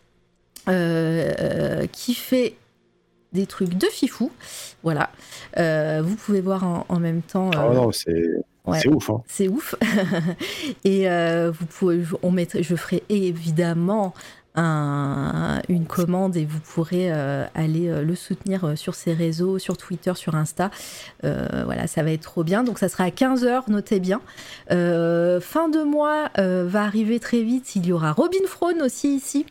qui fait des trucs de fifou. Voilà. Vous pouvez voir en même temps. Oh non, c'est ouf. Hein. C'est ouf. Et vous pouvez, je ferai évidemment une commande et vous pourrez aller le soutenir sur ses réseaux, sur Twitter, sur Insta. Voilà, ça va être trop bien. Donc ça sera à 15h, notez bien. Fin de mois va arriver très vite. Il y aura Robin Fraune aussi ici,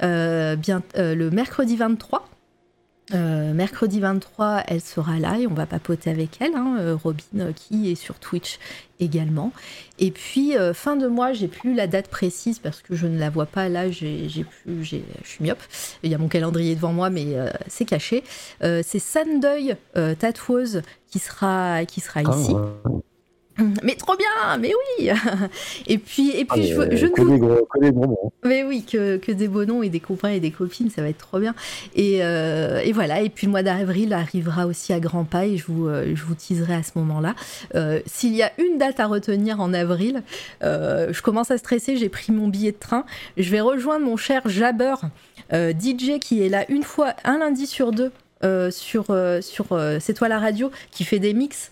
le mercredi 23. Mercredi 23, elle sera là et on va papoter avec elle, Robin, qui est sur Twitch également. Et puis fin de mois, j'ai plus la date précise parce que je ne la vois pas là, je suis myope. Il y a mon calendrier devant moi, mais c'est caché. C'est Sandeuil tatoueuse qui sera ici. Mais trop bien, mais oui. Et puis je que des bonbons. Mais oui, que des beaux noms et des copains et des copines, ça va être trop bien. Et voilà. Et puis le mois d'avril arrivera aussi à grands pas et je vous teaserai à ce moment-là. S'il y a une date à retenir en avril, je commence à stresser. J'ai pris mon billet de train. Je vais rejoindre mon cher Jabber, DJ qui est là un lundi sur deux sur C'est toi la radio, qui fait des mix.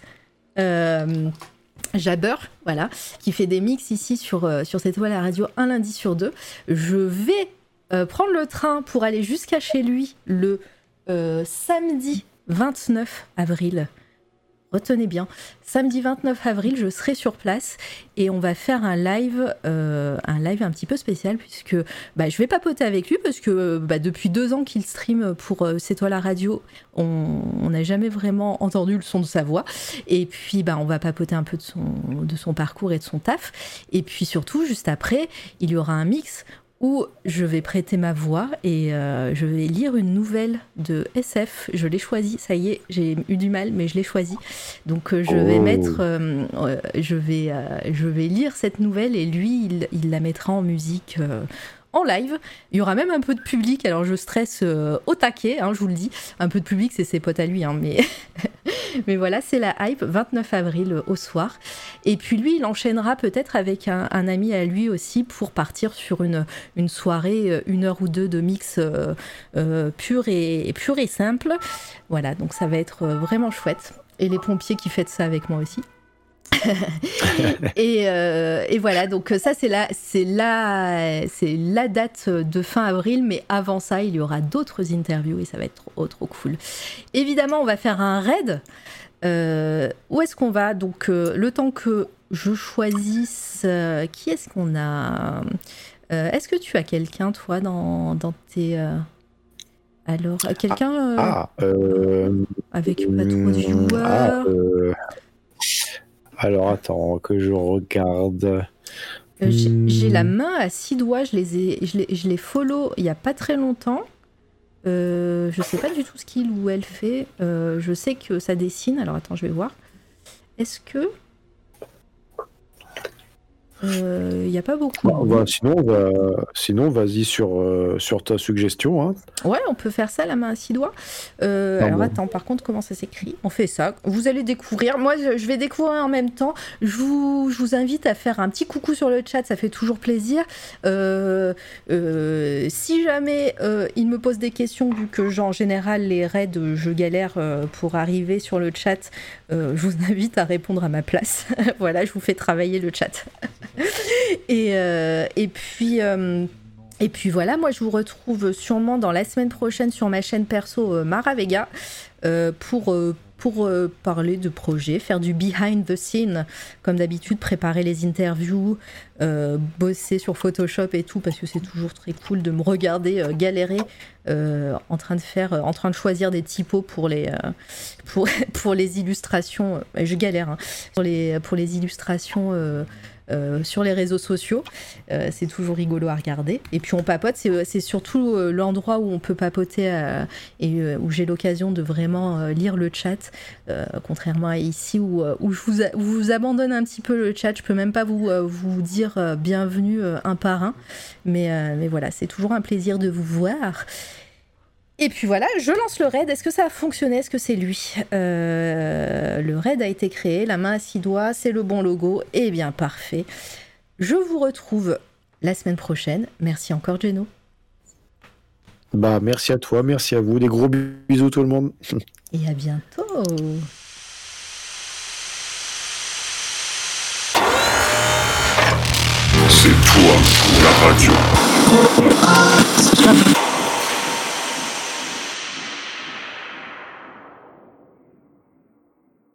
Jabber, voilà, qui fait des mix ici sur C'est toi la radio un lundi sur deux. Je vais prendre le train pour aller jusqu'à chez lui le samedi 29 avril. Retenez bien, samedi 29 avril, je serai sur place et on va faire un live un petit peu spécial puisque je vais papoter avec lui parce que depuis 2 ans qu'il stream pour C'est toi la radio, on n'a jamais vraiment entendu le son de sa voix. Et puis on va papoter un peu de son parcours et de son taf. Et puis surtout, juste après, il y aura un mix où je vais prêter ma voix et je vais lire une nouvelle de SF. Je l'ai choisie, ça y est, j'ai eu du mal, mais je l'ai choisie. Donc je vais lire cette nouvelle et lui, il la mettra en musique en live. Il y aura même un peu de public, alors je stresse au taquet, je vous le dis. Un peu de public, c'est ses potes à lui, mais... mais voilà, c'est la hype, 29 avril au soir. Et puis lui, il enchaînera peut-être avec un ami à lui aussi pour partir sur une soirée, 1 heure ou 2 de mix pur et simple. Voilà, donc ça va être vraiment chouette. Et les pompiers qui fêtent ça avec moi aussi. et voilà, donc ça c'est la date de fin avril, mais avant ça il y aura d'autres interviews et ça va être trop cool. Évidemment on va faire un raid. Où est-ce qu'on va? Donc le temps que je choisisse qui est-ce qu'on a, est-ce que tu as quelqu'un toi dans tes alors quelqu'un avec pas trop de joueurs? Alors attends que je regarde. J'ai la main à 6 doigts, je les follow il y a pas très longtemps. Je sais pas du tout ce qu'il ou elle fait. Je sais que ça dessine. Alors attends, je vais voir. Est-ce que Il n'y a pas beaucoup. Sinon, vas-y sur ta suggestion. Hein. Ouais, on peut faire ça, la main à 6 doigts. Alors attends, par contre, comment ça s'écrit ? On fait ça. Vous allez découvrir. Moi, je vais découvrir en même temps. Je vous invite à faire un petit coucou sur le chat, ça fait toujours plaisir. Si jamais il me pose des questions, vu que en général, les raids, je galère pour arriver sur le chat, je vous invite à répondre à ma place. Voilà, je vous fais travailler le chat. Et puis voilà, moi je vous retrouve sûrement dans la semaine prochaine sur ma chaîne perso Mara Vega pour parler de projets, faire du behind the scene comme d'habitude, préparer les interviews, bosser sur Photoshop et tout, parce que c'est toujours très cool de me regarder galérer en train de choisir des typos pour les illustrations. Je galère hein, pour les illustrations sur les réseaux sociaux, c'est toujours rigolo à regarder. Et puis on papote, c'est surtout l'endroit où on peut papoter et où j'ai l'occasion de vraiment lire le chat, contrairement à ici où je vous abandonne un petit peu le chat. Je peux même pas vous dire bienvenue un par un, mais voilà, c'est toujours un plaisir de vous voir. Et puis voilà, je lance le raid. Est-ce que ça a fonctionné ? Est-ce que c'est lui ? Le raid a été créé, la main à 6 doigts, c'est le bon logo. Eh bien, parfait. Je vous retrouve la semaine prochaine. Merci encore, Geno. Bah, merci à toi, merci à vous. Des gros bisous tout le monde. Et à bientôt. C'est toi, la radio.